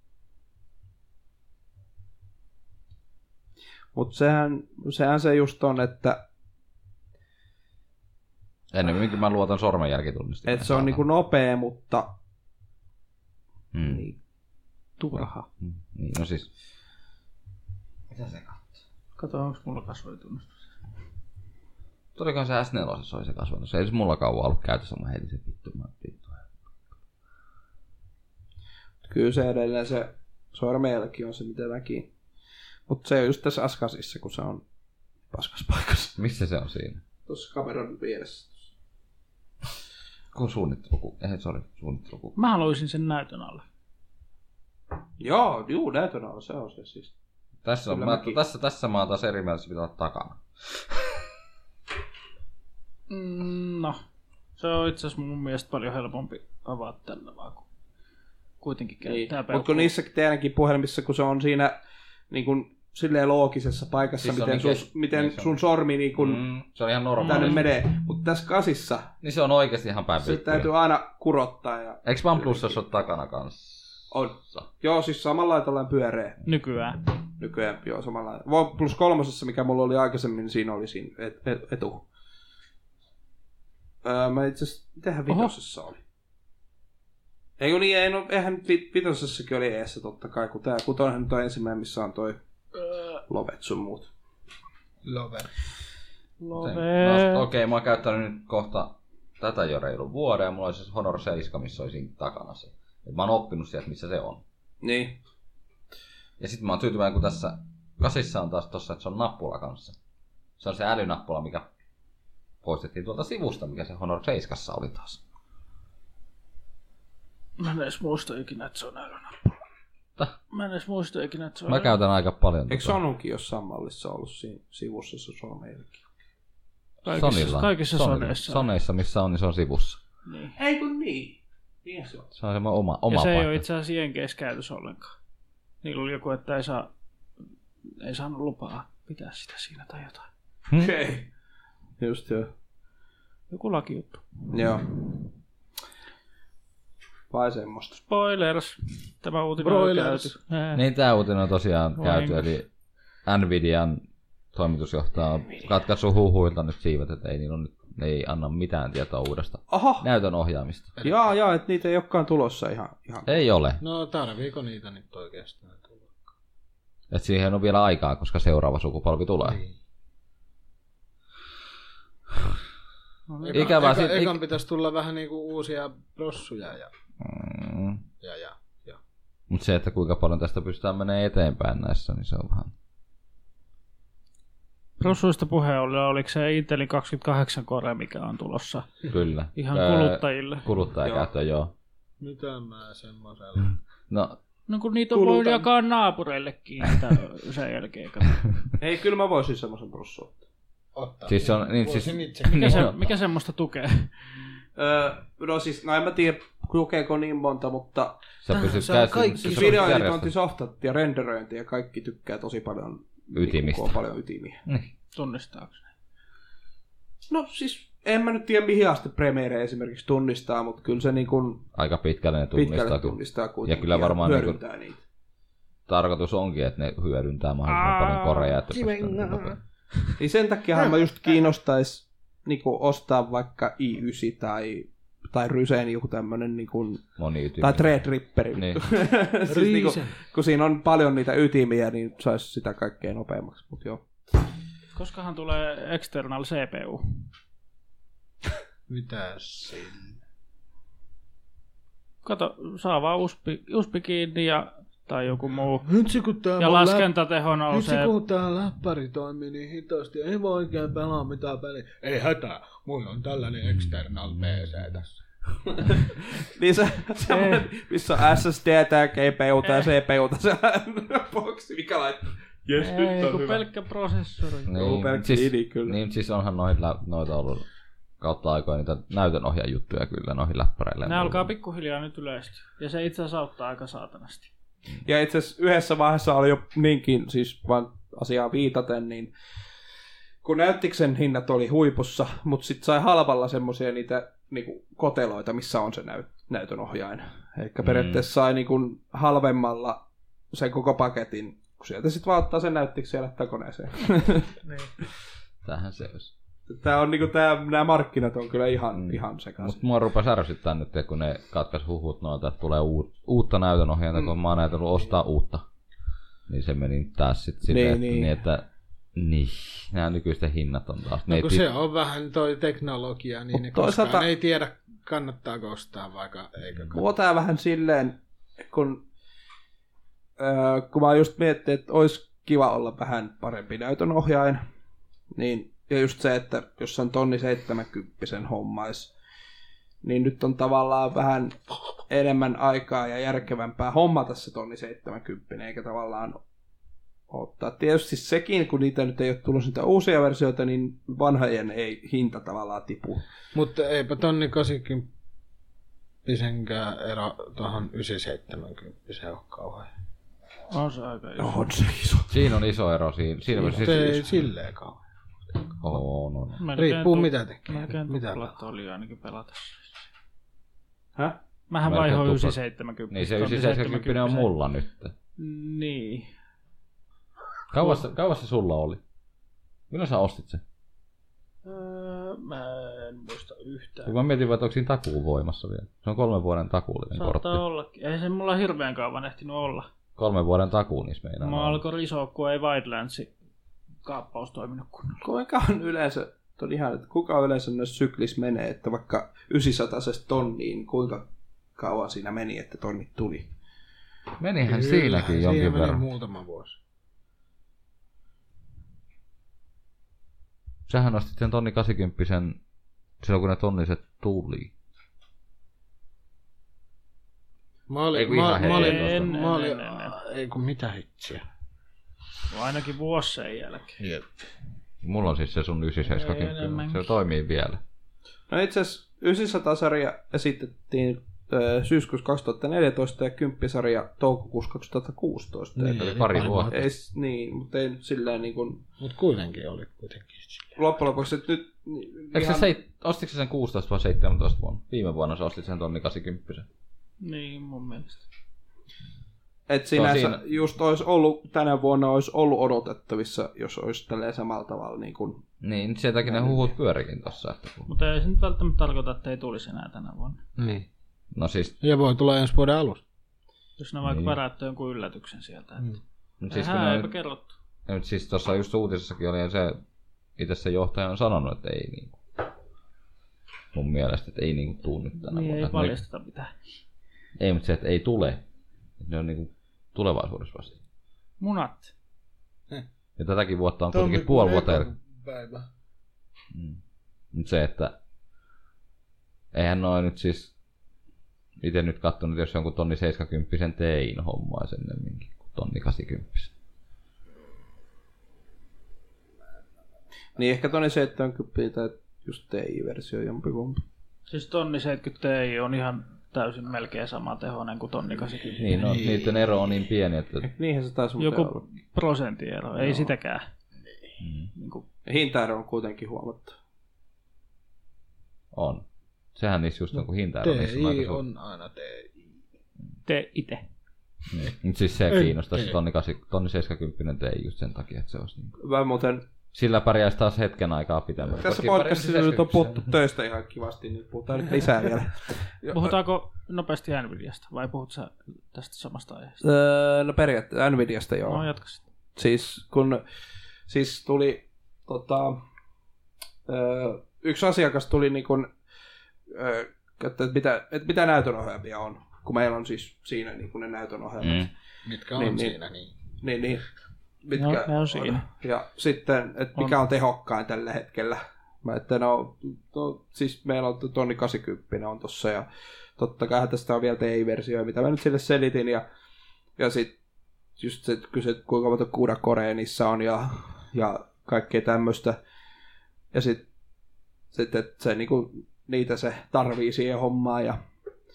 Mutta sehän, sehän se just on, että Ennemminkin mä luotan sormenjälkitunnistimeen. et se on niinku nopea, mutta Hmm. niin, turha. Hmm. Niin, no siis. Mitä se katsoo? Kato, onko mulla kasvoitunnistus? Todikohan se S neljä oli se kasvanut. Se ei siis mulla kauan ollut käytössä, mä heitin se vittu. Mä vittu. Kyllä se edelleen se sormenjälki on se, mitä mäkin. Mutta se on just tässä Askasissa, kun se on paskas paikassa. Missä se on siinä? Tuossa kameran vieressä. Kun suunnitteluku. Ei, sori, suunnitteluku. Mä haluaisin sen näytön alle. Joo, juu, näytön alla se on se siis. Tässä, on, mä, tässä, tässä mä oon taas eri mielessä, pitää olla takana. Mm, no, se on itse asiassa mun mielestä paljon helpompi avata tällä vaan, kun kuitenkin käyttää Niin. peukkuun. Mutta kun niissä teidänkin puhelimissa, kun se on siinä niin kun, silleen loogisessa paikassa, Siis miten, niin sun, kes- miten niin se on. sun sormi niin kun, Mm, se on ihan tänne normaali. menee. Mutta tässä kasissa Niin se on oikeesti ihan päin se vittuja. täytyy aina kurottaa. Ja... Eikö OnePlusissa ole takana kanssa? On. Joo, siis samalla lailla pyöreä. Nykyään. Nykyään joo, samalla lailla. Plus kolmosessa, mikä mulla oli aikaisemmin, siinä oli siinä et, et, etu. Öö, mä itse asiassa, mitähän vitosessa oli? Eikö niin, ei, no, eihän vi- vitosessakin oli eessä totta kai, kun tää kutonen nyt on ensimmäinen, missä on toi lovet sun muut. Love. Love. No, Okei, okay, mä oon käyttänyt nyt kohta tätä jo reilun vuoden, ja mulla oli siis Honor seitsemän, missä oli siinä takana se. Et mä oon oppinut sieltä, missä se on. Niin. Ja sitten mä oon tyytyväinen, kun tässä kasissa on taas tossa, että se on nappula kanssa. Se on se älynappula, mikä poistettiin tuolta sivusta, mikä se Honor seitsemän oli taas. Mä en edes muista ikinä, että se on älynappula. Täh? Mä en edes muista ikinä, että se on Mä käytän aika paljon. Eikö Sonunkin jossain mallissa ollut siinä sivussa se sormenjälki? Kaikissa, Sonilla. kaikissa Sonilla. soneissa. Soneissa, missä on, niin se on sivussa. Niin. Ei kun niin. Niin se on. Se on semmoinen oma, oma Ja se paikka. ei ole itse asiassa jenkeissä käytössä ollenkaan. Niillä oli joku, että ei, saa, ei saanut lupaa pitää sitä siinä tai jotain. Okei. Okay. Just joo. Joku lakijuttu. Joo. Vai semmoista. Spoilers. Tämä uutinen on Broilers. käyty. Ää. Niin tää uutinen on tosiaan Vain. käyty, eli Nvidian toimitusjohtaja on katkaissut huhuilta nyt siivet, että ei, niillä on nyt, ne ei anna mitään tietoa uudesta Aha. näytön ohjaamista. Jaa, jaa, että niitä ei olekaan tulossa ihan. ihan. Ei ole. No tarviiko niitä nyt oikeastaan tulla? Et siihen on vielä aikaa, koska seuraava sukupolvi tulee. Niin. Eka, Ikävää eka, sit- ekan ik- pitäisi tulla vähän niinku uusia prossuja ja, Mm. ja, ja, ja. Mutta se, että kuinka paljon tästä pystytään menemään eteenpäin näissä, niin se on vähän... Prossuista puheen ollen, oliko se Intelin kaksikymmentäkahdeksan core, mikä on tulossa Kyllä. ihan Öö, kuluttajille? Kuluttajakäyttöön, joo. joo. Mitä mä semmosella? No, No kun niitä on voi jakaa naapureillekin niitä sen jälkeen. Ei, kyllä mä voisin semmoisen prossun ottaa. ottaa. Siis se on, niin, Voisin siis, itsekin. Mikä, niin se, on. mikä semmoista tukee? Öö, no siis, no en mä tiedä lukeeko niin monta, mutta Sä pystyt se on käsin, kaikki sä siis pystyt videoeditointisoftat ja renderöinti ja kaikki tykkää tosi paljon Ytimistä. kun on paljon ytimiä. Niin. Tunnistaako ne? No siis, en mä nyt tiedä mihin asti Premiere esimerkiksi tunnistaa, mutta kyllä se niin kuin Aika pitkälle ne tunnistaa. pitkälle kyllä. tunnistaa kuitenkin Ja kyllä varmaan hyödyntää niinku, niitä. tarkoitus onkin, että ne hyödyntää mahdollisimman paljon koreja. Että pystytään- Niin sen takia mä just kiinnostais niinku ostaa vaikka i yhdeksän tai, tai Ryseen joku tämmönen niinku, Moni tai Threadripperi. Niin. siis niinku, kun siinä on paljon niitä ytimiä, niin saisi sitä kaikkein nopeammaksi. Mut joo. Koskahan tulee external C P U? Mitäs siinä? Kato, saa vaan U S B, U S B kiinni ja, tai joku muu. Nyt se kun tää Ja mun laskentateho läp... Nyt se nousee. kun tää läppäri toimii niin hitaasti, ei voi oikein pelaa mitään peliä. Ei hätää, mulla on tällainen external P C tässä. Niin se semmoinen, missä on S S D ja G P U ja C P U se boksi, mikä laittaa. Jes, Ei, nyt on kun hyvä. pelkkä prosessori. Joo, Niin, pelkkä siis, idi, kyllä. niin, siis onhan noita, noita ollut kautta aikoina niitä näytönohjajuttuja kyllä noihin läppäreille. Ne alkaa pikkuhiljaa nyt yleistyä. Ja se itse asiassa auttaa aika saatanasti. Ja itse asiassa yhdessä vaiheessa oli jo niinkin, siis vaan asiaan viitaten, niin kun näyttiksen hinnat oli huipussa, mutta sitten sai halvalla semmoisia niitä niinku koteloita, missä on se näyt- näytönohjain. Eli mm. periaatteessa sai niinku halvemmalla sen koko paketin, kun sieltä sitten vaan ottaa sen näyttiksen ja laittaa koneeseen. Niin. Tähän se olisi. Tää on niinku tää, nämä markkinat on kyllä ihan, mm. ihan sekaisin. Mutta mua rupesi ärsyttää nyt, kun ne katkaisi huhut noilta, että tulee uut, uutta näytönohjainta, mm. kun mä oon ajatellut ostaa uutta. Niin se meni taas sitten silleen, Niin, että, niin. niin, että niin, nämä nykyisten hinnat on taas. No Ne kun ei se on vähän toi teknologia, niin ne toisaalta- koskaan ei tiedä, kannattaako ostaa vaikka eikö kannata. Mua tää vähän silleen, kun, öö, kun mä just miettin, että olisi kiva olla vähän parempi näytönohjain, niin, ja just se, että jos on tonni seitsemänkymppisen hommais, niin nyt on tavallaan vähän enemmän aikaa ja järkevämpää hommata se tonni seitsemänkymmentä, eikä tavallaan ottaa. Tietysti sekin, kun niitä nyt ei ole tullut niitä uusia versioita, niin vanhojen ei hinta tavallaan tipu. Mutta eipä tonni kahdeksankymmentäkään ero tuohon yhdeksänsataaseitsemänkymmentä ole kauhean. On se aika iso. On se iso. Siinä on iso ero. Siinä, siinä Mutta siis, ei silleen kauhean. oh, no, no. Melkein Riippuu tu- mitä tekee. Melkein Mitä tuplat oli ainakin pelata. Häh? Mähän Melkein vaihoin tuplat. yhdeksänsataaseitsemänkymmentä. Niin se yhdeksänsataaseitsemänkymmentä on mulla nyt. Niin. Kauas, se- kauas se sulla oli? Milloin sä ostit se? Öö, mä en muista yhtään. Kun mä mietin, että onko siinä takuu voimassa vielä. Se on kolmen vuoden takuullinen kortti. Saattaa ollakin. Ei se mulla hirveän kauan ehtinyt olla. Kolmen vuoden takuu niissä meinaa. Mä alkoi risoa, kun ei Wildlandsin kaappaus toiminut kunnolla. Kuinka on yleensä, on ihan, että kuka yleensä näissä syklissä menee, että vaikka yhdeksänsataa tonniin, niin kuinka kauan siinä meni, että tonnit tuli? Menihän Kyllähän siinäkin jonkin siinä meni verran. muutama vuosi. Sähän ostit sen tonni kahdeksankymmentä silloin, kun ne tonniset tuli. Mä Ei olin, kun mä, ihan mä olin, en, mä olin, en, en, en. ei kun mitä hitsiä. Ainakin vuosi sen jälkeen. Jep. Mulla on siis se sun yhdeksänsataaseitsemänkymmentä. Enemmänkin. Se toimii vielä. No itse asiassa yhdeksänsataa-sarja esitettiin ö, syyskuussa kaksituhattaneljätoista ja kymmenen-sarja toukokuussa kaksituhattakuusitoista. Niin, Että eli pari pari vuotta. ei, s- niin, mutta ei nyt silleen niin kuin, Mut kuitenkin oli kuitenkin silleen. loppujen lopuksi, että nyt Eikö sä seit, ostitko sä sen kuusitoista vai seitsemäntoista vuonna? Viime vuonna sä ostit sen tonni kahdeksankymmentä. Niin, mun mielestä. että sinänsä siinä. just olisi ollut, tänä vuonna olisi ollut odotettavissa, jos olisi tälleen samalla tavalla niin kuin, Niin, sen takia ne huhut pyörikin tossa. Että kun... Mutta ei se nyt välttämättä tarkoita, että ei tulisi enää tänä vuonna. Niin. No siis, Ja voi tulla ensi vuoden alussa. Jos ne vaikka Niin. väräyttää jonkun yllätyksen sieltä. Että... mut siis kun Eihän, ne, eipä kerrottu. nyt siis tuossa just uutisessakin oli se, itse se johtaja on sanonut, että ei niinku, mun mielestä, että ei niinku tuu nyt tänä Niin, vuonna. ei Että ne- paljasteta mitään. Ei, mutta se, että ei tule. Että ne on niinku tulevaisuudessa vasta. Munat. Ja tätäkin vuotta on kuitenkin puoli vuotta. Päivä. Mm. Mutta se, että eihän noin nyt siis itse nyt kattonut, jos jonkun tonni seitsemänkymmentä tein hommaa sen ennemminkin kuin tonni kahdeksankymmentä. Niin ehkä tonni seitsemänkymmentä tai just T I-versio jompikumpi. Siis tonni seitsemänkymmentä Ti on ihan täysin melkein sama tehoinen kuin tonni kahdeksankymmentä. Niin, no, niiden ero on niin pieni, että... Niinhän se taisi Joku olla. prosentin ero, ei Joo. sitäkään. Mm. Niin kuin... Hintaero on kuitenkin huomattava. On. Sehän niissä just on, kun hintaero niissä on aika T I suuri. on aina T I. Te ite. Niin. Mutta siis se Ei, kiinnostaisi ei. tonni, tonni seitsemänkymmentä Ti just sen takia, että se olisi niin... Mä muuten Sillä pärjäisi taas hetken aikaa pitemmän. tässä podcastissa nyt on puhuttu töistä ihan kivasti, niin puhutaan nyt lisää vielä. Puhutaanko nopeasti Nvidiasta vai puhut sä tästä samasta aiheesta? Öö, no periaatteessa Nvidiasta joo. No jatka sitten. Siis kun siis tuli tota, öö, yksi asiakas tuli niin kun, öö, että mitä, että mitä näytönohjelmia on, kun meillä on siis siinä niin kun ne näytönohjelmat. Mm. Mitkä on Niin, niin. siinä, niin. Niin, niin. Mitkä No, ne on siinä. Ja sitten, että mikä on tehokkain tällä hetkellä. Mä, että no, no, siis meillä on tonni kahdeksankymmentä on tossa ja totta kai tästä on vielä T I-versio, mitä mä nyt sille selitin. Ja, ja sitten just se, kysyt, kuinka monta kuuda korea niissä on ja, ja kaikkea tämmöistä. Ja sitten, sit, että se niinku, niitä se tarvii siihen hommaan ja,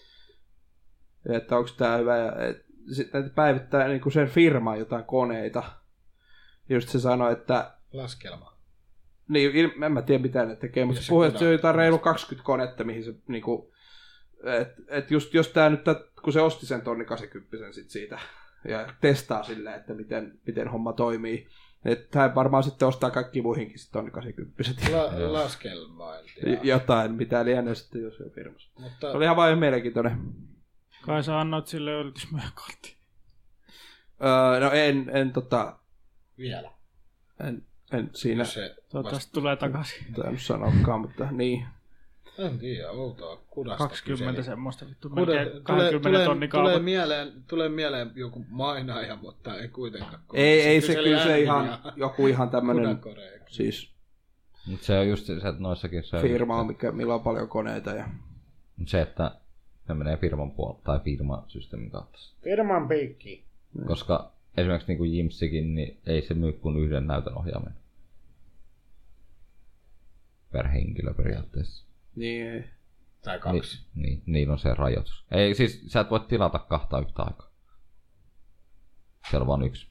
ja että onko tää hyvä. Ja, et, sitten päivittää niinku sen firmaan jotain koneita. Just se sanoi, että... Laskelma. Niin, en mä tiedä mitä ne tekee, mutta se se puhui, että kuda- se on jotain reilu kaksikymmentä konetta, mihin se niinku... Että et just jos tää nyt, kun se osti sen tonni kahdeksankymmentä sit siitä ja testaa silleen, että miten, miten homma toimii. Että hän varmaan sitten ostaa kaikki muihinkin sit tonni kahdeksankymmentä. La- laskelmointia. Jotain, mitä lienee sitten jos on firmassa. Mutta Se oli ihan vain mielenkiintoinen. Kai sä annoit sille yritysmyökortti. Öö, no en, en tota... vielä. En, en siinä Se Toivottavasti tulee takaisin. tainnut sanoakaan, mutta niin. En tiedä, outoa. Kudasta kaksikymmentä kyseli. semmoista vittu. Kuda, Melkein tulee, kaksikymmentä tulee, tonnin tulee, kaupat. mieleen, tulee mieleen joku mainaaja, mutta ei kuitenkaan. Ei, ei se kyseli kyllä se Nvidia. ihan, joku ihan tämmönen, Kudakorea. siis Mut se on just se, että noissakin se on firma on, just mikä, millä on paljon koneita. Ja... se, se, että ne menee firman puolella tai firmasysteemin kautta. Firman piikki. Koska esimerkiksi niin kuin Jimsikin, niin ei se myy kuin yhden näytön ohjaimen. Per henkilö periaatteessa. Niin ei. Tai kaksi. Ni, niin, niillä on se rajoitus. Ei, siis sä et voi tilata kahta yhtä aikaa. Siellä on vaan yksi.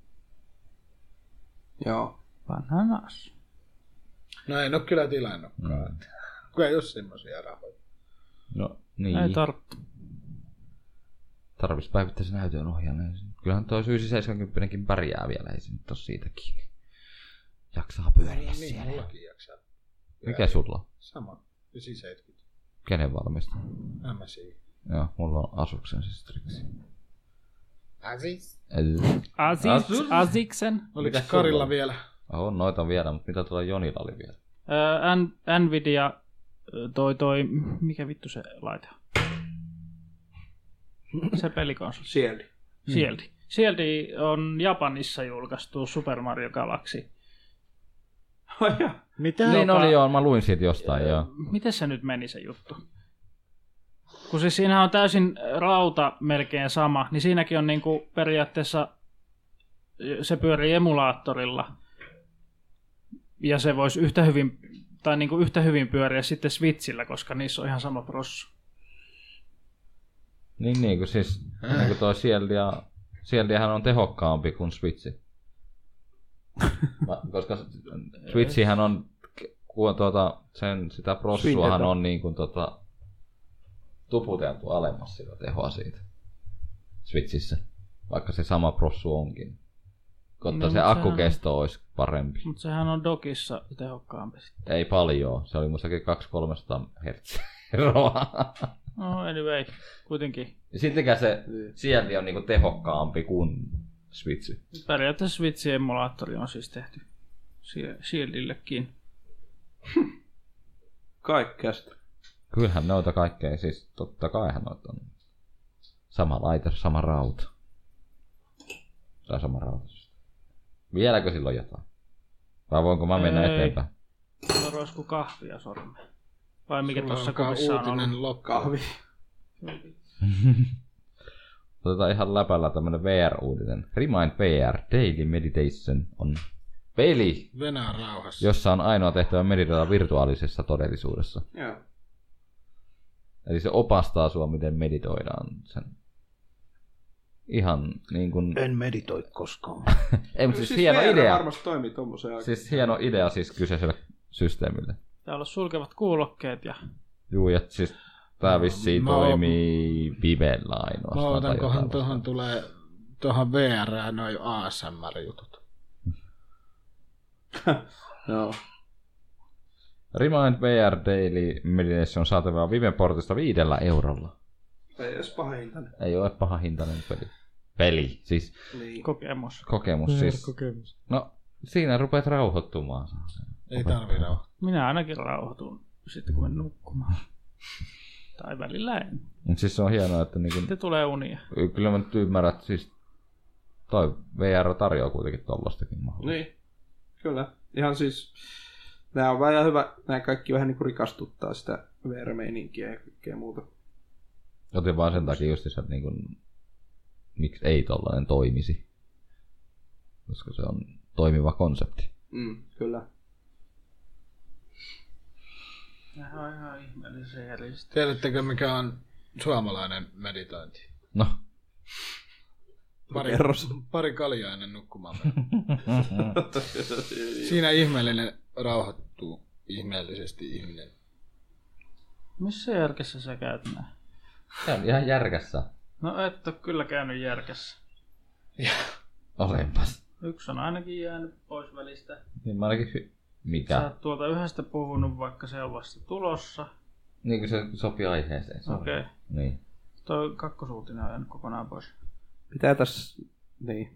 Joo. Vanha naas. No en ole kyllä tilannutkaan. Mm. Kun ei ole semmosia rahoja. No niin. Ei tarttu. Tarvitsisi päivittää se näytön ohjaimen. Kyllähän toi yhdeksänsataaseitsemänkymmentäkin pärjää vielä, ei se nyt ole siitä kiinni. Jaksaa pyöriä Niin, siellä. mullakin jaksaa. Mikä sulla on? Sama. yhdeksänsataaseitsemänkymmentä. Kenen valmista? M S I. Joo, mulla on Asuksen siis triksi. Aziz. Aziz, Asus? Aziksen. Oliko Mitäs sulla Karilla on? vielä? On noita vielä, mutta mitä tuolla Jonilla oli vielä? Öö, N- Nvidia ö, toi toi, mikä vittu se laite on? Se pelikonsoli. Sieltä. Shield. Shield on Japanissa julkaistu Super Mario Galaxy. Mitä? Niin Joka- oli joo, mä luin siitä jostain joo. Miten se nyt meni se juttu? Kun siis siinähän on täysin rauta melkein sama, niin siinäkin on niinku periaatteessa, se pyörii emulaattorilla. Ja se voisi yhtä hyvin, tai niinku yhtä hyvin pyöriä sitten Switchillä, koska niissä on ihan sama prossu. Niin, niin kuin siis, niin kuin toi Shieldia, Shieldihän on tehokkaampi kuin Switchi. Va- koska Switchihän on, kun tuota, sen, sitä prossuahan Swindetä. on niin kuin tota, tuputeltu alemmas sitä tehoa siitä Switchissä, vaikka se sama prossu onkin. Koska No, se mut akkukesto sehän- olisi parempi. Mutta sehän on dokissa tehokkaampi sitten. Ei paljon, se oli mustakin kaksisataa kolmesataa hertsiä eroa. No anyway, kuitenkin. Sittenkään se Shield on niinku tehokkaampi kuin Switch. Periaatteessa Switchin emulaattori on siis tehty Sie- Shieldillekin. Kaikkea sitä. Kyllähän noita kaikkea, siis totta kaihan noita on. Sama laite, sama rauta. Tai sama rauta. Vieläkö silloin jotain? Vai voinko mä mennä Ei. eteenpäin? Sulla roisku kahvia sormeen. Vai mikä Sulla tuossa alkaa kuvissa on ollut? uutinen loppu. Kahvi. Otetaan ihan läpällä tämmönen V R-uutinen. Remind V R, Daily Meditation on peli, Venäjän rauhassa. jossa on ainoa tehtävä meditoida virtuaalisessa todellisuudessa. Joo. Eli se opastaa sua, miten meditoidaan sen. Ihan niin kuin... En meditoi koskaan. Ei, mutta siis, siis hieno V R idea. varmasti toimii tommoseen aikaan. Siis hieno idea siis kyseiselle systeemille. Täällä on sulkevat kuulokkeet ja... Juu, ja siis tää vissiin Mä toimii Vivellä ainoastaan. Mä otan, tai kohan jotain tuohon vastaan. tulee tuohon V R noin A S M R-jutut. Joo. Remind V R Daily Meditation on saatavilla Viven-portista viidellä eurolla. Ei edes paha hintainen. Ei ole paha hintainen peli. Peli, siis Niin. Kokemus. kokemus. Siis. Kokemus. No, siinä rupeat rauhoittumaan. Ei tarvii rauhoittaa. Minä ainakin rauhoitun sitten kun menen nukkumaan. Tai välillä en. Mutta siis se on hienoa, että niinku, Sitten tulee unia. kyllä mä nyt ymmärrän, että siis toi V R tarjoaa kuitenkin tollastakin mahdollisuutta. Niin. Kyllä. Ihan siis... Nää on vähän hyvä, nää kaikki vähän niinku rikastuttaa sitä V R-meininkiä ja kaikkea muuta. Joten vaan sen takia just, että niinku, miksi ei tollainen toimisi. Koska se on toimiva konsepti. Mm, kyllä. Nämä on ihan ihmeellisiä järjestelmiä. Tiedättekö mikä on suomalainen meditointi? No, Pari, Kerros. pari kaljaa ennen nukkumaan. Siinä ihmeellinen rauhoittuu ihmeellisesti ihminen. Missä järkessä sä käyt näin? se on ihan järkässä. No et ole kyllä käynyt järkessä. Olenpas. Yksi on ainakin jäänyt pois välistä. Niin mä ainakin hy- Sä Mikä? oot tuolta yhdestä puhunut, vaikka se on vasta tulossa. Niin kuin se sopii aiheeseen. Okei. Okay. Niin. Toi kakkosuutinen on jäänyt kokonaan pois. Pitää tässä... Niin.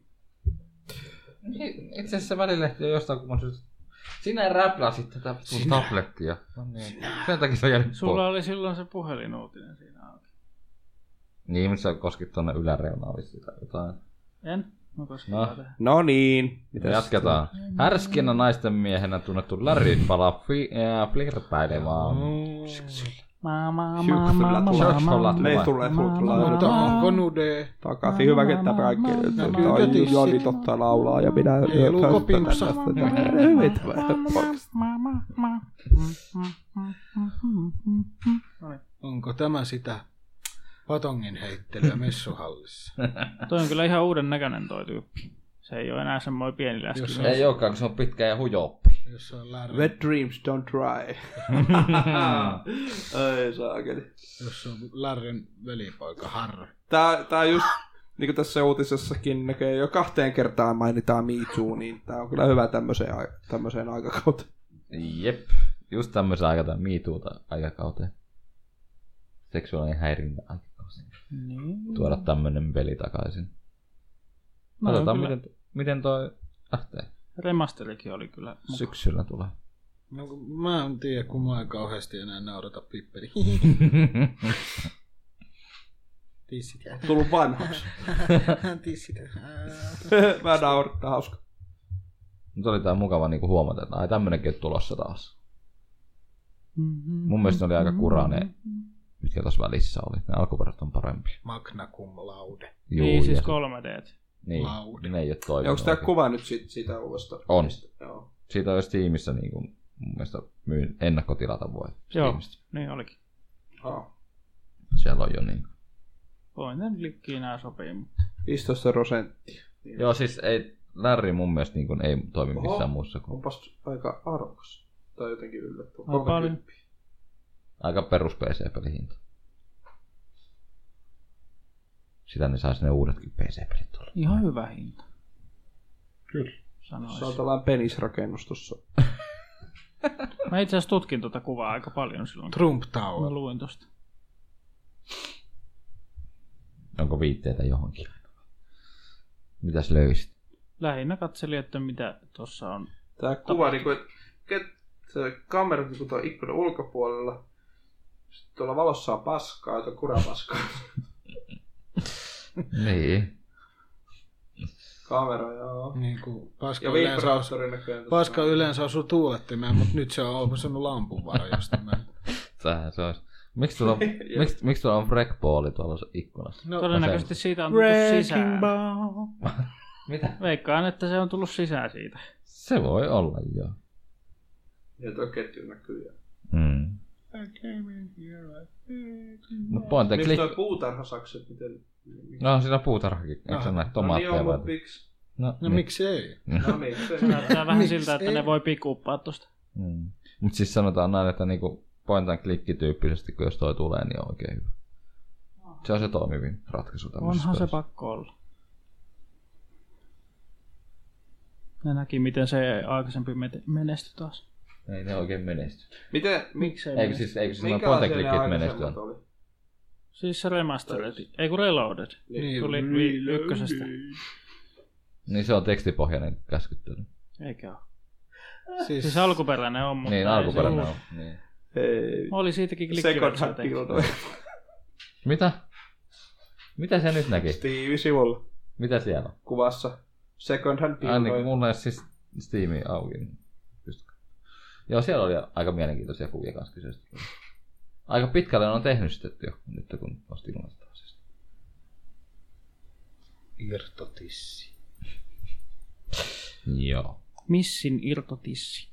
Itse asiassa välilehti on jostain kun mä syystä. Sinä räpläsit tätä sun tablettia. No niin. Sen takia se on jäänyt Sulla pois. oli silloin se puhelinuutinen siinä auki. Niin, mutta sä koskit tonne yläreunaan vissiin tai jotain. En? No koska No. no. No niin. Me jatketaan. Härskinä naisten miehenä tunnettu Larry palaa fi- äh, flirttailemaan. Mama, Syksyllä mama, tulee. Syksyllä Ne tulee. tulee, sulla tulee. Mutta onko nude? Takaisin hyvä kenttä kaikki. Joni totta laulaa ja minä... Ei luuko pimpsa. Hyvin Onko tämä sitä patongin heittelyä messuhallissa? Toi on kyllä ihan uuden näköinen toi tyyppi. Se ei ole enää semmoinen pieni läski. Jos Ei olekaan, kun se on pitkä ja hujoppi. Jos on Larry, Wet dreams don't dry. Ei saakeli. jos on Larryn velipoika Harry. Tää, tää just, niin kuin tässä uutisessakin näkee, jo kahteen kertaan mainitaan Me Too, niin tää on kyllä hyvä tämmöiseen, ai- tämmöiseen aikakauteen. Jep. Just tämmöisen aikakauteen. MeToota aikakauteen. Seksuaalinen häirintä aikakauteen. Niin. Tuoda tämmönen peli takaisin. No, Katsotaan, kyllä. miten, miten toi lähtee. Remasterikin oli kyllä. muka. Syksyllä tulee. No, kun mä en tiedä, kun mä en kauheasti enää naurata pippeli. Tissit. Tullut vanhaksi. Tissit. Mä naurittaa hauska. Nyt oli tää mukava niinku huomata, että ai tämmönenkin on tulossa taas. Mun mielestä ne oli aika kuraa ne, mitkä tossa välissä oli. Ne alkuperäiset on parempia. Magna cum laude. Juu, Niin, siis ja- kolme D. Niin, Laude. ne ei oo toiminut. Onko tää oikein. kuva nyt sit, siitä uudesta? On. Joo. Siitä olisi Steamissa niinku, mun mielestä myyn ennakkotilata voi. Joo, Steamista. niin olikin. Ah. Siellä on jo niin. Point and clickiin nää sopii, mutta... viisitoista prosenttia. Joo, siis ei, Larry mun mielestä niin kuin, ei toimi Oho. missään muussa kuin Onpas aika arvokas. Tai jotenkin yllättävä. Aika paljon. kolmekymmentä. aika perus P C-pelihinta. Sitä ne saisi ne uudetkin P C-pelit tulla. Ihan hyvä hinta. Kyllä. Sanoisin. Sä oot tällainen penisrakennus tossa. Mä itse asiassa tutkin tuota kuvaa aika paljon silloin. Trump Mä Tower. luin tosta. Onko viitteitä johonkin? Mitäs löysit? Lähinnä katselin, että mitä tossa on. Tää kuva niinku, että se kamera niinku tuon ikkunan ulkopuolella. Sitten tuolla valossa on paskaa, jota kurapaskaa. Niin. Kamera, joo. Niin kuin paska Ja yleensä, vibraattori näköjään. paska yleensä osuu tuulettimeen, mutta nyt se on osunut lampun varjosta. Sähän se olisi. Miksi tuolla on, miksi, miksi tuolla on wreckballi tuolla ikkunassa? No, Todennäköisesti siitä on tullut sisään. Mitä? Veikkaan, että se on tullut sisään siitä. Se voi olla, joo. Ja tuo ketju näkyy. Mm. Mut pointti Mistä klik... toi puutarhasakset, miten... No, siinä puutarhakin. Eikö se No, näitä no tomaatteja niin on, vai? mut miksi? No, No niin. miksi ei? No miksi? Se näyttää vähän Miksi siltä, että ei? ne voi pikuppaa tosta. Mm. Mut siis sanotaan näin, että niinku point and click tyyppisesti, kun jos toi tulee, niin on oikein hyvä. Se on se toimivin ratkaisu tämmöisessä Onhan se pelissä. pakko olla. Ne näki, miten se aikaisempi mete- menestyi taas. Ei ne oikein menesty. Miten... Miksei Eikö menesty? siis, eikö siis noin point Minkälaisia and ne clickit menesty aikaisemmat on? oli? Siis se remastered, ei kun reloaded. Niin, Tuli vi- ykkösestä. Niin se on tekstipohjainen käskyttely. Eikä oo. Siis, Siis alkuperäinen on, mutta Niin, ei alkuperäinen se- on. Niin. Ei. Oli siitäkin Second klikkiversio hand tehty. dildoja. Mitä? Mitä se nyt näki? Steve-sivulla Mitä siellä on? kuvassa. Second hand Ai niin, dildoja. mulla ei siis Steamia auki. Niin pystykö? Joo, siellä oli aika mielenkiintoisia kuvia kanssa kyseistä. Aika pitkälle on tehnyt sitten jo, nyt kun ostin ilmaista asiasta. irtotissi. Joo. Missin irtotissi.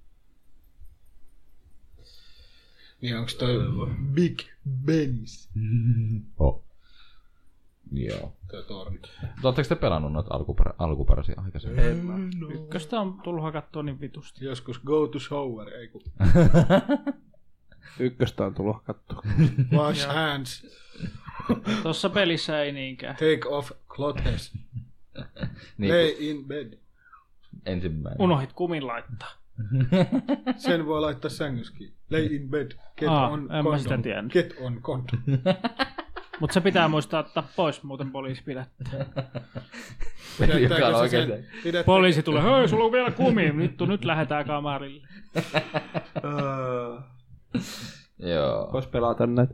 Niin onks toi Big Benis? Oh. Joo. Toi torni. Oletteko te pelannut noita alkuperä, alkuperäisiä aikaisemmin? En mä. Ykköstä on tullut hakattua niin vitusti. Joskus go to shower, ei kun Ykköstä on tullut katsoa. wash hands, Tuossa pelissä ei niinkään. take off clothes, Niin, lay in bed. ensimmäinen. Unohit kumin laittaa. Sen voi laittaa sängyskin. Lay in bed, get Aa, on en mä sitä condom. tiennyt. Get on condom. Mutta se pitää muistaa ottaa pois, muuten poliisi pidättää. Joka on Pidättääkö se oikein sen? se. Pidättääkö- Poliisi tulee, hei, sulla on vielä kumi. Vittu, nyt lähdetään kamarille. Öö, Joo. Vois pelata näitä.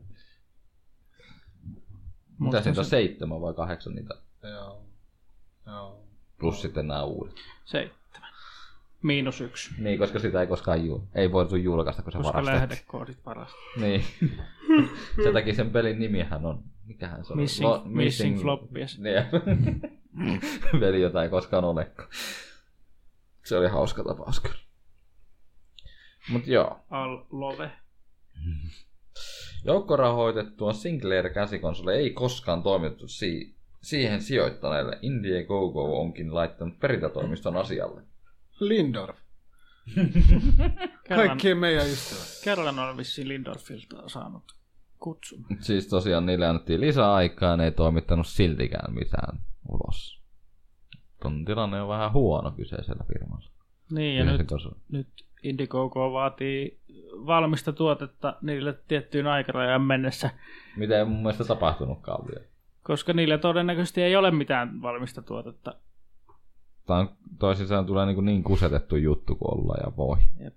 Mitä siitä on seitsemän vai kahdeksan niitä? Joo. Joo. Plus sitten nämä uudet. Seitsemän. Miinus yksi. Niin, koska sitä ei koskaan juu. Ei voitu julkaista, kun se Koska varastettiin. lähdekoodit varastettiin. Niin. Sen takia sen pelin nimihän on. Mikähän se on? Missing, Lo- missing floppies. Niin. Peli, jota ei koskaan olekaan. Se oli hauska tapaus kyllä. Mut joo. Al love. Joukkorahoitettua Sinclair-käsikonsoli ei koskaan toimitettu si- siihen sijoittaneelle. Indiegogo onkin laittanut perintätoimiston asialle. Lindorf. Kerran, Kaikkien meidän ystävät. kerran on vissiin Lindorfilta saanut kutsun. Siis tosiaan niille annettiin lisää aikaa, ne ei toimittanut siltikään mitään ulos. Ton tilanne on vähän huono kyseisellä firmalla. Niin, ja Kyseisen nyt, konsolin. nyt Indiegogo vaatii valmista tuotetta niille tiettyyn aikarajan mennessä, Mitä ei mun mielestä tapahtunutkaan vielä. koska niille todennäköisesti ei ole mitään valmista tuotetta. Tää on toisissaan tulee niin, niin kusetettu juttu kuin olla ja voi. Jep.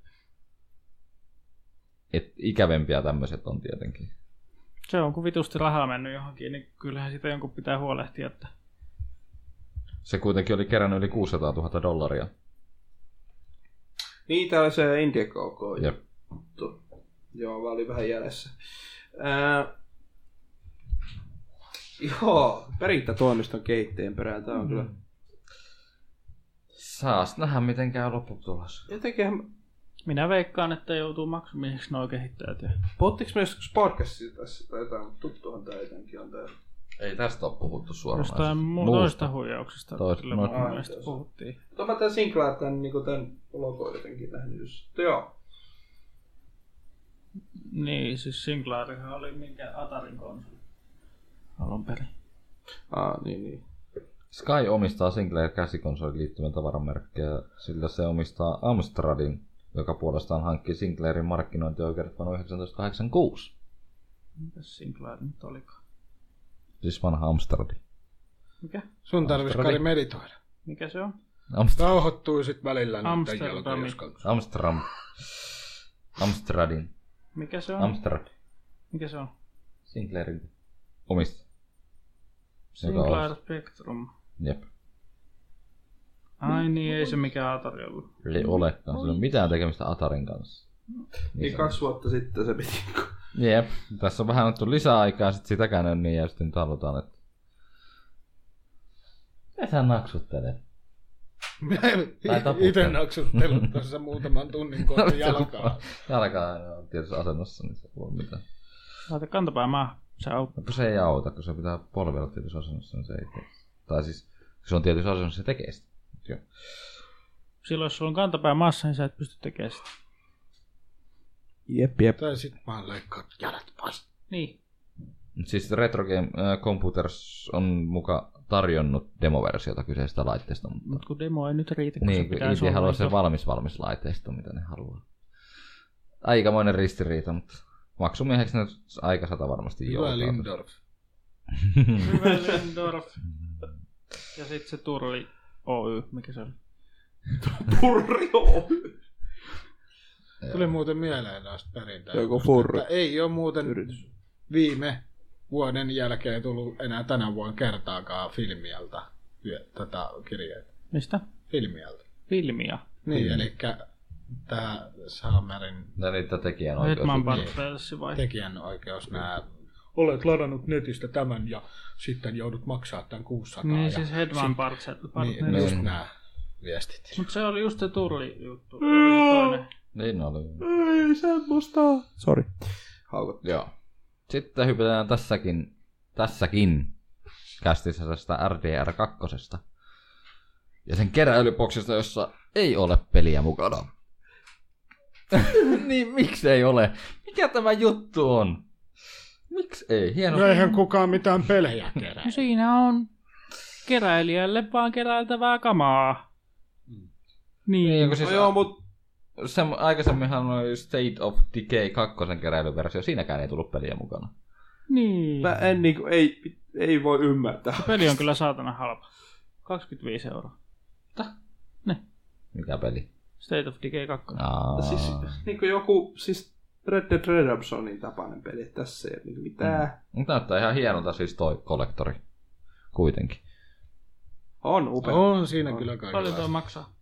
Et ikävempiä tämmöiset on tietenkin. Se on, kun vitusti rahaa mennyt johonkin, niin kyllähän sitä jonkun pitää huolehtia, että Se kuitenkin oli kerännyt yli kuusisataatuhatta dollaria. Niin, täällä se Indiegogo Jep. juttu. Joo, mä olin vähän jäljessä. Ää, joo, perintätoimiston keitteen perään. Tää on kyllä... Saas nähdä miten käy lopputulos. Jotenkin, minä veikkaan, että joutuu maksumieheksi nuo kehittäjät. Ja puhuttiinko me joskus podcastissa tässä tai jotain, mutta tuttuhan tää jotenkin on tää. Ei tästä ole puhuttu suoraan. jostain mu- toista huijauksesta Toista- kyllä no- mun Ai, mielestä toista. puhuttiin. Mutta mä tän Sinclair tän, niinku tän logo jotenkin nähnyt just. Mutta joo. Niin, siis Sinclairihan oli minkä Atarin konsoli alun perin. Ah, niin, niin. Sky omistaa Sinclair käsikonsolin liittyvän tavaramerkkejä, sillä se omistaa Amstradin, joka puolestaan hankki Sinclairin markkinointioikeudet vuonna yhdeksäntoistasataakahdeksankymmentäkuusi. Mitäs Sinclair nyt olikaan? Siis vanha Amstradi. Mikä? Sun tarvis Amstradi. Kari meditoida. Mikä se on? Amst- Rauhoittuu sit välillä niitä Amsterdami. jalkoja, jos katsoo. Amstram. Amstradin. Mikä se on? Amstrad. Mikä se on? Sinclairin omista. Joka Sinclair on- Spectrum. Jep. Ai niin, ei se mikään Atari ollut. Ei olekaan. Sillä ei ole mitään tekemistä Atarin kanssa. Niin kaksi vuotta sitten se piti. Jep. Tässä on vähän annettu lisää aikaa, sit sitäkään ei ole niin, ja sitten nyt halutaan, että... Mitä sä naksuttelet? Itse naksuttelut tuossa muutaman tunnin kohta jalkaa. Jalkaa on tietysti asennossa, niin se voi mitään. Laita kantapää maahan. Se auttaa. No, se ei auta, kun se pitää polvella tietysti asennossa, niin se ei tee. Tai siis, kun se on tietysti asennossa, se tekee sitä. Joo. Silloin jos sulla on kantapää maassa, niin sä et pysty tekemään sitä. Jep, jep. Tai sit vaan leikkaat jalat pois. Niin. Siis Retro Game äh, Computers on muka tarjonnut demoversiota kyseistä laitteesta. Mutta Mut kun demo ei nyt riitä, kun niin, se pitää itse haluaa se iso. valmis valmis laitteisto, mitä ne haluaa. Aikamoinen ristiriita, mutta maksumieheksi ne aika sata varmasti Hyvä joutaa. Lindorf. Hyvä Lindorf. Ja sit se Turli Oy, mikä se oli? Purri Oy. Tuli muuten mieleen noista perinteistä. Joku furri. Ei ole muuten Yritys. viime vuoden jälkeen tullut enää tänä vuonna kertaakaan filmialta tätä kirjeitä. Mistä? Filmialta. Filmia. Niin, mm. eli tämä Salmerin Ja niitä tekijän Hetman oikeus. Bartels vai? tekijänoikeus, nämä olet ladannut netistä tämän ja sitten joudut maksaa tämän kuusisataa. Niin ja siis Hedman Bartels. Niin, just nämä viestit. Mut se oli just se Turli juttu. Toinen. Niin oli. Ei semmoista. Sori. Haukot. Joo. Sitten hypätään tässäkin, tässäkin kästissä tästä R D R kaksi. Ja sen keräilyboksista, jossa ei ole peliä mukana. Niin, miksi ei ole? Mikä tämä juttu on? Miksi ei? Hieno. No eihän kukaan mitään pelejä kerää. No siinä on keräilijälle vaan keräiltävää kamaa. Niin. Niin, kun siis No joo, mut se, aikaisemminhan oli State of Decay kaksi keräilyversio. Siinäkään ei tullut peliä mukana. Niin. mä en niinku, ei, ei voi ymmärtää. Se peli on kyllä saatana halpa. kaksikymmentäviisi euroa. Ne. Mikä peli? State of Decay kaksi. Aa. Siis niinku joku, siis Red Dead Redemptionin tapainen peli, että tässä ei ole niinku mitään. Mm. Näyttää ihan hienolta siis toi kollektori. Kuitenkin. On upea. On siinä kyllä Paljon toi kaikenlaista. maksaa?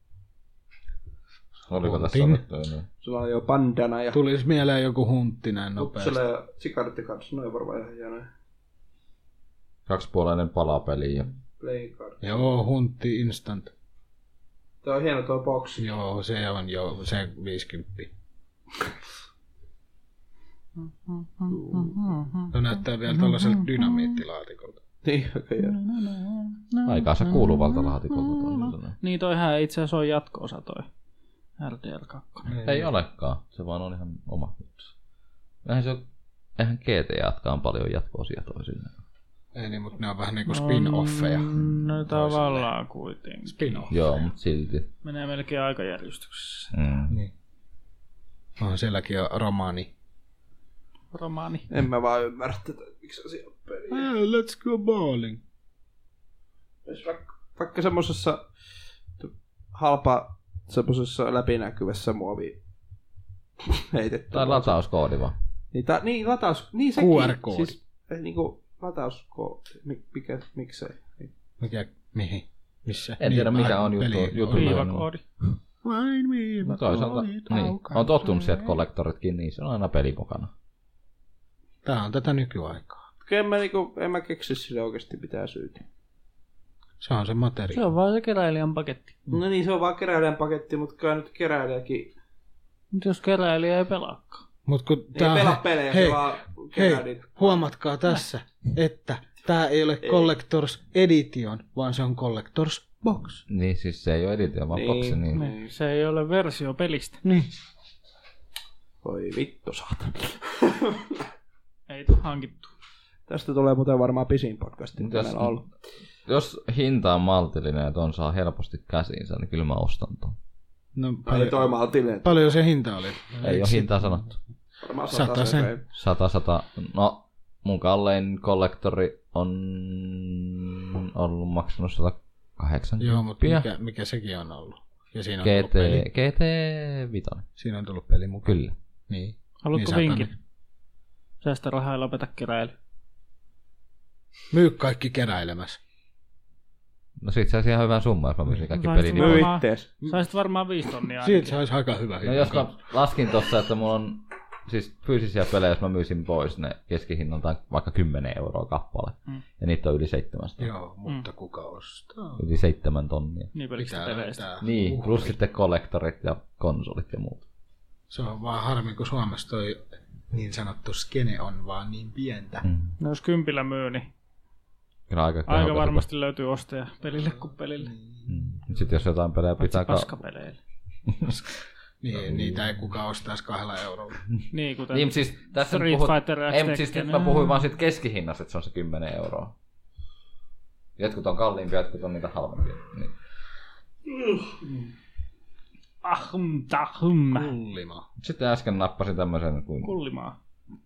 Oliko tässä Huntin. otettu? Niin. Sulla on jo bandana ja Tulisi mieleen joku huntti näin nopeasti. upsele ja sikaretti kanssa. Noin varmaan ihan hienoja. Kaksipuolainen palapeli. Ja... Playing card. Joo, huntti instant. Tää on hieno tuo boksi. Joo, se on jo se viisikymmentä. Se näyttää vielä tällaiselta dynamiittilaatikolta. Niin, okei. Okay, Aikaansa kuuluvalta laatikolta. Toisella. Niin toihan itse asiassa on jatko-osa toi R D R kaksi. Ei olekaan. Se vaan on ihan oma juttu. Eihän se ole... Eihän G T A:tkaan paljon jatko-osia toisilleen. Ei niin, mutta ne on vähän niinku spin-offeja. No tavallaan kuitenkin. Spin-off. Joo, mutta silti. Menee melkein aikajärjestyksessä. Mm. Niin. On sielläkin on romaani. Romaani. En mä vaan ymmärrä tätä, miksi asia on peliä. Hey, let's go bowling. Jos vaikka, vaikka semmosessa halpa, semmosessa läpinäkyvässä muovi heitetty. Tai latauskoodi vaan. Niin, ta, niin lataus, niin sekin. Q R-koodi. Siis, eh, niinku latauskoodi, Mik, mikä, miksei. Niin. Mikä, mihin, missä? En tiedä, mikä on juttu- peli- juttu. Viivakoodi. Vain viiva. No toisaalta, niin. On tottunut sieltä kollektoritkin, niin se on aina peli mukana. Tää on tätä nykyaikaa. En mä, niinku, en mä keksi sille oikeasti mitään syytä. Se on se materia. Se on vaan se keräilijän paketti. No niin, se on vaan keräilijän paketti, mutta kai nyt keräilijäkin Mutta jos keräilijä ei pelaakaan. Mut kun ei tää pelaa on, pelejä, hei, se vaan hei, kerää niitä. huomatkaa tässä, että tää ei ole Collectors Edition, vaan se on Collectors Box. Niin, siis se ei ole editio, vaan Niin. boksi. Niin. Niin. Se ei ole versio pelistä. Niin. Voi vittu saatana. Ei tuu hankittu. Tästä tulee muuten varmaan pisin podcasti, mitä Jos- meillä on ollut. Jos hinta on maltillinen ja ton saa helposti käsiinsä, niin kyllä mä ostan ton. No, Oli paljon, toi maltillinen. paljon se hinta oli? Ei ole hintaa sanottu. Varmaan Satasen. satasen. Sata, sata. No, mun kallein kollektori on ollut maksanut sata kahdeksankymmentä. Joo, mutta mikä, mikä sekin on ollut? Ja siinä on tullut G T, peli. G T viisi. Siinä on tullut peli mukaan. Kyllä. Niin. Haluatko Niin vinkin? satanen. Säästä rahaa ja lopeta keräily. Myy kaikki keräilemässä. No sit saisi ihan hyvän summan, jos mä myisin kaikki Saisit pelin. vaan- Myy ittees. Saisit varmaan viisi tonnia Siitä ainakin. saisi aika hyvä No hinta. jos mä laskin tossa, että mulla on siis fyysisiä pelejä, jos mä myisin pois, ne keskihinnaltaan vaikka kymmenen euroa kappale. Mm. Ja niitä on yli seitsemästä. Joo, mutta mm. kuka ostaa? Yli seitsemän tonnia. Niin pelistä peleistä. Niin, uhri. Plus sitten kollektorit ja konsolit ja muut. Se on vaan harmi, kun Suomessa toi niin sanottu skene on vaan niin pientä. Mm. No jos kympillä myy, niin Kyllä aika, aika varmasti löytyy ostaja pelille kuin pelille. Mm. Sitten jos jotain pelejä pitää... Paskapeleille. Niin, niitä ei kukaan ostaisi kahdella eurolla. Niin, kuten niin, siis tässä Street puhut... Fighter X. Ei, mutta siis nyt mä puhuin vaan siitä keskihinnasta, että se on se kymmenen euroa. Jotkut on kalliimpia, jotkut on niitä halvempia. Niin. Mm. Ahum, tahum. Kullima. Sitten äsken nappasin tämmöisen kuin... Kullimaa.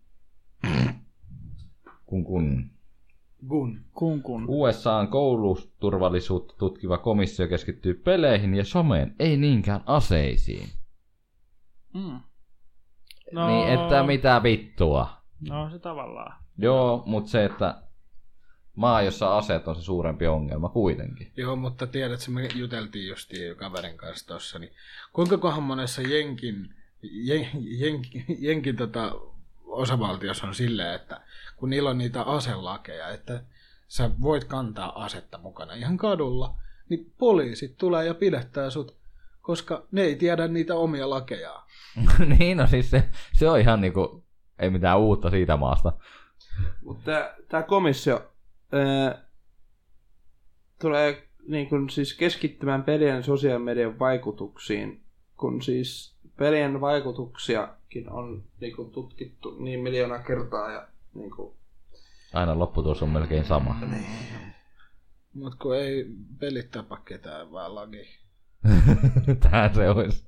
Kun kun... Gun. Kun kun. U S A:n kouluturvallisuutta tutkiva komissio keskittyy peleihin ja someen, ei niinkään aseisiin. Mm. No... Niin, että mitä vittua. No se tavallaan. Joo, mutta se, että maa, jossa aseet on se suurempi ongelma kuitenkin. Joo, mutta tiedätkö, me juteltiin justiin kaverin kanssa tossa, niin kuinka kohan monessa jenkin, jen, jenkin, jenkin tota osavaltiossa on silleen, että kun niillä on niitä aselakeja, että sä voit kantaa asetta mukana ihan kadulla, niin poliisit tulee ja pidättää sut, koska ne ei tiedä niitä omia lakejaan. Niin, no siis se, se on ihan niinku, ei mitään uutta siitä maasta. Mutta tämä komissio ää, tulee niin kun siis keskittymään pelien ja sosiaalisen median vaikutuksiin, kun siis pelien vaikutuksiakin on niin kun tutkittu niin miljoona kertaa. Ja, niin kun... Aina lopputulos on melkein sama. Mutta kun ei pelit tapa ketään, vaan lagi. Tähän se olisi.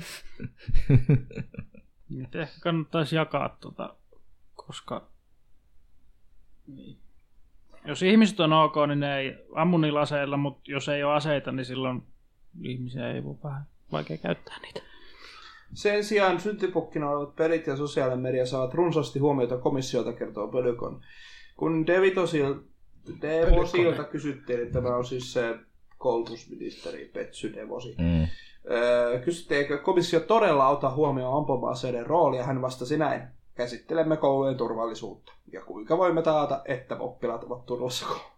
Ehkä kannattaisi jakaa tuota, koska niin. Jos ihmiset on ok, niin ne ei ammu niillä aseilla, mutta jos ei ole aseita, niin silloin ihmisiä ei voi vähän vaikea käyttää niitä. Sen sijaan syntipukkina olevat pelit ja sosiaalinen media saavat runsaasti huomiota komissiolta, kertoo Pölykon. Kun Devosilta kysyttiin, että tämä on siis se koulutusministeri Petsy Devosi. Mm. Öö, kysyttiin, eikö komissio todella ota huomioon ampuma-aseiden roolia, hän vastasi näin. Käsittelemme koulujen turvallisuutta ja kuinka voimme taata, että oppilaat ovat turvassa koulussa.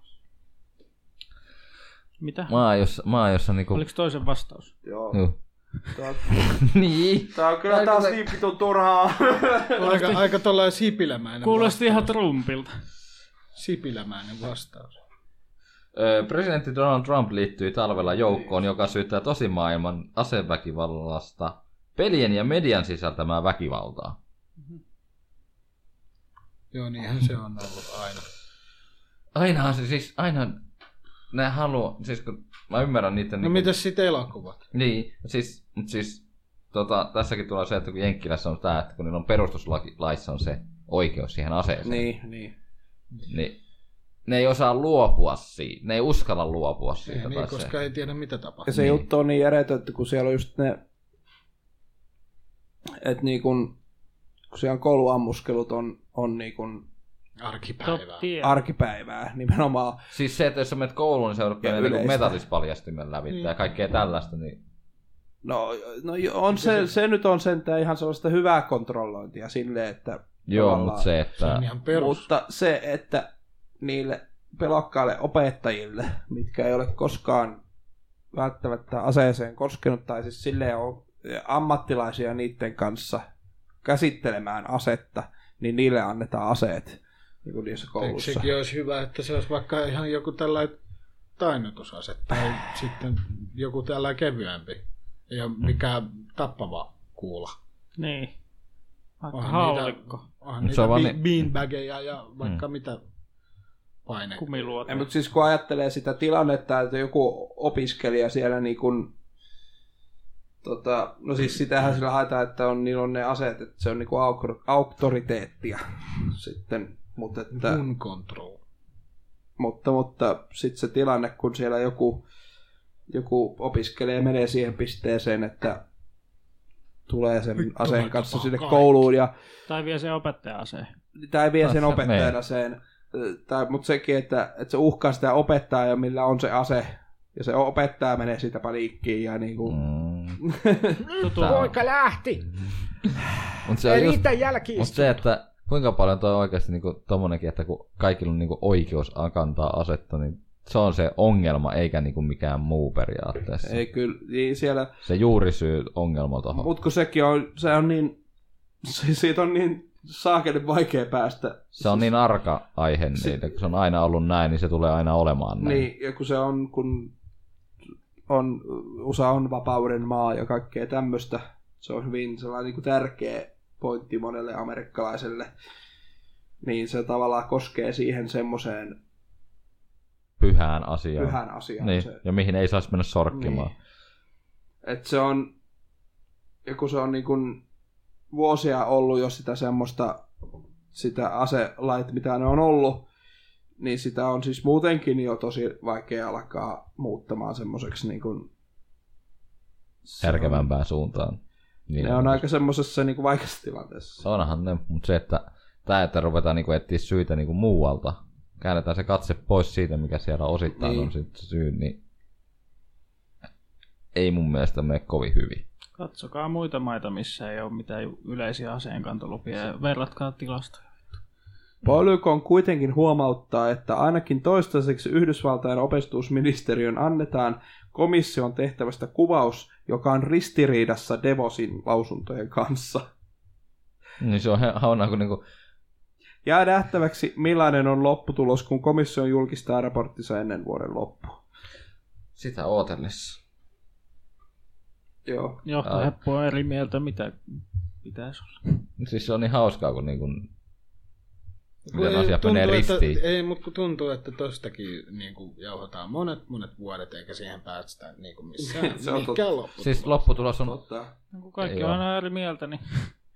Mitä? Maa, jossa, maa, jossa niinku... Oliko toisen vastaus? Joo. Joo. Tää... niin. Tää on kyllä taas niin vitun turhaa. aika, aika tollainen sipilämäinen Kuulosti ihan Trumpilta. Sipilämäinen vastaus. Presidentti Donald Trump liittyi talvella joukkoon, joka syyttää tosimaailman aseväkivallasta pelien ja median sisältämää väkivaltaa. Joo, niinhän se on ollut aina. Ainahan se siis, aina ne haluaa, siis kun mä ymmärrän niiden... No niin mitäs sitten elokuvat? Niin, siis, siis tota, tässäkin tulee se, että kun Jenkkilässä on tämä, että kun niillä on perustuslaissa on se oikeus siihen aseeseen. Niin, niin. Niin ne ei osaa luopua siitä, ne ei uskalla luopua siitä. Ei niin, koska se... ei tiedä mitä tapahtuu. Ja se niin. Juttu on niin järjetön, että kun siellä on just ne, että niin kun, kun siellä kouluammuskelut on, on niin kun arkipäivää. Arkipäivää, nimenomaan. Siis se, että jos sä menet kouluun, niin se on niin metallispaljastimen lävittä niin. Ja kaikkea tällaista. Niin... No, no on se, se nyt on sentään ihan sellaista hyvää kontrollointia silleen, että... Joo, mutta se, että... Se on ihan perus. Mutta se, että niille pelokkaille opettajille, mitkä ei ole koskaan välttämättä aseeseen koskenut, tai siis silleen on ammattilaisia niiden kanssa käsittelemään asetta, niin niille annetaan aseet niin kuin niissä koulussa. Eikö sekin olisi hyvä, että se olisi vaikka ihan joku tällainen tainnutusase, tai sitten joku tällainen kevyempi, ei ole mikään tappava kuula. Niin. Vaikka haulikko. Onhan niitä be- beanbageja ja vaikka mm. mitä paineita. Kumiluotia. Mutta siis kun ajattelee sitä tilannetta, että joku opiskelija siellä niin kun, tota, no siis sitähän sillä haetaan, että on, niillä on ne aseet, että se on niin kuin auktoriteettia sitten. Mutta että, Gun control. Mutta, mutta sitten se tilanne, kun siellä joku, joku opiskelija menee siihen pisteeseen, että tulee sen Vittu, aseen kanssa sinne kaikki. Kouluun. Ja, tai vie sen opettajan aseen. Tai vie sen opettajan aseen. Tai, mutta sekin, että, että se uhkaa sitä opettajaa, millä on se ase. Ja se opettaja menee siitä paniikkiin. Ja niin kuin... mm. Poika lähti! Mut se on Ei just, riitä jälki mut se, että kuinka paljon toi oikeasti niinku tommonenkin, että kun kaikilla on niinku oikeus kantaa asetta, niin se on se ongelma, eikä niinku mikään muu periaatteessa. Ei kyllä, niin siellä... Se juurisyy ongelma tohon. Mut kun sekin on, se on niin, se, siitä on niin saakeli vaikea päästä. Se on niin arka aihe niitä, kun se on aina ollut näin, niin se tulee aina olemaan näin. Niin, ja kun se on, kun on, U S A on vapauden maa ja kaikkea tämmöistä, se on hyvin sellainen niin kuin tärkeä pointti monelle amerikkalaiselle, niin se tavallaan koskee siihen semmoiseen pyhään asiaan. pyhään asiaan. Niin, se, ja mihin ei saisi mennä sorkkimaan. niin. Et se on, ja kun se on niin kuin vuosia ollut jo sitä semmoista, sitä aselait, mitä ne on ollut, niin sitä on siis muutenkin jo tosi vaikea alkaa muuttamaan semmoiseksi niin kuin järkevämpään suuntaan. Niin ne on aika semmoisessa niin kuin vaikeassa tilanteessa. Onhan ne, mutta se, että tämä, että ruvetaan niin kuin etsiä syitä niin kuin muualta, käännetään se katse pois siitä, mikä siellä osittain niin on sitten syy, niin ei mun mielestä mene kovin hyvin. Katsokaa muita maita, missä ei ole mitään yleisiä aseenkantolupia ja verratkaa tilastoja. Polygon kuitenkin huomauttaa, että ainakin toistaiseksi Yhdysvaltain opetusministeriön annetaan komission tehtävästä kuvaus, joka on ristiriidassa Devosin lausuntojen kanssa. Niin se on haunaa, kun niinku... Jää nähtäväksi, millainen on lopputulos, kun komissio julkistaa raporttinsa ennen vuoden loppua. Sitä ootellessa. Joo. Johtoheppu on eri mieltä, mitä pitäisi olla. Siis se on niin hauskaa, kun niinku... Miten ei, asiat tuntuu, menee että, ristiin. ei, mutta kun tuntuu, että tostakin niin kuin, jauhotaan monet monet vuodet, eikä siihen päästä niin kuin missään Se on mihinkään totta. lopputulos. Siis lopputulos on... Totta. No, kun kaikki Ei on oo. aina eri mieltä, niin...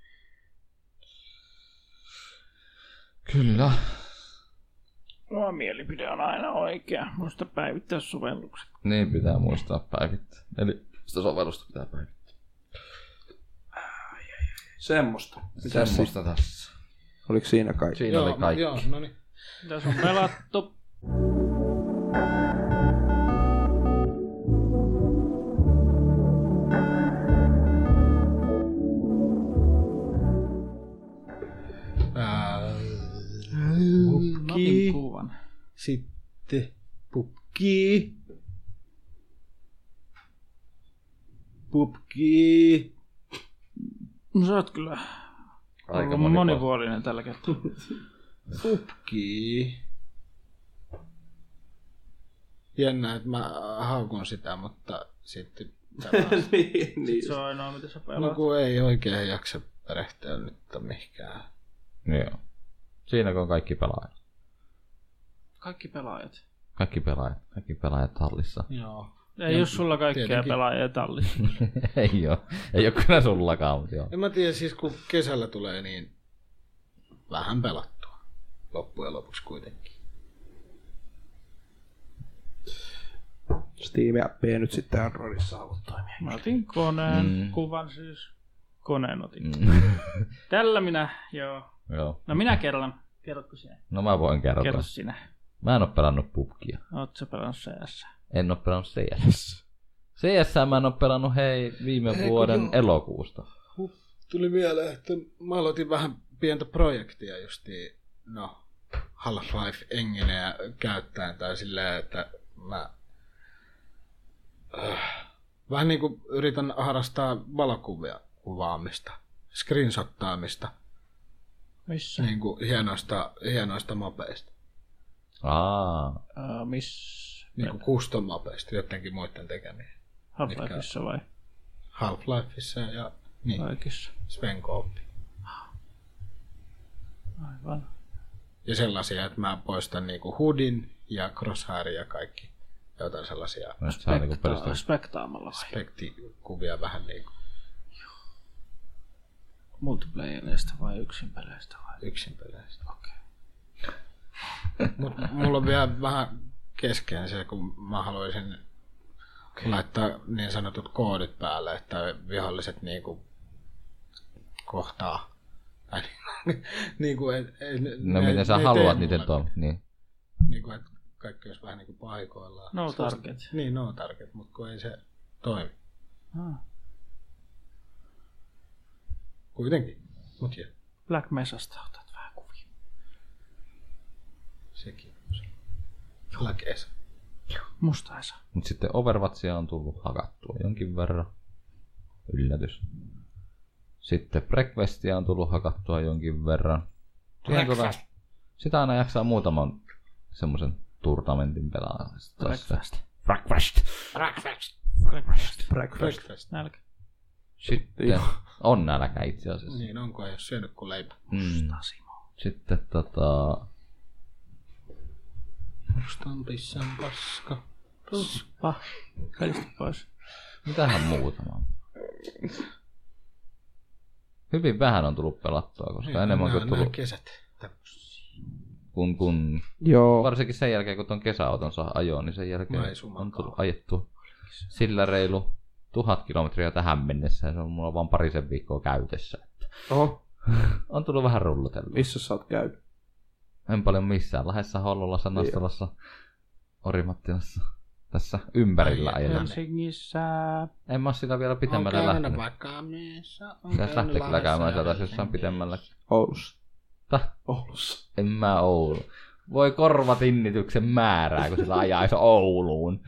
Kyllä. Oma mielipide on aina oikea. Muista päivittää sovellukset. Niin pitää muistaa päivittää. Eli sitä sovellusta pitää päivittää. Semmosta. Mitäs Semmosta tässä. Oliko siinä kaikki? Siinä Joo, oli kaikki. joo, no niin. Tässä on pelattu. Mä otin kuvan. Sitten pupki. Pupki. No sä oot kyllä Aika ollut monipuolinen tällä kertaa. Pupki. Jännä, että mä haukun sitä, mutta sitten niin, niin. Se on ainoa, mitä sä no pelaat. kun ei oikein jaksa perehtyä nyt mihinkään. Joo. Siinä kun on kaikki pelaajat. Kaikki pelaajat. Kaikki pelaajat. Kaikki pelaajat tallissa. Joo. Ei ja, jos sulla kaikkea tietenkin. pelaajia tallissa. Ei oo. Ei oo kyllä sullakaan, mutta joo. En mä tiedä, siis kun kesällä tulee niin vähän pelattua. Loppujen lopuksi kuitenkin. Steam-appia nyt sitten Androidissa haluat toimia. Mä otin koneen Mm. kuvan siis. Koneen otin. Mm. Tällä minä, joo. Joo. No minä kerran. Kerrotko sinä? No mä voin kertoa. Kerro sinä. Mä en oo pelannut pubkia. Oot sä pelannut C S? En oo pelannut C S. C S mä en oo pelannut hei viime Ei, vuoden joo. elokuusta. Tuli mieleen, että mä aloitin vähän pientä projektia justiin, no, Half-Life Engineä käyttäen tai silleen, että mä äh, vähän niin kuin yritän harrastaa valokuvia kuvaamista, screenshottaamista, Missä? niin kuin hienoista, hienoista mapeista, Aa. Uh, miss? niin kuin custom mapeista, jotenkin muiden tekemiä. Half-Lifeissa vai Half-Lifeissa ja niin, kaikissa? Svenkooppi. Aivan. Ja sellaisia, että mä poistan niinku hoodin ja crosshairin ja kaikki. Jotain sellaisia Nyt saa niinku pelistä. Spekta- spektaamalla vai? spektikuvia vähän niinku Multiplayereista vai yksin peleistä vai? yksin peleistä. Okei. Mut mulla on vielä vähän kesken se, kun mä haluaisin laittaa niin sanotut koodit päälle, että viholliset niinku kohtaa. Tai niinku, et, et, No ne- miten sä ne ei haluat tee niiden mulle tuon? Niin. Niinku, että kaikki olisi vähän niinku paikoillaan. No Se olisi- target. Niin, no target, mutta kun ei se toimi. Ah. Kuitenkin. Mut jo. Black Mesasta otat vähän kuvia. Sekin on se. Black Esa. Musta Esa. Mut sitten Overwatchia on tullut hakattua jonkin verran. Yllätys. Sitten Breakfastia on tullut hakattua jonkin verran. Tuota, sitä aina jaksaa muutaman semmosen turnamentin pelaa. Breakfast. Breakfast. Breakfast. Breakfast. Breakfast. Breakfast. Nälkä. Sitten on nälkä itse asiassa. Niin onko, ei ole syönyt kuin leipä. Mm. Sitten tota... Mustan pissan paska. Ruspa. Välistä pois. Mitähän muuta on? Hyvin vähän on tullut pelattua, koska Niin, enemmän kuin tullut... kesät. Kun, kun... Joo. Varsinkin sen jälkeen, kun ton kesäauton saa ajoon, niin sen jälkeen Maisumakaan. on tullut ajettua sillä reilu tuhat kilometriä tähän mennessä. Ja se on mulla vaan parisen viikkoa käytössä. Oho. On tullut vähän rullutella. Missä sä oot käynyt? En paljon missään. Lahdessa, Hollolassa, Nastalassa, Orimattilassa. Tässä ympärillä ajelen. Helsingissä. En mä oo sitä vielä pitemmälle on lähtenyt. käynyt vaikka missä. On Pitäis lähteä kyllä käymään sieltä Lahdessa jossain pitemmällä. Oulussa. Täh? Oulussa. En mä Oulu. Voi korvatinnityksen määrää, kun sillä ajaisi Ouluun.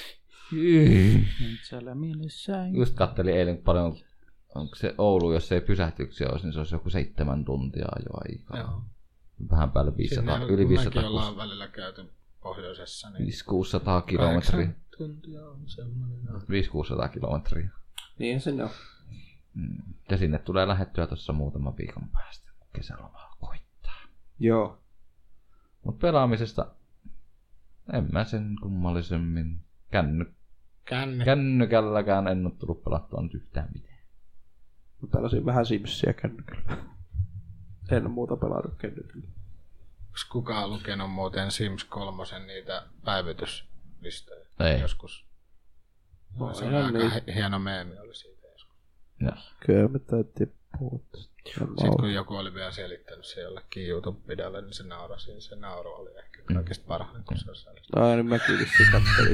Siellä mielessä. Just kattelin eilen paljon, onko se Oulu, jos ei pysähtyksiä olisi, niin se olisi joku seitsemän tuntia ajoaikaa. Joo. Vähän päälle viisisataa, Sinne yli viisisataa. Mekin ollaan välillä käyty pohjoisessa. Niin viisi kuusisataa kilometriä. tuntia on semmoinen. viisi kuusisataa kilometriä. Niin sinne on. Mm. Ja sinne tulee lähettyä tuossa muutaman viikon päästä, kun kesäloma koittaa. Joo. Mut pelaamisesta en mä sen kummallisemmin. Känny, Känne. kännykälläkään en ole tullut pelattua nyt yhtään mitään. Mä pelasin vähän Simsia kännykällä. En ole muuta pelannut kännykällä. Onko kukaan lukenut muuten Sims kolmosen niitä päivityslistoja? Ei. Joskus. No, Se on ihan aika niin. hi- hieno meemi oli siitä joskus. Ja. Kyllä me täytyy puhua tästä. Sitten kun joku oli vielä selittänyt se jollekin YouTube-videolle, niin se naurasi. Se nauru oli ehkä kaikista parhain, kun se on selittänyt. Ai niin mäkin vissiin kattelin.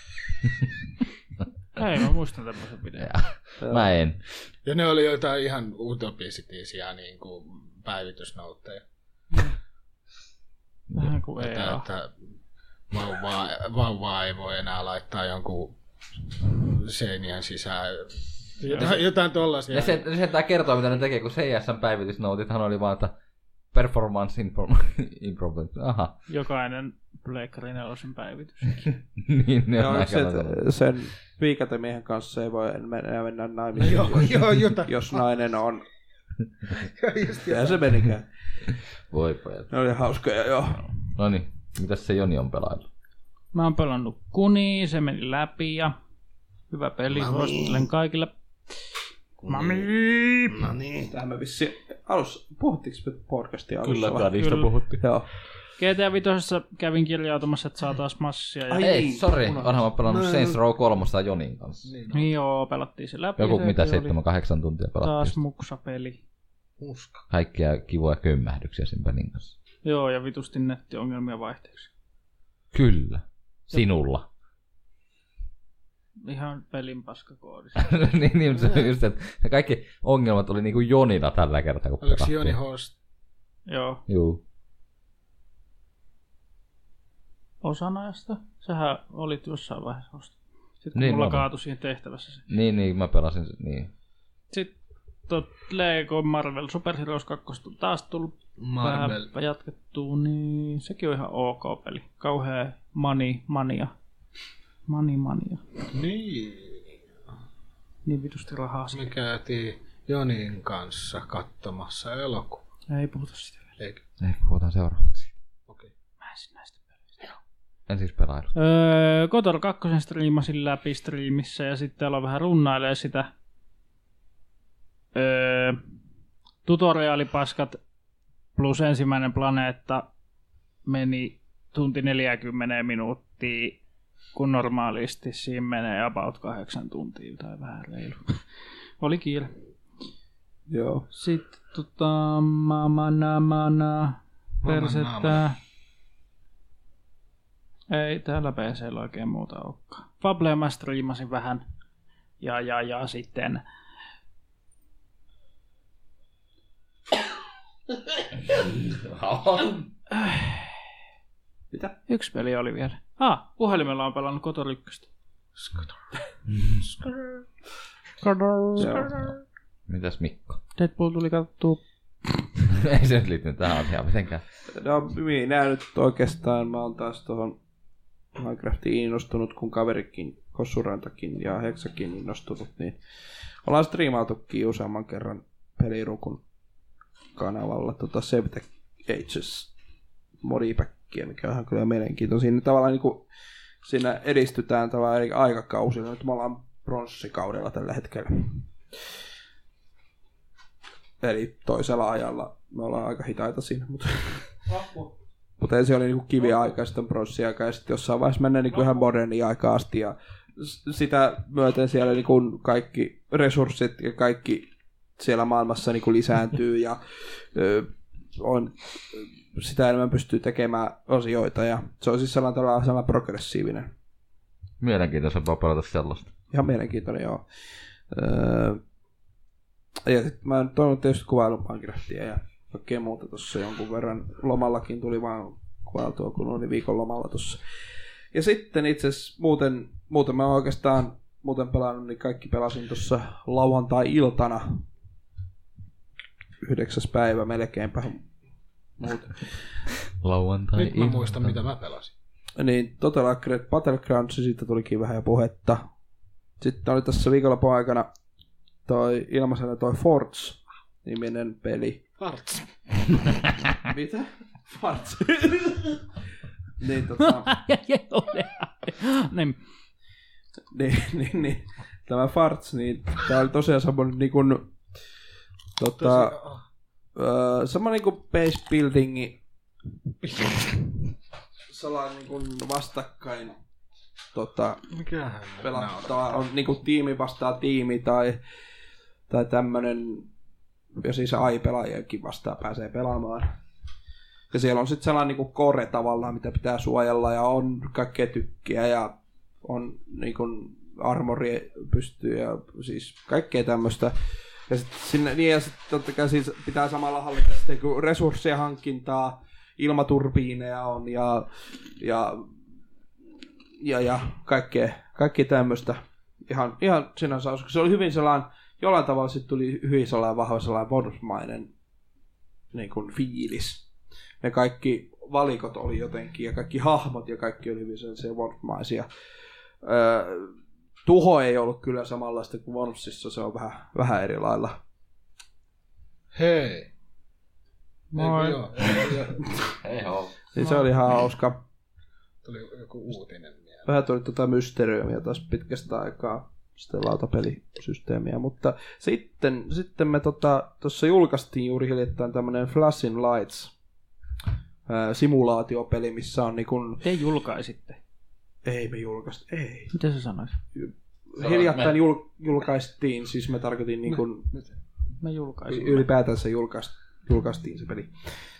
Hei, mä muistan tämmöisen videon. Ja. Mä en. Ja ne oli jotain ihan utopistisia niin kuin päivitysnoutteja. Vähän kuin Että, E A. että vauvaa, vauvaa ei voi enää laittaa jonkun seinien sisään. Jotain, jotain tollasia. Ja se, se tää kertoo, mitä ne tekee, kun C S N-päivitysnoutithan oli vaan, että performance impro- improvement. Aha. Jokainen Pleikkari nelosen päivitys. Niin, ne on Joo, aika se, lailla. sen viikatemmiehen kanssa ei voi mennä, mennä naimisiin, Joo, jos, joo, jota. jos nainen on. Just Ja se menikään. Voi pojat. Ne oli hauskoja, joo. No niin, mitäs se Joni on pelaillut? Mä oon pelannut Kuni, se meni läpi ja hyvä peli, suosittelen kaikille. Mami! No niin. Tähän me vissiin alussa, puhuttiinko me podcastia alussa? vai? niistä puhuttiin. Joo. G T A viisi kävin kirjautumassa, että saa taas massia. Ja... Ai, Ei, niin, sori, unohdin. onhan mä pelannut Saints Row kolmosta Jonin kanssa. Niin, Niin joo, pelattiin se läpi. Joku se mitä oli seitsemän kahdeksan tuntia Taas pelattiin. muksapeli. uska. Kaikkia kivoja kömmähdyksiä sen pelin kanssa. Joo, ja vitusti nettiongelmia vaihteeksi. Kyllä. Sinulla. Ihan pelin paskakoodissa. niin, niin, se on just, että ne kaikki ongelmat oli niinku Jonina tällä kertaa, kun Oliko pelattiin. Joni host? Joo, Juu. osan ajasta. Sähän olit jossain vaiheessa osta. Sitten kun Niin, mulla mä- kaatui siihen tehtävässä se. Niin, niin, mä pelasin, se- niin. Sitten tot Lego Marvel Super Heroes kaksi on taas tullut Marvel. vähän jatkettua, niin sekin on ihan ok peli. Kauhea mani, mania. Mani, mania. Niin. Niin vitusti rahaa siihen. Me käytiin Jonin kanssa katsomassa elokuva. Ei puhuta sitä vielä. Eikö? Ehkä puhutaan seuraavaksi. Okei. Mä en sit näistä peleistä. En siis pelailu. Öö, Kotor kaksi striimasin läpi striimissä ja sitten aloin vähän runnailee sitä. Öö, tutoriaalipaskat plus ensimmäinen planeetta meni tunti neljäkymmentä minuuttia, kun normaalisti siinä menee about kahdeksan tuntia tai vähän reilu. Oli kiire. Joo. Sitten tota, mamana, mana, persettä. Ei täällä P C:llä oikein muuta olekaan. Fablea mä striimasin vähän. Ja, ja, ja sitten... Mitä? Yksi peli oli vielä. Ah, puhelimella on pelannut Kotor ykköstä. Mitäs Mikko? Deadpool tuli katsottua. Ei se nyt liittynyt tähän asiaan mitenkään. No minä nyt oikeastaan, mä oon taas tuohon Minecraftiin innostunut, kun kaverikin, Kossurantakin ja Heksakin innostunut, niin ollaan striimaatukin useamman kerran Pelirukun kanavalla tota Save the Ages modipäkkiä, mikä on ihan kyllä mielenkiintoista. Siinä tavallaan niin kuin, siinä edistytään tavallaan eri aikakausilla. Nyt me ollaan pronssikaudella tällä hetkellä. Eli toisella ajalla me ollaan aika hitaita siinä, mutta, mutta ensin oli niin kiviaika ja sitten pronssiaika ja sitten jossain vaiheessa mennään niin ihan moderniin aikaan asti ja sitä myöten siellä niin kuin kaikki resurssit ja kaikki siellä maailmassa niin kuin lisääntyy ja ö, on, sitä enemmän pystyy tekemään asioita ja se on siis sellainen, tällainen, sellainen progressiivinen. Mielenkiintoisempaa pelata sellaista. Ihan mielenkiintoinen, joo. Öö, ja sit mä nyt oon tietysti kuvaillut Minecraftia ja kaikkea muuta tuossa jonkun verran. Lomallakin tuli vaan kuvailtua, kun oli viikon lomalla tuossa. Ja sitten itse asiassa muuten, muuten mä oon oikeastaan muuten pelannut, niin kaikki pelasin tuossa lauantai-iltana. Yhdeksäs päivä melkeinpä. Muuten. Lauantai. Nyt mä muistan, mitä mä pelasin. Niin, Total Accurate Battlegrounds, siitä tulikin vähän jo puhetta. Sitten oli tässä viikonlopun aikana toi ilmaisena toi Forts-niminen peli. Forts. Mitä? Forts. niin, tota... niin. niin, niin, niin. Tämä Forts, niin tää oli tosiaan semmonen niin kuin... Tota... Öö, semmonen niin kuin base buildingi. Sellainen niin kuin vastakkain tota, pelattava on niin kuin tiimi vastaa tiimi tai, tai tämmönen, ja siis A I-pelaajiakin vastaan pääsee pelaamaan. Ja siellä on sitten sellainen niin kuin core tavallaan, mitä pitää suojella ja on kaikkea tykkiä ja on niin kuin armori pystyy ja siis kaikkea tämmöistä. Ja sitten sinne, niin ja sitten totta kai siis pitää samalla hallita sitten resurssien hankintaa, ilmaturbiineja on ja, ja, ja, ja kaikkea, kaikkea tämmöistä. Ihan, ihan sinänsä, koska se oli hyvin sellainen, jollain tavalla sitten tuli hyvin sellainen vahva sellainen bonusmainen niin kuin fiilis. Ne kaikki valikot oli jotenkin ja kaikki hahmot ja kaikki oli hyvin sellaisia bonusmaisia. Öö, tuho ei ollut kyllä samanlaista kuin Wormsissa, se on vähän, vähän eri lailla. Hei! Moi. Ei oo. Niin se oli ihan hauska. Tuli joku uutinen mieleen. Vähän tuli tota Mysteriumia taas pitkästä aikaa, sitten lautapelisysteemiä, mutta sitten, sitten me tuossa tota, julkaistiin juuri hiljattain tämmönen Flashing Lights ää, simulaatiopeli, missä on niin kun... Te julkaisitte. Ei me julkaistu, ei. Mitä sä sanois? Hiljattain jul, julkaistiin, siis me tarkoitin niin kun... Me julkaisimme. Ylipäätänsä julkaistiin. julkaistiin se peli.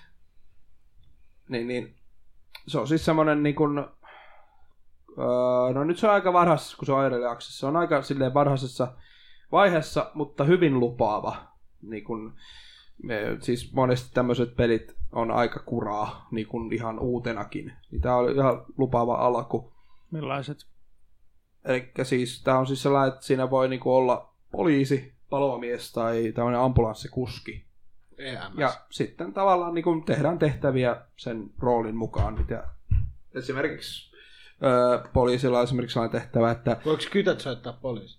Niin, niin. Se on siis semmonen niin kuin, öö, no nyt se on aika varhaisessa, kun se on Early Access. Se on aika silleen varhaisessa vaiheessa, mutta hyvin lupaava. Niin kuin, me, siis monesti tämmöiset pelit on aika kuraa, niin kuin ihan uutenakin. Niin tää on ihan lupaava alku. Millaiset? Elikkä siis tää on siis sellainen, että siinä voi niin kuin olla poliisi, palomies tai tämmönen ambulanssikuski. E M S. Ja sitten tavallaan niin kuin tehdään tehtäviä sen roolin mukaan. Mitä esimerkiksi öö, poliisilla on esimerkiksi sellainen tehtävä, että... Voiko kytät soittaa poliisi?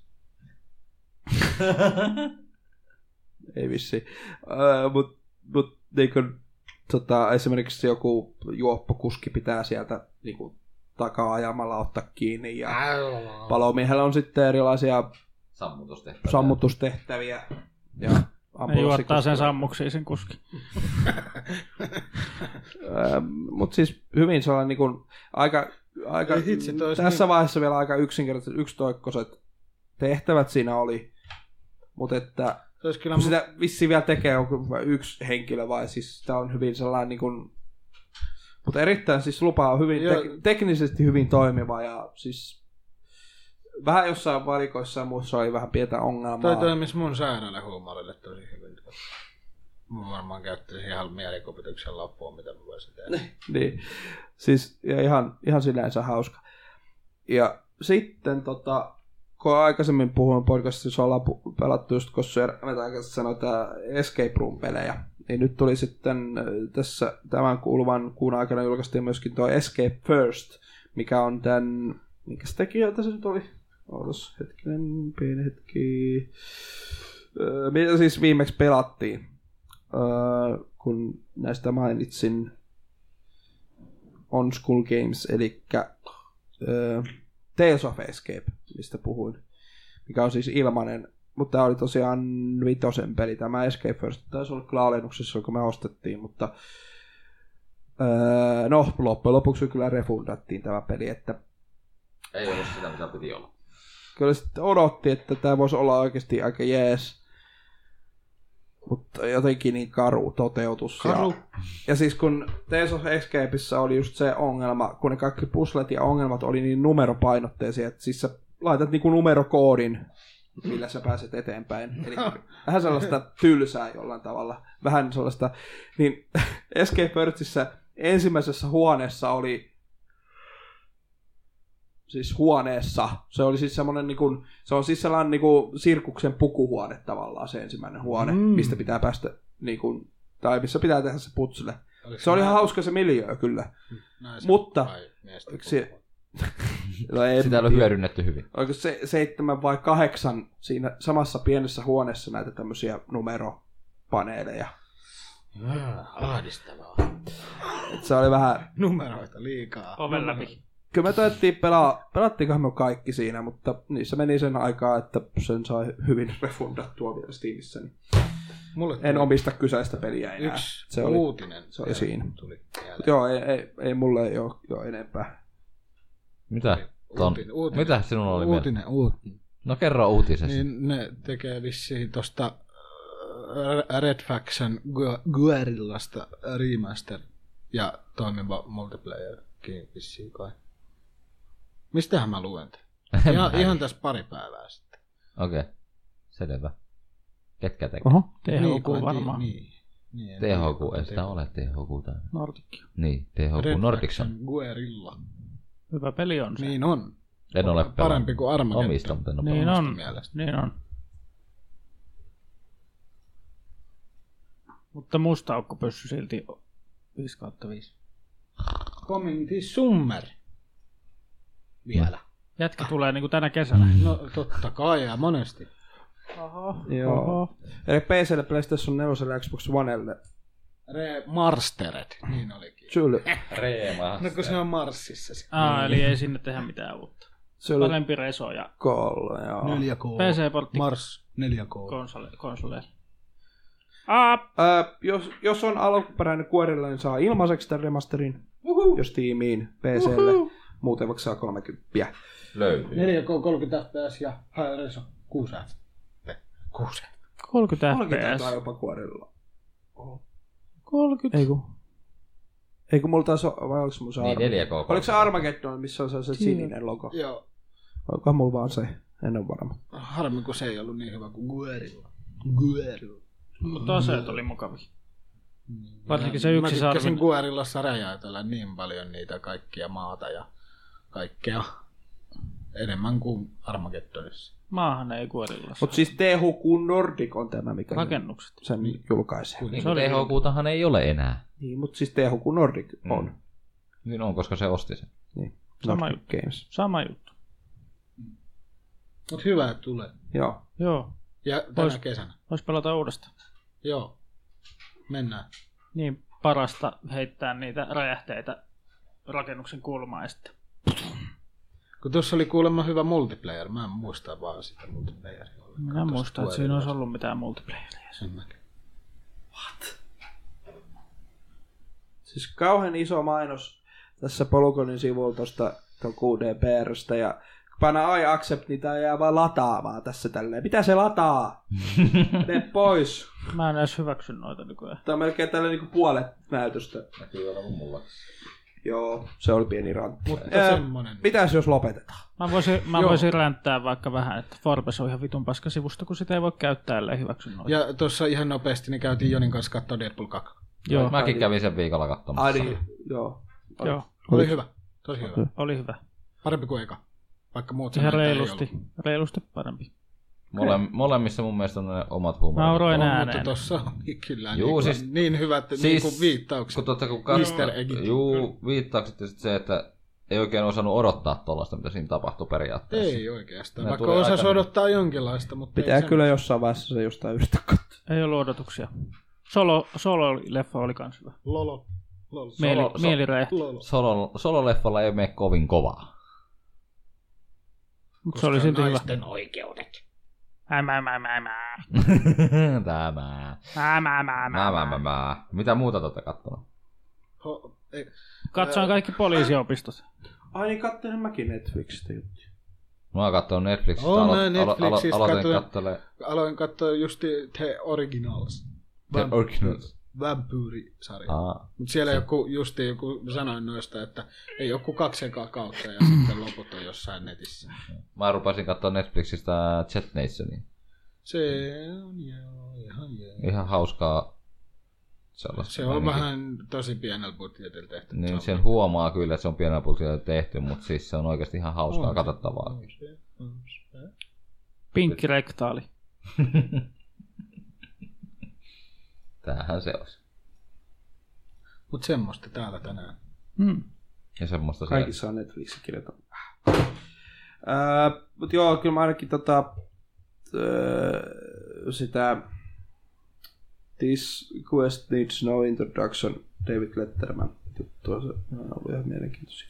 Ei vissi. Öö, Mutta mut, niin kuin, tota, esimerkiksi joku juoppokuski pitää sieltä niin kuin, takaa ajamalla ottaa kiinni. Ja palomiehellä on sitten erilaisia sammutustehtäviä. sammutustehtäviä ja ne juottaa sen sammuksiin sen kuski. Mutta siis hyvin sellainen niin kuin, aika, aika hitsi, tässä niin... vaiheessa vielä aika yksinkertaiset yksitoikkoiset tehtävät siinä oli. Mutta että kyllä kun sitä vissiin vielä tekee on yksi henkilö vai siis tämä on hyvin sellainen niin kuin, mutta erittäin siis lupa on hyvin tek- teknisesti hyvin toimiva ja siis vähän jossain valikoissa ja muussa oli vähän pientä ongelmaa. Toi toimisi mun sairaalahuumorille tosi hyvin. mä varmaan käyttäisin ihan mielikuvituksen loppuun, mitä mä voisin tehdä. Niin, siis ja ihan, ihan sinänsä hauska. Ja sitten tota, kun aikaisemmin puhuin podcastissa, ollaan pu- pelattu just, kun Metä sanoi tää Escape Room-pelejä, niin nyt tuli sitten tässä tämän kuuluvan kuun aikana julkaistiin myöskin tuo Escape First, mikä on tämän, mikäs tekijöitä se nyt oli? Ootas hetkinen, pieni hetki. Öö, mitä siis viimeksi pelattiin, öö, kun näistä mainitsin On School Games, eli öö, Tales of Escape, mistä puhuin, mikä on siis ilmainen, mutta tämä oli tosiaan vitosen peli. Tämä Escape First taisi olla kyllä alennuksessa, kun me ostettiin, mutta öö, no, loppujen lopuksi kyllä refundattiin tämä peli, että ei ollut sitä, mitä piti olla. Kyllä sitten odotti, että tämä voisi olla oikeasti aika jees, mutta jotenkin niin karu toteutus. Karu. Ja, ja siis kun Tales of Escapeissa oli just se ongelma, kun ne kaikki puzzlet ja ongelmat oli niin numeropainotteisia, että siis sä laitat niinku numerokoodin, millä sä pääset eteenpäin. Eli vähän sellaista tylsää jollain tavalla. Vähän sellaista. Niin Escape Firstissä ensimmäisessä huoneessa oli siis huoneessa. Se oli siis semmoinen niinku, se on siis sellainen niinku sirkuksen pukuhuone tavallaan se ensimmäinen huone, mm. mistä pitää päästä niinku, tai missä pitää tehdä se putsle. Oliko se oli ihan hauska se miljöö kyllä. Naisen mutta se, no ei, sitä on hyödynnetty hyvin. Oliko se seitsemän vai kahdeksan siinä samassa pienessä huoneessa näitä tämmöisiä numeropaneeleja. Ahdistavaa. Et se oli vähän numeroita liikaa. Oven läpi. Kyllä me taidettiin pelaa, pelattiinkohan me kaikki siinä, mutta niissä meni sen aikaa, että sen sai hyvin refundattua vielä Steamissa. Niin Mulle en omista kyseistä peliä enää. Yksi se oli, uutinen. Se oli siinä. Tuli joo, ei, ei, ei mulle ei ole, ole enempää. Mitä? Ton, uutinen, uutinen. Mitä sinulla oli uutinen, mieltä? uutinen. No kerro uutisesta. Niin ne tekee vissiin tosta Red Faction Guerrillasta remaster ja toimiva multiplayerkin vissiin kai. Mistähän mä luen tämän? Ihan, ihan tässä pari päivää sitten. Okei, okay. Selvä. Ketkä tekee? Oho, T H Q niin, varmaan. Niin, niin, T H Q, ei sitä ole T H Q täällä. Nordic. Niin, T H Q Red Nordicsson. Faction Guerrilla. Hyvä peli on se. Niin on. En ole pelannut. Parempi kuin Armageddon. Omista, mutta en ole niin pelannut. on, mielestä. niin on. Mutta musta aukko pössy silti viisi kautta viisi. Coming this summer. Vielä. Jätkä tulee niinku tänä kesänä. No totta kai ja monesti. Oho, Joo. oho. Eli P C:lle, PlayStation neljälle ja Xbox Onelle. Remastered, niin olikin. Syly. Reema. No kun se on Marsissa. Se. Aa, eli ei sinne tehdä mitään uutta. Syly. Parempi reso ja Kolla, joo. neljä K. P C-portti Mars neljä K. konsole, konsoleille. Aa, Ää, jos, jos on alkuperäinen kuorilla, niin saa ilmaiseksi tämän remasterin. Uhuh. Jos tiimiin P C:lle. Uhuh. Muuten vaikka saa kolmekymmentä. Löytyy. neljä K kolmekymmentä F P S ja high reso kuusi F P S. kuusi F P S. kolmekymmentä F P kolmekymmentä S. tai jopa kuorilla. Oho. kolmekymmentä. Eiku. Eiku mulla taas ole, vai oliko se mun se Niin, Armageddon? neljä K. Oliko se Armageddon, missä on se sininen logo? Joo. Onkohan mulla vaan se? En ole varma. Harmi, kun se ei ollut niin hyvä kuin Guerrilla. Guerrilla. Mutta aseet oli mukavia. Varsinkin se yksi Mä tykkäsin sarvi. Guerrillassa räjäytellä niin paljon niitä kaikkia maata ja kaikkea enemmän kuin Armageddonissa. Maahan ei kuorillassa. Mutta siis T H Q Nordic on tämä, mikä Rakennukset. sen julkaisee. Niin Se kuin oli T H Qtahan ei ole enää. Niin, mutta siis T H Q Nordic on. Mm. Niin on, koska se osti sen. Niin. Sama Nordic juttu. Games. Sama juttu. Mut hyvä, että tulee. Joo. Joo. Ja tänä Vois- kesänä. Vois pelata uudestaan. Joo. Mennään. Niin parasta heittää niitä räjähteitä rakennuksen kulmaan ja sitten. Kun tuossa oli kuulemma hyvä multiplayer, mä en muista vaan sitä multiplayeria. Minä muistan, että siinä olisi ollut mitään multiplayeria. Sen mäkin. Siis kauhean iso mainos tässä Polygonin sivulla tuosta Q D P R:stä ja kun painaa I accept, niin tää jää vaan lataamaan tässä tälleen. Mitä se lataa? Mene pois. Mä en edes hyväksy noita nykyään. Tää on melkein tällä niinku puolet näytöstä. Näkyy olevan mulla. Joo, se oli pieni rantti. Mutta Ää, semmonen. Mitäs jos lopetetaan? Mä voisin, mä voisin ränttää vaikka vähän, että Forbes on ihan vitun paska sivusto, kun sitä ei voi käyttää, ellei hyväksy noita. Ja tuossa ihan nopeasti niin käytiin Jonin kanssa katsoa Deadpool kaksi. Joo, Mäkin kävin sen viikolla katsomassa. Ai niin, joo. joo, Oli hyvä. Tosi hyvä. oli hyvä. Parempi kuin eka. Vaikka muut Ihan sanoivat, että ei reilusti, ollut. reilusti parempi. Mole, molemmissa mun mielestä on ne omat huumorit. Nauroin On, ääneen. mutta tossa oli kyllä Juu, niin, siis- niin hyvät siis- niin kuin viittaukset. Kun, totta, kun Easter katsoo, eggit. juu, viittaukset ja sit se, että ei oikein osannut odottaa tuollaista, mitä siinä tapahtui periaatteessa. Ei oikeastaan. Ne Vaikka tuli osasi aika- odottaa jonkinlaista, mutta Pitää ei kyllä jossain vaiheessa se jostain yrittää katsoa. Ei ollut odotuksia. Solo, solo-leffa oli kans hyvä. Lolo. Lolo. Mieli, Solo- so- mielireä. Lolo. Solo, sololeffalla ei mene kovin kovaa. Mutta se oli silti hyvä. naisten oikeudet. Mä, mä, mä, mä, mä. Tämä. Mä, mä, mä, mä, Mä, mä, mä, mä. Mitä muuta te olette kattonut? Ho, ei. Katsoin kaikki poliisiopistot. Ai niin, kattelin mäkin Netflixistä juttuja. Mä oon kattonut Netflixistä. On alo- mä alo- Netflixistä alo- aloitin katsoin. kattelee Aloin katsoa just The Originals. The Originals. Vampyyrisarja. Aa. Mutta siellä joku, justi joku, sanoin noista, että ei joku kaksi ekaa kautta ja sitten loput on jossain netissä. Mä rupesin katsoa Netflixistä Jet Nationia. Se on joo, ihan joo. Ihan hauskaa sellaista. Se on meininkiä. vähän tosi pienellä budjetilla tehty. Niin Se sen on- huomaa kyllä, että se on pienellä budjetilla tehty, mutta siis se on oikeasti ihan hauskaa on se, katsottavaa. on se, on se. Pinkki rektaali. Tämähän se olisi. Mut semmoista täällä tänään. Hmm. Ja semmoista se. Kaikissa on Netflixin kirjoita. Öö, Mutta joo, kyllä mä ainakin tota, öö, sitä This Quest Needs No Introduction David Letterman juttua, se on ollut ihan mielenkiintoisia.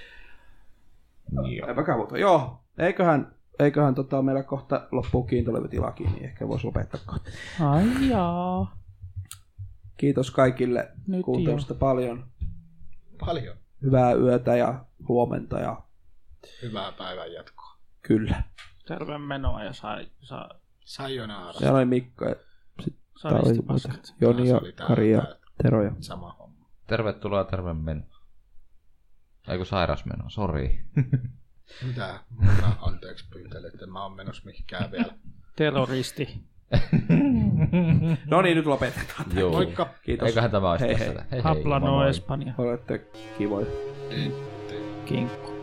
Joo. Eipä muuta. Joo, eiköhän, eiköhän tota, meillä kohta loppuu kiintolevytilakin, niin ehkä voisi lopettaa kohta. Ai jaa. Kiitos kaikille Nyt kuuntelusta paljon. Paljon. Hyvää yötä ja huomenta ja Hyvää päivän jatkoa. kyllä. Terve menoa ja sai, saa, Sayonara. Siellä oli Mikko ja sitten saa tää oli isti muita. paskat. Joni Se ja oli tää- Kari ja tää- Tero ja Sama homma. Tervetuloa ja terve meno. Eiku sairas meno, sori. Mitä? Mä anteeksi pyytelen, että mä oon menossa mihinkään vielä. Terroristi. no niin, nyt lopetetaan. Joo. Moikka. Kiitos. Eiköhän tämä olisi Hei, tässä. hei. Hei, hei. Habla Moi no moi. Espanja. Olette kivoja. Kinkku.